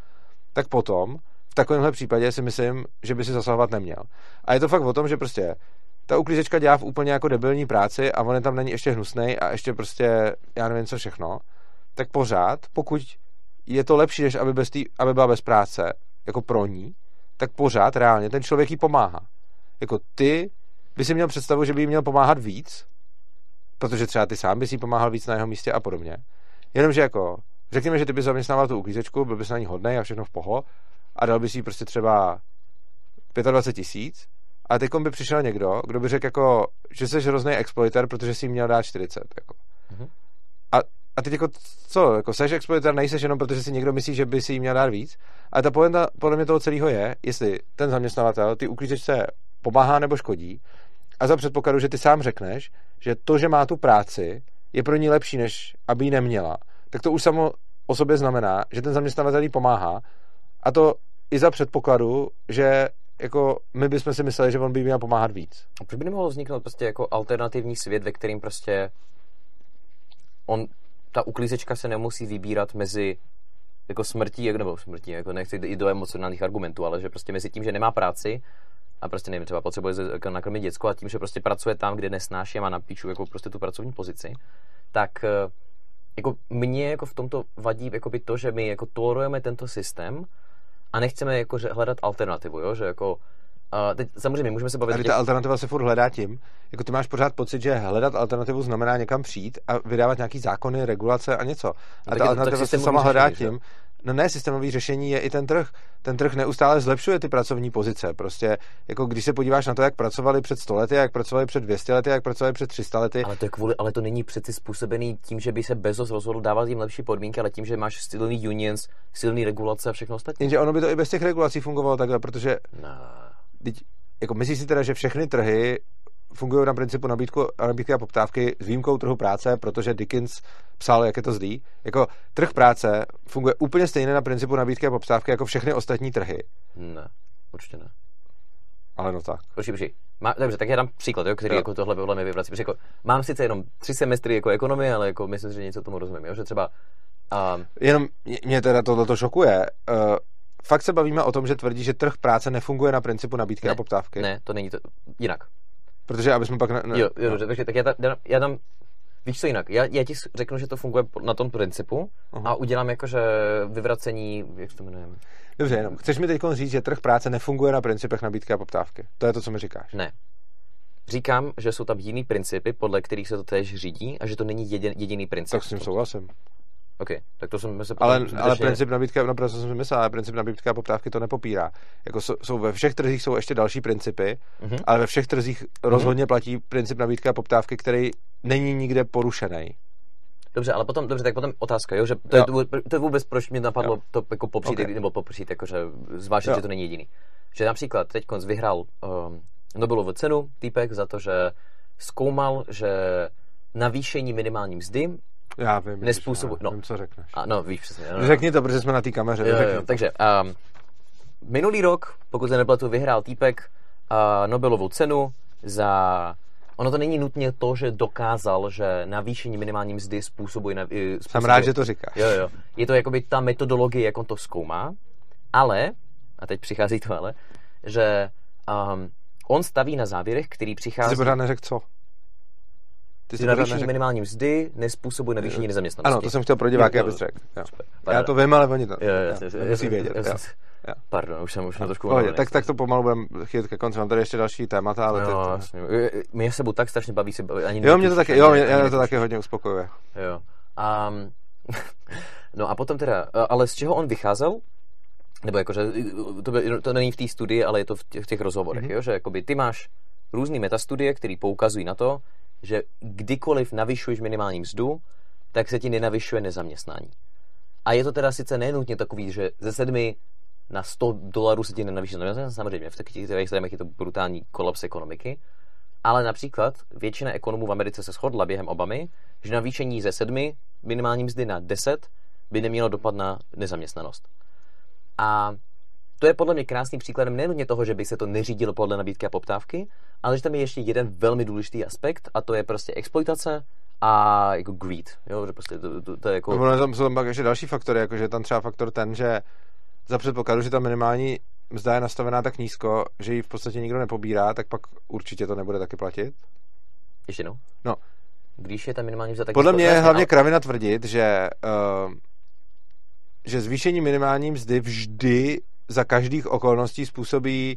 [SPEAKER 1] Tak potom, v takovémhle případě si myslím, že by si zasahovat neměl. A je to fakt o tom, že prostě ta uklízečka dělá v úplně jako debilní práci a on je tam není ještě hnusnej a ještě prostě, já nevím co všechno, tak pořád, pokud je to lepší, než aby, bez tý, aby byla bez práce, jako pro ní, tak pořád reálně ten člověk jí pomáhá. Jako ty by si měl představu, že by jí měl pomáhat víc, protože třeba ty sám bys jí pomáhal víc na jeho místě a podobně. Jenomže jako, řekněme, že ty bys zaměstnával tu uklízečku, byl bys na ní hodnej a všechno v poho a dal bys jí prostě třeba dvacet pět tisíc a teď by přišel někdo, kdo by řekl jako, že jsi hrozný exploiter, protože si jí měl dát čtyřicet. Jako. Mm-hmm. A A teď jako co, jako seš exploiter, nejseš jenom protože si někdo myslí, že by si jí měl dát víc. Ale ta pointa podle mě toho celého je, jestli ten zaměstnavatel ty uklízečce pomáhá nebo škodí a za předpokladu, že ty sám řekneš, že to, že má tu práci, je pro ní lepší, než aby ji neměla, tak to už samo o sobě znamená, že ten zaměstnavatel jí pomáhá a to i za předpokladu, že jako my bychom si mysleli, že on by měl pomáhat víc.
[SPEAKER 2] A proč by nemohlo vzniknout prostě jako alternativní svět, ve kterým prostě on ta uklízečka se nemusí vybírat mezi jako smrtí, nebo smrtí, jako nechci jít do emocionálních argumentů, ale že prostě mezi tím, že nemá práci a prostě nevím, třeba potřebuje nakrmit děcko a tím, že prostě pracuje tam, kde nesnáší a má na píču jako prostě tu pracovní pozici, tak jako mně jako v tomto vadí jako by to, že my jako tolerujeme tento systém a nechceme jako hledat alternativu, jo, že jako Uh, teď samozřejmě můžeme se bavit...
[SPEAKER 1] Ale ta alternativa se furt hledá tím, jako ty máš pořád pocit, že hledat alternativu znamená někam přijít a vydávat nějaký zákony, regulace a něco. A no, ta alternativa se sama hledá tím, no ne, systémový řešení je i ten trh. Ten trh neustále zlepšuje ty pracovní pozice. Prostě, jako když se podíváš na to, jak pracovali před sto lety, jak pracovali před dvě stě lety, jak pracovali před tři sta lety.
[SPEAKER 2] Ale to je kvůli, ale to není přeci způsobený tím, že by se Bezos rozhodl dávat jim lepší podmínky, ale tím, že máš silný unions, silný regulace a všechno ostatní.
[SPEAKER 1] Jenže ono by to i bez těch regulací fungovalo takhle, protože
[SPEAKER 2] no.
[SPEAKER 1] Teď, jako myslíš si teda, že všechny trhy fungují na principu nabídku, nabídky a poptávky s výjimkou trhu práce, protože Dickens psal, jak je to zlý. Jako trh práce funguje úplně stejně na principu nabídky a poptávky jako všechny ostatní trhy.
[SPEAKER 2] Ne, určitě ne.
[SPEAKER 1] Ale no tak.
[SPEAKER 2] Počkej, počkej. Má, dobře, tak já dám příklad, jo, který jo. Jako tohle podle mě vyvrací. Jako, mám sice jenom tři semestry jako ekonomie, ale jako myslím, že něco tomu rozumím, jo, že třeba... Um...
[SPEAKER 1] Jenom mě teda tohleto šokuje. Uh, Fakt se bavíme o tom, že tvrdí, že trh práce nefunguje na principu nabídky
[SPEAKER 2] ne,
[SPEAKER 1] a poptávky.
[SPEAKER 2] Ne, to není to jinak.
[SPEAKER 1] Protože aby jsme pak... Ne, ne,
[SPEAKER 2] jo, jo, no. takže tak já, ta, já dám... Víš co jinak? Já, já ti řeknu, že to funguje na tom principu uh-huh. a udělám jakože vyvracení... Jak se to jmenuje?
[SPEAKER 1] Dobře, jenom. Chceš mi teď říct, že trh práce nefunguje na principech nabídky a poptávky? To je to, co mi říkáš.
[SPEAKER 2] Ne. Říkám, že jsou tam jiný principy, podle kterých se to též řídí a že to není jedin, jediný princip.
[SPEAKER 1] Tak s tím souhlasím.
[SPEAKER 2] OK, tak to jsem se
[SPEAKER 1] ale, ale princip nabídky, no proto jsem si myslel, ale princip nabídky a poptávky to nepopírá. Jako jsou, jsou ve všech trzích jsou ještě další principy, mm-hmm. ale ve všech trzích mm-hmm. rozhodně platí princip nabídky a poptávky, který není nikde porušený.
[SPEAKER 2] Dobře, ale potom, dobře, tak potom otázka, jo, že to, jo. Je, to je vůbec, proč mě napadlo jo. to jako popřít, okay. nebo popřít, jakože zvážit, že to není jediný. Že například teďkonc vyhrál um, Nobelovu cenu týpek za to, že zkoumal, že navýšení minimální mzdy
[SPEAKER 1] já vím,
[SPEAKER 2] nespůsobu...
[SPEAKER 1] já vím, co řekneš.
[SPEAKER 2] A, no, víš přesně. No,
[SPEAKER 1] no. Řekni to, protože jsme na té kameře.
[SPEAKER 2] Jo, jo, takže um, minulý rok, pokud se nepletu, vyhrál týpek uh, Nobelovu cenu za... Ono to není nutně to, že dokázal, že navýšení minimální mzdy způsobuje... Nav... způsobuje...
[SPEAKER 1] Jsem rád, že to říkáš.
[SPEAKER 2] Jo, jo. Je to jakoby ta metodologie, jak on to zkoumá, ale, a teď přichází to ale, že um, on staví na závěrech, který přichází...
[SPEAKER 1] Ty jsi pořád neřekl co?
[SPEAKER 2] Ty jsi navýšení neřekl... minimální mzdy nespůsobuje navýšení nezaměstnanosti.
[SPEAKER 1] Ano, to jsem chtěl pro diváky, abys řekl. Já to vím, ale oni to
[SPEAKER 2] jo, jo, jo,
[SPEAKER 1] musí vědět.
[SPEAKER 2] Jo, jo, jo. Pardon, už jsem, už jsem trošku...
[SPEAKER 1] Pohodě, tak, tak to pomalu budeme chytit ke konci. Mám tady ještě další témata, ale...
[SPEAKER 2] Jo, ty... Mě se budu tak strašně baví se baví. Ani
[SPEAKER 1] jo, mě to taky, jo, mě, mě to taky hodně uspokojuje.
[SPEAKER 2] Jo. Um, no a potom teda, ale z čeho on vycházel? Nebo jakože, to, by, to není v té studii, ale je to v těch, v těch rozhovorech, mm-hmm. jo? Že jakoby ty máš různý metastudie, které poukazují na to, že kdykoliv navyšuješ minimální mzdu, tak se ti nenavyšuje nezaměstnání. A je to teda sice nenutně takový, že ze sedmi na sto dolarů se ti nenavyšuje nezaměstnání, samozřejmě v takových zemích je to brutální kolaps ekonomiky, ale například většina ekonomů v Americe se shodla během Obamy, že navýšení ze sedmi minimální mzdy na deset by nemělo dopad na nezaměstnanost. A to je podle mě krásným příkladem nenutně toho, že by se to neřídilo podle nabídky a poptávky, ale že tam je ještě jeden velmi důležitý aspekt a to je prostě exploitace a jako greed, jo, že prostě to, to, to je jako...
[SPEAKER 1] No, tam jsou tam pak ještě další faktory, jakože tam třeba faktor ten, že za předpokladu, že ta minimální mzda je nastavená tak nízko, že ji v podstatě nikdo nepobírá, tak pak určitě to nebude taky platit.
[SPEAKER 2] Ještě no?
[SPEAKER 1] No.
[SPEAKER 2] Když je ta minimální mzda tak
[SPEAKER 1] podle
[SPEAKER 2] nízko,
[SPEAKER 1] mě je
[SPEAKER 2] jasně,
[SPEAKER 1] hlavně
[SPEAKER 2] ale...
[SPEAKER 1] kravina tvrdit, že uh, že zvýšení minimální mzdy vždy za každých okolností způsobí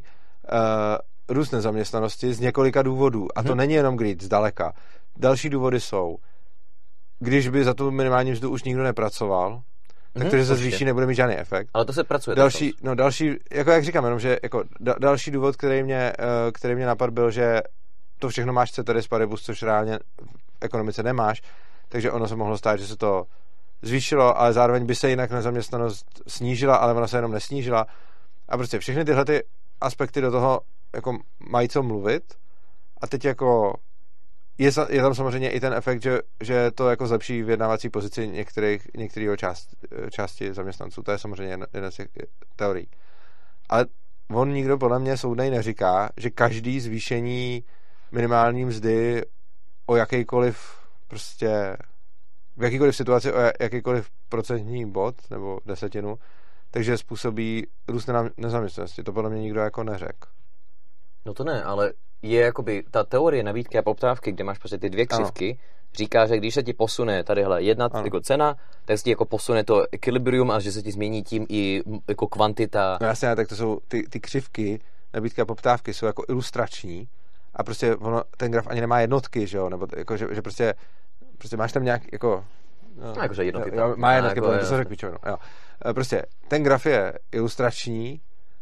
[SPEAKER 1] uh, růst nezaměstnanosti z několika důvodů. A to hmm. není jenom greed, zdaleka. Další důvody jsou, když by za tu minimální mzdu už nikdo nepracoval, tak hmm, to, že se zvýší, nebude mít žádný efekt.
[SPEAKER 2] Ale to se pracuje.
[SPEAKER 1] Další, no další, jako jak říkám, jenom, že jako da, další důvod, který mě, uh, který mě napadl, byl, že to všechno máš ceteris paribus, což reálně v ekonomice nemáš, takže ono se mohlo stát, že se to zvýšilo, ale zároveň by se jinak nezaměstnanost snížila, ale ona se jenom nesnížila. A prostě všechny tyhle ty aspekty do toho jako mají co mluvit. A teď jako je, je tam samozřejmě i ten efekt, že, že to jako zlepší vyjednávací pozici některých, některého část, části zaměstnanců. To je samozřejmě jedna, jedna z těch teorií. Ale on nikdo podle mě soudnej neříká, že každý zvýšení minimální mzdy o jakýkoliv prostě v jakýkoliv situaci o jakýkoliv procentní bod nebo desetinu, takže způsobí růst nezaměstnanosti. To podle mě nikdo jako neřekl.
[SPEAKER 2] No to ne, ale je jakoby ta teorie nabídky a poptávky, kde máš prostě ty dvě křivky, ano. Říká, že když se ti posune tadyhle jedna jako cena, tak se ti jako posune to ekvilibrium a že se ti změní tím i jako kvantita.
[SPEAKER 1] No jasně, tak to jsou ty, ty křivky nabídky a poptávky jsou jako ilustrační a prostě ono, ten graf ani nemá jednotky, že jo, nebo jako, že, že prostě Prostě máš tam nějak jako...
[SPEAKER 2] No, no jakože jednotky.
[SPEAKER 1] Jo, má jednotky, jako, to jsem řekl pičovinu. Jo. Prostě ten graf je ilustrační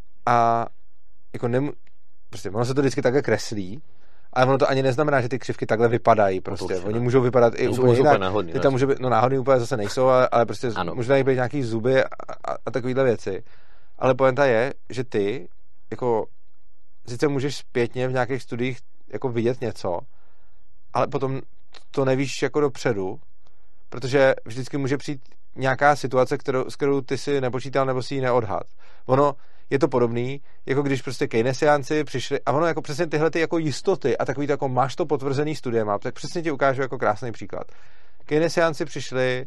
[SPEAKER 1] a jako nem... Prostě ono se to vždycky takhle kreslí, ale ono to ani neznamená, že ty křivky takhle vypadají prostě. No, oni můžou vypadat i úplně jinak.
[SPEAKER 2] Náhodný,
[SPEAKER 1] ty tam může být, no náhodný úplně zase nejsou, ale, ale prostě ano. Může tady být nějaký zuby a, a, a takovýhle věci. Ale pointa je, že ty jako sice můžeš zpětně v nějakých studiích jako vidět něco, ale potom to nevíš jako dopředu, protože vždycky může přijít nějaká situace, kterou, s kterou ty si nepočítal nebo si ji neodhad. Ono je to podobný, jako když prostě keynesiánci přišli, a ono jako přesně tyhle ty jako jistoty a takový to jako máš to potvrzený studiem, tak přesně ti ukážu jako krásný příklad. Keynesiánci přišli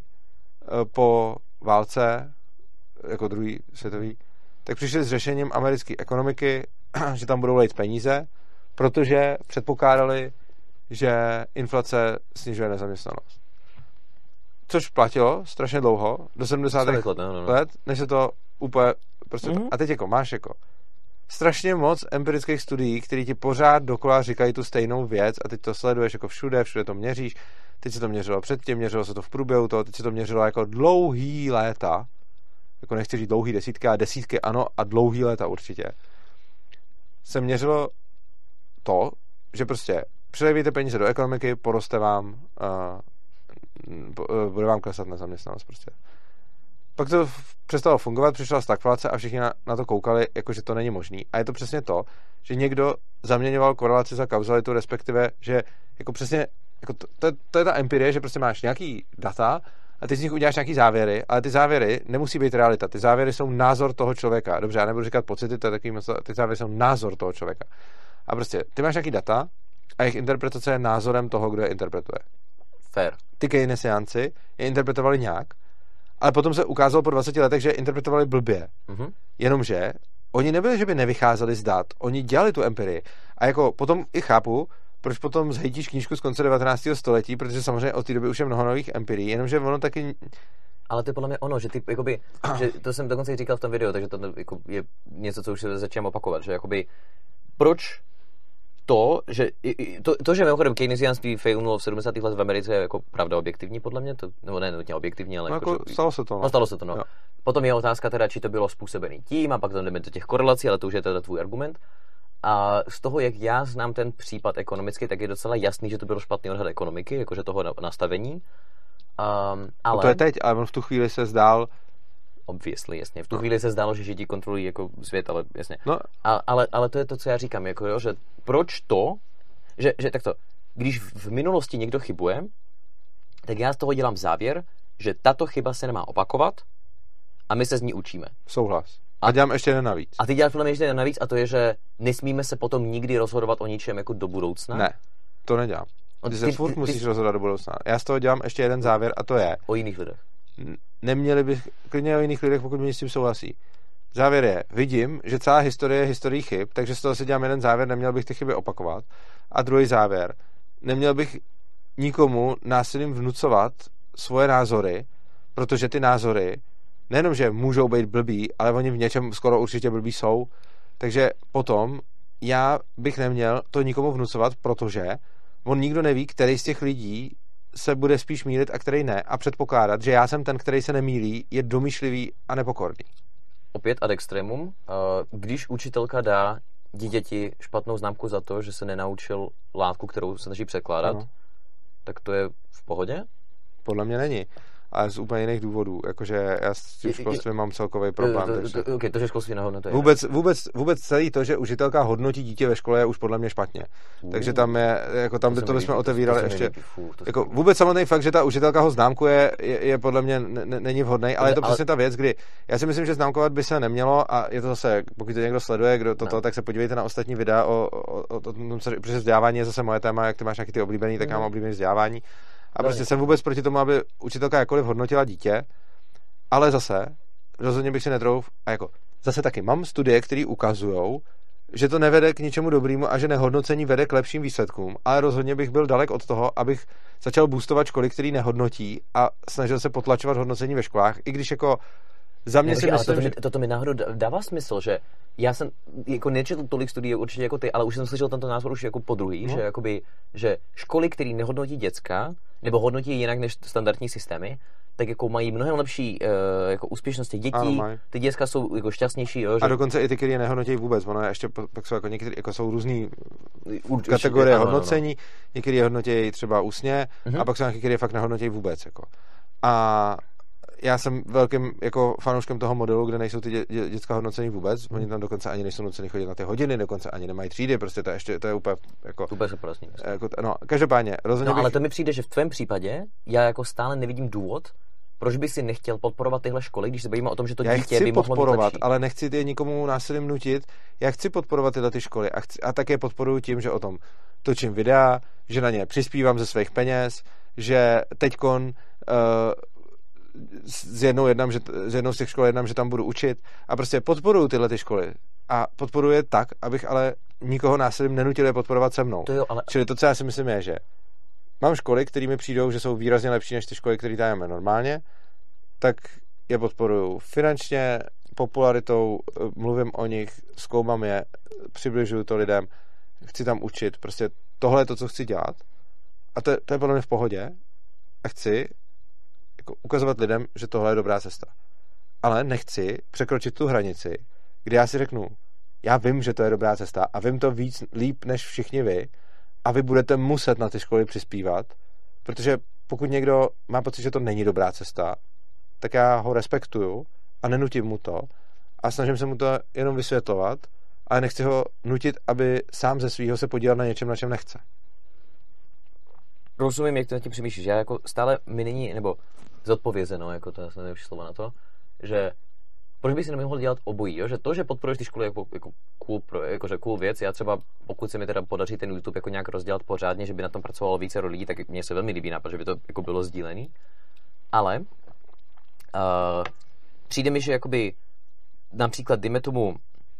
[SPEAKER 1] po válce, jako druhý světový, tak přišli s řešením americké ekonomiky, že tam budou lejt peníze, protože předpokládali, že inflace snižuje nezaměstnanost. Což platilo strašně dlouho, do sedmdesátých let, no, no. let, než se to úplně prostě mm-hmm. to, a teď jako máš jako strašně moc empirických studií, které ti pořád dokola říkají tu stejnou věc a teď to sleduješ jako všude, všude to měříš, teď se to měřilo předtím, měřilo se to v průběhu toho, teď se to měřilo jako dlouhý léta, jako nechci říct dlouhý desítky, ale desítky ano a dlouhý léta určitě, se měřilo to, že prostě přilejvíte peníze do ekonomiky, poroste vám, uh, bude vám klesat nezaměstnanost prostě. Pak to přestalo fungovat, přišla stagflace a všichni na, na to koukali, jako že to není možný. A je to přesně to, že někdo zaměňoval korelaci za kauzalitu, respektive, že jako přesně, jako to, to, to je ta empirie, že prostě máš nějaký data a ty z nich uděláš nějaký závěry, ale ty závěry nemusí být realita. Ty závěry jsou názor toho člověka. Dobře, já nebudu říkat pocity, to je takový, ty závěry jsou názor toho člověka. A prostě ty máš nějaký data a jejich interpretace je názorem toho, kdo je interpretuje.
[SPEAKER 2] Fair.
[SPEAKER 1] Ty keynesiánci je interpretovali nějak, ale potom se ukázalo po dvaceti letech, že je interpretovali blbě. Mm-hmm. Jenomže oni nebyli, že by nevycházeli z dat, oni dělali tu empirii. A jako potom i chápu, proč potom zhejtíš knížku z konce devatenáctého století, protože samozřejmě od té doby už je mnoho nových empirií, jenomže ono taky...
[SPEAKER 2] Ale to je podle mě ono, že ty, jakoby, že to jsem dokonce i říkal v tom videu, takže to jako, je něco, co už se začínám opakovat, že jakoby, proč to, že to, to že mimochodem keynesiánství failnulo v sedmdesátých letech v Americe je jako pravda objektivní podle mě, to, nebo ne nutně objektivní, ale
[SPEAKER 1] no,
[SPEAKER 2] jako,
[SPEAKER 1] jako, že, stalo se to. No.
[SPEAKER 2] no stalo se to, no. Jo. Potom je otázka teda, či to bylo způsobený tím a pak to jdeme do těch korelací, ale to už je teda tvůj argument. A z toho, jak já znám ten případ ekonomicky, tak je docela jasný, že to bylo špatný odhad ekonomiky, jakože toho nastavení. Um, ale...
[SPEAKER 1] No to je teď, ale on v tu chvíli se zdál...
[SPEAKER 2] Obviously, jasně. V tu chvíli se zdálo, že Židi kontrolují jako svět, ale jasně.
[SPEAKER 1] No.
[SPEAKER 2] A, ale, ale to je to, co já říkám, jako jo, že proč to, že, že takto, když v minulosti někdo chybuje, tak já z toho dělám závěr, že tato chyba se nemá opakovat a my se z ní učíme.
[SPEAKER 1] Souhlas. A dělám ještě jeden navíc.
[SPEAKER 2] A ty děláš podle mě ještě jeden navíc a to je, že nesmíme se potom nikdy rozhodovat o ničem jako do budoucna.
[SPEAKER 1] Ne, to nedělám. Ty se furt ty, musíš ty... rozhodovat do budoucna. Já z toho dělám ještě jeden závěr a to je...
[SPEAKER 2] O jiných lidech.
[SPEAKER 1] Neměli bych klidně o jiných lidech, pokud mě s tím souhlasí. Závěr je, vidím, že celá historie je historií chyb, takže z toho si dělám jeden závěr, neměl bych ty chyby opakovat. A druhý závěr, neměl bych nikomu násilím vnucovat svoje názory, protože ty názory nejenom, že můžou být blbý, ale oni v něčem skoro určitě blbý jsou. Takže potom já bych neměl to nikomu vnucovat, protože on nikdo neví, který z těch lidí se bude spíš mýlit a který ne. A předpokládat, že já jsem ten, který se nemýlí, je domýšlivý a nepokorný.
[SPEAKER 2] Opět ad extremum. Když učitelka dá dítěti špatnou známku za to, že se nenaučil látku, kterou se snaží překládat, ano. tak to je v pohodě?
[SPEAKER 1] Podle mě není. Ale z úplně jiných důvodů, jakože já s tím školstvím mám celkový problém.
[SPEAKER 2] To, to, to, okay, to, že školství nehodnotuje.
[SPEAKER 1] Vůbec, vůbec, vůbec celý to, že učitelka hodnotí dítě ve škole, je už podle mě špatně. Uh, Takže tam je, jako tam by to bychom otevírali to ještě. Fů, jako vůbec samotný fakt, že ta učitelka ho známkuje, je, je podle mě n- není vhodný, ale je to ale... přesně ta věc, kdy já si myslím, že známkovat by se nemělo a je to zase, pokud to někdo sleduje, kdo toto, no. tak se podívejte na ostatní videa o, o, o, o tom, protože vzdělávání je zase moje téma, jak ty máš nějaký ty oblíbený, tak já mám oblíbený vzdělávání. A prostě jsem vůbec proti tomu, aby učitelka jakkoliv hodnotila dítě, ale zase rozhodně bych si netrouf a jako zase taky mám studie, které ukazují, že to nevede k ničemu dobrému a že nehodnocení vede k lepším výsledkům, ale rozhodně bych byl dalek od toho, abych začal boostovat školy, které nehodnotí a snažil se potlačovat hodnocení ve školách, i když jako za mě ne, si myslím,
[SPEAKER 2] ale toto,
[SPEAKER 1] že...
[SPEAKER 2] mi, toto mi náhodou dává smysl, že já jsem jako nečetl tolik studií určitě jako ty, ale už jsem slyšel tento názor už jako po druhý, no. že, jakoby, že školy, které nehodnotí děcka, nebo hodnotí jinak než standardní systémy, tak jako mají mnohem lepší uh, jako úspěšnost těch dětí, ano, ty děcka jsou jako šťastnější. Jo, že...
[SPEAKER 1] A dokonce i ty, které nehodnotí vůbec, ono je ještě pak jsou jako některé, jako jsou různý Určitě, kategorie ano, hodnocení, ano. Některé hodnotí třeba ústně uh-huh. a pak jsou nějaké, které fakt nehodnotí vůbec. Jako. A já jsem velkým jako fanouškem toho modelu, kde nejsou ty dě, dě, dětská hodnocení vůbec. Oni tam dokonce ani nejsou nuceni chodit na ty hodiny, dokonce ani nemají třídy, prostě to je ještě to je úplně jako
[SPEAKER 2] úplně se prostě.
[SPEAKER 1] Jako, no, každopádně, rozhodně.
[SPEAKER 2] No,
[SPEAKER 1] bych...
[SPEAKER 2] ale to mi přijde, že v tvém případě já jako stále nevidím důvod, proč by si nechtěl podporovat tyhle školy, když se bavíme o tom, že to
[SPEAKER 1] já
[SPEAKER 2] dítě by mohlo
[SPEAKER 1] podporovat, ale nechci je nikomu násilím nutit. Já chci podporovat tyhle ty školy a, chci, a také podporuji tím, že o tom točím videa, že na ně přispívám ze svých peněz, že teďkon uh, s jednou jednám, že, z jednou z těch škol jednám, že tam budu učit a prostě podporuju tyhle ty školy a podporuji je tak, abych ale nikoho násilím nenutil je podporovat se mnou.
[SPEAKER 2] To jo, ale...
[SPEAKER 1] Čili to, co já si myslím, je, že mám školy, které mi přijdou, že jsou výrazně lepší než ty školy, které dáme normálně, tak je podporuju finančně, popularitou, mluvím o nich, zkoumám je, přibližuju to lidem, chci tam učit, prostě tohle je to, co chci dělat a to, to je podle mě v pohodě a chci jako ukazovat lidem, že tohle je dobrá cesta. Ale nechci překročit tu hranici, kdy já si řeknu, já vím, že to je dobrá cesta a vím to víc líp než všichni vy a vy budete muset na ty školy přispívat, protože pokud někdo má pocit, že to není dobrá cesta, tak já ho respektuju a nenutím mu to a snažím se mu to jenom vysvětlovat, ale nechci ho nutit, aby sám ze svýho se podílel na něčem, na čem nechce.
[SPEAKER 2] Rozumím, jak to na tím přemýšlíš. Já jako stále mi není, nebo zodpovězeno, jako to je nejlepší slovo na to, že proč bych si nemohl dělat obojí, jo? Že to, že podporuješ ty školy jako, jako, cool, jako že cool věc, já třeba, pokud se mi teda podaří ten YouTube jako nějak rozdělat pořádně, že by na tom pracovalo více lidí, tak mně se velmi líbí nápad, že by to jako bylo sdílený. Ale uh, přijde mi, že jakoby například, dejme tomu,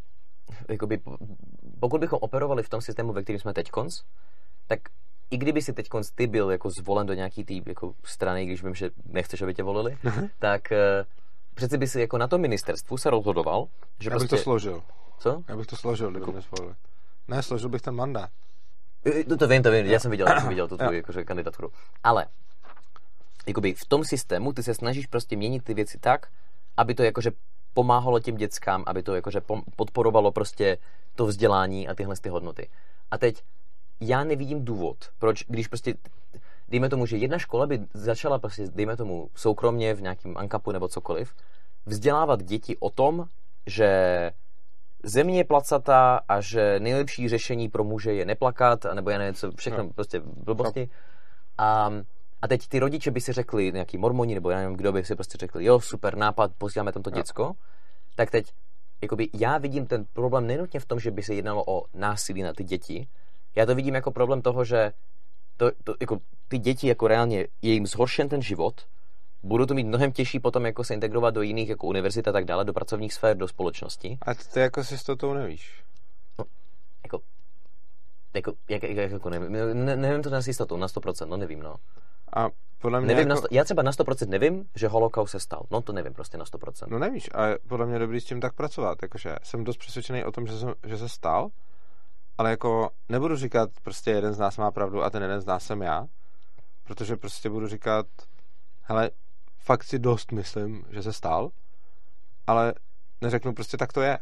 [SPEAKER 2] jakoby, pokud bychom operovali v tom systému, ve kterém jsme teďkonc, tak i kdyby si teďkonc ty byl jako zvolen do nějaký tý jako strany, když vím, že nechceš, aby tě volili, tak uh, přeci by si jako na tom ministerstvu se rozhodoval, že
[SPEAKER 1] Já
[SPEAKER 2] prostě...
[SPEAKER 1] bych to složil.
[SPEAKER 2] Co?
[SPEAKER 1] Já bych to složil, kdyby mě zvolili. Ne, složil bych ten mandát.
[SPEAKER 2] To, to vím, to vím, já jsem viděl, já jsem viděl tu tvou jakože, kandidaturu. Ale jakoby v tom systému ty se snažíš prostě měnit ty věci tak, aby to jakože pomáhalo těm dětskám, aby to jakože podporovalo prostě to vzdělání a tyhle ty hodnoty. A teď já nevidím důvod, proč, když prostě, dejme tomu, že jedna škola by začala prostě, dejme tomu, soukromně v nějakém ankapu nebo cokoliv, vzdělávat děti o tom, že země je placatá a že nejlepší řešení pro muže je neplakat, nebo já nevím, co, všechno no. prostě blbosti. A, a teď ty rodiče by si řekli, nějaký mormoni, nebo já nevím, kdo by si prostě řekli, jo, super nápad, posíláme tamto no. děcko. Tak teď, jakoby já vidím ten problém nenutně v tom, že by se jednalo o násilí na ty děti. Já to vidím jako problém toho, že to, to, jako, ty děti jako reálně je jim zhoršen ten život, budou to mít mnohem těžší potom jako se integrovat do jiných jako univerzit a tak dále, do pracovních sfér, do společnosti.
[SPEAKER 1] A ty jako si s to nevíš?
[SPEAKER 2] No, jako, jako, jak, jak, jako nevím, ne, nevím to s jistotou, na sto procent, no nevím, no.
[SPEAKER 1] A podle mě
[SPEAKER 2] nevím
[SPEAKER 1] jako...
[SPEAKER 2] na sto, já třeba na sto procent nevím, že holokaust se stal, no to nevím prostě na sto procent.
[SPEAKER 1] No nevíš, ale podle mě je dobrý s tím tak pracovat, jakože jsem dost přesvědčený o tom, že, jsem, že se stal, ale jako nebudu říkat prostě jeden z nás má pravdu a ten jeden z nás jsem já, protože prostě budu říkat, hele, fakt si dost myslím, že se stal, ale neřeknu prostě tak to je.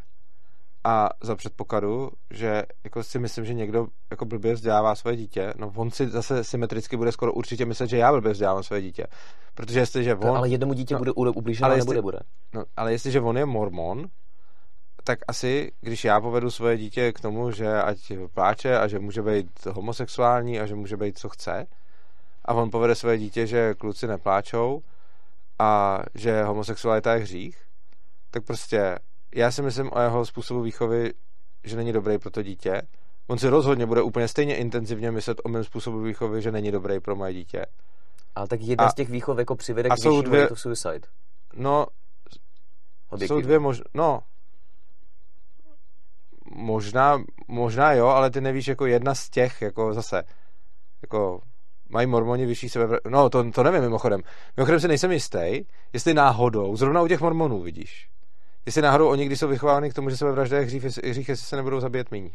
[SPEAKER 1] A za předpokladu, že jako si myslím, že někdo jako blbě vzdělává svoje dítě, no on si zase symetricky bude skoro určitě myslet, že já blbě vzdělávám svoje dítě. Protože jestliže on...
[SPEAKER 2] Ale jednomu dítě no, bude ublíženo, ale nebude bude.
[SPEAKER 1] No, ale jestliže on je mormon, tak asi, když já povedu svoje dítě k tomu, že ať pláče a že může být homosexuální a že může být co chce, a on povede svoje dítě, že kluci nepláčou a že homosexualita je hřích, tak prostě já si myslím o jeho způsobu výchovy, že není dobrý pro to dítě. On si rozhodně bude úplně stejně intenzivně myslet o mém způsobu výchovy, že není dobrý pro moje dítě.
[SPEAKER 2] Ale tak jedna a, z těch výchov jako přivede k vyššímu
[SPEAKER 1] dvě...
[SPEAKER 2] rate of suicide.
[SPEAKER 1] No, jsou dvě možná... No, možná, možná jo, ale ty nevíš jako jedna z těch, jako zase, jako mají mormoni vyšší sebevraždy. No, to, to nevím mimochodem. Mimochodem si nejsem jistý, jestli náhodou, zrovna u těch mormonů vidíš, jestli náhodou oni, když jsou vychováváni k tomu, že sebevražda je hřích, hřích, jestli se nebudou zabíjet míň.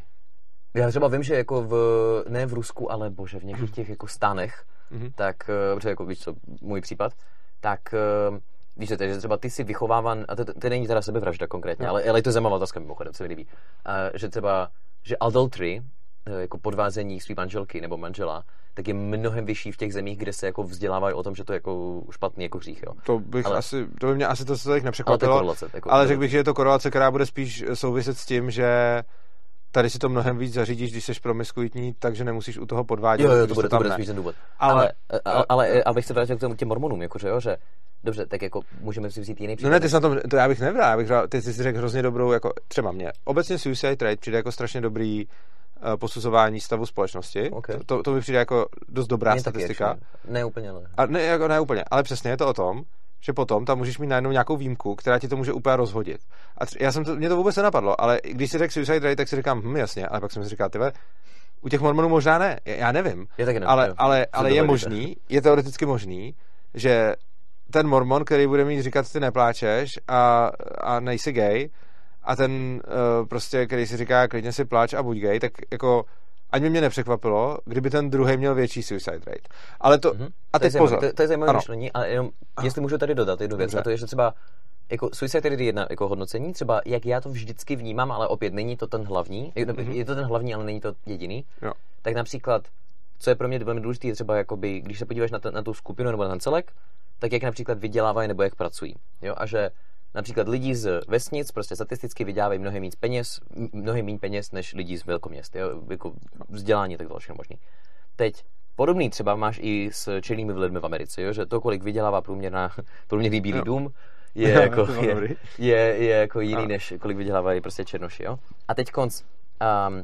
[SPEAKER 2] Já třeba vím, že jako v, ne v Rusku, ale bože, v nějakých těch jako stánech, mm-hmm. tak, protože jako víš co, můj případ, tak víš, že třeba ty si vychovávan, a to, to není teda sebevražda konkrétně, no. ale, ale je to zajímavá otázka mimochodem, se mi líbí, a, že třeba, že adultery, jako podvádění své manželky nebo manžela, tak je mnohem vyšší v těch zemích, kde se jako vzdělávají o tom, že to je jako špatný jako hřích, jo.
[SPEAKER 1] To bych ale, asi, to by mě asi to se tak nepřekvapilo,
[SPEAKER 2] ale, korelace, jako,
[SPEAKER 1] ale řekl bych, že je to korelace, která bude spíš souviset s tím, že tady si to mnohem víc zařídíš, když jsi promiskuitní, takže nemusíš u toho podvádět.
[SPEAKER 2] Jo, jo, to bude, to bude spíš ten důvod. Ale, ale, ale, ale abych se vrátil k tomu těm mormonům, jakože jo, že dobře, tak jako můžeme si vzít jiný příklad.
[SPEAKER 1] No ne, ty jsi na tom, to já bych nevral, já bych řekl, ty jsi si řekl hrozně dobrou, jako třeba mě. Obecně suicide rate přijde jako strašně dobrý uh, posuzování stavu společnosti. Okay. To, to, to mi přijde jako dost dobrá mě statistika.
[SPEAKER 2] Ne úplně, ale.
[SPEAKER 1] A ne, jako ne úplně, ale přesně je to o tom, že potom tam můžeš mít najednou nějakou výjimku, která ti to může úplně rozhodit. A tři, já jsem to, mě to vůbec nenapadlo, ale když si řekl suicide rate, tak si říkám, hm, jasně, ale pak jsem si říkal, tyve, u těch mormonů možná ne, já nevím,
[SPEAKER 2] je nevím
[SPEAKER 1] ale,
[SPEAKER 2] jo.
[SPEAKER 1] ale, ale je možný, je teoreticky možný, že ten mormon, který bude mít říkat, ty nepláčeš a, a nejsi gay, a ten uh, prostě, který si říká, klidně si pláč a buď gay, tak jako ani mě nepřekvapilo, kdyby ten druhý měl větší suicide rate. Ale to, mm-hmm. a teď
[SPEAKER 2] to
[SPEAKER 1] pozor.
[SPEAKER 2] To, to je zajímavé myšlení, ale jenom, jestli můžu tady dodat jednu věc, a to je, že třeba jako suicide rate je jedna jako hodnocení, třeba jak já to vždycky vnímám, ale opět není to ten hlavní, je, mm-hmm. je to ten hlavní, ale není to jediný, jo. Tak například, co je pro mě velmi důležité, třeba jakoby, když se podíváš na, ten, na tu skupinu nebo na ten celek, tak jak například vydělávají nebo jak pracují. Jo? A že například lidi z vesnic prostě statisticky vydělávají mnohem víc peněz, mnohem méně peněz než lidi z velkoměst. Jo? Jako vzdělání tak další možný. Teď podobný třeba máš i s černými lidmi v Americe, jo? Že to, kolik vydělává průměrná, průměrný bílý dům, je, no, jako, je, je, je jako jiný, no. než kolik vydělávají prostě černoši. Jo? A teď konc. Um,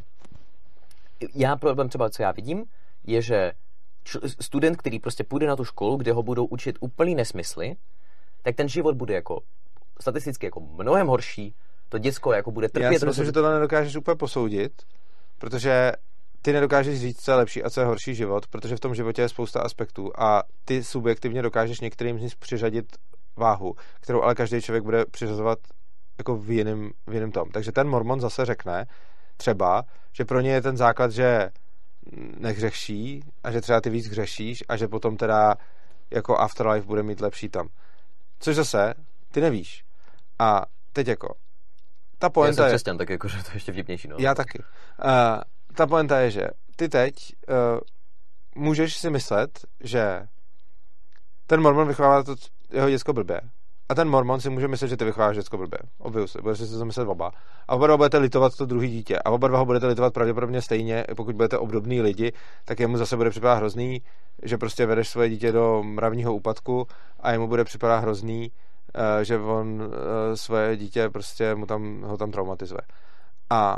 [SPEAKER 2] já problém třeba, co já vidím, je, že student, který prostě půjde na tu školu, kde ho budou učit úplný nesmysly, tak ten život bude jako statisticky jako mnohem horší, to děcko jako bude trpět.
[SPEAKER 1] Já si myslím, že tohle nedokážeš úplně posoudit, protože ty nedokážeš říct, co je lepší a co je horší život, protože v tom životě je spousta aspektů a ty subjektivně dokážeš některým z nich přiřadit váhu, kterou ale každý člověk bude přiřazovat jako v jiném, v jiném tom. Takže ten mormon zase řekne třeba, že pro ně je ten základ, že nehřeší a že třeba ty víc hřešíš a že potom teda jako afterlife bude mít lepší tam. Což zase ty nevíš. A teď jako ta pointa
[SPEAKER 2] já jsem
[SPEAKER 1] je...
[SPEAKER 2] křesťan, tak jako, že to je ještě vtipnější. No.
[SPEAKER 1] Já taky. Uh, ta pointa je, že ty teď uh, můžeš si myslet, že ten mormon vychovává to jeho děcko blbě. A ten mormon si může myslet, že ty vychováváš děcko blbě. Obviously, budeš si to myslet oba. A oba dva budete litovat to druhý dítě. A oba dva ho budete litovat pravděpodobně stejně, pokud budete obdobný lidi, tak jemu zase bude připadat hrozný, že prostě vedeš svoje dítě do mravního úpadku a jemu bude připadat hrozný, uh, že on uh, svoje dítě prostě mu tam, ho tam traumatizuje. A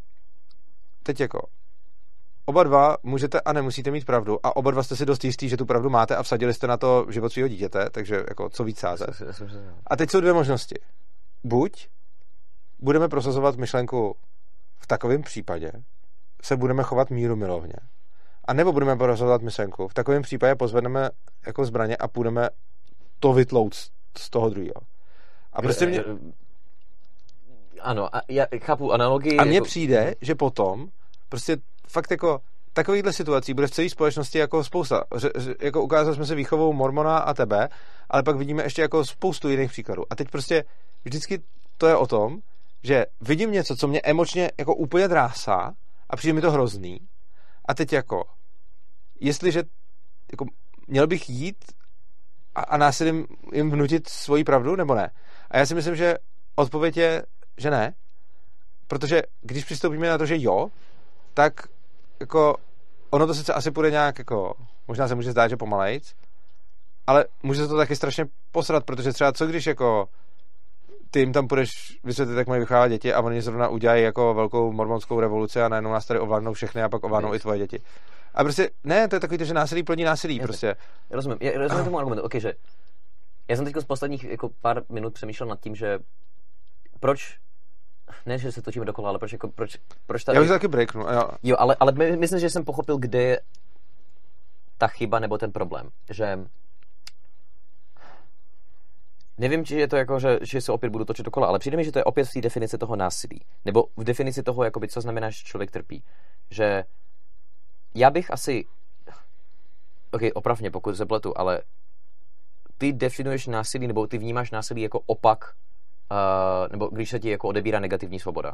[SPEAKER 1] teď jako oba dva můžete a nemusíte mít pravdu a oba dva jste si dost jistý, že tu pravdu máte a vsadili jste na to život svého dítěte, takže jako co víc sázet. A teď jsou dvě možnosti. Buď budeme prosazovat myšlenku v takovém případě se budeme chovat míru milovně. A nebo budeme prosazovat myšlenku v takovém případě pozvedneme jako zbraně a půjdeme to vytlout z toho druhého. A prostě mě...
[SPEAKER 2] Ano, a já chápu analogii.
[SPEAKER 1] A mně
[SPEAKER 2] jako...
[SPEAKER 1] přijde, že potom prostě fakt jako takovýchhle situací bude v celé společnosti jako spousta. Že, že, jako ukázali jsme se výchovou mormona a tebe, ale pak vidíme ještě jako spoustu jiných příkladů. A teď prostě vždycky to je o tom, že vidím něco, co mě emočně jako úplně drásá a přijde mi to hrozný. A teď jako jestliže jako měl bych jít a, a násilím jim vnutit svoji pravdu, nebo ne? A já si myslím, že odpověď je, že ne. Protože když přistoupíme na to, že jo, tak jako ono to sice asi půjde nějak jako, možná se může zdát, že pomalejc, ale může se to taky strašně posrat, protože třeba co když jako ty jim tam půjdeš vysvětlit, jak mají vychovávat děti a oni zrovna udělají jako velkou mormonskou revoluci a najednou nás tady ovládnou všechny a pak ovládnou i tvoje děti. A prostě ne, to je takový to, že násilí plodí násilí.
[SPEAKER 2] Jasně.
[SPEAKER 1] Prostě.
[SPEAKER 2] Já rozumím, já rozumím tomu argumentu, okay, že já jsem teď z posledních jako pár minut přemýšlel nad tím, že proč ne, že se točíme dokola, ale proč, jako, proč, proč tady...
[SPEAKER 1] Já bych taky breaknu. Jo,
[SPEAKER 2] jo ale, ale myslím, že jsem pochopil, kde je ta chyba nebo ten problém. Že nevím, či je to jako, že, že se opět budu točit dokola, ale přijde mi, že to je opět v té definici toho násilí. Nebo v definici toho, jakoby, co znamená, že člověk trpí. Že já bych asi... Ok, opravně, pokud se pletu, ale ty definuješ násilí, nebo ty vnímáš násilí jako opak, uh, nebo když se ti jako odebírá negativní svoboda.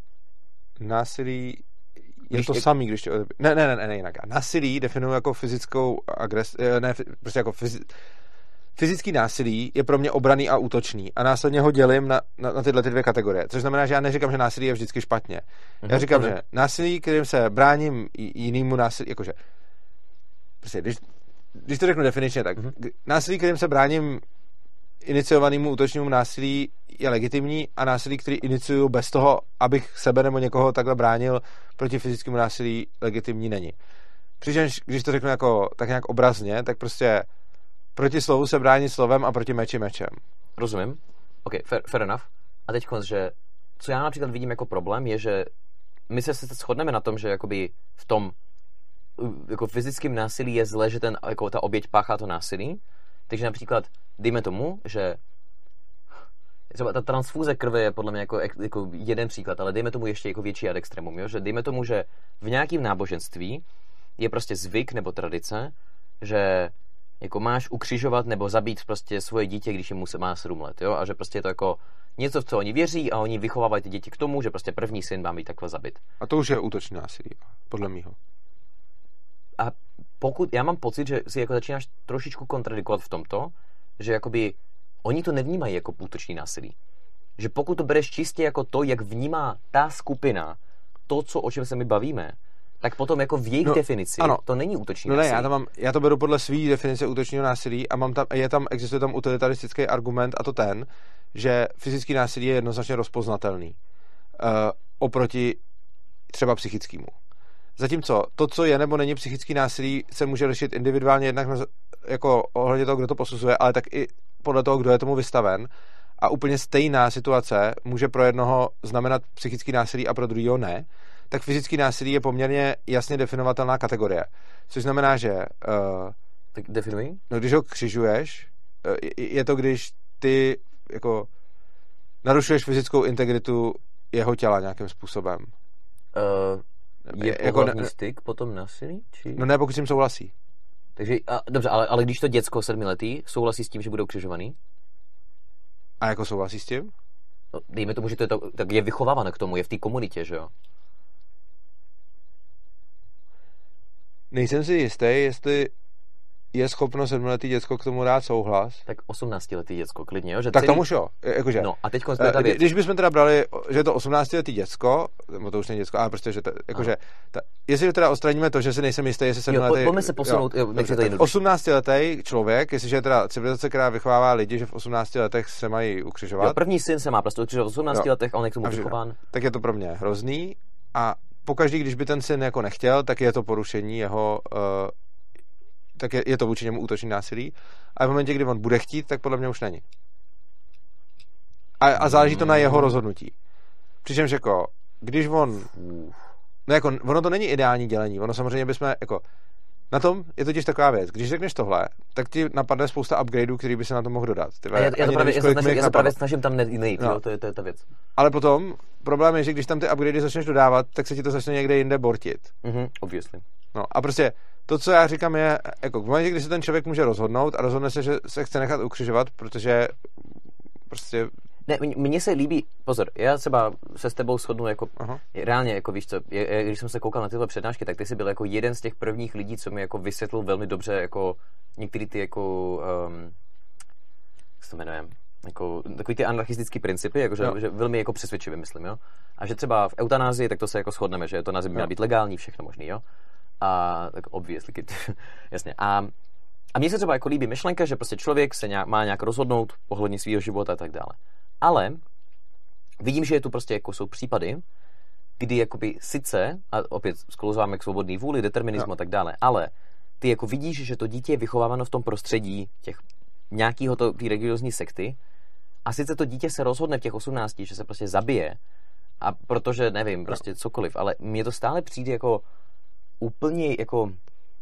[SPEAKER 1] Násilí je
[SPEAKER 2] když
[SPEAKER 1] to
[SPEAKER 2] je...
[SPEAKER 1] samý, když tě odebírá... Ne, ne, ne, ne, jinak. Násilí definuji jako fyzickou agresi... Ne, prostě jako fyzi... Fyzický násilí je pro mě obranný a útočný a následně ho dělím na, na, na tyhle ty dvě kategorie. Což znamená, že já neříkám, že násilí je vždycky špatně. Já říkám, že násilí, kterým se bráním jinému násilí, jakože prostě, když, když to řeknu definičně, tak uh-huh. násilí, kterým se bráním iniciovanému útočnému násilí je legitimní a násilí, který iniciuju bez toho, abych sebe nebo někoho takhle bránil proti fyzickému násilí, legitimní není. Přičemž, když to řeknu jako tak nějak obrazně, tak prostě proti slovu se brání slovem a proti meči mečem.
[SPEAKER 2] Rozumím. OK, fair, fair enough. A teď konc, že co já například vidím jako problém, je, že my se shodneme na tom, že jakoby v tom jako fyzickém násilí je zle, že ten, jako ta oběť páchá to násilí. Takže například dejme tomu, že třeba ta transfúze krve je podle mě jako, jako jeden příklad, ale dejme tomu ještě jako větší ad extremum, jo? Že dejme tomu, že v nějakém náboženství je prostě zvyk nebo tradice, že jako máš ukřižovat nebo zabít prostě svoje dítě, když jim má sedm let, jo? A že prostě je to jako něco, v co oni věří a oni vychovávají ty děti k tomu, že prostě první syn má být takhle zabit.
[SPEAKER 1] A to už je útočný násilí, podle mýho.
[SPEAKER 2] A pokud, já mám pocit, že si jako začínáš trošičku kontradikovat v tomto, že jakoby oni to nevnímají jako útočný násilí. Že pokud to bereš čistě jako to, jak vnímá ta skupina to, co, o čem se my bavíme, tak potom jako v jejich no, definici ano. To není útočný
[SPEAKER 1] no,
[SPEAKER 2] násilí.
[SPEAKER 1] Ne, já to, mám, já to beru podle svý definice útočného násilí a mám tam, je tam, existuje tam utilitaristický argument a to ten, že fyzický násilí je jednoznačně rozpoznatelný uh, oproti třeba psychickému. Zatímco to, co je nebo není psychický násilí, se může řešit individuálně jednak na, jako ohledně toho, kdo to posuzuje, ale tak i podle toho, kdo je tomu vystaven. a úplně stejná situace může pro jednoho znamenat psychický násilí a pro druhého ne, tak fyzický násilí je poměrně jasně definovatelná kategorie. Což znamená, že... Uh,
[SPEAKER 2] tak definuji?
[SPEAKER 1] No, když ho křižuješ, uh, je to, když ty jako narušuješ fyzickou integritu jeho těla nějakým způsobem.
[SPEAKER 2] Uh, je jako pohlavní styk potom násilí? Či...
[SPEAKER 1] No ne, pokud s tím souhlasí.
[SPEAKER 2] Takže, a, dobře, ale, ale když to děcko sedmiletý souhlasí s tím, že budou křižovaný?
[SPEAKER 1] A jako souhlasí s tím?
[SPEAKER 2] No, dejme tomu, že to je, to, tak je vychovávané k tomu, je v té komunitě, že jo?
[SPEAKER 1] Nejsem si jistý, jestli je schopno sedmiletý děcko k tomu dát souhlas.
[SPEAKER 2] Tak osmnáctiletý děcko, klidně, jo? Že
[SPEAKER 1] tak
[SPEAKER 2] celý...
[SPEAKER 1] tomu jo, jakože.
[SPEAKER 2] No a teď je ta věc.
[SPEAKER 1] Když bychom teda brali, že je to osmnáctiletý děcko, nebo to už není děcko, ale prostě, že to, jakože, ta, jestli teda odstraníme to, že si nejsem jistý, jestli sedmiletý...
[SPEAKER 2] Jo, pojďme se posunout, jo, jo, to
[SPEAKER 1] osmnáctiletý člověk, jestliže je teda civilizace, která vychovává lidi, že v osmnácti letech se mají ukřižovat.
[SPEAKER 2] Jo, první syn se má prostě ukřižovat v osmnácti letech a on je k tomu vychován.
[SPEAKER 1] Tak je to pro mě hrozný a pokaždý, když by ten syn jako nechtěl, tak je to porušení jeho... Uh, tak je, je to vůči němu útočný násilí. A v momentě, kdy on bude chtít, tak podle mě už není. A, a záleží to na jeho rozhodnutí. Přičemž jako, když on... No jako, ono to není ideální dělení. Ono samozřejmě bychom, jako... Na tom je totiž taková věc. Když řekneš tohle, tak ti napadne spousta upgradeů, který by se na to mohl dodat. Ty,
[SPEAKER 2] a já, já to právě, já snažím, já právě snažím tam nejít, no. To, je, to je ta věc.
[SPEAKER 1] Ale potom, problém je, že když tam ty upgradey začneš dodávat, tak se ti to začne někde jinde bortit.
[SPEAKER 2] Mhm, obviously.
[SPEAKER 1] No a prostě to, co já říkám, je, jako v momentě, kdy se ten člověk může rozhodnout a rozhodne se, že se chce nechat ukřižovat, protože prostě...
[SPEAKER 2] Ne, mně se líbí, pozor, já třeba se s tebou shodnu jako, Aha. reálně, jako víš co, je, když jsem se koukal na tyhle přednášky, tak ty jsi byl jako jeden z těch prvních lidí, co mi jako vysvětlil velmi dobře, jako některé ty jako, um, jak se to jmenuje, jako takový ty anarchistický principy, jako, že, že velmi jako přesvědčivě, myslím, jo. A že třeba v eutanázii, tak to se jako shodneme, že eutanázii by měla být legální, všechno možný, jo. A tak obviously, jasně. A, a mně se třeba jako líbí myšlenka, že prostě člověk se nějak, má nějak rozhodnout ohledně svého života a tak dále. Ale vidím, že je tu prostě jako jsou případy, kdy jakoby sice, a opět sklouzáváme k svobodný vůli, determinismu no. a tak dále, ale ty jako vidíš, že to dítě je vychováváno v tom prostředí těch nějakého to, té religiózní sekty a sice to dítě se rozhodne v těch osmnácti, že se prostě zabije a protože, nevím, prostě cokoliv, ale mně to stále přijde jako úplně jako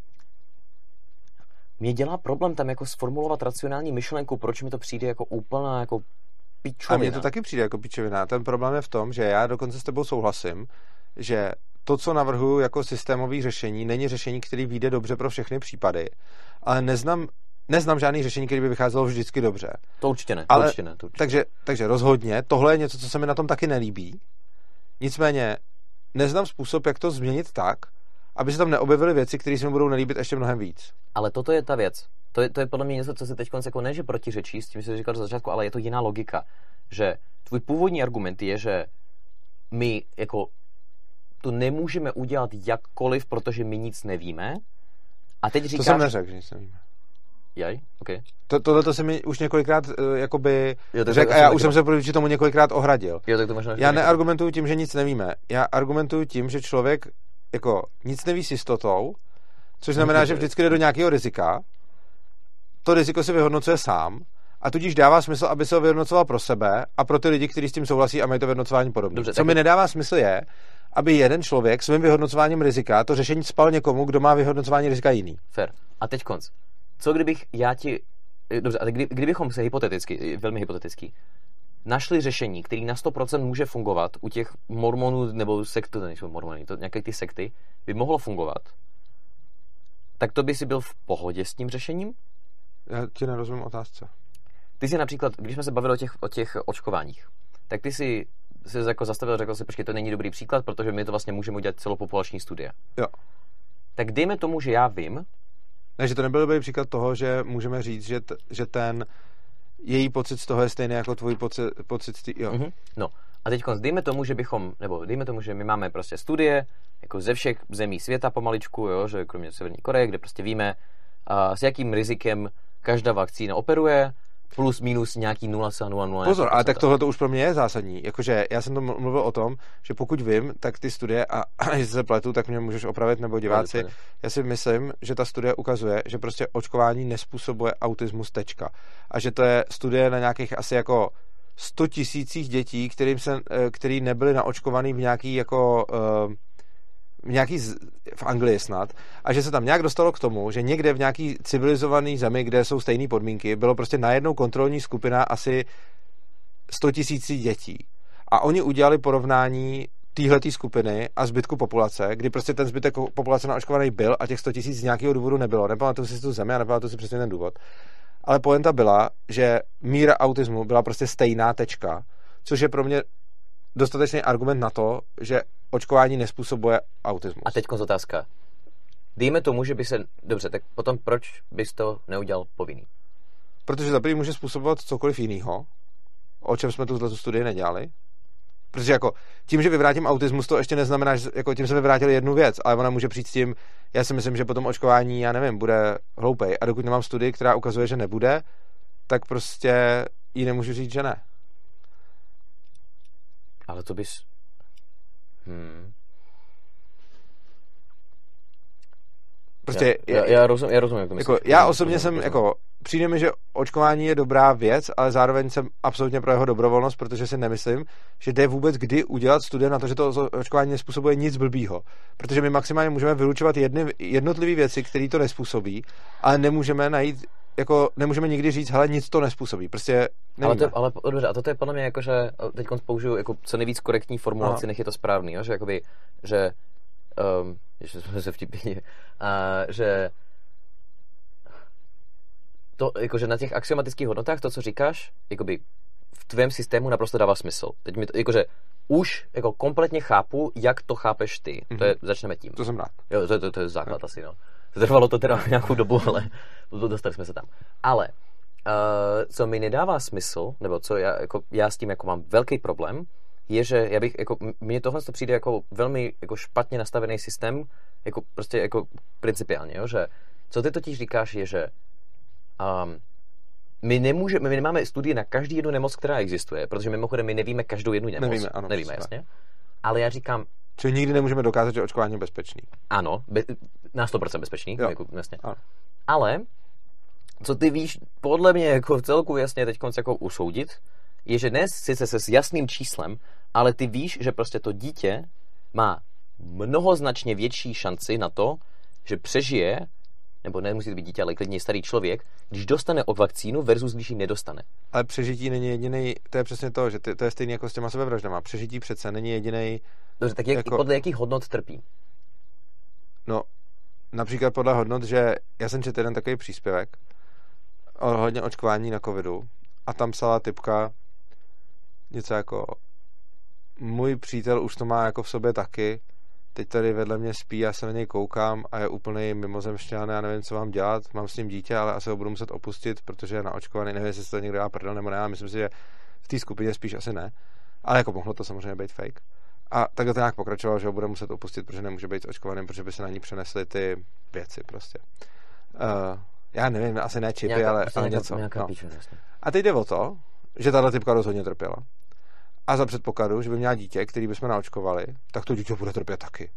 [SPEAKER 2] mě dělá problém tam jako sformulovat racionální myšlenku, proč mi to přijde jako úplná jako pičovina.
[SPEAKER 1] A mně to taky přijde jako pičovina. Ten problém je v tom, že já dokonce s tebou souhlasím, že to, co navrhuji jako systémové řešení, není řešení, který vyjde dobře pro všechny případy, ale neznám, neznám žádný řešení, který by vycházelo vždycky dobře.
[SPEAKER 2] To určitě ne. To
[SPEAKER 1] ale,
[SPEAKER 2] určitě ne to určitě.
[SPEAKER 1] Takže, takže rozhodně, tohle je něco, co se mi na tom taky nelíbí. Nicméně neznám způsob, jak to změnit tak, aby se tam neobjevily věci, které se mi budou nelíbit ještě mnohem víc.
[SPEAKER 2] Ale toto je ta věc. To je, to je podle mě něco, co se teď jako ne, že protiřečí, s tím jsi říkal do začátku, ale je to jiná logika. Že tvůj původní argument je, že my jako to nemůžeme udělat jakkoliv, protože my nic nevíme. A teď říkáš...
[SPEAKER 1] To jsem neřekl, že nic nevíme.
[SPEAKER 2] Jaj? OK.
[SPEAKER 1] To, tohle to se mi už několikrát uh, jakoby řekl a já už jsem se proti tomu několikrát ohradil.
[SPEAKER 2] Jo, tak to možná,
[SPEAKER 1] já neargumentuju tím, že nic nevíme. Já argumentuju tím, že člověk jako nic neví s jistotou, což znamená, že vždycky jde do nějakého rizika. To riziko si vyhodnocuje sám a tudíž dává smysl, aby se ho vyhodnocoval pro sebe a pro ty lidi, kteří s tím souhlasí a mají to vyhodnocování podobné. Dobře, co mi nedává smysl je, aby jeden člověk svým vyhodnocováním rizika to řešení spal někomu, kdo má vyhodnocování rizika jiný.
[SPEAKER 2] Fair. A teď konc. Co kdybych já ti... Dobře, ale kdy, kdybychom se hypoteticky, velmi hypoteticky, našli řešení, který na sto procent může fungovat u těch mormonů nebo sektů, to nejsou mormony, to nějaké ty sekty, by mohlo fungovat, tak to by si byl v pohodě s tím řešením?
[SPEAKER 1] Já ti nerozumím otázce.
[SPEAKER 2] Ty si například, když jsme se bavili o těch, o těch očkováních, tak ty si se jako zastavil a řekl si, počkej, to není dobrý příklad, protože my to vlastně můžeme udělat celopopulační studie.
[SPEAKER 1] Jo.
[SPEAKER 2] Tak dejme tomu, že já vím...
[SPEAKER 1] Ne, že to nebyl dobrý příklad toho, že můžeme říct, že, t, že ten její pocit z toho je stejný jako tvůj pocit, pocit z tý, jo.
[SPEAKER 2] Mm-hmm. No. A teď dejme tomu, že bychom, nebo dejme tomu, že my máme prostě studie, jako ze všech zemí světa pomaličku, jo, že kromě Severní Koreje, kde prostě víme, a s jakým rizikem každá vakcína operuje, plus minus nějaký nula celá nula nula.
[SPEAKER 1] Pozor, ale tak tohle to už pro mě je zásadní. Jakože já jsem to mluvil o tom, že pokud vím, tak ty studie, a jestli se pletu, tak mě můžeš opravit, nebo diváci, já si myslím, že ta studie ukazuje, že prostě očkování nespůsobuje autismus tečka. A že to je studie na nějakých asi jako sto tisících dětí, kterým se, který nebyli naočkovaný v nějaký jako v nějaký v Anglii snad, a že se tam nějak dostalo k tomu, že někde v nějaký civilizovaný zemi, kde jsou stejné podmínky, bylo prostě najednou kontrolní skupina asi sto tisící dětí. A oni udělali porovnání téhletý skupiny a zbytku populace, kdy prostě ten zbytek populace naočkovaný byl a těch sto tisíc z nějakého důvodu nebylo. Nepamatuju si tu zemi a nepamatuju si přesně ten důvod. Ale pointa byla, že míra autismu byla prostě stejná tečka, což je pro mě dostatečný argument na to, že očkování nespůsobuje autismus.
[SPEAKER 2] A teď otázka. Dejme tomu, že by se... Dobře, tak potom proč bys to neudělal povinný?
[SPEAKER 1] Protože za první může způsobovat cokoliv jinýho, o čem jsme tu studii nedělali. Protože jako tím, že vyvrátím autismus, to ještě neznamená, že jako tím jsme vyvrátili jednu věc, ale ona může přijít s tím, já si myslím, že potom očkování, já nevím, bude hloupej. A dokud nemám studii, která ukazuje, že nebude, tak prostě jí nemůžu říct, že ne.
[SPEAKER 2] Ale to bys... Hmm.
[SPEAKER 1] Prostě
[SPEAKER 2] já, já, já, rozum, já rozumím, jak to myslíš.
[SPEAKER 1] Jako, já osobně rozumím, jsem, rozumím. jako, přijde mi, že očkování je dobrá věc, ale zároveň jsem absolutně pro jeho dobrovolnost, protože si nemyslím, že jde vůbec kdy udělat studie na to, že to očkování nespůsobuje nic blbýho. Protože my maximálně můžeme vylučovat jedny, jednotlivé věci, které to nespůsobí, ale nemůžeme najít, jako, nemůžeme nikdy říct, hele, nic to nespůsobí. Prostě
[SPEAKER 2] ale, to, ale dobře, a toto je podle mě jako, že teď použiju jako co nejvíc korektní formulaci, než je to správný, jo? Že jakoby, že um, že jsme se vtipili, uh, že to, jakože na těch axiomatických hodnotách to, co říkáš, jakoby v tvém systému naprosto dává smysl. Teď mi to, jakože už jako kompletně chápu, jak to chápeš ty. Mm-hmm. To je, začneme tím.
[SPEAKER 1] To jsem rád.
[SPEAKER 2] Jo, to, to, to je základ no. asi, no. Trvalo to teda nějakou dobu, ale dostali jsme se tam. Ale uh, co mi nedává smysl, nebo co já, jako, já s tím jako mám velký problém, je, že já bych, jako, mně tohle to přijde jako velmi jako špatně nastavený systém, jako prostě jako principiálně, jo, že co ty totiž říkáš je, že um, my nemůžeme, my nemáme studie na každý jednu nemoc, která existuje, protože mimochodem my nevíme každou jednu nemoc.
[SPEAKER 1] Nevíme, ano.
[SPEAKER 2] Nevíme, jasně. Ale já říkám...
[SPEAKER 1] Čili nikdy nemůžeme dokázat, že očkování je bezpečný.
[SPEAKER 2] Ano, be, na sto procent bezpečný, jako, jasně.
[SPEAKER 1] Ano.
[SPEAKER 2] Ale, co ty víš, podle mě jako v celku jasně teď jako usoudit, je, že dnes sice se s jasným číslem, ale ty víš, že prostě to dítě má mnohoznačně větší šanci na to, že přežije, nebo nemusí to být dítě, ale klidně starý člověk, když dostane o vakcínu versus když ji nedostane.
[SPEAKER 1] Ale přežití není jediný, to je přesně to, že ty, to je stejný jako s těma sebevraždama. Přežití přece není jediný.
[SPEAKER 2] Dobře, tak jak, jako... podle jakých hodnot trpí?
[SPEAKER 1] No, například podle hodnot, že já jsem četl jeden takový příspěvek o hodně očkování na covidu a tam psala typka něco jako můj přítel už to má jako v sobě taky, teď tady vedle mě spí, já se na něj koukám a je úplný mimozemšťan, já nevím, co mám dělat, mám s ním dítě, ale asi ho budu muset opustit, protože je naočkovaný, nevím, jestli se to někdo dá prdel nebo ne, ale myslím si, že v té skupině spíš asi ne, ale jako mohlo to samozřejmě být fake. A takhle to nějak pokračovalo, že ho bude muset opustit, protože nemůže být očkovaný, protože by se na ní přenesly ty věci prostě. Uh, já nevím, asi ne čipy, nějaká, ale, ale něco.
[SPEAKER 2] No. Píču,
[SPEAKER 1] a teď jde o to, že tahle typka rozhodně trpěla. A za předpokladu, že by měla dítě, který bychom naočkovali, tak to dítě bude trpět taky.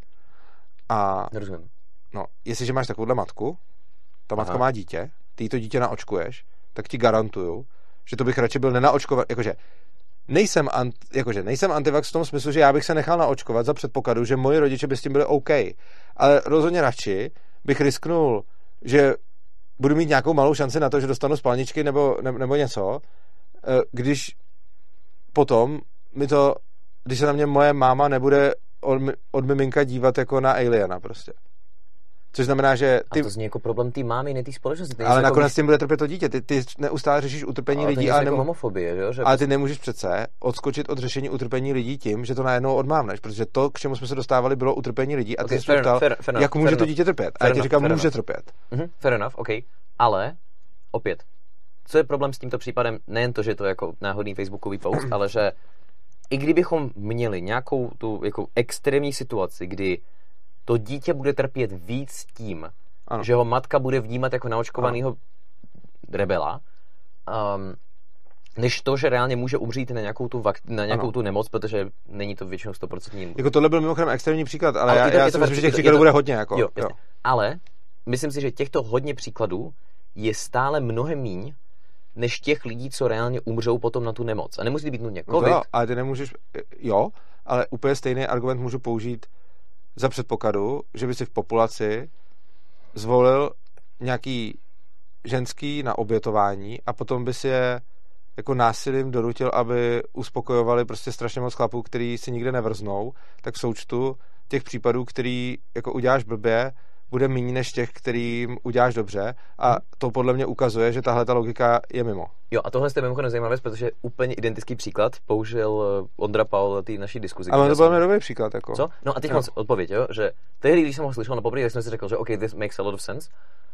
[SPEAKER 1] A
[SPEAKER 2] nerozumím.
[SPEAKER 1] No, jestliže máš takovouhle matku, ta matka Aha. má dítě, ty to dítě naočkuješ, tak ti garantuju, že to bych radši byl nenaočkovat, jakože nejsem, ant, jakože nejsem antivax v tom smyslu, že já bych se nechal naočkovat za předpokladu, že moji rodiče by s tím byli OK. Ale rozhodně radši bych risknul, že budu mít nějakou malou šanci na to, že dostanu spalničky nebo, ne, nebo něco, když potom mi to, když se na mě moje máma nebude od, od miminka dívat jako na aliena prostě. Což znamená, že ty...
[SPEAKER 2] A to zní jako problém té mámy, ne té společnosti. Ty
[SPEAKER 1] ale
[SPEAKER 2] jako
[SPEAKER 1] nakonec
[SPEAKER 2] víš...
[SPEAKER 1] tím bude trpět to dítě. Ty, ty neustále řešíš utrpení
[SPEAKER 2] ale
[SPEAKER 1] lidí.
[SPEAKER 2] Ale
[SPEAKER 1] to
[SPEAKER 2] jako homofobie, že? že?
[SPEAKER 1] Ale ty nemůžeš přece odskočit od řešení utrpení lidí tím, že to najednou odmávneš, protože to, k čemu jsme se dostávali, bylo utrpení lidí a ty okay, jsi ptal, jak může to dítě trpět. A já ti říkám, může trpět.
[SPEAKER 2] Mm-hmm, fair enough, OK. Ale, opět, co je problém s tímto případem? Nejen to, že to je jako náhodný facebookový post, ale že i kdybychom měli nějakou tu jako extrémní situaci, kdy to dítě bude trpět víc tím, ano. že ho matka bude vnímat jako naočkovanýho rebela, um, než to, že reálně může umřít na nějakou tu, vak- na nějakou tu nemoc, protože není to většinou sto procent.
[SPEAKER 1] Jako tohle byl mimochodem extrémní příklad, ale, ale já, to, já si myslím, že těch příkladů bude hodně. Jako,
[SPEAKER 2] jo, jo. Ale myslím si, že těchto hodně příkladů je stále mnohem míň, než těch lidí, co reálně umřou potom na tu nemoc. A nemusí být nutně covid.
[SPEAKER 1] No jo, ale ty nemůžeš, jo, ale úplně stejný argument můžu použít za předpokladu, že by si v populaci zvolil nějaký ženský na obětování a potom by si je jako násilím donutil, aby uspokojovali prostě strašně moc chlapů, který si nikde nevrznou, tak v součtu těch případů, který jako uděláš blbě, bude méně než těch, kterým uděláš dobře a to podle mě ukazuje, že tahle ta logika je mimo.
[SPEAKER 2] Jo, a tohle je mimochodem zajímavá věc, protože úplně identický příklad použil Ondra Paul na té naší diskuzi.
[SPEAKER 1] Ale to byl mi dobrý příklad. Jako.
[SPEAKER 2] Co? No a teď mám odpověď, jo, že tehdy, když jsem ho slyšel na poprvé, tak jsem si řekl, že OK, this makes a lot of sense.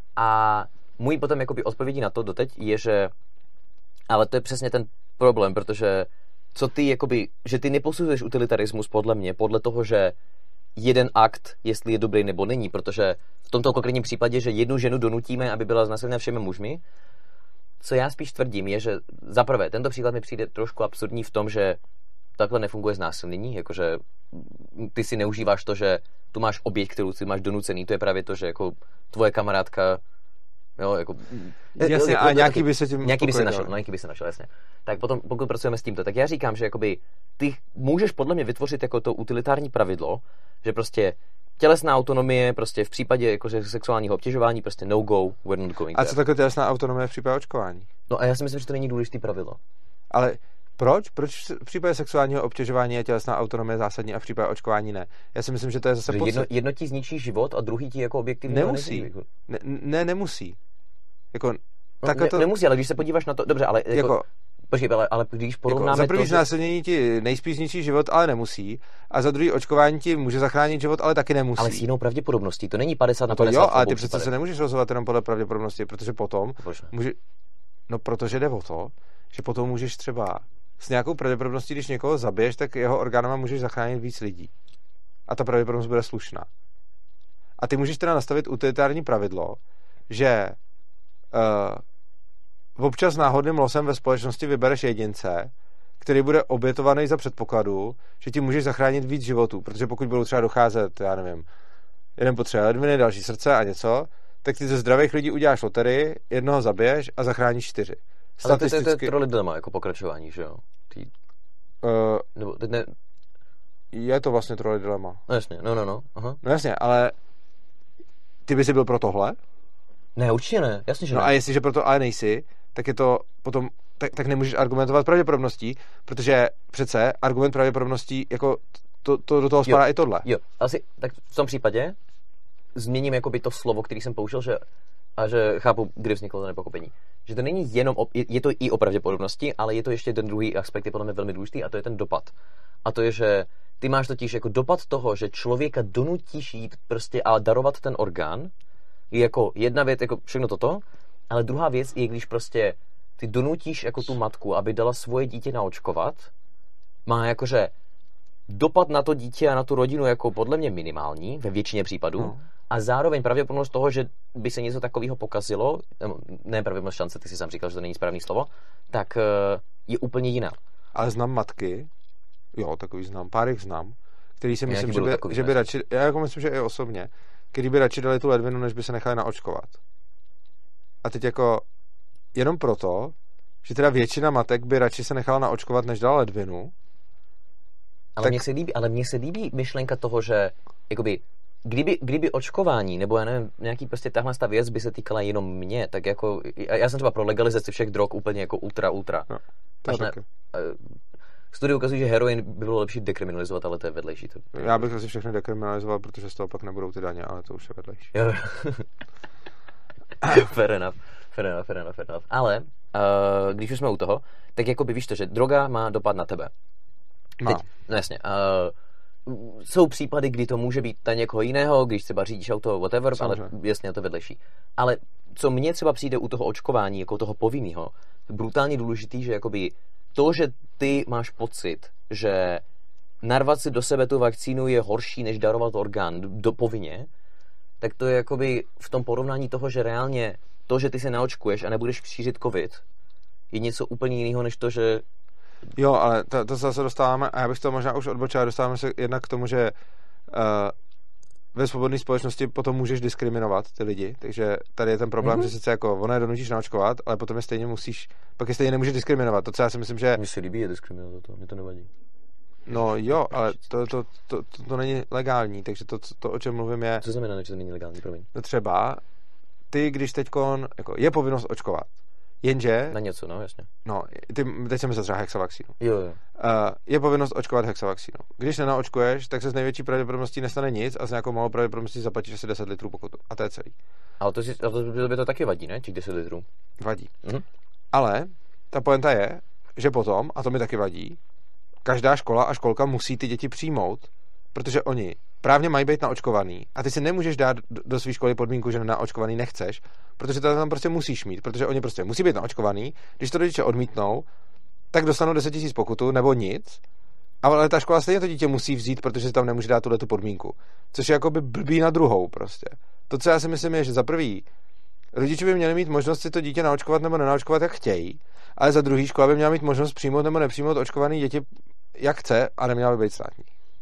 [SPEAKER 2] A můj potom jakoby odpovědí na to doteď je, že ale to je přesně ten problém, protože co ty jakoby, že ty neposuzuješ utilitarismus podle mě, podle toho, že jeden akt, jestli je dobrý nebo není, protože v tomto konkrétním případě, že jednu ženu donutíme, aby byla znásilněna všemi mužmi, co já spíš tvrdím, je, že za prvé, tento příklad mi přijde trošku absurdní v tom, že takhle nefunguje znásilnění, jakože ty si neužíváš to, že tu máš oběť, kterou si máš donucený, to je právě to, že jako tvoje kamarádka, jo, jako...
[SPEAKER 1] Jasně,
[SPEAKER 2] jako,
[SPEAKER 1] a nějaký by se tím...
[SPEAKER 2] Nějaký by se našel, no, nějaký by se našel, jasně. Tak potom, pokud pracujeme s tímto, tak já říkám, že jakoby ty můžeš podle mě vytvořit jako to utilitární pravidlo, že prostě tělesná autonomie, prostě v případě jakože sexuálního obtěžování, prostě no go, we're not going
[SPEAKER 1] there. A co takhle tělesná autonomie v případě očkování?
[SPEAKER 2] No a já si myslím, že to není důležitý pravidlo.
[SPEAKER 1] Ale proč? Proč v případě sexuálního obtěžování je tělesná autonomie zásadní a v případě očkování ne? Já si myslím, že to je zase
[SPEAKER 2] jedno, jedno ti zničí život a druhý ti jako objektivně
[SPEAKER 1] nemusí. Ne, ne, nemusí. Jako,
[SPEAKER 2] no, ne,
[SPEAKER 1] to...
[SPEAKER 2] nemusí, ale když se podíváš na to, dobře, ale jako, jako počkej, ale, ale když porovnáme
[SPEAKER 1] jako, za první
[SPEAKER 2] to,
[SPEAKER 1] znásilnění ti nejspíš zničí život, ale nemusí, a za druhý očkování ti může zachránit život, ale taky nemusí.
[SPEAKER 2] Ale s jinou pravděpodobností, to není padesát na padesát.
[SPEAKER 1] No jo, ale ty přece se nemůžeš rozhodovat jenom podle pravděpodobnosti, protože potom může... No protože jde o to, že potom můžeš třeba s nějakou pravděpodobností, když někoho zabiješ, tak jeho orgánama můžeš zachránit víc lidí. A ta pravděpodobnost bude slušná. A ty můžeš teda nastavit utilitární pravidlo, že uh, občas náhodným losem ve společnosti vybereš jedince, který bude obětovaný za předpokladu, že ti můžeš zachránit víc životů, protože pokud budou třeba docházet, já nevím, jeden potřebuje ledviny, další srdce a něco, tak ty ze zdravých lidí uděláš loterii, jednoho zabiješ a zachráníš čtyři.
[SPEAKER 2] Statisticky... Ale to, to, to je troli dilema, jako pokračování, že jo? Ty...
[SPEAKER 1] Uh,
[SPEAKER 2] Nebo, teď ne...
[SPEAKER 1] Je to vlastně troli dilema.
[SPEAKER 2] No jasně, no, no, no. Aha.
[SPEAKER 1] No jasně, ale ty by si byl pro tohle?
[SPEAKER 2] Ne, určitě ne, jasně, že
[SPEAKER 1] no
[SPEAKER 2] ne.
[SPEAKER 1] A jestliže pro to ale nejsi, tak je to potom, tak, tak nemůžeš argumentovat pravděpodobností, protože přece argument pravděpodobností, jako to, to do toho spadá
[SPEAKER 2] jo,
[SPEAKER 1] i tohle.
[SPEAKER 2] Jo, asi, tak v tom případě změním jakoby to slovo, který jsem použil, že, a že chápu, kdy vzniklo to nepochopení. Že to není jenom, o, je, je to i o pravděpodobnosti, ale je to ještě ten druhý aspekt, je podle mě velmi důležitý, a to je ten dopad. A to je, že ty máš totiž jako dopad toho, že člověka donutíš jít prostě a darovat ten orgán, je jako jedna věc, jako všechno toto, ale druhá věc je, když prostě ty donutíš jako tu matku, aby dala svoje dítě naočkovat, má jakože dopad na to dítě a na tu rodinu jako podle mě minimální, ve většině případů, no. A zároveň pravděpodobnost toho, že by se něco takového pokazilo, ne pravděpodobnost šance, ty si sám říkal, že to není správný slovo, tak je úplně jiná.
[SPEAKER 1] Ale znám matky, jo, takový znám, pár jich znám, který si myslím, že by, že by radši, já jako myslím, že i osobně, který by radši dali tu ledvinu, než by se nechali naočkovat. A teď jako jenom proto, že teda většina matek by radši se nechala naočkovat, než dala ledvinu.
[SPEAKER 2] Ale
[SPEAKER 1] tak...
[SPEAKER 2] mně se líbí, ale mně se líbí myšlenka toho, že jakoby, kdyby, kdyby očkování, nebo já nevím, nějaký prostě tahle ta věc by se týkala jenom mě, tak jako, já jsem třeba pro legalizaci všech drog úplně jako ultra, ultra.
[SPEAKER 1] No, to ne,
[SPEAKER 2] studie ukazují, že heroin by bylo lepší dekriminalizovat, ale to je vedlejší. To...
[SPEAKER 1] Já bych asi všechny dekriminalizoval, protože z toho pak nebudou ty daně, ale to už je vedlejší.
[SPEAKER 2] fair enough, fair enough, fair enough, fair enough. Ale, uh, když už jsme u toho, tak jako by víš to, že droga má dopad na tebe.
[SPEAKER 1] Má.
[SPEAKER 2] Teď, no jasně, uh, jsou případy, kdy to může být na někoho jiného, když třeba řídíš auto, whatever, samozřejmě. Ale jasně, to vedlejší. Ale co mně třeba přijde u toho očkování, jako toho povinného, brutálně důležitý, že jakoby to, že ty máš pocit, že narvat si do sebe tu vakcínu je horší, než darovat orgán do povinně, tak to je jakoby v tom porovnání toho, že reálně to, že ty se naočkuješ a nebudeš šířit covid, je něco úplně jiného, než to, že...
[SPEAKER 1] Jo, ale to, to zase dostáváme, a já bych to možná už odbočil, dostáváme se jednak k tomu, že uh, ve svobodné společnosti potom můžeš diskriminovat ty lidi, takže tady je ten problém, mm-hmm. že sice jako ono je donutíš naočkovat, ale potom je stejně musíš, pak je stejně nemůžeš diskriminovat. To, co já si myslím, že...
[SPEAKER 2] Mně se líbí je diskriminovat, to, mě to nevadí.
[SPEAKER 1] No jo, ale to, to, to, to, to není legální, takže to, to, o čem mluvím je...
[SPEAKER 2] Co znamená, že to není legální, promiň?
[SPEAKER 1] No třeba, ty, když teďkon, jako je povinnost očkovat, jenže...
[SPEAKER 2] Na něco, no, jasně.
[SPEAKER 1] No, ty, teď jsem myslel třeba hexavakcínu.
[SPEAKER 2] Jo, jo.
[SPEAKER 1] Uh, je povinnost očkovat hexavakcínu. Když nenaočkuješ, tak se s největší pravděpodobností nestane nic a s nějakou malou pravděpodobností zaplatíš asi deset litrů pokutu. A to je celý.
[SPEAKER 2] Ale to, si, ale to by to taky vadí, ne? Těch deset litrů.
[SPEAKER 1] Vadí.
[SPEAKER 2] Mhm.
[SPEAKER 1] Ale ta pointa je, že potom, a to mi taky vadí, každá škola a školka musí ty děti přijmout, protože oni právně mají být naočkovaný a ty si nemůžeš dát do, do své školy podmínku, že naočkovaný nechceš, protože to tam prostě musíš mít, protože oni prostě musí být naočkovaný, když to rodiče odmítnou, tak dostanou deset tisíc pokutu nebo nic, ale ta škola stejně to dítě musí vzít, protože si tam nemůže dát tuhle tu podmínku, což je jakoby blbý na druhou prostě. To, co já si myslím, je, že za prvý rodiče by měli mít možnost si to dítě naočkovat nebo nenaočkovat, jak chtějí, ale za druhý škola by měla mít možnost přijmout nebo nepřijmout očkovaný děti, jak chce, a neměla by být státní.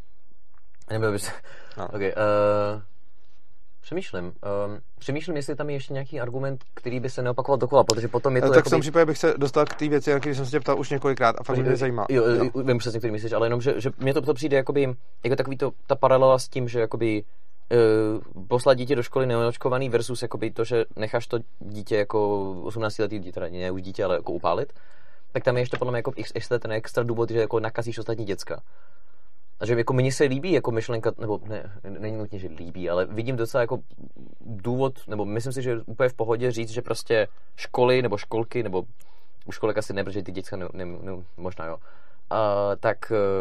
[SPEAKER 2] Nebyl bys...
[SPEAKER 1] No.
[SPEAKER 2] Okay, uh, přemýšlím. Uh, přemýšlím, jestli tam je ještě nějaký argument, který by se neopakoval dokola, protože potom je to...
[SPEAKER 1] Tak
[SPEAKER 2] jakoby...
[SPEAKER 1] v tom případě bych se dostal k té věci, na který jsem se tě ptal už několikrát a fakt mě zajímá.
[SPEAKER 2] Jo, jo. Vím přesně, který myslíš, ale jenom, že, že mně to, to přijde jakoby, jako takový to, ta paralela s tím, že jakoby uh, poslat dítě do školy neočkovaný versus jakoby to, že necháš to dítě jako osmnáctiletý dítě, teda ne už dítě, ale jako upálit, tak tam je ještě podle mě jako ještě ten extra důvod, že jako nakazíš ostatní děcka. A že jako mně se líbí jako myšlenka, nebo ne, není nutně, že líbí, ale vidím docela jako důvod, nebo myslím si, že je úplně v pohodě říct, že prostě školy nebo školky, nebo u školek asi ne, protože ty děcka ne, ne, ne, možná jo, a, tak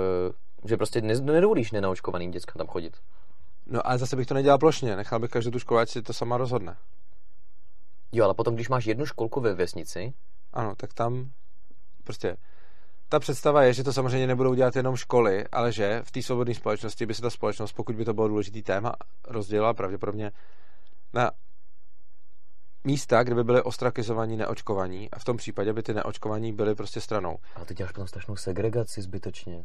[SPEAKER 2] že prostě ne, nedovolíš nenaočkovaným dětskám tam chodit.
[SPEAKER 1] No ale zase bych to nedělal plošně, nechal bych každou tu školu, ať si to sama rozhodne.
[SPEAKER 2] Jo, ale potom, když máš jednu školku ve vesnici...
[SPEAKER 1] Ano, tak tam prostě... Ta představa je, že to samozřejmě nebudou dělat jenom školy, ale že v té svobodné společnosti by se ta společnost, pokud by to bylo důležitý téma, rozdělila pravděpodobně na místa, kde by byly ostrakizovaní neočkovaní a v tom případě by ty neočkovaní byly prostě stranou.
[SPEAKER 2] Ale ty děláš potom strašnou segregaci zbytečně.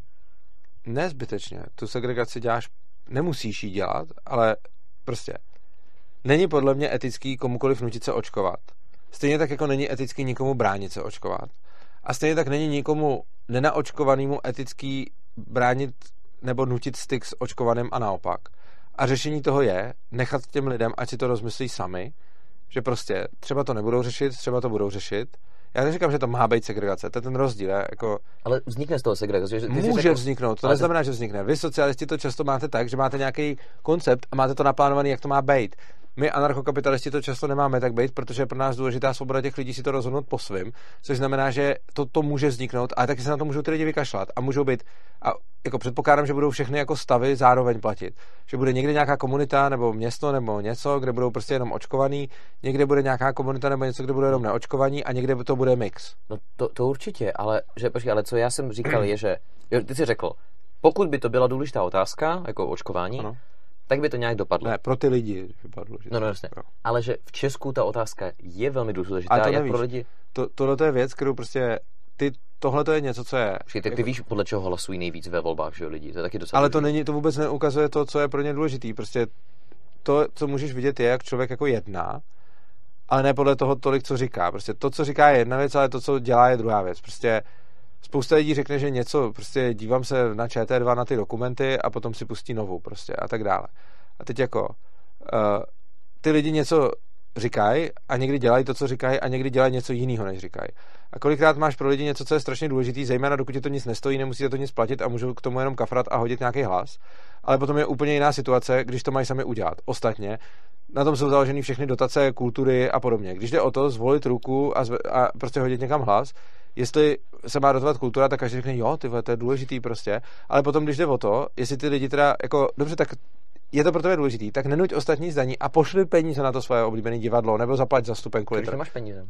[SPEAKER 1] Ne zbytečně. Tu segregaci děláš, nemusíš ji dělat, ale prostě není podle mě etický komukoliv nutit se očkovat. Stejně tak, jako není etický nikomu bránit se očkovat. A stejně tak není nikomu nenaočkovanému etický bránit nebo nutit styk s očkovaným a naopak. A řešení toho je nechat těm lidem, ať si to rozmyslí sami, že prostě třeba to nebudou řešit, třeba to budou řešit. Já neříkám, že to má být segregace, to je ten rozdíl. Je, jako...
[SPEAKER 2] Ale vznikne z toho segregace. Že ty
[SPEAKER 1] Může
[SPEAKER 2] řekl...
[SPEAKER 1] vzniknout, to ale neznamená, že vznikne. Vy socialisti to často máte tak, že máte nějaký koncept a máte to naplánovaný, jak to má být. My anarchokapitalisti to často nemáme tak být, protože je pro nás důležitá svoboda těch lidí si to rozhodnout po svým, což znamená, že to, to může vzniknout, ale taky se na to můžou ty lidi vykašlat a můžou být, a jako předpokládám, že budou všechny jako stavy zároveň platit. Že bude někde nějaká komunita nebo město nebo něco, kde budou prostě jenom očkovaný, někde bude nějaká komunita nebo něco, kde budou jenom neočkovaní a někde to bude mix.
[SPEAKER 2] No to, to určitě, ale, že, počkej, ale co já jsem říkal je, že jo, ty jsi řekl, pokud by to byla důležitá otázka, jako očkování, ano, tak by to nějak dopadlo.
[SPEAKER 1] Ne, pro ty lidi vypadlo.
[SPEAKER 2] No, no, jasně. No. Ale že v Česku ta otázka je velmi důležitá.
[SPEAKER 1] Ale to
[SPEAKER 2] jak pro lidi...
[SPEAKER 1] To, tohle to je věc, kterou prostě ty, tohle to je něco, co je...
[SPEAKER 2] Počkej, tak ty jako... víš, podle čeho hlasují nejvíc ve volbách, že jo, lidi? To je taky docela
[SPEAKER 1] Ale
[SPEAKER 2] důležitý.
[SPEAKER 1] to není, to vůbec neukazuje to, co je pro ně důležitý. Prostě to, co můžeš vidět, je, jak člověk jako jedná, ale ne podle toho tolik, co říká. Prostě to, co říká, je jedna věc, ale to, co dělá, je druhá věc. Prostě spousta lidí řekne, že něco, prostě dívám se na Č T dva na ty dokumenty a potom si pustí novou prostě a tak dále. A teď jako uh, ty lidi něco říkají a někdy dělají to, co říkají a někdy dělají něco jiného, než říkají. A kolikrát máš pro lidi něco, co je strašně důležitý, zejména dokud ti to nic nestojí, nemusíte to nic platit a můžou k tomu jenom kafrat a hodit nějaký hlas. Ale potom je úplně jiná situace, když to mají sami udělat. Ostatně na tom jsou založeny všechny dotace, kultury a podobně. Když jde o to zvolit ruku a, zve, a prostě hodit někam hlas, jestli se má dotovat kultura, tak každý řekne, jo, tyhle, to je důležitý prostě. Ale potom, když jde o to, jestli ty lidi teda, jako, dobře, tak je to pro tebe důležitý, tak nenuť ostatní zdaní a pošli peníze na to svoje oblíbené divadlo, nebo zaplať za vstupenku.
[SPEAKER 2] Když nemáš peníze.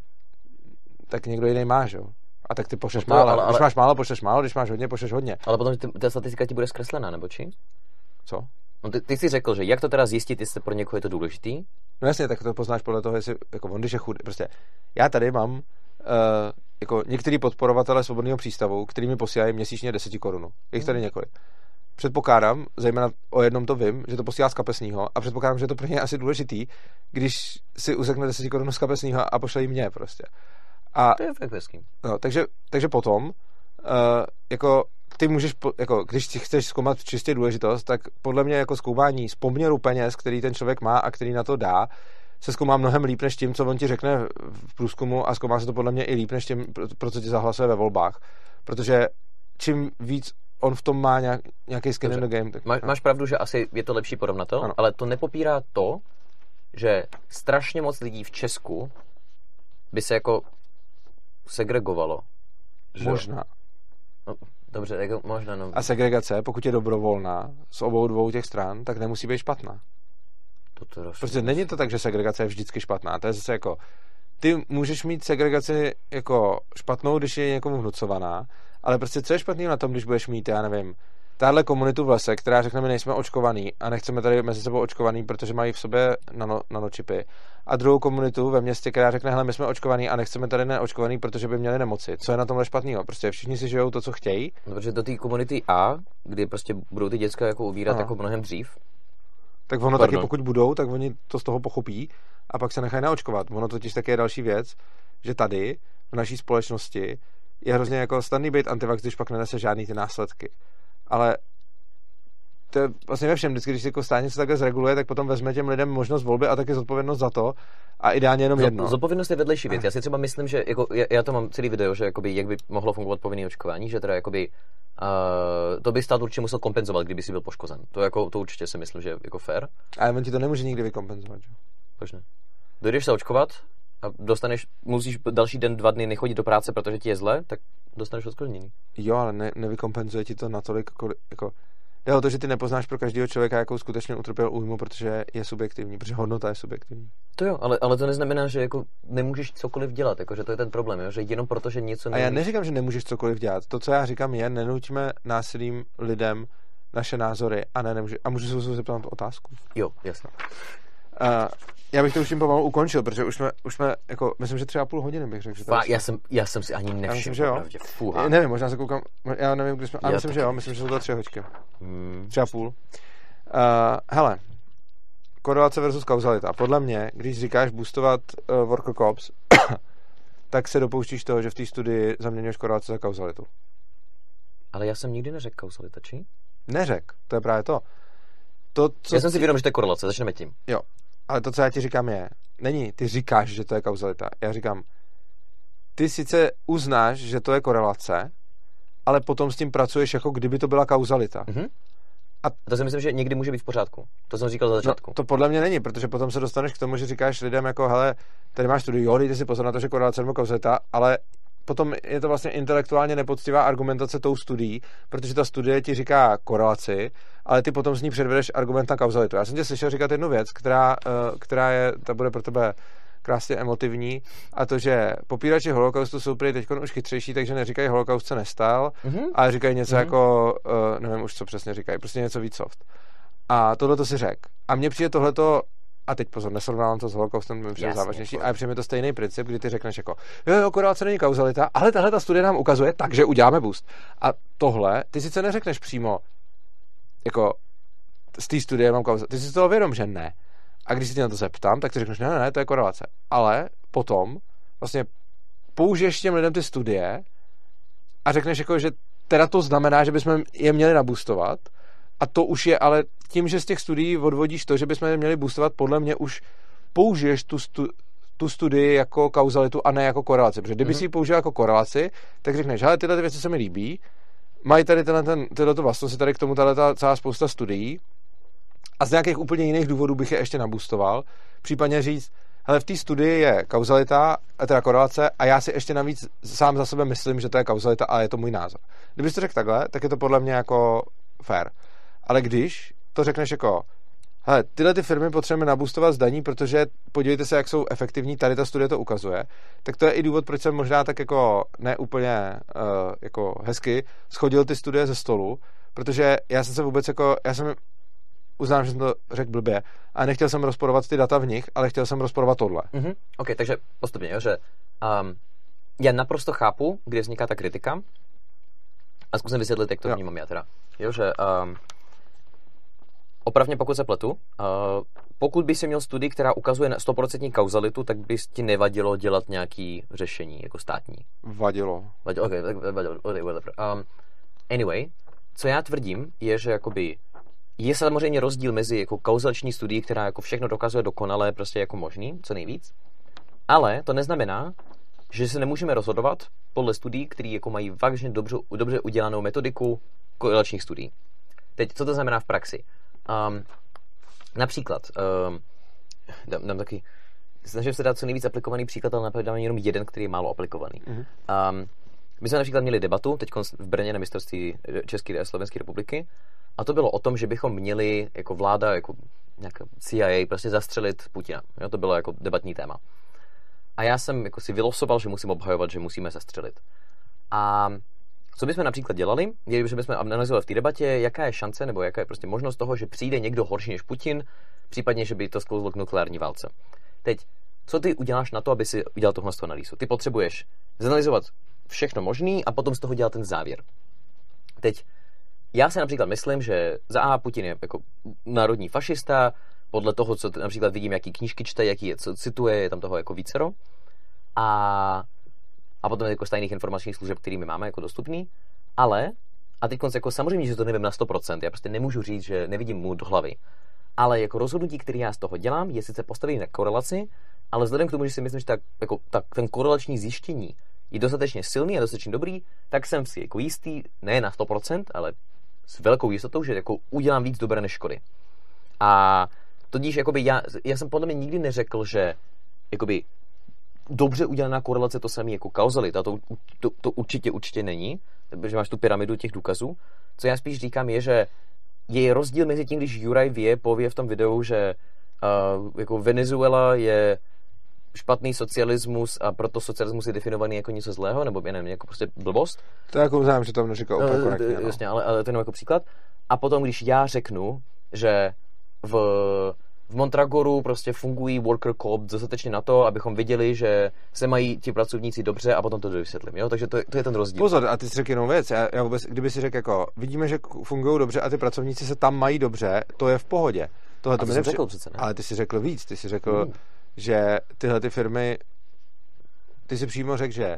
[SPEAKER 1] Tak někdo jiný má, že jo? A tak ty pošleš
[SPEAKER 2] no to,
[SPEAKER 1] málo.
[SPEAKER 2] Ale, ale...
[SPEAKER 1] Když máš málo, pošleš málo, když máš hodně, pošleš hodně.
[SPEAKER 2] Ale potom ta statistika ti bude zkreslená, nebo či?
[SPEAKER 1] Co?
[SPEAKER 2] No ty, ty jsi řekl, že jak to teda zjistit, jestli pro někoho je to důležitý?
[SPEAKER 1] No jasně, tak to poznáš podle toho, jestli, jako on, když je chudý, prostě. Já tady mám uh, jako některý podporovatele svobodného přístavu, který mi posílají měsíčně deset korun. Je jich tady několik. předpokládám, zejména o jednom to vím, že to posílá z kapesního a předpokládám, že je to pro ně asi důležitý, když si usekne deset korun z kapesního a pošle jí mě prostě. A,
[SPEAKER 2] to je fakt hezký.
[SPEAKER 1] No, takže, takže potom, uh, jako ty můžeš, po, jako když si chceš zkoumat čistě důležitost, tak podle mě jako zkoumání z poměru peněz, který ten člověk má a který na to dá, se zkoumá mnohem líp než tím, co on ti řekne v průzkumu a zkoumá se to podle mě i líp než tím, pro co ti zahlasuje ve volbách. Protože čím víc on v tom má nějak, nějaký skin in the game. Tak,
[SPEAKER 2] Má, máš pravdu, že asi je to lepší porovnatel, ano. Ale to nepopírá to, že strašně moc lidí v Česku by se jako segregovalo. Že?
[SPEAKER 1] Možná.
[SPEAKER 2] No, dobře, jako možná. No.
[SPEAKER 1] A segregace, pokud je dobrovolná z obou dvou těch stran, tak nemusí být špatná.
[SPEAKER 2] To to
[SPEAKER 1] Protože není to tak, že segregace je vždycky špatná. To je zase jako, ty můžeš mít segregaci jako špatnou, když je někomu vnucovaná, ale prostě co je špatný na tom, když budeš mít, já nevím, tahle komunitu v lese, která řekne, my nejsme očkovaný a nechceme tady mezi sebou očkovaný, protože mají v sobě nano, nanočipy. A druhou komunitu ve městě, která řekne, hele, my jsme očkovaný a nechceme tady neočkovaný, protože by měli nemoci. Co je na tomhle špatného? Prostě všichni si žijou to, co chtějí.
[SPEAKER 2] No, protože do té komunity A, kdy prostě budou ty děcka jako uvírat jako mnohem dřív.
[SPEAKER 1] Tak ono Pardon. taky, pokud budou, tak oni to z toho pochopí a pak se nechají naočkovat. Ono totiž také je další věc, že tady v naší společnosti je hrozně jako snadný být antivax, když pak nenese žádný ty následky. Ale to je vlastně ve všem. Vždycky, když se jako stát něco takhle zreguluje, tak potom vezme těm lidem možnost volby a taky zodpovědnost za to a ideálně jenom jedno.
[SPEAKER 2] Zodpovědnost je vedlejší věc. Já si třeba myslím, že jako, já, já to mám celý video, že jakoby, jak by mohlo fungovat povinné očkování, že teda jakoby Uh, to by stát určitě musel kompenzovat, kdyby si byl poškozen. To, jako, to určitě si myslím, že je jako fair.
[SPEAKER 1] Ale on ti to nemůže nikdy vykompenzovat, že?
[SPEAKER 2] Proč ne? Dojdeš se očkovat a dostaneš, musíš další den, dva dny nechodit do práce, protože ti je zle, tak dostaneš odškodnění.
[SPEAKER 1] Jo, ale ne, nevykompenzuje ti to natolik, jako, jako jde o to, že ty nepoznáš pro každého člověka, jakou skutečně utrpěl újmu, protože je subjektivní, protože hodnota je subjektivní.
[SPEAKER 2] To jo, ale, ale to neznamená, že jako nemůžeš cokoliv dělat, jako, že to je ten problém, jo? Že jenom proto, že něco
[SPEAKER 1] nemůžeš... A já neříkám, že nemůžeš cokoliv dělat. To, co já říkám, je, nenuťme násilím lidem naše názory a ne, nemůže... A můžu se zeptat na tu otázku?
[SPEAKER 2] Jo, jasně.
[SPEAKER 1] Uh, já bych to už tím pomalu ukončil, protože už jsme, už jsme jako, myslím, že třeba půl hodiny bych řekl. Že
[SPEAKER 2] Fá, já, jsem, já jsem si ani nevšiml.
[SPEAKER 1] Myslím, že jo.
[SPEAKER 2] Fuha.
[SPEAKER 1] Nevím, možná se koukám, já nevím, kdy jsme, a myslím, že jo, myslím, že jsou to tři hoďky.
[SPEAKER 2] Hmm.
[SPEAKER 1] Třeba půl. Uh, hele, korelace versus kauzalita. Podle mě, když říkáš boostovat uh, worker cops, tak se dopouštíš toho, že v té studii zaměňuješ korelace za kauzalitu.
[SPEAKER 2] Ale já jsem nikdy neřekl kauzalita, či?
[SPEAKER 1] Neřek, to je právě to. to co
[SPEAKER 2] já jsem si vědom, že to je korelace, začneme tím.
[SPEAKER 1] Jo, ale to, co já ti říkám je, není, ty říkáš, že to je kauzalita. Já říkám, ty sice uznáš, že to je korelace, ale potom s tím pracuješ, jako kdyby to byla kauzalita.
[SPEAKER 2] Mm-hmm. A to si myslím, že někdy může být v pořádku. To jsem říkal za začátku.
[SPEAKER 1] No, to podle mě není, protože potom se dostaneš k tomu, že říkáš lidem jako, hele, tady máš studii, jo, dejte si pozor na to, že korelace nebo kauzalita, ale potom je to vlastně intelektuálně nepoctivá argumentace tou studií, protože ta studie ti říká korelaci, ale ty potom z ní předvedeš argument na kauzalitu. Já jsem tě slyšel říkat jednu věc, která, která je, ta bude pro tebe krásně emotivní, a to, že popírači holokaustu jsou prý teď už chytřejší, takže neříkají holokaust se nestal, mm-hmm. ale říkají něco mm-hmm. jako, uh, nevím už, co přesně říkají, prostě něco víc soft. A tohle to si řek. A mně přijde tohleto, a teď pozor, nesrovnávám to s holokaustem, mi přijde závažnější, ale přijde mi to stejný princip, kdy ty řekneš jako, jo, jo, korelace není kauzalita, ale tahle ta studie nám ukazuje, takže uděláme boost. A tohle, ty sice neřekneš přímo, jako z té studie mám kauzalitu, ty jsi toho vědom, že ne. A když se tě na to zeptám, tak ty řekneš, ne, ne, ne, to je korelace. Ale potom vlastně použiješ těm lidem ty studie a řekneš jako, že teda to znamená, že bychom je měli naboostovat, a to už je, ale tím, že z těch studií odvodíš to, že bychom je měli boostovat, podle mě už použiješ tu, stu, tu studii jako kauzalitu a ne jako korelaci. Protože kdyby mm-hmm. si ji použil jako korelaci, tak řekneš, hele, tyhle ty věci se mi líbí, mají tady tenhle, ten, tyhle to vlastnosti, tady k tomu tahle ta celá spousta studií, a z nějakých úplně jiných důvodů bych je ještě naboostoval. Případně říct, hele, v té studii je kauzalita, teda korelace, a já si ještě navíc sám za sebe myslím, že to je kauzalita a je to můj názor. Kdybys to řekl takhle, tak je to podle mě jako fair. Ale když to řekneš jako, hele, tyhle ty firmy potřebujeme naboostovat z daní, protože podívejte se, jak jsou efektivní, tady ta studie to ukazuje, tak to je i důvod, proč jsem možná tak jako neúplně uh, jako hezky schodil ty studie ze stolu, protože já jsem se vůbec jako, já jsem uznám, že jsem to řekl blbě, a nechtěl jsem rozporovat ty data v nich, ale chtěl jsem rozporovat tohle.
[SPEAKER 2] Mm-hmm. OK, takže postupně, jo, že um, já naprosto chápu, kde vzniká ta kritika, a zkusím vysvětlit, jak to jo. vnímám já teda. jo, že um, opravně pokud se pletu, uh, pokud by si měl studii, která ukazuje sto procent kauzalitu, tak by ti nevadilo dělat nějaký řešení jako státní.
[SPEAKER 1] Vadilo.
[SPEAKER 2] Vadilo, ok, vadilo, okay, whatever. Um, anyway, co já tvrdím, je, že jakoby je samozřejmě rozdíl mezi jako kauzalační studií, která jako všechno dokazuje dokonale, prostě jako možný, co nejvíc, ale to neznamená, že se nemůžeme rozhodovat podle studií, které jako mají vážně dobře, dobře udělanou metodiku korelačních studií. Teď, co to znamená v praxi? Um, například, um, dám, dám taky, snažím se dát co nejvíc aplikovaný příklad, ale například dám jenom jeden, který je málo aplikovaný. Mm-hmm. Um, my jsme například měli debatu teď v Brně na mistrovství České a Slovenské republiky a to bylo o tom, že bychom měli jako vláda, jako nějaká C I A, prostě zastřelit Putina. Jo, to bylo jako debatní téma. A já jsem jako si vylosoval, že musím obhajovat, že musíme zastřelit. A co bychom například dělali, je, že bychom analyzovali v té debatě, jaká je šance nebo jaká je prostě možnost toho, že přijde někdo horší než Putin, případně, že by to sklouzlo k nukleární válce. Teď, co ty uděláš na to, aby si udělal tohle analýzu? Ty potřebuješ zanalizovat všechno možný a potom z toho dělat ten závěr. Teď, já si například myslím, že za A Putin je jako národní fašista, podle toho, co například vidím, jaký knížky čte, jaký je, co cituje, je tam toho jako vícero. A, a potom jako z tajných informačních služeb, kterými máme jako dostupný. Ale, a teď jako samozřejmě, že to nevím na sto procent, já prostě nemůžu říct, že nevidím mu do hlavy. Ale jako rozhodnutí, které já z toho dělám, je sice postavený na korelaci, ale vzhledem k tomu, že si myslím, že tak, jako, tak ten korelační zjištění je dostatečně silný a dostatečně dobrý, tak jsem si jako jistý, ne na sto procent, ale s velkou jistotou, že jako udělám víc dobré než škody. A tudíž jakoby já, já jsem podle mě nikdy neřekl, že jakoby dobře udělaná korelace to samé jako kauzalita, to, to, to určitě určitě není, protože máš tu pyramidu těch důkazů. Co já spíš říkám je, že je rozdíl mezi tím, když Juraj vie, pově v tom videu, že uh, jako Venezuela je špatný socialismus a proto socialismus je definovaný jako něco zlého, nebo já nevím, jako prostě blbost.
[SPEAKER 1] To jako uznám, že to neříkal úplně uh, korektně. No.
[SPEAKER 2] Jasně, ale, ale to je jako příklad. A potom, když já řeknu, že v, v Montragoru prostě fungují worker co-op dostatečně na to, abychom viděli, že se mají ti pracovníci dobře a potom to vysvětlím, jo? Takže to, to je ten rozdíl.
[SPEAKER 1] Pozor, a ty jsi řekl jinou věc. Já, já vůbec, kdyby si řekl jako, vidíme, že fungují dobře a ty pracovníci se tam mají dobře, to je v pohodě. Tohle to
[SPEAKER 2] mi
[SPEAKER 1] nepři...
[SPEAKER 2] řekl přece, ne?
[SPEAKER 1] Ale ty jsi řekl víc, ty jsi řekl, hmm. že tyhle ty firmy, ty jsi přímo řekl, že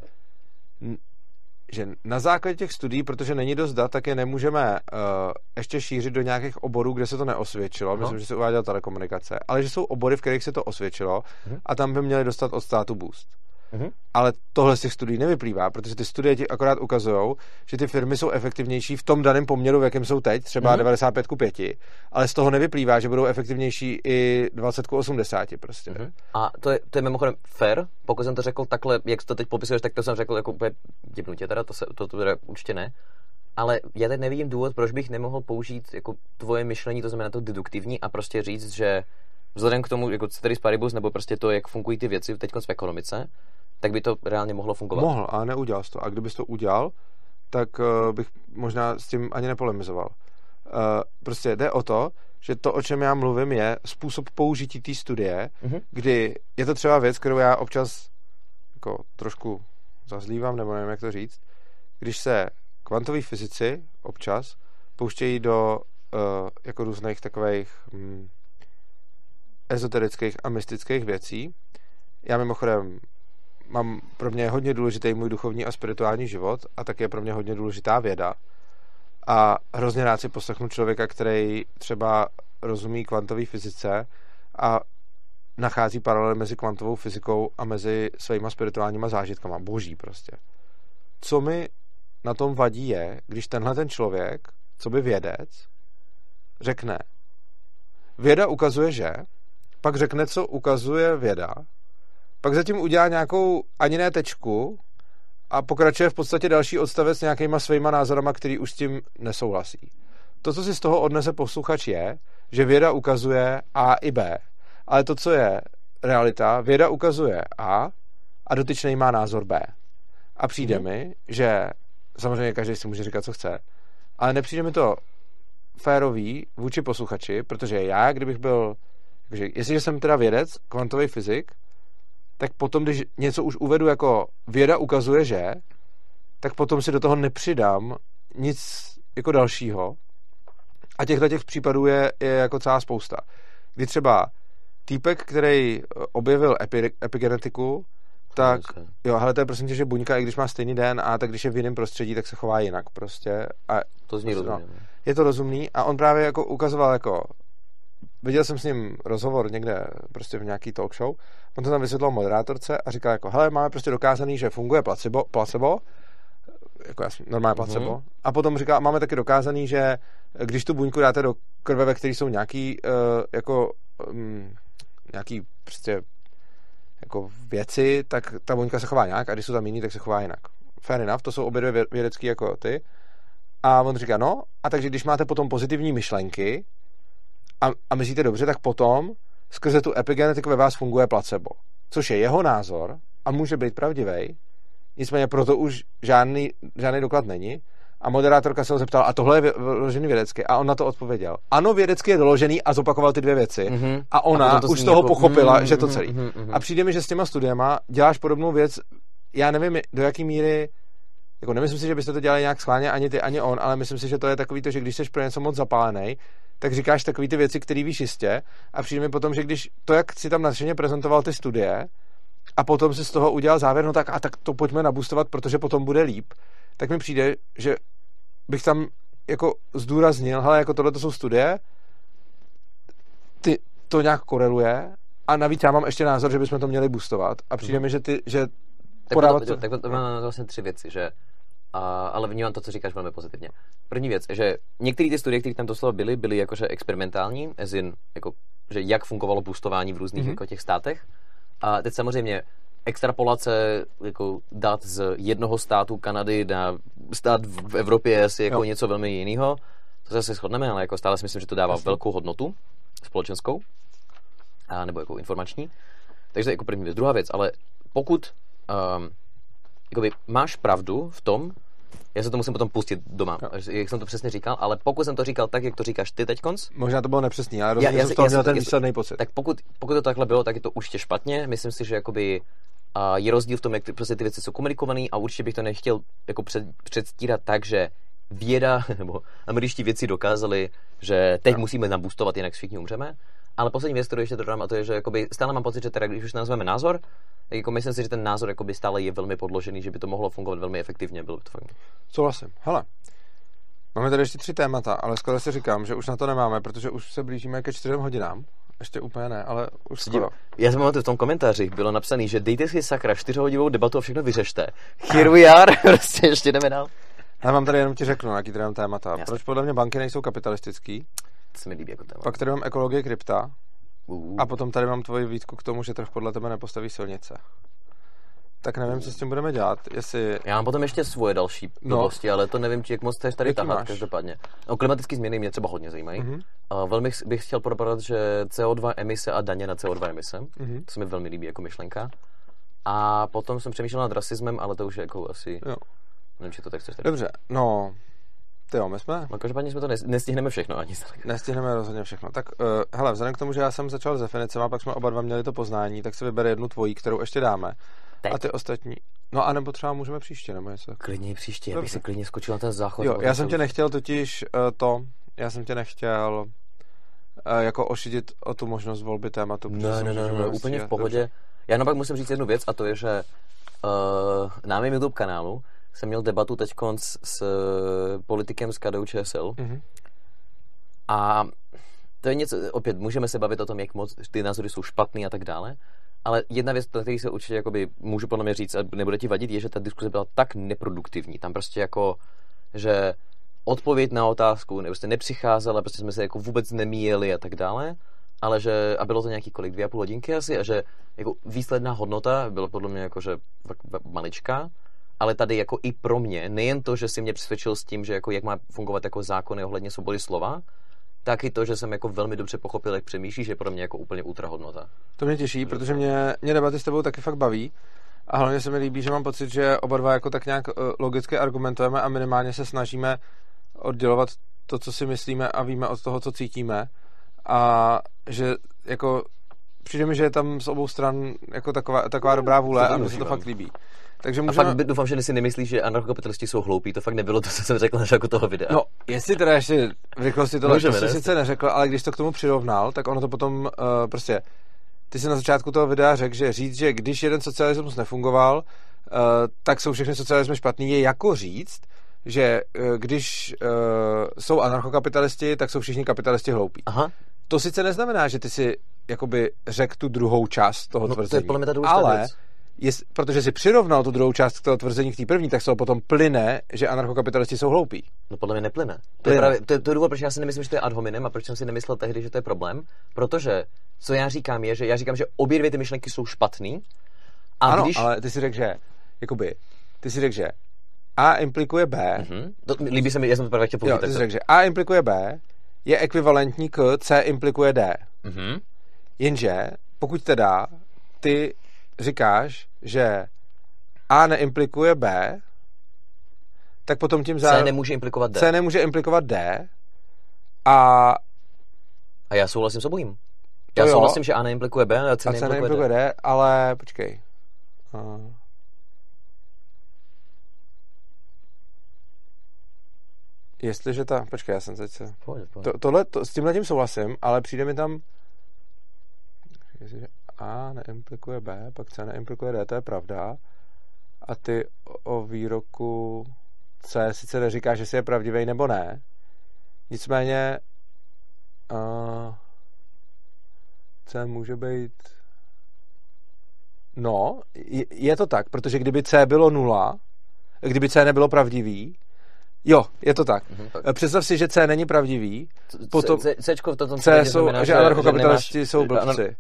[SPEAKER 1] že na základě těch studií, protože není dost dat, tak je nemůžeme uh, ještě šířit do nějakých oborů, kde se to neosvědčilo. Aha. Myslím, že se uváděla telekomunikace. Ale že jsou obory, v kterých se to osvědčilo uh-huh. a tam by měli dostat od státu boost. Uh-huh. Ale tohle z těch studií nevyplývá, protože ty studie ti akorát ukazují, že ty firmy jsou efektivnější v tom daném poměru, v jakém jsou teď, třeba uh-huh. devadesát pět ku pěti, ale z toho nevyplývá, že budou efektivnější i dvacet ku osmdesáti prostě. Uh-huh.
[SPEAKER 2] A to je, to je mimochodem fair, pokud jsem to řekl takhle, jak to teď popisuješ, tak to jsem řekl jako úplně děbnutě, teda to, se, to, to teda určitě ne. Ale já teď nevidím důvod, proč bych nemohl použít jako tvoje myšlení, to znamená to deduktivní a prostě říct, že vzhledem k tomu, jako ceteris paribus, nebo prostě to, jak fungují ty věci teď v ekonomice, tak by to reálně mohlo fungovat.
[SPEAKER 1] Mohl, ale neudělal jsi to. A kdybys to udělal, tak uh, bych možná s tím ani nepolemizoval. Uh, prostě jde o to, že to, o čem já mluvím, je způsob použití té studie, mm-hmm. kdy je to třeba věc, kterou já občas jako trošku zazlívám, nebo nevím, jak to říct, když se kvantoví fyzici občas pouštějí do uh, jako různých takových hm, ezoterických a mystických věcí. Já mimochodem mám pro mě hodně důležitý můj duchovní a spirituální život a tak je pro mě hodně důležitá věda. A hrozně rád si poslechnu člověka, který třeba rozumí kvantové fyzice a nachází paralely mezi kvantovou fyzikou a mezi svýma spirituálníma zážitkama. Boží prostě. Co mi na tom vadí je, když tenhle ten člověk, co by vědec, řekne, věda ukazuje, že, pak řekne, co ukazuje věda, pak zatím udělá nějakou ani ne tečku a pokračuje v podstatě další odstavec s nějakýma svýma názorama, který už s tím nesouhlasí. To, co si z toho odnese posluchač, je, že věda ukazuje A i B, ale to, co je realita, věda ukazuje A a dotyčný má názor B. A přijde mm. mi, že samozřejmě každý si může říkat, co chce, ale nepřijde mi to férový vůči posluchači, protože já, kdybych byl, takže jestliže jsem teda vědec, kvantový fyzik, tak potom, když něco už uvedu jako věda ukazuje, že, tak potom si do toho nepřidám nic jako dalšího, A těchto těch případů je, je jako celá spousta. Kdy třeba týpek, který objevil epi, epigenetiku, tak jo, hele, to je prosím tě, že buňka, i když má stejný D N A, tak když je v jiném prostředí, tak se chová jinak prostě. A
[SPEAKER 2] to zní
[SPEAKER 1] prostě,
[SPEAKER 2] rozumně.
[SPEAKER 1] No, je to rozumný a on právě jako ukazoval jako, viděl jsem s ním rozhovor někde prostě v nějaký talk show, on to tam vysvětlil moderátorce a říkal jako, hele, máme prostě dokázaný, že funguje placebo, placebo jako jasný, normálně placebo. Mm-hmm. A potom říká, máme taky dokázaný, že když tu buňku dáte do krve, ve které jsou nějaký uh, jako um, nějaký prostě jako věci, tak ta buňka se chová nějak a když jsou tam jiný, tak se chová jinak. Fair enough, to jsou obě dvě vědecký jako ty. A on říká, no, a takže když máte potom pozitivní myšlenky a, a myslíte dobře, tak potom skrze tu epigenetiku ve vás funguje placebo. Což je jeho názor a může být pravdivý. Nicméně proto už žádný, žádný doklad není. A moderátorka se ho zeptala, a tohle je doložený vědecky? A on na to odpověděl. Ano, vědecky je doložený a zopakoval ty dvě věci. Mm-hmm. A ona a už z toho jako... pochopila, mm-hmm, že to celý. Mm-hmm. A přijde mi, že s těma studiema děláš podobnou věc. Já nevím, do jaký míry, jako nemyslím si, že byste to dělali nějak schválně, ani ty, ani on, ale myslím si, že to je takový to, že když jsi pro něco moc zapálený, tak říkáš takový ty věci, které víš jistě. A přijde mi potom, že když to, jak si tam nadšeně prezentoval ty studie, a potom si z toho udělal závěr, no tak a tak to pojďme nabustovat, protože potom bude líp, tak mi přijde, že bych tam jako zdůraznil, hele, jako tohle to jsou studie, ty to nějak koreluje a navíc já mám ještě názor, že bychom to měli boostovat a přijde mm. mi, že ty, že
[SPEAKER 2] tak podávat... To, tak to, to má vlastně tři věci, že a, ale vnímám to, co říkáš velmi pozitivně. První věc, že některé ty studie, které tam doslova byly, byly jakože experimentální, as in, jako, že jak fungovalo boostování v různých mm. jako těch státech. A teď samozřejmě extrapolace jako dat z jednoho státu Kanady na stát v Evropě je asi jako jo. něco velmi jiného. To se asi shodneme, ale jako stále si myslím, že to dává Jasně. velkou hodnotu společenskou a nebo jako informační. Takže jako první věc. Druhá věc, ale pokud um, jakoby máš pravdu v tom, já se to musím potom pustit doma, jo. jak jsem to přesně říkal, ale pokud jsem to říkal tak, jak to říkáš ty teďkonc...
[SPEAKER 1] Možná to bylo nepřesný, ale rozhodně jsem z toho měl ten výsledný pocit.
[SPEAKER 2] Tak pokud, pokud to takhle bylo, tak je to určitě špatně. Myslím si, že jakoby uh, je rozdíl v tom, jak ty, prostě ty věci jsou komunikované a určitě bych to nechtěl jako před, předstírat tak, že věda nebo američtí věci dokázali, že teď no. musíme nabustovat, jinak všichni umřeme. Ale poslední věc, kterou ještě dodám, a to je, že jakoby stále mám pocit, že teda, když už nazveme názor, tak jako myslím si, že ten názor jakoby stále je velmi podložený, že by to mohlo fungovat velmi efektivně. Bylo by to fakt.
[SPEAKER 1] Souhlasím. Hele, máme tady ještě tři témata, ale skoro si říkám, že už na to nemáme, protože už se blížíme ke čtyřem hodinám. Ještě úplně ne, ale už skoro.
[SPEAKER 2] Já jsem pamatuju, v tom komentáři bylo napsané, že dejte si sakra čtyřhodinovou debatu a všechno vyřešte. Here we are, prostě ještě jdeme dál.
[SPEAKER 1] Já vám tady jenom ti řeknu, jaký tady mám témata. Jasně. Proč podle mě banky nejsou kapitalistický?
[SPEAKER 2] To se mi líbí jako téma.
[SPEAKER 1] Pak tady mám ekologii krypta. Uh. A potom tady mám tvoji výtku k tomu, že trh podle tebe nepostaví silnice. Tak nevím, co s tím budeme dělat, jestli...
[SPEAKER 2] Já mám potom ještě svoje další blbosti, no. ale to nevím, jak moc chceš tady tahat, každopádně. No, klimatické změny mě třeba hodně zajímají. Uh-huh. Uh, velmi bych chtěl probrat, že C O dva emise a daně na C O dva emise, uh-huh. to se mi velmi líbí jako myšlenka. A potom jsem přemýšlel nad rasismem, ale to už je jako asi... Jo. Nevím, či to tak chceš tady.
[SPEAKER 1] Dobře, no... Jo, my jsme...
[SPEAKER 2] No, každopádně jsme to nestihneme všechno ani.
[SPEAKER 1] Nestihneme rozhodně všechno. Tak, uh, hele, vzhledem k tomu, že já jsem začal s definicemi a pak jsme oba dva měli to poznání, tak si vybere jednu tvojí, kterou ještě dáme. Teď. A ty ostatní. No a nebo třeba můžeme příště, nebo něco.
[SPEAKER 2] Klidně příště, já bych si klidně skočil na ten záchod.
[SPEAKER 1] Jo, já jsem tě nechtěl totiž uh, to, já jsem tě nechtěl uh, jako ošidit o tu možnost volby tématu.
[SPEAKER 2] Ne, ne, ne, ne, úplně v pohodě. Dobře. Já naopak musím říct jednu věc a to je, že uh, na mém YouTube kanálu jsem měl debatu teďkonc s politikem z K D U Č S L mm-hmm. a to je něco, opět můžeme se bavit o tom, jak moc ty názory jsou špatný a tak dále, ale jedna věc, na který se určitě jakoby, můžu podle mě říct a nebude ti vadit, je, že ta diskuze byla tak neproduktivní, tam prostě jako, že odpověď na otázku ne, prostě nepřicházela, prostě jsme se jako vůbec nemíjeli a tak dále, ale že, a bylo to nějaký kolik, dvě a půl hodinky asi, a že jako výsledná hodnota byla podle mě jako, že maličká, ale tady jako i pro mě, nejen to, že si mě přesvědčil s tím, že jako jak má fungovat jako zákony ohledně svobody slova, tak i to, že jsem jako velmi dobře pochopil, jak přemýšlíš, je pro mě jako úplně ultrahodnota.
[SPEAKER 1] To mě těší, protože mě, mě debaty s tebou taky fakt baví a hlavně se mi líbí, že mám pocit, že oba dva jako tak nějak logicky argumentujeme a minimálně se snažíme oddělovat to, co si myslíme a víme od toho, co cítíme a že jako přijde mi, že je tam z obou stran jako taková, taková dobrá vůle a mně se to fakt líbí. Takže můžeme...
[SPEAKER 2] A fakt doufám, že si nemyslíš, že anarchokapitalisti jsou hloupí, to fakt nebylo to, co jsem řekl na začátku toho videa.
[SPEAKER 1] No, jestli teda ještě v rychlosti tohle, to jsi sice neřekl, ale když to k tomu přirovnal, tak ono to potom uh, prostě, ty jsi na začátku toho videa řekl, že říct, že když jeden socialismus nefungoval, uh, tak jsou všechny socialismy špatný, je jako říct, že uh, když uh, jsou anarchokapitalisti, tak jsou všichni kapitalisti hloupí.
[SPEAKER 2] Aha.
[SPEAKER 1] To sice neznamená, že ty si jakoby řekl tu druhou část toho
[SPEAKER 2] no,
[SPEAKER 1] tvrzení,
[SPEAKER 2] to je podle mě ta důležitá
[SPEAKER 1] ale
[SPEAKER 2] věc.
[SPEAKER 1] Jest, protože si přirovnal tu druhou část k toho tvrzení k té první, tak se ho potom plyne, že anarchokapitalisti jsou hloupí.
[SPEAKER 2] No podle mě neplyne. To je, právě, to, je, to je důvod, proč já si nemyslím, že to je ad hominem a proč jsem si nemyslel tehdy, že to je problém. Protože co já říkám je, že já říkám, že obě dvě ty myšlenky jsou špatný. A
[SPEAKER 1] ano,
[SPEAKER 2] když...
[SPEAKER 1] ale ty si řekl, že jakoby, ty si řekl, že A implikuje B.
[SPEAKER 2] Mm-hmm. To, líbí se mi, já jsem to právě chtěl použít.
[SPEAKER 1] Jo, ty jsi řekl, že A implikuje B je ekvivalentní k C implikuje D.
[SPEAKER 2] Mm-hmm.
[SPEAKER 1] Jenže pokud teda ty říkáš, že A neimplikuje B, tak potom tím zároveň...
[SPEAKER 2] C nemůže implikovat D.
[SPEAKER 1] C nemůže implikovat D a...
[SPEAKER 2] A já souhlasím s obojím. Já souhlasím, že A neimplikuje B a C,
[SPEAKER 1] a C
[SPEAKER 2] neimplikuje,
[SPEAKER 1] neimplikuje D. D. Ale počkej. Uh... Jestliže ta... Počkej, já jsem teď se...
[SPEAKER 2] Pojď, pojď.
[SPEAKER 1] To, tohle, to, s tímhle tím souhlasím, ale přijde mi tam... Jestliže A neimplikuje B, pak C neimplikuje D, to je pravda. A ty o výroku C sice neříkáš, že si je pravdivý nebo ne. Nicméně uh, C může být... No, je, je to tak, protože kdyby C bylo nula, kdyby C nebylo pravdivý, jo, je to tak. Mm-hmm. Představ si, že C není pravdivý, potom
[SPEAKER 2] C, C, Cčko v tom
[SPEAKER 1] C jsou, znamená, že anarchokapitalisti že jsou blbci. Anar...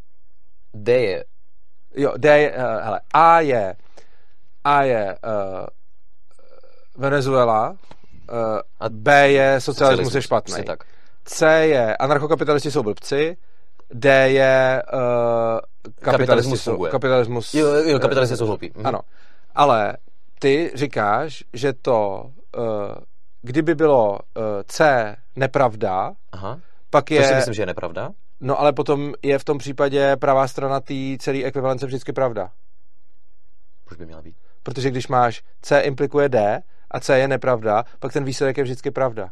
[SPEAKER 2] D je...
[SPEAKER 1] Jo, D je, uh, hele, A je A je uh, Venezuela, uh, a B je socialismus je špatný. C je anarchokapitalisti jsou blbci, D je uh, kapitalismus, jsou, kapitalismus,
[SPEAKER 2] jo, jo, kapitalisti uh, jsou hloupí. Mhm.
[SPEAKER 1] Ano, ale ty říkáš, že to, uh, kdyby bylo uh, C nepravda,
[SPEAKER 2] aha.
[SPEAKER 1] Pak je...
[SPEAKER 2] To si myslím, že je nepravda.
[SPEAKER 1] No ale potom je v tom případě pravá strana té celé ekvivalence vždycky pravda.
[SPEAKER 2] Proč by měla být?
[SPEAKER 1] Protože když máš C implikuje D a C je nepravda, pak ten výsledek je vždycky pravda.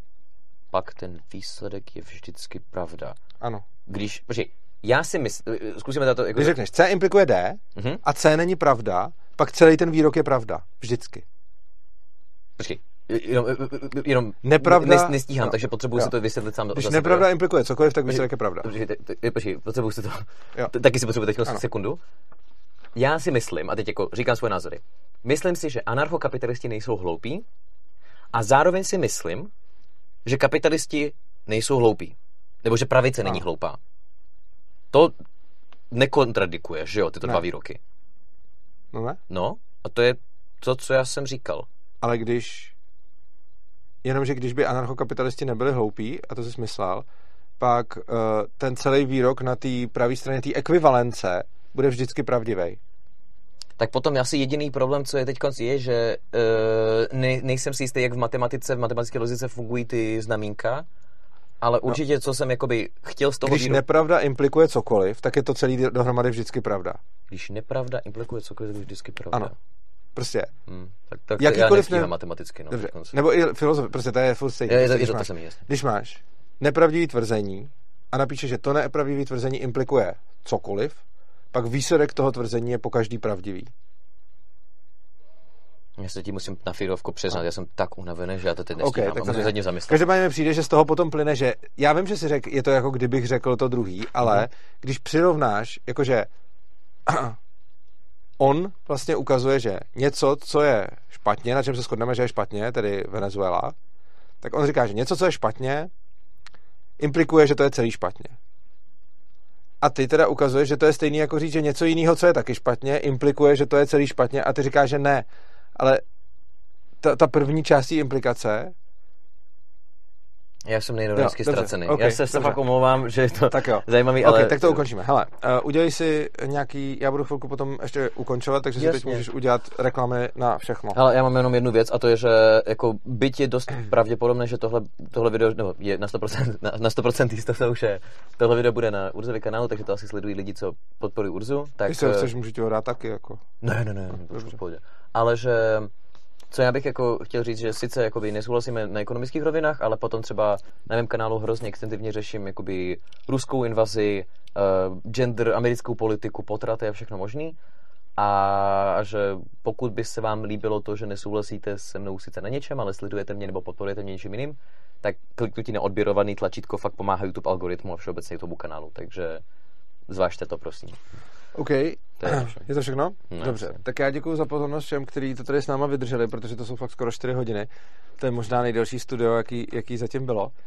[SPEAKER 2] Pak ten výsledek je vždycky pravda.
[SPEAKER 1] Ano.
[SPEAKER 2] Když, počkej, já si myslím, zkusíme to jako...
[SPEAKER 1] Když řekneš C implikuje D
[SPEAKER 2] uh-huh.
[SPEAKER 1] a C není pravda, pak celý ten výrok je pravda. Vždycky.
[SPEAKER 2] Počkej, jenom, jenom
[SPEAKER 1] nepravda,
[SPEAKER 2] nes, nestíhám, no, takže potřebuji jo. si to vysvětlit sám.
[SPEAKER 1] Když nepravda jo. implikuje cokoliv, tak výsledek je pravda.
[SPEAKER 2] Počkej, potřebuji si to... T- taky si potřebuji teď sekundu. Já si myslím, a teď jako říkám svoje názory, myslím si, že anarchokapitalisti nejsou hloupí a zároveň si myslím, že kapitalisti nejsou hloupí. Nebo že pravice no. není hloupá. To nekontradikuje, že jo, tyto ne. dva výroky.
[SPEAKER 1] No ne?
[SPEAKER 2] No, a to je to, co já jsem říkal.
[SPEAKER 1] Ale když... Jenomže když by anarchokapitalisti nebyli hloupí, a to jsi myslel, pak uh, ten celý výrok na té pravé straně té ekvivalence bude vždycky pravdivý.
[SPEAKER 2] Tak potom asi jediný problém, co je teď je, že uh, ne, nejsem si jistý, jak v matematice, v matematické logice fungují ty znamínka, ale určitě, no. co jsem jakoby chtěl z toho
[SPEAKER 1] Když
[SPEAKER 2] výroku...
[SPEAKER 1] nepravda implikuje cokoliv, tak je to celý dohromady vždycky pravda.
[SPEAKER 2] Když nepravda implikuje cokoliv, tak je vždycky pravda.
[SPEAKER 1] Ano. Prostě.
[SPEAKER 2] Hmm, tak, tak
[SPEAKER 1] jakýkoliv
[SPEAKER 2] já
[SPEAKER 1] ne...
[SPEAKER 2] matematicky. No,
[SPEAKER 1] dobře. Nebo i filozofie, prostě to je furt stejný.
[SPEAKER 2] Je, je,
[SPEAKER 1] prostě,
[SPEAKER 2] je to
[SPEAKER 1] máš,
[SPEAKER 2] samý, jasný.
[SPEAKER 1] Když máš nepravdivý tvrzení a napíšeš, že to nepravdivý tvrzení implikuje cokoliv, pak výsledek toho tvrzení je pokaždý pravdivý.
[SPEAKER 2] Já se tím musím na feedovku přiznat, já jsem tak unavený, že já to teď nestíhám.
[SPEAKER 1] Okay, tak
[SPEAKER 2] musím se tím zamyslet.
[SPEAKER 1] Každopádně mi přijde, že z toho potom plyne, že já vím, že si řekl, je to jako kdybych řekl to druhý, ale mm. když přirovnáš, jakože on vlastně ukazuje, že něco, co je špatně, na čem se shodneme, že je špatně, tedy Venezuela, tak on říká, že něco, co je špatně, implikuje, že to je celý špatně. A ty teda ukazuješ, že to je stejný jako říct, že něco jiného, co je taky špatně, implikuje, že to je celý špatně a ty říkáš, že ne. Ale ta, ta první část implikace
[SPEAKER 2] Já jsem nejnorensky ztracený.
[SPEAKER 1] Okay,
[SPEAKER 2] já se
[SPEAKER 1] dobře.
[SPEAKER 2] fakt omlouvám, že je to
[SPEAKER 1] tak jo.
[SPEAKER 2] zajímavý,
[SPEAKER 1] okay,
[SPEAKER 2] ale...
[SPEAKER 1] tak to ukončíme. Hele, uh, udělej si nějaký, já budu chvilku potom ještě ukončovat, takže Jasně. si teď můžeš udělat reklamy na všechno.
[SPEAKER 2] Ale já mám jenom jednu věc a to je, že jako byť je dost pravděpodobné, že tohle, tohle video, nebo je na sto procent, na, na sto procent jistota už je, tohle video bude na Urzově kanálu, takže to asi sledují lidi, co podporují Urzu. Tak...
[SPEAKER 1] Když se chceš, můžu ti ho dát taky, jako.
[SPEAKER 2] Ne, ne, ne, ne to v pohodě. Ale že... Co já bych jako chtěl říct, že sice jakoby nesouhlasíme na ekonomických rovinách, ale potom třeba na mém kanálu hrozně extenzivně řeším jakoby ruskou invazi, uh, gender, americkou politiku, potraty a všechno možný. A že pokud by se vám líbilo to, že nesouhlasíte se mnou sice na něčem, ale sledujete mě nebo podporujete mě něčím jiným, tak kliknutí na odběrovaný tlačítko fakt pomáhá YouTube algoritmu a všeobecně YouTube kanálu, takže zvážte to, prosím.
[SPEAKER 1] OK, to je, je to všechno? No, dobře, jasně. Tak já děkuji za pozornost všem, kteří to tady s náma vydrželi, protože to jsou fakt skoro čtyři hodiny. To je možná nejdelší studio, jaký, jaký zatím bylo. Uh,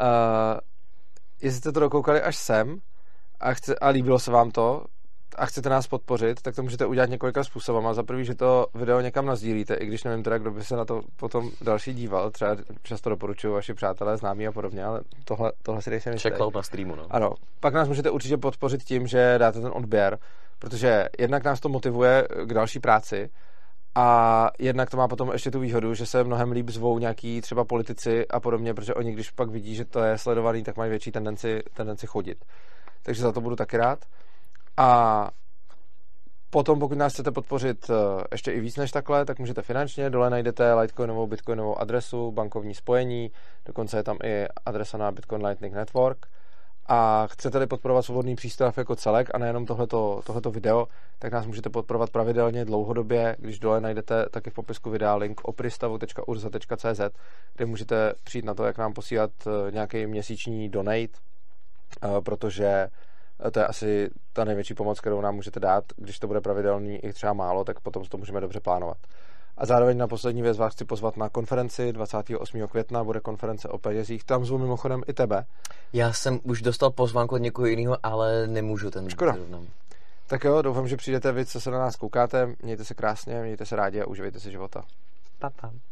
[SPEAKER 1] jestli jste to dokoukali až sem a, chce, a líbilo se vám to a chcete nás podpořit, tak to můžete udělat několika způsobama. Za prvý, že to video někam nazdílíte, i když nevím teda, kdo by se na to potom další díval. Třeba často doporučuju vaši přátelé, známí a podobně, ale tohle, tohle si nejsem jistý.
[SPEAKER 2] Checkout na streamu, no.
[SPEAKER 1] Ano. Pak nás můžete určitě podpořit tím, že dáte ten odběr, protože jednak nás to motivuje k další práci a jednak to má potom ještě tu výhodu, že se mnohem líp zvou nějaký třeba politici a podobně, protože oni, když pak vidí, že to je sledovaný, tak mají větší tendenci, tendenci chodit. Takže za to budu taky rád. A potom, pokud nás chcete podpořit ještě i víc než takhle, tak můžete finančně. Dole najdete Litecoinovou, bitcoinovou adresu, bankovní spojení, dokonce je tam i adresa na Bitcoin Lightning Network. A chcete-li podporovat svobodný přístav jako celek a nejenom tohleto, tohleto video, tak nás můžete podporovat pravidelně, dlouhodobě, když dole najdete taky v popisku videa link opristavu tečka urza tečka cé zet, kde můžete přijít na to, jak nám posílat nějaký měsíční donate, protože to je asi ta největší pomoc, kterou nám můžete dát. Když to bude pravidelný i třeba málo, tak potom to můžeme dobře plánovat. A zároveň na poslední věc vás chci pozvat na konferenci dvacátého osmého května, bude konference o penězích. Tam zvu mimochodem i tebe.
[SPEAKER 2] Já jsem už dostal pozvánku od někoho jiného, ale nemůžu ten.
[SPEAKER 1] Škoda. Tak jo, doufám, že přijdete vy, co se na nás koukáte. Mějte se krásně, mějte se rádi a uživejte si života.
[SPEAKER 2] Pa, pa.